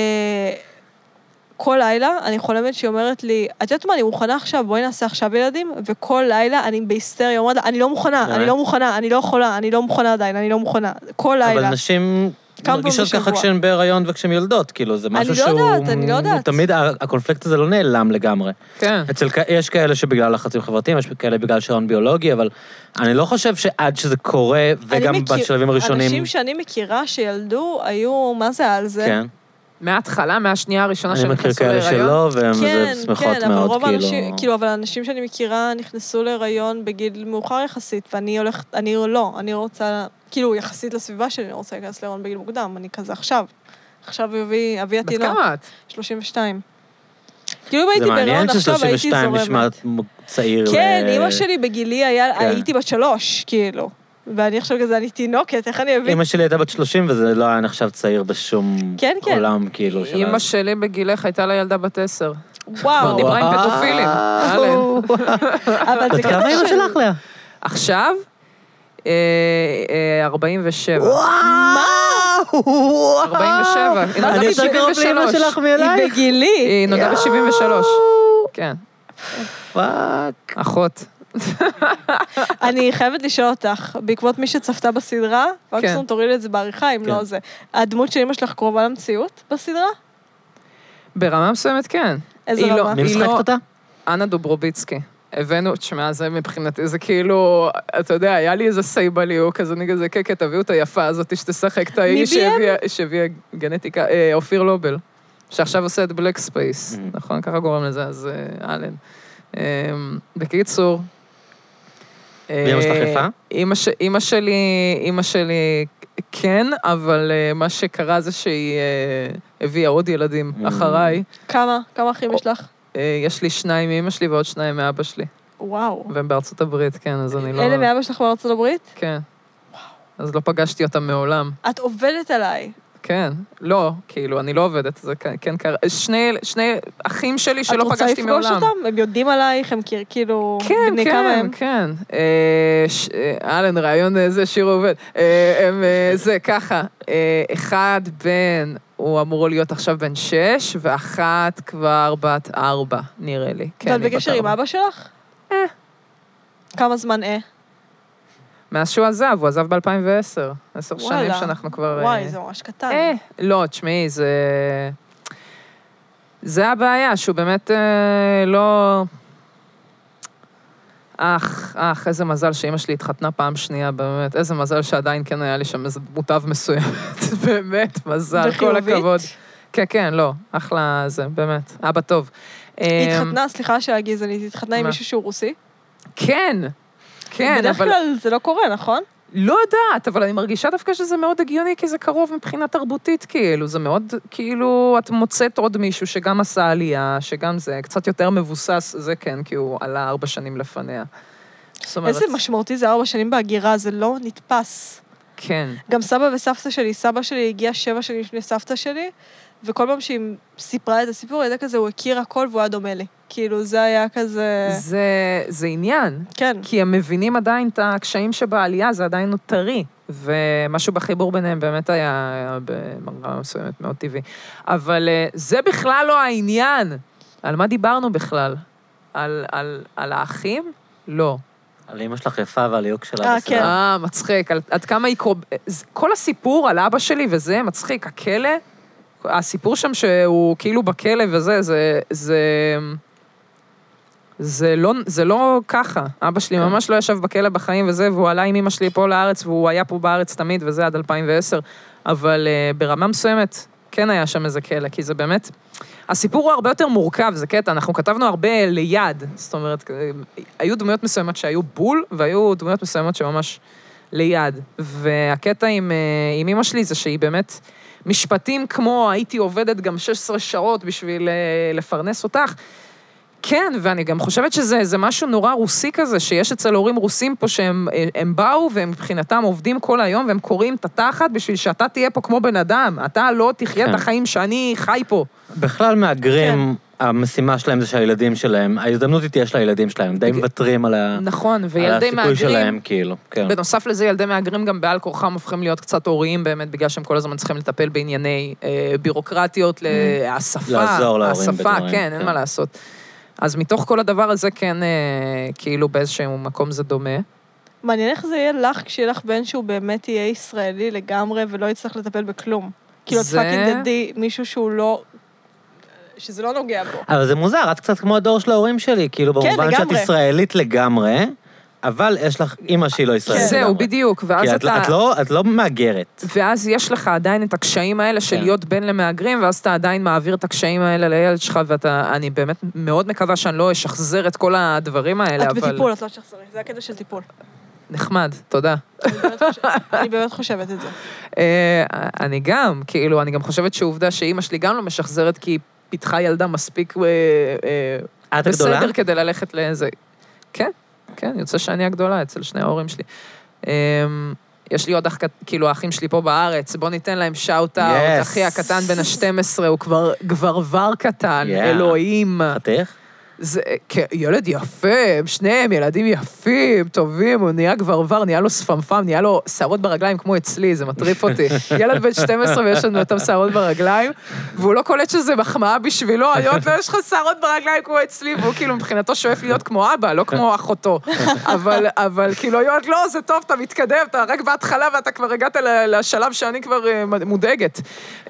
וכל לילה אני חולמת שהיא אומרת לי, את יודעת מה, אני מוכנה עכשיו, בואי נעשה עכשיו ילדים, וכל לילה אני בהיסטריה, אומרת לה, אני לא מוכנה,
באמת?
אני לא מוכנה, אני לא יכולה, אני לא מוכנה עדיין, אני לא מוכנה. כל
אבל
לילה.
נשים
כמה
מרגישות
פעמים
ככה
בשבוע?
כשהן בהיריון וכשהן יולדות, כאילו, זה משהו
לא
שהוא...
יודעת, אני לא יודעת.
תמיד ה- הקונפליקט הזה לא נעלם לגמרי.
כן.
אצל, כ- יש כאלה שבגלל לחצים חברתיים, יש כאלה בגלל שעון ביולוגי, אבל אני לא חושב שעד שזה קורה, וגם
אני מכיר-
בשלבים הראשונים...
אנשים שאני מכירה שילדו, היו, מה זה על זה?
כן,
מההתחלה, מהשנייה הראשונה
אני
שהם
מכיר
נכנסו
כאלה
להיריון.
שלא, והן
כן,
שמחות
כן, אבל
מאוד,
רוב
כאילו...
האנשים, כאילו, אבל האנשים שאני מכירה נכנסו להיריון בגיל מאוחר יחסית, ואני הולכת, אני לא, אני רוצה, כאילו, יחסית לסביבה שלי, אני רוצה להיכנס להיריון בגיל מוקדם, אני כזה עכשיו. עכשיו אבי, אבי
בת
התינוק,
כמה את?
שלושים ושתיים. כאילו, אם
זה
הייתי
מעניין
בהיריון עכשיו,
ש-שלושים
הייתי
ושתיים
זורמת.
נשמע צעיר.
כן,
ל-
אמא שלי בגילי היה,
כן.
הייתי בת שלוש, כאילו. ואני עכשיו כזה, אני תינוקת, איך אני אביא?
אמא שלי הייתה בת שלושים, וזה לא היה נחשב צעיר בשום
כן, כן.
עולם, כאילו. של
אמא
אז.
שלי בגילך הייתה לה ילדה בת עשר.
וואו.
דיברה עם פדופילים. אהלן.
אבל זה
בת כמה
קטע
אמא
של...
שלך, לאה?
עכשיו, אה, אה, ארבעים ושבע.
מה?
ארבעים ושבע. היא נולדה
אני יותר קרוב
ב-שבעים
לאמא
ושלוש.
שלך מאלייך.
היא בגילי.
היא נולדה ב-שבעים ושלוש. כן,
פאק.
אחות.
אני חייבת לשאול אותך, בעקבות מי שצפתה בסדרה, ואקסון תוריד את זה בעריכה, אם
כן.
לא זה. הדמות של אמא שלך קרובה למציאות בסדרה?
ברמה מסוימת, כן.
איזה
היא לא-
רמה?
מי
היא
משחקת
לא-
אותה?
אנה דוברוביצקי. הבאנו, תשמע, זה מבחינתי, זה כאילו, אתה יודע, היה לי איזה סייבליוק, אז אני כזה, כן, כן, תביאו את היפה הזאת שתשחק את ההיא
מי ביים?
שהביאה- שהביאה גנטיקה, אה, אופיר לובל, שעכשיו עושה את בלק ספייס,
Mm.
נכון? ככה גורם לזה, אז אה, אלן. אה, בקיצור...
ואמא שלך
אה,
יפה?
אמא ש- אמא שלי, אמא שלי כן, אבל אה, מה שקרה זה שהיא אה, הביאה עוד ילדים
Mm.
אחריי.
כמה? כמה אחים יש לך?
אה, יש לי שניים מאמא שלי ועוד שניים מאבא שלי.
וואו.
והם בארצות הברית, כן, אז אני לא...
אלה מאבא שלך בארצות הברית?
כן. אז לא פגשתי אותם מעולם.
את עובדת עליי.
כן. לא, כאילו, אני לא עובדת, זה כן קרה. שני, שני אחים שלי שלא פגשתי מעולם.
את רוצה לפגוש אותם? הם יודעים עלייך, הם כאילו...
כן,
בני
כן,
כמה הם?
כן. אלן, רעיון איזה שיר עובד. הם, זה ככה, אחד בן, הוא אמור להיות עכשיו בן שש, ואחת כבר בת ארבע, נראה לי.
ואת בקשר עם אבא שלך?
אה.
כמה זמן אה?
מאז שהוא עזב, הוא עזב ב-אלפיים ועשר. עשר שנים שאנחנו כבר...
וואי, זה ממש קטן.
אה, לא, תשמעי, זה... זה הבעיה, שהוא באמת אה, לא... אך, אך, איזה מזל שאמא שלי התחתנה פעם שנייה, באמת. איזה מזל שעדיין כן היה לי שם איזה מוטב מסוימת. באמת, מזל, כל הכבוד. כן, כן, לא, אחלה זה, באמת. אבא טוב.
היא התחתנה, סליחה שהגזענית, היא התחתנה עם מישהו שהוא רוסי?
כן, כן, אבל...
בדרך כלל זה לא קורה, נכון?
לא יודעת, אבל אני מרגישה דווקא שזה מאוד הגיוני, כי זה קרוב מבחינה תרבותית, כאילו, זה מאוד, כאילו, את מוצאת עוד מישהו שגם עשה עלייה, שגם זה קצת יותר מבוסס, זה כן, כי הוא עלה ארבע שנים לפניה.
איזה משמעותי זה ארבע שנים בהגירה, זה לא נתפס.
כן.
גם סבא וסבתא שלי, סבא שלי הגיע שבע שנים לפני סבתא שלי, וכל פעם שהיא סיפרה את הסיפור, הייתה כזה, הוא הכיר הכל והוא היה דומה לי. כאילו, זה היה כזה...
זה, זה עניין.
כן.
כי הם מבינים עדיין את הקשיים שבעלייה, זה עדיין הוא טרי. ומשהו בחיבור ביניהם באמת היה, היה במראה מסוימת מאוד טבעי. אבל זה בכלל לא העניין. על מה דיברנו בכלל? על, על, על האחים? לא.
על אמא שלך יפה ועל היוק שלה.
אה, כן.
אה, מצחיק. על, עד כמה היא... כל הסיפור על אבא שלי וזה מצחיק. הכלא, הסיפור שם שהוא כאילו בכלא וזה, זה... זה זה לא, זה לא ככה. אבא שלי ממש לא ישב בכלא בחיים וזה, והוא עלה עם אמא שלי פה לארץ, והוא היה פה בארץ תמיד, וזה עד אלפיים ועשר, אבל uh, ברמה מסוימת כן היה שם איזה כלא, כי זה באמת... הסיפור הוא הרבה יותר מורכב, זה קטע, אנחנו כתבנו הרבה ליד, זאת אומרת, היו דמויות מסוימות שהיו בול, והיו דמויות מסוימות שממש ליד. והקטע עם, עם אמא שלי זה שהיא באמת... משפטים כמו, הייתי עובדת גם שש עשרה שעות בשביל לפרנס אותך, כן, ואני גם חושבת שזה זה משהו נורא רוסי כזה, שיש אצל הורים רוסים פה שהם הם באו, והם מבחינתם עובדים כל היום, והם קוראים את התחת בשביל שאתה תהיה פה כמו בן אדם, אתה לא תחיה כן. את החיים שאני חי פה.
בכלל מהגרים, כן. המשימה שלהם זה שהילדים שלהם, ההזדמנות היא תהיה של הילדים שלהם, די מוותרים על, ה...
נכון, וילדי
על הסיכוי שלהם, כאילו. כן.
בנוסף לזה, ילדי מהגרים גם בעל כורחם הופכים להיות קצת הוריים באמת, בגלל שהם כל הזמן צריכים לטפל בענייני אה, בירוקרטיות, להשפה,
לעזור להורים
השפה,
בדברים.
כן, אין מה לעשות. אז מתוך כל הדבר הזה, כן, אה, כאילו באיזשהו מקום זה דומה.
מעניין איך זה יהיה לך, כשיהיה לך בן שהוא באמת יהיה ישראלי לגמרי, ולא יצטרך לטפל בכלום. כאילו, זה... את פאקינג דדי, מישהו שהוא לא... שזה לא נוגע בו.
אבל זה מוזר, את קצת כמו הדור של ההורים שלי, כאילו במובן שאת ישראלית לגמרי, אבל יש לך אימא שהיא לא ישראלית.
זהו, בדיוק, ואז אתה...
את לא מאגרת.
ואז יש לך עדיין את הקשיים האלה של להיות בן למאגרים, ואז אתה עדיין מעביר את הקשיים האלה לילד שלך, ואני באמת מאוד מקווה שאני לא אשחזר את כל הדברים האלה,
אבל... את בטיפול, את לא אשחזרי, זה הקטע של טיפול.
נחמד, תודה.
אני באמת חושבת את זה.
אני גם, כאילו, אני גם חושבת שהעובדה שאימא שלי גם לא משחזרת, כי היא פיתחה ילדה מספיק בסדר כדי ללכת לזה. כן. כן, יוצא שאני הגדולה אצל שני ההורים שלי. יש לי עוד אח, כאילו, האחים שלי פה בארץ, בוא ניתן להם שאוט-אוט, אחי הקטן בן ה-שתים עשרה, הוא כבר גברבר קטן, אלוהים.
חתך?
זה, ילד יפה, הם שניהם ילדים יפים, טובים, הוא נהיה גברבר, נהיה לו ספמפם, נהיה לו שערות ברגליים כמו אצלי, זה מטריף אותי. ילד בן שתים עשרה ויש לנו אותם שערות ברגליים, והוא לא קולט שזה מחמאה בשבילו, היות לא יש לך שערות ברגליים כמו אצלי, והוא כאילו מבחינתו שואף להיות כמו אבא, לא כמו אחותו. אבל, אבל כאילו, היות לא, זה טוב, אתה מתקדם, אתה רק בהתחלה ואתה כבר הגעת לשלב שאני כבר מודאגת.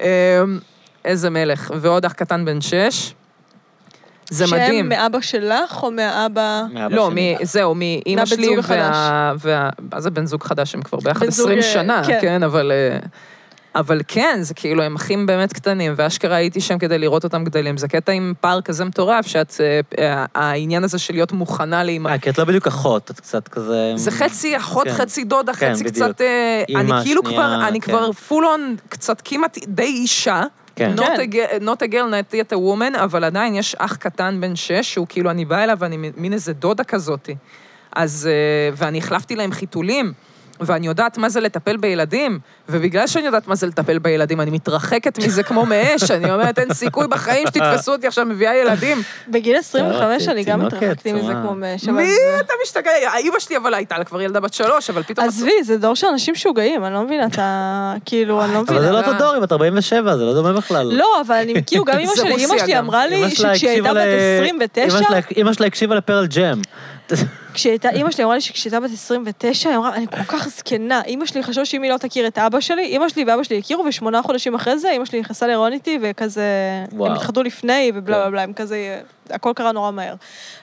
איזה מלך. ועוד אח קטן בן שש. זה מדהים.
שהם מאבא שלך או מאבא...
לא, זהו, מאמא שלי וה... אז זה בן זוג חדש, הם כבר ביחד עשרים שנה, כן, אבל... אבל כן, זה כאילו, הם אחים באמת קטנים, ואשכרה הייתי שם כדי לראות אותם גדלים. זה קטע עם פער כזה מטורף, שאת... העניין הזה של להיות מוכנה לאמא...
אה, כי את לא בדיוק אחות, את קצת כזה...
זה חצי אחות, חצי דודה, חצי קצת... אני כאילו כבר, אני כבר פול און, קצת כמעט די אישה, Not a, not a girl, not yet a woman, אבל עדיין יש אח קטן בן שש, שהוא כאילו, אני באה אליו, ואני מין איזה דודה כזאת. אז, ואני החלפתי להם חיתולים, ואני יודעת מה זה לטפל בילדים, ובגלל שאני יודעת מה זה לטפל בילדים, אני מתרחקת מזה כמו מאש, אני אומרת, אין סיכוי בחיים שתתפסו אותי עכשיו מביאה ילדים.
בגיל עשרים וחמש אני גם התרחקתי מזה כמו מאש.
מי אתה משתגע? האמא שלי אבל הייתה לה כבר ילדה בת שלוש, אבל פתאום...
עזבי, זה דור של אנשים שוגעים, אני לא מבינה את ה... כאילו, אני לא מבינה.
אבל זה לא אותו דור, אם את ארבעים ושבע, זה לא דומה בכלל.
לא, אבל אני כאילו, גם אמא שלי, אמא שלי אמרה לי שכשהיא הייתה בת עשרים ותשע...
אמא שלה הקשיבה לפרל ג'ם.
כשהייתה, אמא שלי אמרה לי שכשהייתה בת עשרים ותשע, היא אמרה, אני כל כך זקנה. אמא שלי חשבה שאם היא לא תכיר את אבא שלי, אמא שלי ואבא שלי הכירו, ושמונה חודשים אחרי זה, אמא שלי נכנסה להיריון איתי, וכזה, הם התחתנו לפני, ובלה בלה בלה, הם כזה, הכל קרה נורא מהר.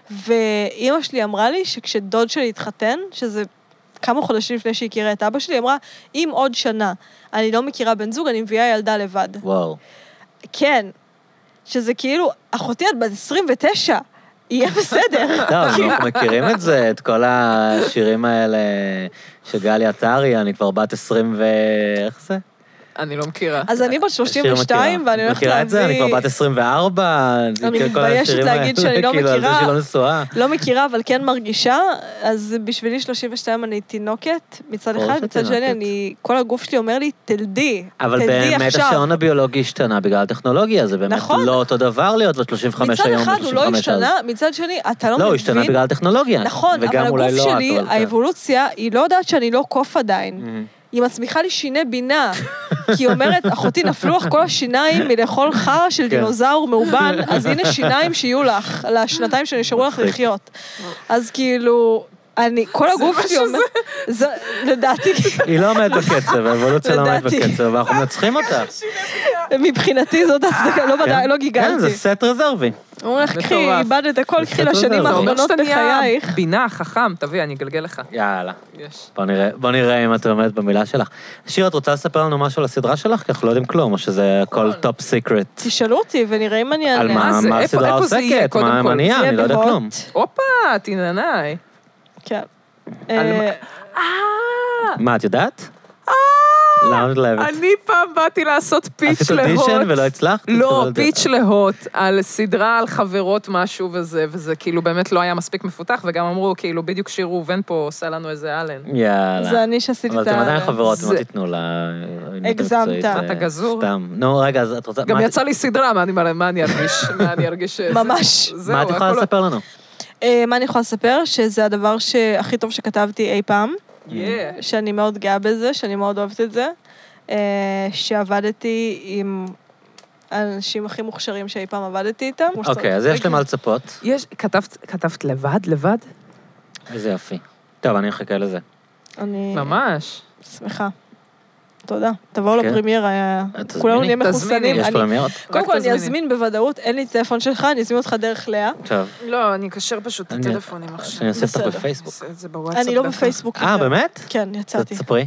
ואמא שלי אמרה לי שכשדוד שלי התחתן, שזה כמה חודשים לפני שהיא הכירה את אבא שלי, היא אמרה, אם עוד שנה אני לא מכירה בן זוג, אני מביאה ילדה לבד.
וואו.
כן, שזה כאילו, אחותי את בת עשרים ותשע, יהיה בסדר.
טוב, אנחנו מכירים את זה, את כל השירים האלה שגלי עטרי, אני כבר בת עשרים ו... איך זה?
אני לא מכירה.
אז אני בת שלושים ושתיים, ואני הולכת להביא...
מכירה את זה? אני כבר בת עשרים וארבע.
אני מתביישת להגיד שאני לא מכירה.
כאילו, על זה שהיא לא נשואה.
לא מכירה, אבל כן מרגישה, אז בשבילי שלושים ושתיים אני תינוקת, מצד אחד, מצד שני, אני... כל הגוף שלי אומר לי, תלדי,
אבל
תלדי
באמת
עכשיו.
השעון הביולוגי השתנה בגלל הטכנולוגיה, זה באמת לא אותו דבר להיות בת שלושים וחמש היום,
מצד אחד הוא לא השתנה, מצד שני, אתה לא מבין...
לא, הוא השתנה בגלל הטכנולוגיה.
נכון, אבל הגוף שלי, האבולוציה, היא לא יודעת שאני לא קוף עדיין. היא מצמיחה לי שיני בינה, כי היא אומרת, אחותי, נפלו לך כל השיניים מלאכול חרא של דינוזאור מאובן, אז הנה שיניים שיהיו לך, לשנתיים שנשארו לך לחיות. אז כאילו, אני, כל הגוף שלי אומר, לדעתי...
היא לא עומדת בקצב, האבולוציה לא עומדת בקצב, ואנחנו מנצחים אותה.
מבחינתי זאת הצדקה, לא גיגלתי.
כן, זה סט רזרבי.
הוא הולך, קחי, איבדת הכל, קחי לשנים האחרונות בחייך.
בינה, חכם, תביא, אני אגלגל לך.
יאללה. בוא נראה אם את עומדת במילה שלך. שיר, את רוצה לספר לנו משהו על הסדרה שלך? כי אנחנו לא יודעים כלום, או שזה הכל טופ סיקרט.
תשאלו אותי ונראה אם אני...
על מה הסדרה עוסקת, מה המניעה, אני לא יודע כלום.
הופה, תנענאי.
כן.
מה, את יודעת? למה את אוהבת?
אני פעם באתי לעשות פיץ' להוט.
עשית אודישן ולא הצלחת?
לא, פיץ' להוט, על סדרה, על חברות משהו וזה, וזה כאילו באמת לא היה מספיק מפותח, וגם אמרו, כאילו, בדיוק שיר ראובן פה עושה לנו איזה אלן.
יאללה.
זה אני שעשיתי את ה...
אבל אתם עדיין חברות, אם לא תיתנו לה...
הגזמת.
אתה גזור.
סתם. נו, רגע, אז את רוצה...
גם יצא לי סדרה, מה אני ארגיש? מה אני ארגיש?
ממש.
מה את יכולה לספר לנו?
מה אני יכולה לספר? שזה הדבר שהכי טוב שכתבתי אי פעם. שאני מאוד גאה בזה, שאני מאוד אוהבת את זה. שעבדתי עם האנשים הכי מוכשרים שאי פעם עבדתי איתם.
אוקיי, אז יש למה לצפות.
כתבת לבד, לבד?
איזה יפי. טוב, אני אחכה לזה.
אני...
ממש.
שמחה. תודה. תבואו לפרימיירה, כולנו נהיה מחוסנים.
יש פרימיירות?
קודם כל, אני אזמין בוודאות, אין לי טלפון שלך, אני אזמין אותך דרך לאה.
טוב.
לא, אני אקשר פשוט את הטלפונים עכשיו.
שאני אעשה אותך בפייסבוק.
אני לא בפייסבוק.
אה, באמת?
כן, יצאתי.
תספרי.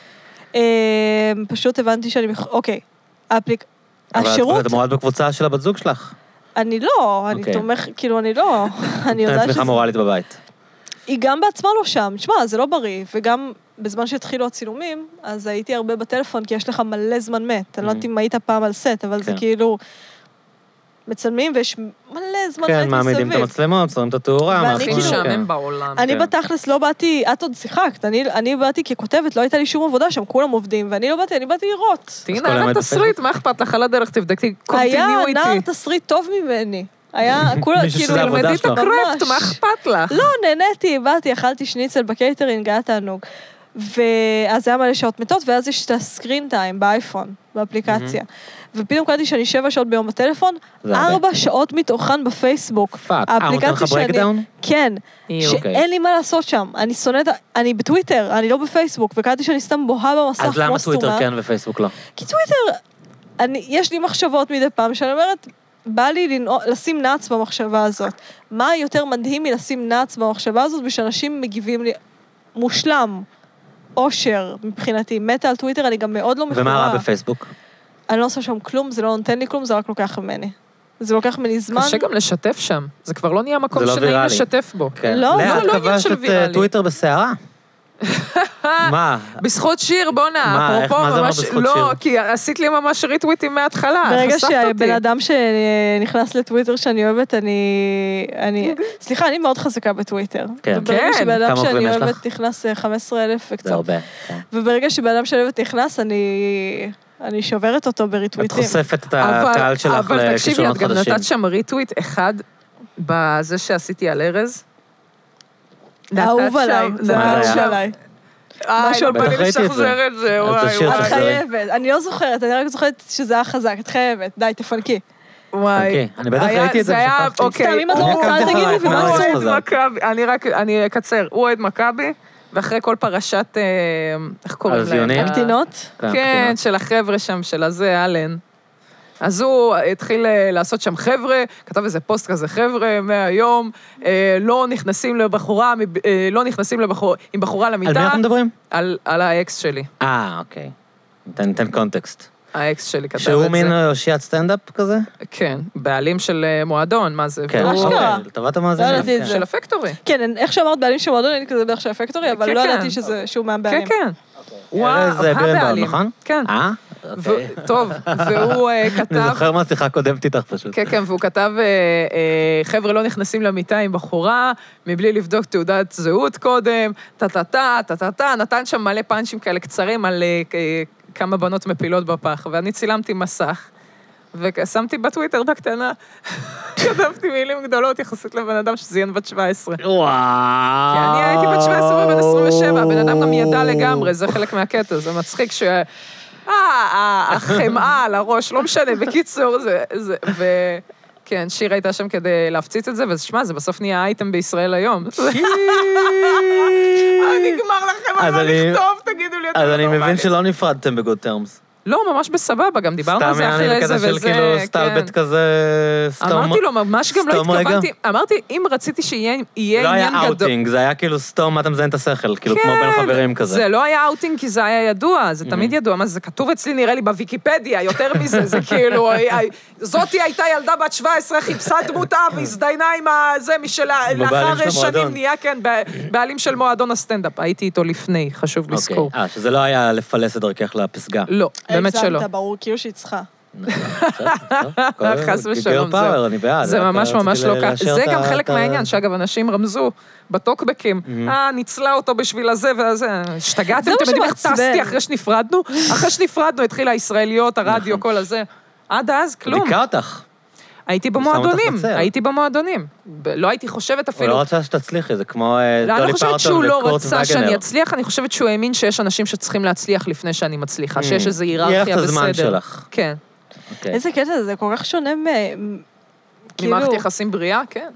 פשוט הבנתי שאני... אוקיי, האפליק...
השירות... אבל את אמורת בקבוצה של הבת זוג שלך.
אני לא, אני תומך, כאילו, אני לא... אני יודעת שזה...
תמיכה מורלית בבית.
היא גם בעצמה לא שם. תשמע, זה לא בריא, וגם בזמן שהתחילו הצילומים, אז הייתי הרבה בטלפון, כי יש לך מלא זמן מת. אני לא יודעת אם היית פעם על סט, אבל זה כאילו... מצלמים, ויש מלא זמן
כן,
ראיתי
מעמידים
סביב.
את המצלמות, שמים את התאורה.
הכי משעמם בעולם.
אני בתכלס לא באתי, את עוד שיחקת, אני באתי ככותבת, לא הייתה לי שום עבודה שם, כולם עובדים, ואני לא באתי, אני באתי לראות.
תהינה, היה תסריט, מה אכפת לך על הדרך, תבדקי,
היה
קונטיניו איתי.
נער תסריט טוב ממני. היה, כולה, כאילו,
תלמדי את הקרפט, מה אכפת לך?
לא, נהניתי, באתי, אכלתי שניצל בקייטרינג, היה תענוג. ואז היה מלא שעות מתות, ואז יש את הסקרין טיים באייפון, באפליקציה. ופתאום קראתי שאני שבע שעות ביום בטלפון, ארבע שעות מתוכן בפייסבוק.
פאק, אה, נותן לך ברייקדאון?
כן, שאין לי מה לעשות שם. אני שונאת, אני בטוויטר, אני לא בפייסבוק, וקראתי שאני סתם בוהה במסך כמו סתומה.
אז למה טוויטר כן ופייסבוק לא?
כי טוויטר, יש לי מחשבות מדי פעם, שאני אומרת, בא לי לשים נאץ במחשבה הזאת. מה יותר מדהים מלשים נאץ במחשבה הזאת, ושאנשים מגיבים לי מושלם, אושר מבחינתי. מתה על טוויטר, אני גם מאוד לא מכורה.
ומה רע בפייסבוק?
אני לא עושה שם כלום, זה לא נותן לי כלום, זה רק לוקח ממני. זה לוקח ממני זמן.
קשה גם לשתף שם. זה כבר לא נהיה מקום שנעים לשתף בו.
לא,
זה
לא עניין של ויראלי. את טוויטר בסערה. מה?
בזכות שיר, בואנה,
מה, איך-
אפרופו,
מה זה אומר
ממש,
בזכות
לא,
שיר?
כי עשית לי ממש ריטוויטים מההתחלה,
ברגע
חשפת אותי.
שהבן אדם שנכנס לטוויטר שאני אוהבת, אני... אני... סליחה, אני מאוד חזקה בטוויטר.
כן.
וברגע
כן,
שבן אדם
כמה
שאני
עוקבים יש
אוהבת
לך?
נכנס אה, חמישה עשר אלף
זה
וקצת.
הרבה. כן.
וברגע שבן אדם שאני אוהבת נכנס, אני... אני שוברת אותו
את
בריטוויטים.
חושפת את
אבל-
הקהל שלך
אבל תקשיבי,
לכישרונות
את גם
חדשים.
נתת שם ריטוויט אחד, בזה שעשיתי על ארז.
אהוב
נתת
עליי,
שם-
זה
מה זה
אהוב
היה?
עליי.
איי,
משהו
לא
על
בא לי
בטח ראיתי את זה.
לשחזר את זה,
אז
וואי
תשאיר
וואי.
את
את
זה.
חייבת, אני לא זוכרת, אני רק זוכרת שזה היה חזק, את חייבת, די, תפנקי.
וואי.
אוקיי, אני בטח
היה-
ראיתי את זה
היה,
ושכחתי.
אוקיי,
סתם, אם את לא
הוא-
רוצה, אל
הוא
תגידי לי,
הוא
ומה
אוהד
זה?
מכבי, אני רק, אני אקצר, הוא אוהד מכבי, ואחרי כל פרשת, אה, איך קוראים להם?
הזיונים?
אה,
הקטינות?
כן,
כן,
בחינות.
של החבר'ה שם, של הזה, אלן. אז הוא התחיל אה, לעשות שם חבר'ה, כתב איזה פוסט כזה, חבר'ה, מהיום, אה, לא נכנסים לבחורה, מב- אה, לא נכנסים לבחור, עם בחורה
על מי
למיטה,
אנחנו מדברים?
על, על האקס שלי.
אה, אוקיי. ניתן ניתן קונטקסט.
האקס שלי כתב את זה.
שהוא מין אושיית סטנדאפ כזה?
כן, בעלים של אה, מועדון, מה זה?
כן.
והוא-
אשכרה.
אוקיי, לטובת
לא
המאזינים.
ידעתי את
כן.
זה.
של הפקטורי.
כן, איך שאמרת בעלים של מועדון, אני כזה בערך של הפקטורי, אבל
כן,
לא
כן.
ידעתי שזה- שהוא
כן,
מהבעלים.
כן. הוא ה-
ארז בירנבאום,
הבעלים.
נכון?
כן.
אה?
ו-
אוקיי.
טוב, והוא אה,
אני
כתב...
זוכר מהשיחה הקודמת איתך פשוט.
כן, כן, והוא כתב, אה, אה, חבר'ה לא נכנסים למיטה עם בחורה, מבלי לבדוק תעודת זהות קודם, טה-טה-טה, טה-טה-טה, נתן שם מלא פאנצ'ים כאלה קצרים על אה, אה, כמה בנות מפילות בפח, ואני צילמתי מסך, ושמתי בטוויטר בקטנה, כתבתי מילים גדולות יחסית לבן אדם שזיין בת שבע עשרה.
וואו.
כי אני הייתי בת שבע עשרה ובן עשרים ושבע, הבן אדם גם ידע לגמרי, זה חלק מהקטע, זה מצחיק ש... אה, אה, החמאה על הראש, לא משנה, בקיצור, זה... זה ו... כן, שיר הייתה שם כדי להפציץ את זה, ושמע, זה בסוף נהיה אייטם בישראל היום. נגמר לכם על
אז
מה
אני-
לכתוב, תגידו לי, אתם
אז
לא
אני מבין
נורמליים.
שלא נפרדתם בגוד טרמס.
לא, ממש בסבבה, גם דיברנו על
סתם
זה
היה לי
אחרי
בקטע
זה
של
וזה,
כאילו
כן.
סטלבט כזה, סתום.
אמרתי לו, ממש גם לא
סתום רגע.
התכוונתי, אמרתי, אם רציתי שיהיה יהיה
לא היה
עניין גדול...
אאוטינג, זה היה כאילו סתום, מה אתה מזיין את השכל, כאילו כמו בין חברים כזה.
זה לא היה אאוטינג כי זה היה ידוע, זה תמיד ידוע, מה זה כתוב אצלי נראה לי בוויקיפדיה, יותר מזה, זה כאילו, זאתי הייתה ילדה בת שבע עשרה, חיפשה דמותה והזדיינה עם הזה,
הבעלים של
לאחר שנים
המועדון.
נהיה, כן, בעלים של מועדון הסטנדאפ, הייתי איתו לפני, חשוב לזכור.
אוקיי, אה, שזה לא היה לפלס את דרכך לפסגה.
לא, באמת שלא.
הגזמת, ברור, כאילו שהיא צריכה.
חס ושלום,
גירל פאוור, אני בעד.
זה
רק
ממש
רציתי
ממש לא ככה.
לאשר
זה
את
גם
ה-
חלק
את ה-
מהעניין, שאגב, אנשים רמזו בטוקבקים, אה, ניצלה אותו בשביל הזה והזה. השתגעתם,
זה מה
אתם יודעים איך
שמעצבן.
טסתי אחרי שנפרדנו? אחרי שנפרדנו, התחילה הישראליות, הרדיו, כל הזה. עד אז, כלום.
דיכא אותך.
הייתי
אותך
במועדונים,
בצל.
הייתי במועדונים. ב- לא הייתי חושבת
הוא
אפילו...
לא רצה שתצליחי, זה כמו אה,
לא, אני
דולי
לא חושבת
פרטון
שהוא לא
וקורט
רצה שאני
וגנר.
אצליח, אני חושבת שהוא האמין שיש אנשים שצריכים להצליח לפני שאני מצליחה, שיש איזו
יהיה לך
היררכיה
את
בסדר.
הזמן שלך.
כן.
אוקיי.
איזה קטע, זה כל כך שונה מ... כאילו,
ממערכת יחסים בריאה, כן.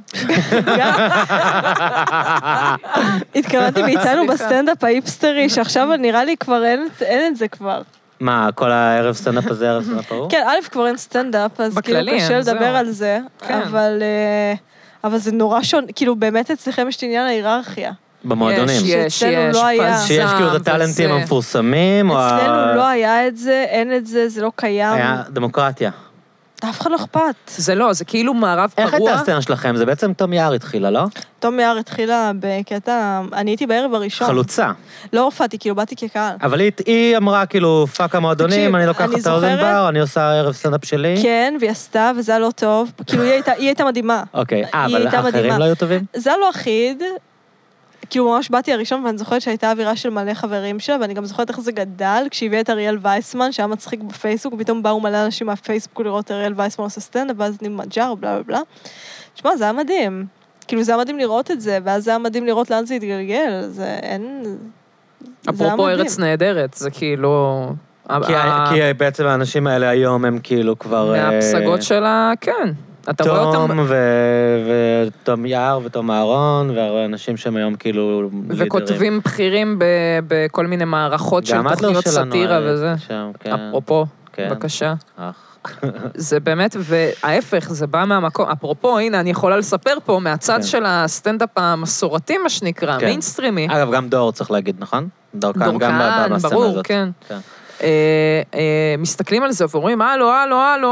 התכוונתי מאיתנו
סליחה.
בסטנדאפ האיפסטרי, שעכשיו נראה לי כבר אין אין את זה כבר.
מה, כל הערב סטנדאפ הזה, ערב סטנדאפ ההוא?
כן, א' כבר אין סטנדאפ, אז כאילו
בכללי,
קשה
זהו.
לדבר על זה,
כן.
אבל... אה, אבל זה נורא שונה, כאילו באמת אצלכם יש את עניין ההיררכיה.
במועדונים.
יש, יש,
שאצלנו
יש,
לא היה.
פזם
שיש כאילו את הטאלנטים
וזה.
המפורסמים, או ה-
אצלנו לא היה את זה, אין את זה, זה לא קיים.
היה דמוקרטיה.
אף אחד לא אכפת.
זה לא, זה כאילו מערב
איך
פרוע.
הייתה הסצנה שלכם? זה בעצם תום יער התחילה, לא?
תום יער התחילה בקטע, אני הייתי בערב הראשון.
חלוצה.
לא הופעתי, כאילו באתי כקהל.
אבל היא- היא אמרה כאילו, פאק המועדונים,
תקשיב,
אני לוקחת
אני
את האוזן
זוכרת-
בר, אני עושה ערב סטנדאפ שלי.
כן, והיא עשתה, וזה היה לא טוב. כאילו, היא הייתה, היא הייתה מדהימה.
אוקיי, אה,
היא
אבל
הייתה מדהימה.
האחרים לא היו טובים?
זה היה לא אחיד. כאילו, ממש באתי הראשון, ואני זוכרת שהייתה אווירה של מלא חברים שלה, ואני גם זוכרת איך זה גדל, כשהביאה את אריאל וייסמן, שהיה מצחיק בפייסבוק, ופתאום באו מלא אנשים מהפייסבוק לראות את אריאל וייסמן עושה סטנדאפ, ואז נהיה מג'אר, בלה בלה בלה. תשמע, זה היה מדהים. כאילו, זה היה מדהים לראות את זה, ואז זה היה מדהים לראות לאן זה התגלגל. זה אין... זה היה
אפרופו
מדהים.
ארץ נהדרת, זה כאילו...
כי
ה-
ה- כי בעצם האנשים האלה היום הם כאילו כבר... אה,
מהפסגות שלה, כן. אתה רואה אותם...
תום ו- ותום יער ותום אהרון, והאנשים שהם היום כאילו... לידרים.
וכותבים בכירים ב- בכל מיני מערכות של
גם אדלר
תוכניות
שלנו,
סאטירה
אה,
וזה.
שם, כן.
אפרופו,
כן.
בבקשה.
אח.
זה באמת, וההפך, זה בא מהמקום, אפרופו, הנה, אני יכולה לספר פה מהצד
כן.
של הסטנדאפ המסורתי, מה שנקרא,
כן.
מיינסטרימי.
אגב, גם דור צריך להגיד, נכון? דורקן גם
דורקן,
בסצנה
ברור,
הזאת.
כן.
כן.
אה, אה, מסתכלים על זה ואומרים, הלו, הלו, הלו,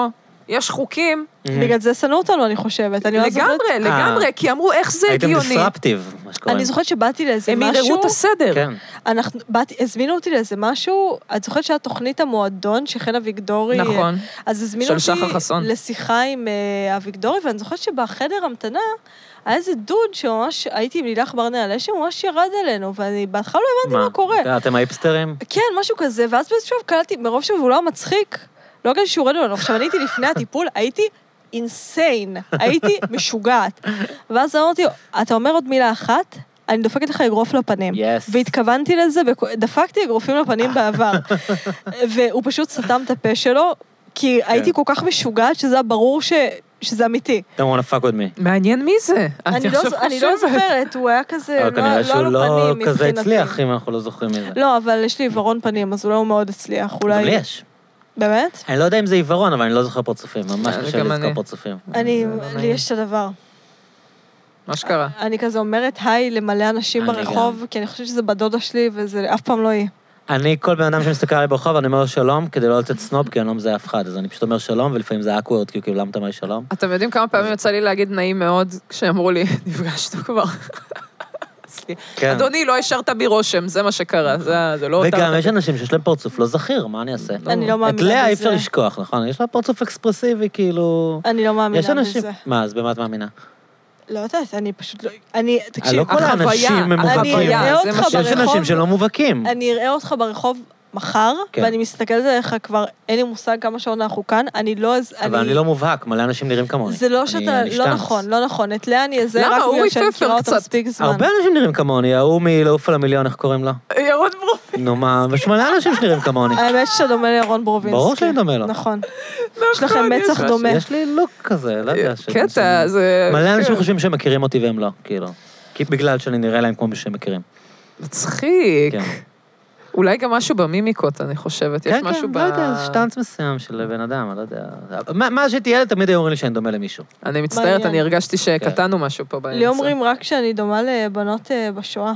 יש חוקים,
בגלל זה שנאו אותנו, אני חושבת. אני לא זוכרת-
לגמרי, לגמרי, כי אמרו איך זה
הייתם
הגיוני.
דיסרפטיב, מה שקוראים.
אני זוכרת שבאתי לאיזה
הם
משהו,
יראו את הסדר.
כן.
אנחנו, באתי, הזמינו אותי לאיזה משהו, את זוכרת שהיה תוכנית המועדון שחן אביגדורי,
נכון.
אז הזמינו
של
אותי
שחר חסון.
לשיחה עם אה, אביגדורי, ואני זוכרת שבחדר המתנה, היה איזה דוד שממש, הייתי עם לילך ברנע על אשם, ממש ירד עלינו, ואני בהתחלה לא הבנתי מה קורה.
אתם האיפסטרים?
כן, משהו כזה, ואז באיזשהו שלב קלטתי, מרוב שהוא לא מצחיק, לא כזה שהוא יורד עלינו. עכשיו, אני הייתי לפני הטיפול, הייתי אינסיין, הייתי משוגעת. ואז אמרתי, אתה אומר עוד מילה אחת, אני דופקת לך אגרוף לפנים.
Yes.
והתכוונתי לזה, ודפקתי אגרופים לפנים בעבר. והוא פשוט סתם את הפה שלו, כי הייתי כל כך משוגעת שזה היה ברור ש... שזה אמיתי.
Don't want to fuck with me.
מעניין מי זה?
אני לא, אני לא זוכרת, הוא היה כזה,
אבל
לא,
כנראה
לא
שהוא
לו
לא
פנים
כזה
מבחינתי.
הצליח, אם אנחנו לא זוכרים מזה.
לא, אבל יש לי עיוורון פנים, אז אולי הוא מאוד הצליח. אולי...
גם לי יש.
באמת?
אני לא יודע אם זה עיוורון, אבל אני לא זוכר פרצופים. ממש
זה
קשה
גם
לזכור
אני.
פרצופים.
אני,
זה
לי יש את הדבר.
מה שקרה.
אני כזה אומרת היי למלא אנשים
אני
ברחוב, כי אני חושבת שזה בדודה שלי, וזה אף פעם לא יהיה.
אני, כל בן אדם שמסתכל עליי ברחוב, אני אומר שלום, כדי לא לצאת סנוב, כי אני לא מזהה אף אחד. אז אני פשוט אומר שלום, ולפעמים זה אקוורד, כי כאילו, למה אתה אומר שלום?
אתם יודעים כמה פעמים יצא לי להגיד נעים מאוד, כשאמרו לי, נפגשנו כבר.
כן.
אדוני, לא השארת בי רושם, זה מה שקרה, זה זה לא אותה...
וגם יש אנשים שיש להם פרצוף לא זכיר, מה אני אעשה?
אני לא מאמינה
את לאה אי
בזה.
אפשר לשכוח, נכון? יש לה פרצוף אקספרסיבי, כאילו...
אני לא
יש
מאמינה
אנשים...
בזה.
מה, אז במה את מאמינה?
לא יודעת, אני פשוט לא... אני,
לא
תקשיב,
כל האנשים הם
אני
מובהקים.
אראה
זה
אותך
מה
יש
ברחוב,
אנשים שלא מובהקים.
אני אראה אותך ברחוב מחר,
כן.
ואני מסתכלת עליך כבר, אין לי מושג כמה שעות אנחנו כאן, אני לא...
אבל אני לא מובהק, מלא אנשים נראים כמוני.
זה לא
אני-
שאתה...
אני
לא
שטנץ.
נכון, לא נכון. את לאה אני אזה
למה?
רק
אורי
בגלל שאני
פפר
מכירה אותו
קצת.
מספיק זמן.
הרבה אנשים נראים כמוני, ההוא מלעוף על המיליון, איך קוראים לו?
ירון ברופינסקי.
נו מה, יש מלא אנשים שנראים כמוני.
האמת שאתה דומה לירון ברובינסקי.
ברור שאני דומה לו.
נכון. יש לכם מצח
יש-
דומה.
יש לי לוק כזה, לא יודע. ש-
קטע, זה...
מלא אנשים
כן.
חושבים שהם מכירים אותי והם לא, כאילו. כי בגלל שאני נראה להם כמו שהם מכירים.
מצחיק.
כן.
אולי גם משהו במימיקות, אני חושבת. יש
כן,
משהו
כן,
ב...
לא יודע, זה שטנץ מסוים של בן אדם, אני לא יודע. מה- מה שהייתי ילד, תמיד היו אומרים לי שאני דומה למישהו.
אני מצטערת,
מעניין.
אני הרגשתי שקטענו משהו פה באמצע.
לי אומרים רק שאני דומה לבנות אה, בשואה.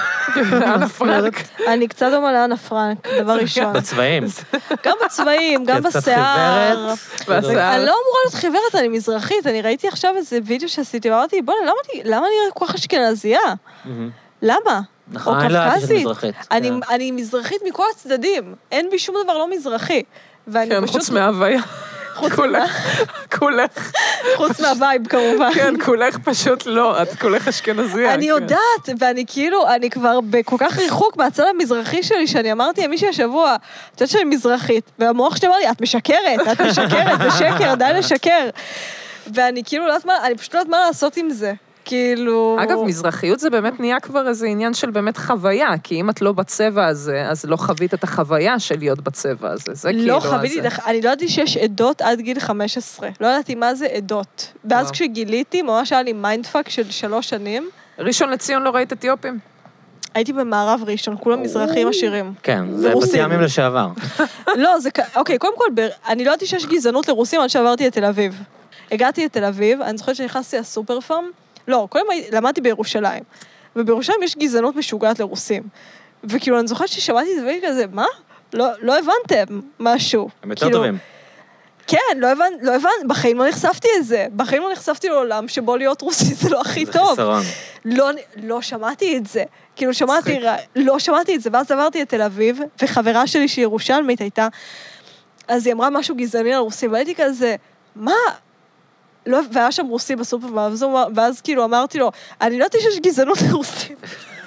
אנה פרנק.
אני קצת דומה לאנה פרנק, דבר ראשון.
בצבעים.
גם בצבעים, גם
כי את קצת
בשיער.
חיוורת.
והשיער.
אני לא אמורה להיות חיוורת, אני מזרחית. אני ראיתי עכשיו איזה וידאו שעשיתי, ואמרתי, בוא'נה, למה אני- למה אני נראית כל כך אשכנזייה?
מהמם.
למה?
נכון,
או
אני לא ידעתי שאת
קווקזית.
מזרחית.
אני-
כן.
אני מזרחית מכל הצדדים. אין בי שום דבר לא מזרחי. ואני
כן,
פשוט...
חוץ מההוויה. כולך, כולך,
חוץ מהווייב, כמובן.
כן, כולך פשוט לא, את כולך אשכנזיה.
אני
כן.
יודעת, ואני כאילו, אני כבר בכל כך ריחוק מהצד המזרחי שלי, שאני אמרתי למישהי השבוע, את יודעת שאני מזרחית, והמוח שלי אמר לי, את משקרת, את משקרת, זה שקר, די לשקר. ואני כאילו לא יודעת מה, אני פשוט לא יודעת מה לעשות עם זה. כאילו...
אגב, מזרחיות זה באמת נהיה כבר איזה עניין של באמת חוויה, כי אם את לא בצבע הזה, אז לא חווית את החוויה של להיות בצבע הזה. זה כאילו...
לא חוויתי,
הזה.
אני לא ידעתי שיש עדות עד גיל חמש עשרה. לא ידעתי מה זה עדות. ואז
וואו.
כשגיליתי, ממש היה לי מיינדפאק של שלוש שנים,
ראשון לציון לא ראית אתיופים?
הייתי במערב ראשון, כולם מזרחים עשירים.
כן, זה
ורוסים.
בת ימים לשעבר.
לא, זה... כ- אוקיי, קודם כל, ב- אני לא ידעתי שיש גזענות לרוסים עד שעברתי לתל אביב. הגעתי לתל אביב, אני זוכרת שנכנסתי לסופר פארם, לא, קודם הי- למדתי בירושלים, ובירושלים יש גזענות משוגעת לרוסים. וכאילו, אני זוכרת ששמעתי את זה והייתי כזה, מה? לא, לא הבנתם משהו.
הם יותר
כאילו,
טובים.
כן, לא הבנ... לא הבנ... בחיים לא נחשפתי לזה. בחיים לא נחשפתי לעולם שבו להיות רוסי זה לא הכי
זה
טוב.
חיסרון.
לא, לא שמעתי את זה. כאילו שמעתי, ר... לא שמעתי את זה, ואז עברתי לתל אביב, וחברה שלי שהיא ירושלמית הייתה, אז היא אמרה משהו גזעני על רוסים, והייתי כזה, מה? לא, והיה שם רוסי בסופר, ואז, הוא אמר- ואז כאילו אמרתי לו, אני לא יודעת שיש גזענות לרוסים.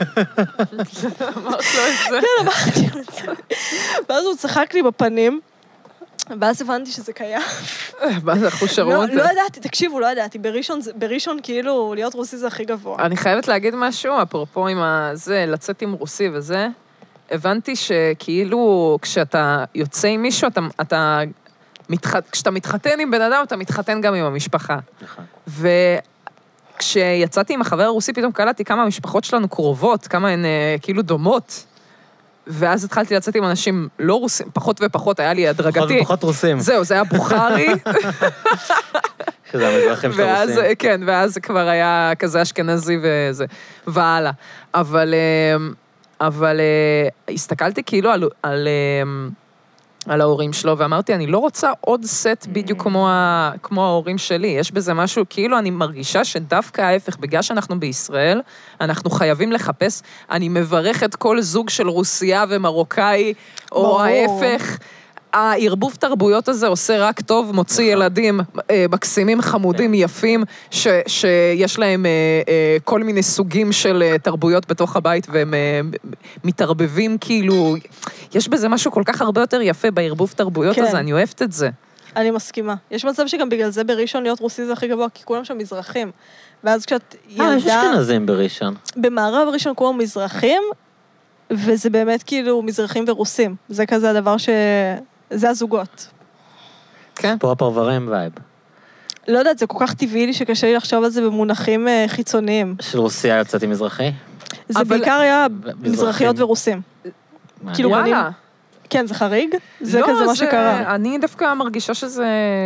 אמרת לו את זה.
כן, אמרתי לו את זה. ואז הוא צחק לי בפנים, ואז הבנתי שזה קיים.
מה זה, אחוש
לא,
שרון?
לא ידעתי, תקשיבו, לא ידעתי, בראשון, זה- בראשון כאילו להיות רוסי זה הכי גבוה.
אני חייבת להגיד משהו, אפרופו עם הזה, לצאת עם רוסי וזה, הבנתי שכאילו כשאתה יוצא עם מישהו, אתה, אתה מתח... כשאתה מתחתן עם בן אדם, אתה מתחתן גם עם המשפחה.
נכון.
וכשיצאתי עם החבר הרוסי, פתאום קלטתי כמה המשפחות שלנו קרובות, כמה הן אה, כאילו דומות. ואז התחלתי לצאת עם אנשים לא רוסים, פחות ופחות, היה לי
פחות
הדרגתי.
ופחות רוסים.
זהו, זה היה בוכרי,
שזה המזרחים של
ואז,
הרוסים.
כן, ואז זה כבר היה כזה אשכנזי וזה, והלאה. אבל, אה, אבל אה, הסתכלתי כאילו על, על, אה, על ההורים שלו, ואמרתי, אני לא רוצה עוד סט בדיוק כמו, ה, כמו ההורים שלי. יש בזה משהו, כאילו אני מרגישה שדווקא ההפך, בגלל שאנחנו בישראל, אנחנו חייבים לחפש, אני מברכת כל זוג של רוסיה ומרוקאי, או
ברור.
ההפך. הערבוב תרבויות הזה עושה רק טוב, מוציא ילדים אה, מקסימים, חמודים, יפים, ש, שיש להם אה, אה, כל מיני סוגים של אה, תרבויות בתוך הבית, והם אה, מתערבבים כאילו, יש בזה משהו כל כך הרבה יותר יפה בערבוב תרבויות
כן.
הזה, אני אוהבת את זה.
אני מסכימה. יש מצב שגם בגלל זה בראשון להיות רוסי זה הכי גבוה, כי כולם שם מזרחים. ואז כשאת
אה, יש
ילדה...
אשכנזים בראשון.
במערב ראשון כולם מזרחים, וזה באמת כאילו מזרחים ורוסים. זה כזה הדבר ש... זה הזוגות.
כן?
פה הפרברים וייב.
לא יודעת, זה כל כך טבעי לי שקשה לי לחשוב על זה במונחים אה, חיצוניים.
של רוסיה יוצאת עם מזרחי?
זה
אבל-
בעיקר היה
מזרחים.
מזרחיות ורוסים. כאילו, בנים-
וואלה.
כן, זה חריג? זה
לא,
כזה מה שקרה.
אני דווקא מרגישה שזה...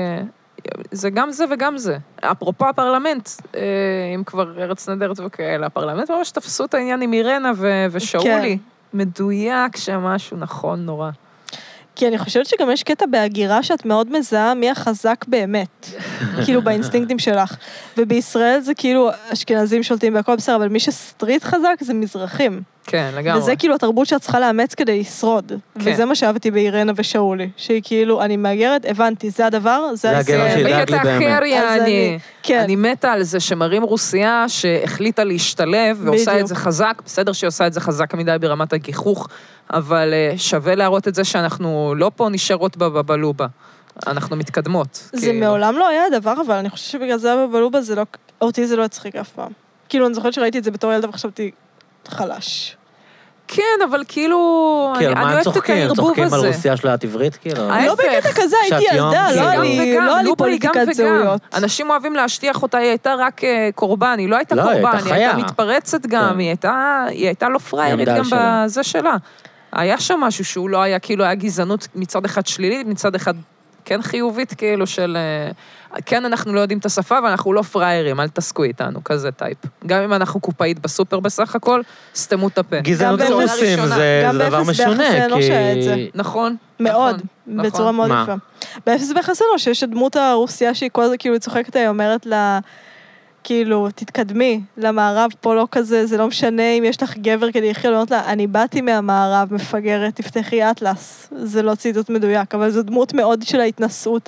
זה גם זה וגם זה. אפרופו הפרלמנט, אה, אם כבר ארץ נהדרת וכאלה, הפרלמנט ממש תפסו את העניין עם אירנה ו- ושאולי. מדויק שמשהו נכון נורא.
כי אני חושבת שגם יש קטע בהגירה שאת מאוד מזהה מי החזק באמת. כאילו באינסטינקטים שלך. ובישראל זה כאילו אשכנזים שולטים בהכל בסדר, אבל מי שסטריט חזק זה מזרחים.
כן, לגמרי.
וזה כאילו התרבות שאת צריכה לאמץ כדי לשרוד.
כן.
וזה מה שאהבתי באירנה ושאולי. שהיא כאילו, אני מהגרת, הבנתי, זה הדבר, זה
זה הגבר
הישראל.
שידאג לי
בקטע
באמת.
אחר,
אז
יעני.
אני- כן.
אני מתה על זה שמראים רוסיה שהחליטה להשתלב ועושה
בדיוק.
את זה חזק, בסדר שהיא עושה את זה חזק מדי ברמת הגיחוך, אבל אה, שווה להראות את זה שאנחנו לא פה נשארות בבלובה, אנחנו מתקדמות.
זה
כאילו.
מעולם לא היה הדבר, אבל אני חושבת שבגלל זה בבלובה זה לא, אותי זה לא הצחיק אף פעם. כאילו, אני זוכרת שראיתי את זה בתור ילדה וחשבתי חלש.
כן, אבל כאילו, אני
כאילו,
אני
מה הם
אוהבת את
צוחקים? הם
הערבוב
צוחקים על
הזה.
רוסיה שלאת עברית, כאילו?
ההפך.
לא בקטע כזה, הייתי
שאת יום,
ילדה,
כאילו.
לא
גם
אני,
וגם,
לא אני
לופרי, גם
פוליטיקת
וגם.
זהויות.
אנשים אוהבים להשטיח אותה, היא הייתה רק אה, קורבן, היא לא הייתה
לא, היא
קורבן,
הייתה
היא הייתה
חיה.
מתפרצת גם,
כן.
היא הייתה- היא הייתה לא פריירית
היא עמדה
גם
על שלה.
בזה שלה. היה שם משהו שהוא לא היה, כאילו היה גזענות מצד אחד שלילית, מצד אחד כן חיובית, כאילו של... אה, כן, אנחנו לא יודעים את השפה, ואנחנו לא פריירים, אל תסקו איתנו, כזה טייפ. גם אם אנחנו קופאית בסופר בסך הכל, סתמו את הפה.
גזענות
גם
רוסים
בראשונה.
זה
גם
זה דבר
באפס ביחסי
משונה,
אנוש היה את זה.
כי...
נכון?
מאוד,
נכון,
בצורה
נכון.
מאוד
מה?
יפה. באפס ביחסי אנוש, שיש את דמות הרוסיה שהיא כל הזמן כאילו צוחקת, היא אומרת לה, כאילו, תתקדמי למערב, פה לא כזה, זה לא משנה אם יש לך גבר כדי לחיות, אומרת לה, אני באתי מהמערב, מפגרת, תפתחי אטלס. זה לא ציטוט מדויק, אבל זו דמות מאוד של ההתנסות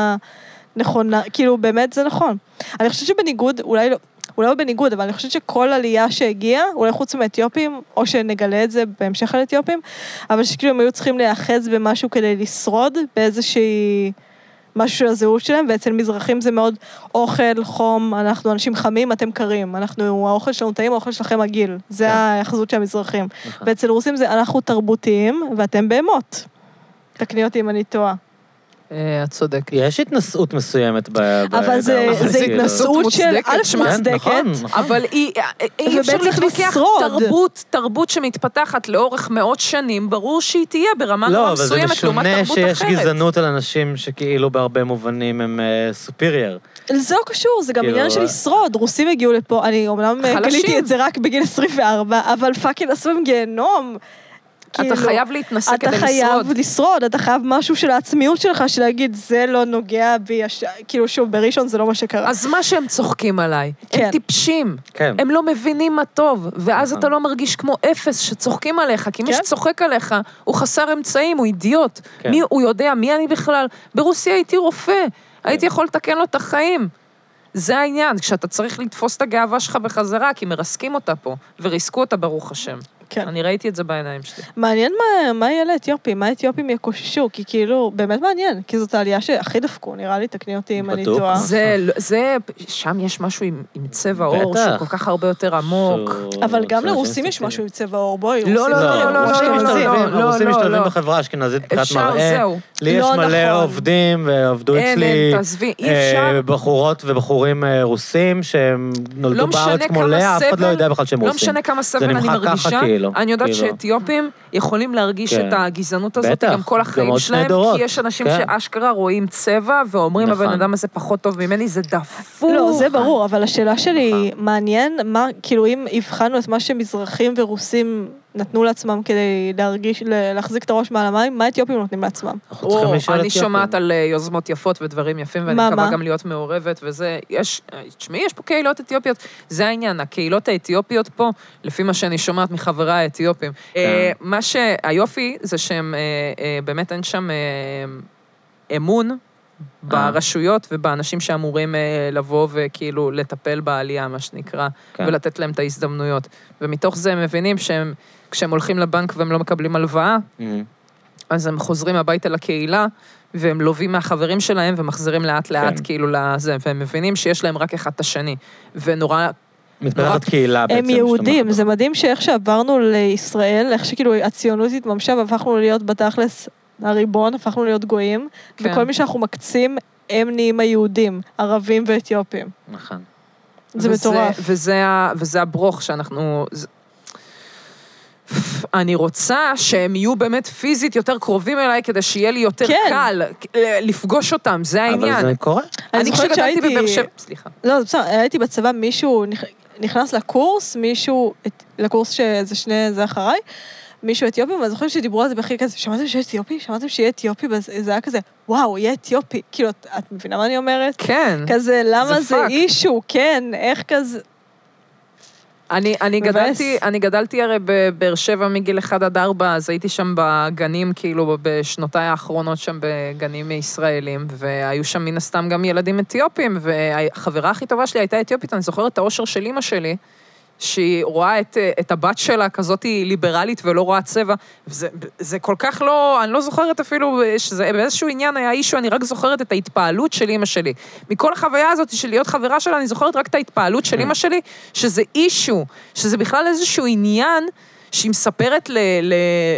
הנכונה, כאילו, באמת זה נכון. אני חושבת שבניגוד, אולי לא, אולי לא בניגוד, אבל אני חושבת שכל עלייה שהגיעה, אולי חוץ מאתיופים, או שנגלה את זה בהמשך על אתיופים, אבל שכאילו הם היו צריכים להיאחז במשהו כדי לשרוד, באיזושהי... משהו של הזהות שלהם, ואצל מזרחים זה מאוד אוכל, חום, אנחנו אנשים חמים, אתם קרים, אנחנו, האוכל שלנו טעים, האוכל שלכם עגיל, זה ההיאחזות של המזרחים.
נכון.
ואצל רוסים זה אנחנו תרבותיים, ואתם בהמות. תקני אותי אם אני טועה.
אה, את צודקת.
יש התנסות מסוימת ב... ב-
אבל זה,
ברמה
זה
כאילו.
התנסות של
מוצדקת,
א'
שמע,
כן,
מוצדקת,
נכון, נכון.
אבל אי, אי אפשר
ובעצם
להתווכח
לשרוד.
תרבות, תרבות שמתפתחת לאורך מאות שנים, ברור שהיא תהיה ברמה
לא,
נורא
אבל זה
מסוימת לעומת
משונה
תרבות
שיש
אחרת.
גזענות על אנשים שכאילו בהרבה מובנים הם סופירייר.
זה לא קשור, זה גם
כאילו,
עניין של
אה.
לשרוד, רוסים הגיעו לפה, אני אומנם
חלשים.
גיליתי את זה רק בגיל עשרים וארבע, אבל פאקינג עשו עם גיהנום.
אתה
כאילו,
חייב להתנסה
אתה
כדי
חייב
לשרוד.
לשרוד, אתה חייב משהו של העצמיות שלך, של להגיד, זה לא נוגע בי, הש... כאילו שוב, בראשון זה לא מה שקרה.
אז מה שהם צוחקים עליי,
כן.
הם טיפשים.
כן.
הם לא מבינים מה טוב, ואז
נכון.
אתה לא מרגיש כמו אפס שצוחקים עליך, כי מי
כן.
שצוחק עליך הוא חסר אמצעים, הוא אידיוט.
כן.
מי, הוא יודע, מי אני בכלל? ברוסיה הייתי רופא, הייתי יכול לתקן לו את החיים. זה העניין, כשאתה צריך לתפוס את הגאווה שלך בחזרה, כי מרסקים אותה פה, וריסקו אותה ברוך השם.
כן.
אני ראיתי את זה בעיניים שלי.
מעניין מה, מה יהיה לאתיופים, מה האתיופים יקוששו, כי כאילו, באמת מעניין, כי זאת העלייה שהכי דפקו, נראה לי, תקני אותי אם אני
בטוח.
טועה.
זה, זה, שם יש משהו עם, עם צבע עור,
בטח.
שהוא כל כך הרבה יותר עמוק.
שהוא-
אבל גם
שהוא
לרוסים יש
אנשים
משהו עם צבע עור, בואי,
לא,
רוסים
לא,
זה-
לא, לא,
הרוסים
לא,
משתלבים-
לא, לא,
הרוסים
לא,
משתלבים
לא.
בחברה האשכנזית מבחינת
אפשר,
מראה.
זהו.
לי יש
לא
מלא
נכון.
עובדים, ועבדו
אין,
אצלי
אין, תעזבי, אי אפשר.
אה, בחורות ובחורים אה, רוסים, שהם נולדו
לא משנה
בארץ כמו
כמה
לאה, אף אחד לא
סבל-
יודע בכלל שהם
לא
רוסים.
משנה כמה סבל
זה
אני
נמחק ככה,
מרגישה,
כאילו.
אני יודעת
כאילו.
שאתיופים יכולים להרגיש
כן.
את הגזענות הזאת
בטח,
גם כל
גם
החיים
עוד שני
שלהם,
דורות.
כי יש אנשים
כן.
שאשכרה רואים צבע, ואומרים,
נכון.
הבן אדם הזה פחות טוב ממני, זה דפוק.
לא, זה ברור, אבל השאלה שלי,
נכון.
מעניין, מה, כאילו, אם הבחנו את מה שמזרחים ורוסים נתנו לעצמם כדי להרגיש, להחזיק את הראש מעל המים, מה אתיופים נותנים לעצמם?
אנחנו צריכים לשאול
אני
אתיופים.
שומעת על יוזמות יפות ודברים יפים, ואני
מה,
מקווה
מה?
גם להיות מעורבת, וזה, יש, תשמעי, יש פה קהילות אתיופיות, זה העניין, הקהילות האתיופיות פה, לפי מה שאני שומעת מחברי האתיופים. מה שהיופי זה שהם, באמת אין שם אמון, ברשויות ובאנשים שאמורים לבוא וכאילו לטפל בעלייה, מה שנקרא, ולתת להם את ההזדמנויות. ומתוך זה הם מבינים שהם, כשהם הולכים לבנק והם לא מקבלים הלוואה, אז הם חוזרים הביתה לקהילה, והם לובים מהחברים שלהם ומחזירים לאט לאט כאילו לזה, והם מבינים שיש להם רק אחד את השני. ונורא...
מתפתחת קהילה בעצם.
הם יהודים, זה מדהים שאיך שעברנו לישראל, איך שכאילו הציונות התממשה והפכנו להיות בתכלס הריבון, הפכנו להיות גויים, כן. וכל מי שאנחנו מקצים, הם נהיים היהודים, ערבים ואתיופים.
נכון.
זה
וזה,
מטורף.
וזה, וזה הברוך שאנחנו... זה... אני רוצה שהם יהיו באמת פיזית יותר קרובים אליי, כדי שיהיה לי יותר כן. קל לפגוש אותם, זה העניין.
אבל זה קורה.
אני, אני
כשגדלתי
שהייתי...
בבאר שבע... סליחה.
לא, בסדר, הייתי בצבא, מישהו נכנס לקורס, מישהו, לקורס שזה שני, זה אחריי, מישהו אתיופי, ואני זוכרת שדיברו על זה בכי כזה, שמעתם שיהיה אתיופי? שמעתם שיהיה אתיופי? זה היה כזה, וואו, יהיה אתיופי. כאילו, את מבינה מה אני אומרת?
כן.
כזה, למה זה אישו? כן, איך כזה...
אני, אני גדלתי, אני גדלתי הרי בבאר שבע מגיל אחד עד ארבע, אז הייתי שם בגנים, כאילו, בשנותיי האחרונות שם בגנים ישראלים, והיו שם מן הסתם גם ילדים אתיופים, והחברה הכי טובה שלי הייתה אתיופית, אני זוכרת את האושר של אמא שלי, שהיא רואה את, את הבת שלה כזאת ליברלית ולא רואה צבע, וזה זה כל כך לא, אני לא זוכרת אפילו, שזה באיזשהו עניין היה אישו, אני רק זוכרת את ההתפעלות של אמא שלי. מכל החוויה הזאת של להיות חברה שלה, אני זוכרת רק את ההתפעלות של אמא שלי, שזה אישו, שזה בכלל איזשהו עניין, שהיא מספרת ל, ל,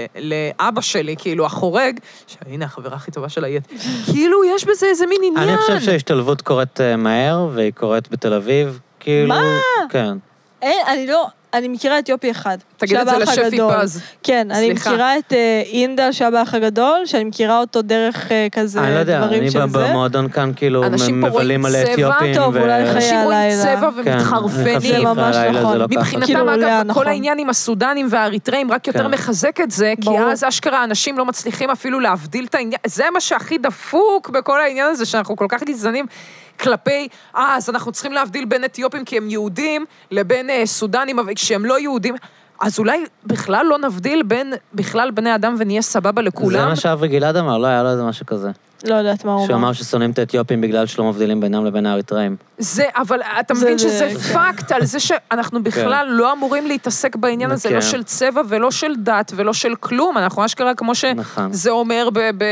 לאבא שלי, כאילו, החורג, שהנה, החברה הכי טובה שלה יהיה, כאילו, יש בזה איזה מין עניין.
אני חושב שההשתלבות קורית מהר, והיא קורית בתל אביב, כאילו...
מה?
כן.
אין, אני לא, אני מכירה אתיופי אחד.
תגיד את זה לשפי פז.
כן, אני מכירה את אינדל, שהיה האח הגדול, שאני מכירה אותו דרך כזה דברים של זה.
אני לא יודע, אני במועדון כאן כאילו מבלים על אתיופים.
טוב, אולי חיי הלילה.
אנשים רואים צבע ומתחרפנים.
זה ממש נכון.
מבחינתם, אגב, כל העניין עם הסודנים והאריתראים רק יותר מחזק את זה, כי אז אשכרה אנשים לא מצליחים אפילו להבדיל את העניין. זה מה שהכי דפוק בכל העניין הזה, שאנחנו כל כך גזענים. כלפי, אה, אז אנחנו צריכים להבדיל בין אתיופים כי הם יהודים, לבין אה, סודנים כשהם לא יהודים, אז אולי בכלל לא נבדיל בין, בכלל בני אדם ונהיה סבבה לכולם.
זה מה שאברי גלעד אמר, לא היה לו איזה משהו כזה.
לא יודעת מה הוא אומר.
שהוא אמר ששונאים את האתיופים בגלל שלא מבדילים בינם לבין האריתראים.
זה, אבל אתה מבין שזה פאקט על זה שאנחנו בכלל לא אמורים להתעסק בעניין הזה, לא של צבע ולא של דת ולא של כלום, אנחנו אשכרה כמו שזה אומר,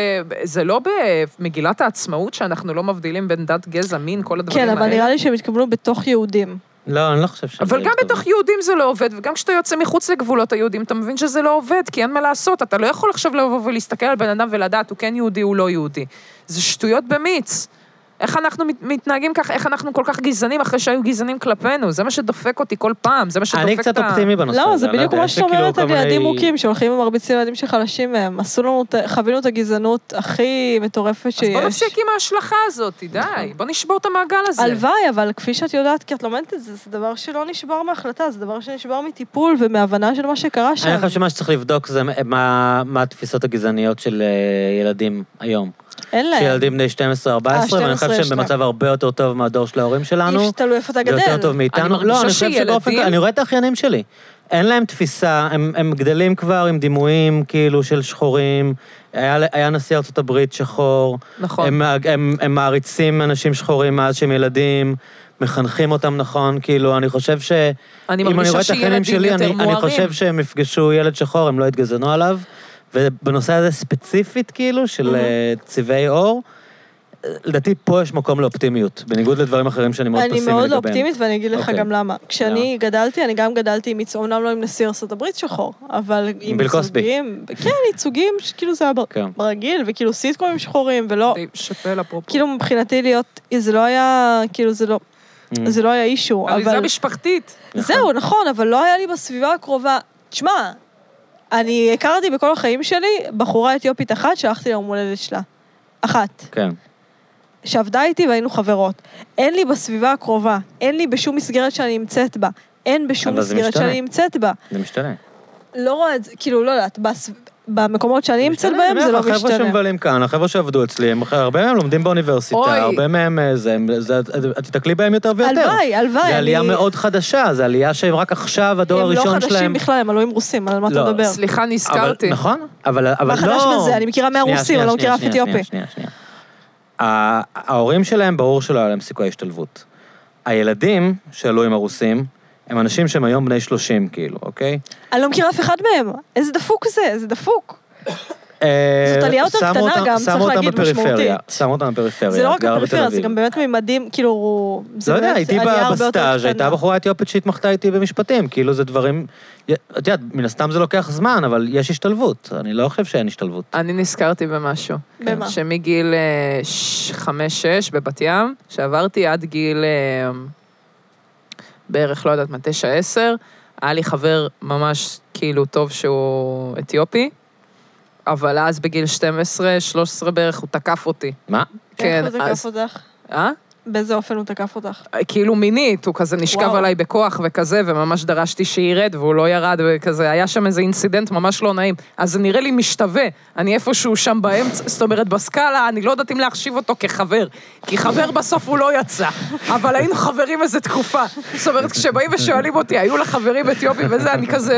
זה לא במגילת העצמאות שאנחנו לא מבדילים בין דת, גזע, מין, כל הדברים האלה.
כן, אבל נראה לי שהם התכוונו בתוך יהודים.
לא, אני לא חושב שזה...
אבל גם בתוך יהודים זה לא עובד, וגם כשאתה יוצא מחוץ לגבולות היהודים, אתה מבין שזה לא עובד, כי אין מה לעשות, אתה לא יכול עכשיו לבוא ולהסתכל על בן אדם ולדעת, הוא כן יהודי, הוא לא יהודי. זה שטויות במיץ. איך אנחנו מתנהגים כך, איך אנחנו כל כך גזענים אחרי שהיו גזענים כלפינו, זה מה שדופק אותי כל פעם, זה מה שדופק את ה...
אני קצת אופטימי בנושא הזה.
לא, זה בדיוק כמו שאתה אומרת על ילדים מוכים, שהולכים ומרביצים ילדים שחלשים מהם, עשו לנו, חווינו את הגזענות הכי מטורפת שיש.
אז בוא נפסיק עם ההשלכה הזאת, די, בוא נשבור את המעגל הזה.
הלוואי, אבל כפי שאת יודעת, כי את לומדת את זה, זה דבר שלא נשבר מההחלטה, זה דבר שנשבר מטיפול ומהבנה של מה שקרה שם.
אני חושב שמה שצריך לבדוק זה מה התפיסות הגזעניות של ילדים היום.
אין להם.
שילדים בני שתים עשרה ארבע עשרה, ואני חושב שהם במצב הרבה יותר טוב מהדור של ההורים שלנו.
איש תלוי איפה אתה גדל.
ויותר טוב מאיתנו. לא, אני חושב שבאופן, אני רואה את האחיינים שלי. אין להם תפיסה, הם, הם גדלים כבר עם דימויים כאילו של שחורים, היה, היה נשיא ארצות הברית שחור.
נכון.
הם, הם, הם מעריצים אנשים שחורים מאז שהם ילדים, מחנכים אותם נכון, כאילו, אני חושב ש...
אני
אם אני רואה את האחיינים שלי, אני,
מוארים.
אני חושב שהם יפגשו ילד שחור, הם לא יתגזנו עליו. ובנושא הזה ספציפית, כאילו, של צבעי אור, לדעתי פה יש מקום לאופטימיות, בניגוד לדברים אחרים שאני מאוד פסימי לגביהם.
אני מאוד אופטימית, ואני אגיד לך גם למה. כשאני גדלתי, אני גם גדלתי עם ייצוג, אומנם לא עם נשיא ארצות הברית שחור, אבל עם ייצוגים, כן, ייצוגים שכאילו זה היה ברגיל, וכאילו סיטקומים שחורים, ולא...
שפל אפרופו.
כאילו מבחינתי להיות, זה לא היה, כאילו זה לא... זה לא היה אישו, אבל...
זה משפחתית.
זהו, נכון, אבל לא היה לי בסביבה הקרובה. תשמע, אני הכרתי בכל החיים שלי בחורה אתיופית אחת שהלכתי ליום הולדת שלה. אחת.
כן.
שעבדה איתי והיינו חברות. אין לי בסביבה הקרובה, אין לי בשום מסגרת שאני נמצאת בה. אין בשום מסגרת שאני נמצאת בה.
זה משתנה.
לא רואה את זה, כאילו, לא יודעת, במקומות שאני אמצאת בהם, זה לא משתנה.
החבר'ה שמבלים כאן, החבר'ה שעבדו אצלי, הרבה מהם לומדים באוניברסיטה, הרבה מהם, את תתקלי בהם יותר ויותר.
הלוואי, הלוואי.
זה עלייה מאוד חדשה, זה עלייה שהם רק עכשיו, הדור הראשון שלהם.
הם לא חדשים בכלל, הם עלו עם רוסים, על מה אתה מדבר.
סליחה, נזכרתי.
נכון, אבל לא...
מה חדש בזה? אני מכירה מהרוסים, אני לא מכירה אף אתיופי.
שנייה, שנייה. ההורים שלהם, ברור שלא היה להם סיכוי השתלבות. הילדים שעלו עם הרוסים, הם אנשים שהם היום בני שלושים, כאילו, אוקיי?
אני לא מכירה אף אחד מהם. איזה דפוק זה, איזה דפוק. זאת עלייה יותר קטנה גם, צריך להגיד, משמעותית.
שמו אותם בפריפריה.
זה לא רק בפריפריה, זה גם באמת ממדים, כאילו,
לא יודע, הייתי בסטאז', הייתה בחורה אתיופית שהתמחתה איתי במשפטים, כאילו זה דברים, את יודעת, מן הסתם זה לוקח זמן, אבל יש השתלבות, אני לא חושב שאין השתלבות.
אני נזכרתי במשהו.
במה?
שמגיל חמש שש בבת ים, שעברתי עד גיל... בערך, לא יודעת, מה, תשע עשר, היה לי חבר ממש כאילו טוב שהוא אתיופי, אבל אז בגיל שתים עשרה, שלוש עשרה בערך, הוא תקף אותי.
מה?
כן, איך הוא תקף אותך?
אה?
באיזה אופן הוא תקף אותך?
כאילו מינית, הוא כזה נשכב וואו. עליי בכוח וכזה, וממש דרשתי שירד, והוא לא ירד וכזה, היה שם איזה אינסידנט ממש לא נעים. אז זה נראה לי משתווה, אני איפשהו שם באמצע, זאת אומרת, בסקאלה, אני לא יודעת אם להחשיב אותו כחבר, כי חבר בסוף הוא לא יצא, אבל היינו חברים איזה תקופה. זאת אומרת, כשבאים ושואלים אותי, היו לחברים אתיופים וזה, אני כזה...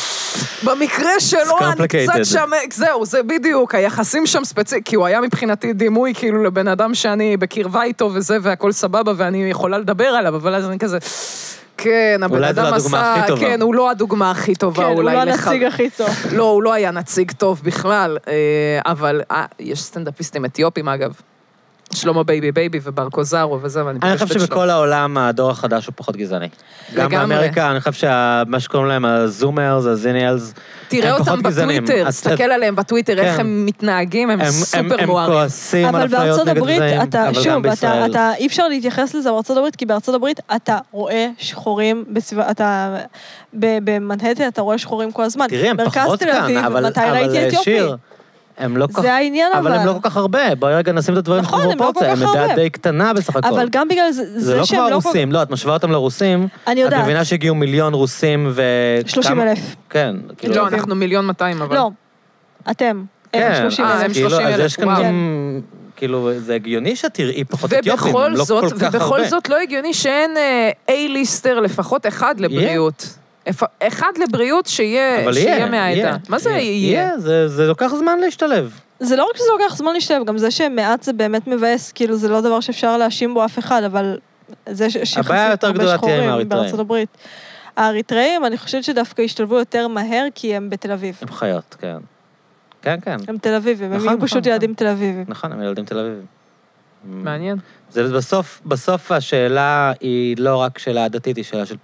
במקרה שלו, אני קצת שם, זהו, זה בדיוק, היחסים שם ספציפי, כי הוא היה מבחינתי דימוי, כאילו לבן אדם שאני בקרבה איתו וזה, והכל סבבה, ואני יכולה לדבר עליו, אבל אז אני כזה, כן, הבן אדם עשה, כן, הוא לא הדוגמה הכי טובה,
אולי. כן, הוא לא הנציג הכי טוב.
לא, הוא לא היה נציג טוב בכלל, אבל יש סטנדאפיסטים אתיופים, אגב. שלמה בייבי בייבי ובר קוזרו וזה, ואני
אני חושב שבכל העולם הדור החדש הוא פחות גזעני. גם באמריקה, אני חושב שמה שקוראים להם הזומרס, הזיניאלס,
תראה אותם בטוויטר, תסתכל עליהם בטוויטר, איך הם מתנהגים, הם סופר מוארים.
הם כועסים על אפליות נגד גזעים,
אבל גם בישראל. אתה, אי אפשר להתייחס לזה בארצות הברית, כי בארצות הברית אתה רואה שחורים, אתה במנהטן אתה רואה שחורים כל הזמן.
תראי, הם פחות כאן, אבל שיר.
זה העניין אבל.
אבל הם לא כל כך הרבה, בואי רגע נשים את הדברים
נכון, הם לא כל כך הרבה.
הם מדעה די קטנה בסך הכל.
אבל גם בגלל זה,
זה לא כמו הרוסים, לא, את משווה אותם לרוסים,
אני יודעת.
את מבינה שהגיעו מיליון רוסים ו...
שלושים אלף.
כן.
לא, אנחנו מיליון מאתיים, אבל...
לא, אתם. הם שלושים אלף.
הם שלושים אלף,
אז יש כאן גם... כאילו, זה הגיוני שתראי פחות אתיופים, הם לא כל כך הרבה.
ובכל זאת לא הגיוני שאין איי-ליסטר לפחות אחד לבריאות. אחד לבריאות שיהיה מהעדה. מה זה יהיה?
זה לוקח זמן להשתלב.
זה לא רק שזה לוקח זמן להשתלב, גם זה שמעט זה באמת מבאס, כאילו זה לא דבר שאפשר להאשים בו אף אחד, אבל זה שיחסית הרבה שחורים בארצות הברית. האריתראים, אני חושבת שדווקא השתלבו יותר מהר, כי הם בתל אביב.
הם חיות, כן. כן, כן.
הם תל אביבים, הם יהיו פשוט ילדים תל אביבים.
נכון, הם ילדים תל אביבים.
מעניין.
בסוף השאלה היא לא רק שאלה דתית, היא שאלה של...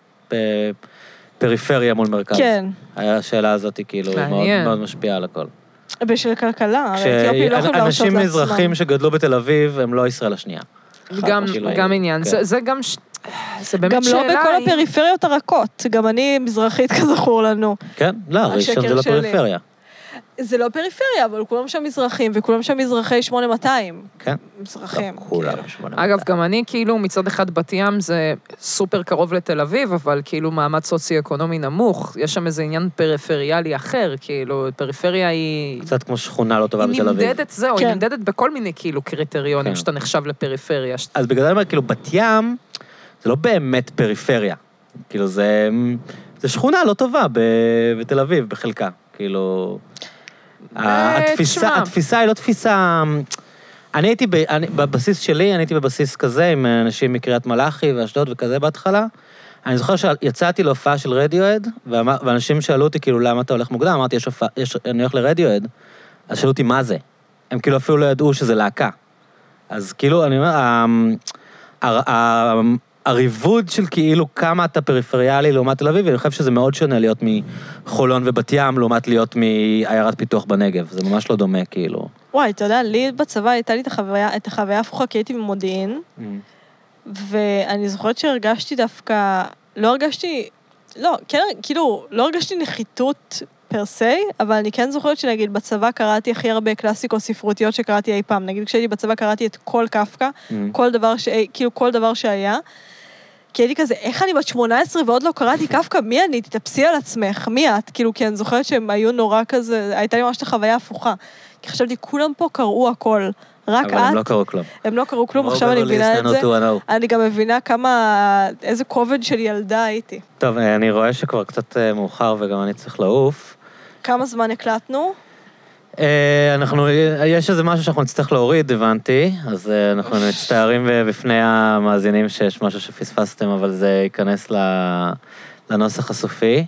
פריפריה מול מרכז.
כן.
השאלה הזאת היא כאילו מאוד, מאוד משפיעה על הכל.
בשביל כלכלה, אתיופים לא יכולים להרשות לעצמם.
אנשים מזרחים שגדלו בתל אביב, הם לא ישראל השנייה.
גם, גם עניין. זה, זה גם, זה באמת שאלה.
גם לא בכל הפריפריות הרכות, גם אני מזרחית כזכור לנו.
כן? לא, ראשון זה לא פריפריה.
זה לא פריפריה, אבל כולם שם מזרחים, וכולם שם מזרחי שמונה מאתיים.
כן.
מזרחים.
כולם שמונה מאתיים.
אגב, גם אני, כאילו, מצד אחד בת ים זה סופר קרוב לתל אביב, אבל כאילו מעמד סוציו-אקונומי נמוך, יש שם איזה עניין פריפריאלי אחר, כאילו, פריפריה היא...
קצת כמו שכונה לא טובה בתל אביב.
היא נמדדת, זהו, היא נמדדת בכל מיני, כאילו, קריטריונים שאתה נחשב לפריפריה.
אז בגלל זה אומר, כאילו, בת ים, זה לא באמת פריפריה. כאילו, זה שכונה לא טובה בתל אביב, בחלקה. כאילו... התפיסה, התפיסה היא לא תפיסה... אני הייתי, בבסיס שלי, אני הייתי בבסיס כזה, עם אנשים מקריית מלאכי ואשדוד וכזה בהתחלה. אני זוכר שיצאתי להופעה של רדיואד, ואנשים שאלו אותי, כאילו, למה אתה הולך מוקדם? אמרתי, אני הולך לרדיואד, אז שאלו אותי, מה זה? הם כאילו אפילו לא ידעו שזה להקה. אז כאילו, אני אומר, הריבוד של כאילו כמה אתה פריפריאלי לעומת תל אביב, ואני חושב שזה מאוד שונה להיות מחולון ובת ים, לעומת להיות מעיירת פיתוח בנגב. זה ממש לא דומה, כאילו.
וואי, אתה יודע, לי בצבא הייתה לי את החוויה, את החוויה הפוכה, כי הייתי במודיעין, ואני זוכרת שהרגשתי דווקא, לא הרגשתי, לא, כן, כאילו, לא הרגשתי נחיתות פר סי, אבל אני כן זוכרת שנגיד בצבא קראתי הכי הרבה קלאסיקות ספרותיות שקראתי אי פעם. נגיד כשהייתי בצבא קראתי את כל קפקא, כל דבר ש... כאילו כל דבר שהיה, כי הייתי כזה, איך אני בת שמונה עשרה ועוד לא קראתי קפקא, מי אני? תתאפסי על עצמך, מי את? כאילו, כי אני זוכרת שהם היו נורא כזה, הייתה לי ממש את החוויה הפוכה. כי חשבתי, כולם פה קראו הכל, רק את.
אבל הם לא קראו כלום.
הם לא קראו כלום, עכשיו אני מבינה את זה.
זה.
אני גם מבינה כמה, איזה כובד של ילדה הייתי.
טוב, אני רואה שכבר קצת מאוחר וגם אני צריך לעוף.
כמה זמן הקלטנו?
אנחנו, יש איזה משהו שאנחנו נצטרך להוריד, הבנתי, אז אנחנו מצטערים בפני המאזינים שיש משהו שפספסתם, אבל זה ייכנס לנוסח הסופי.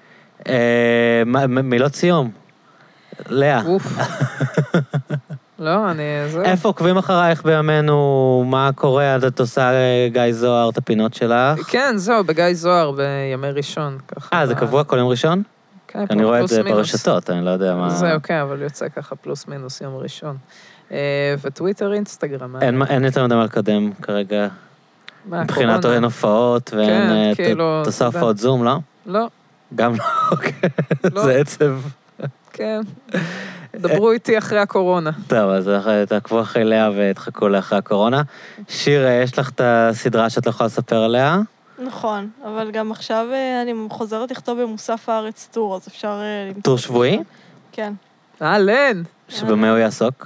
מילות סיום. לאה.
אוף. לא, אני...
איפה עוקבים אחרייך בימינו? מה קורה? את עושה גיא זוהר, את הפינות שלך?
כן, זהו, בגיא זוהר, בימי ראשון.
אה, זה קבוע כל יום ראשון?
כן,
אני רואה את זה ברשתות, אני לא יודע מה...
זהו, כן, אבל יוצא ככה פלוס מינוס יום ראשון. וטוויטר, אינסטגרם.
אין יותר מדי מה לקדם כרגע. מבחינת אין הופעות, ואין... תעשה הופעות זום, לא?
לא.
גם לא, אוקיי. זה עצב.
כן. דברו איתי אחרי הקורונה.
טוב, אז תעקבו אחרי לאה ותחכו לאחרי הקורונה. שיר, יש לך את הסדרה שאת לא יכולה לספר עליה?
נכון, אבל גם עכשיו אני חוזרת לכתוב במוסף הארץ טור, אז אפשר...
טור שבועי?
כן.
אה, לן.
שבמה הוא יעסוק?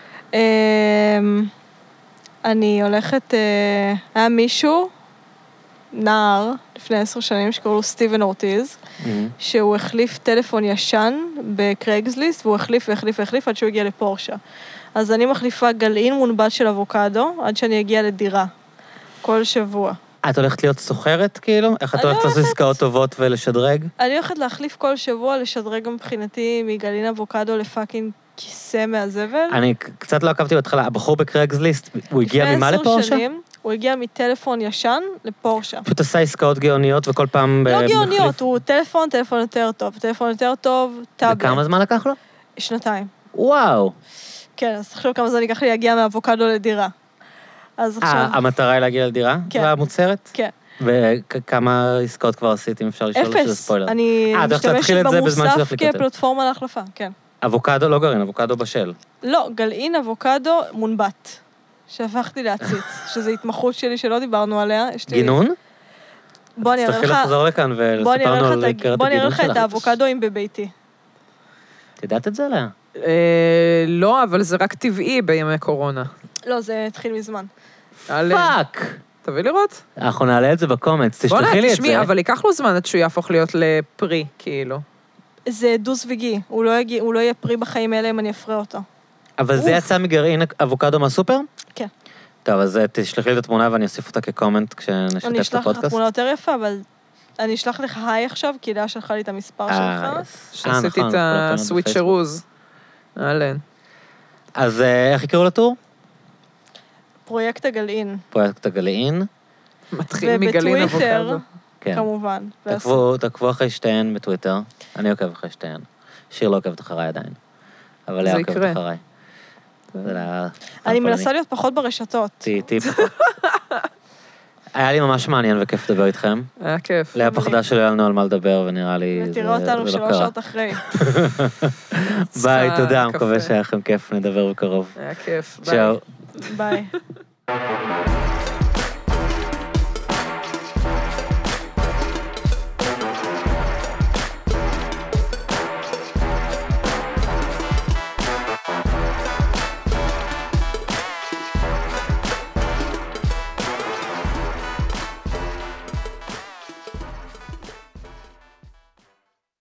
אני הולכת... היה מישהו, נער, לפני עשר שנים, שקראו לו סטיבן אורטיז, שהוא החליף טלפון ישן בקרייגסליסט, והוא החליף והחליף והחליף עד שהוא הגיע לפורשה. אז אני מחליפה גלעין מונבט של אבוקדו, עד שאני אגיע לדירה. כל שבוע.
את הולכת להיות סוחרת, כאילו? איך את הולכת לעשות עסקאות טובות ולשדרג?
אני הולכת להחליף כל שבוע, לשדרג מבחינתי מגלעין אבוקדו לפאקינג כיסא מהזבל.
אני קצת לא עקבתי בהתחלה, הבחור בקרייגסליסט, הוא הגיע ממה לפורשה?
הוא הגיע מטלפון ישן לפורשה.
פשוט עשה עסקאות גאוניות וכל פעם...
לא גאוניות, הוא טלפון, טלפון יותר טוב, טלפון יותר טוב, טאבלט.
וכמה זמן לקח לו?
שנתיים.
וואו.
כן, אז תחשוב כמה זמן ייקח לי להגיע מאבוקדו לדירה. אז עכשיו...
המטרה היא להגיע לדירה?
כן.
והמוצרת?
כן.
וכמה עסקאות כבר עשית, אם אפשר לשאול שזה ספוילר?
אפס. אני משתמשת במוסף כפלטפורמה להחלפה, כן.
אבוקדו לא גרעין, אבוקדו בשל.
לא, גלעין אבוקדו מונבט. שהפכתי להציץ, שזו התמחות שלי שלא דיברנו עליה.
גינון?
בוא אני אראה לך...
תצטרכי לחזור לכאן ולספרנו על קרת הגינון שלך.
בוא אני אראה לך את האבוקדואים בביתי.
את יודעת את זה עליה?
לא, אבל זה רק טבעי בימי קורונה.
לא, זה התחיל מזמן.
פאק!
תביא לראות.
אנחנו נעלה את זה בקומץ, תשלחי לי את זה.
אבל ייקח לו זמן עד שהוא יהפוך להיות לפרי, כאילו.
זה דוס וגי, הוא לא יהיה פרי בחיים האלה אם אני אפרה אותו.
אבל זה יצא מגרעין אבוקדו מהסופר?
כן.
טוב, אז תשלחי לי את התמונה ואני אוסיף אותה כקומנט כשנשתף את הפודקאסט.
אני אשלח לך תמונה יותר יפה, אבל אני אשלח לך היי עכשיו, כי דעה שלחה לי את המספר שלך.
שעשיתי את הסוויצ'רוז. אהלן.
אז איך יקראו לטור?
פרויקט הגלעין.
פרויקט הגלעין.
מתחיל מגלעין אבוקדו.
כמובן.
תעקבו אחרי שתיהן בטוויטר. אני עוקב אחרי שתיהן. שיר לא עוקבת אחריי עדיין. אבל לאה עוקבת אחריי.
אני מנסה להיות פחות ברשתות.
תהי פחות. היה לי ממש מעניין וכיף לדבר איתכם.
היה כיף.
לאה פחדה שלא היה לנו על מה לדבר, ונראה לי זה לא קרה.
ותראה אותנו שלוש שעות אחרי.
ביי, תודה, מקווה שהיה לכם כיף, נדבר בקרוב.
היה כיף,
ביי.
ביי.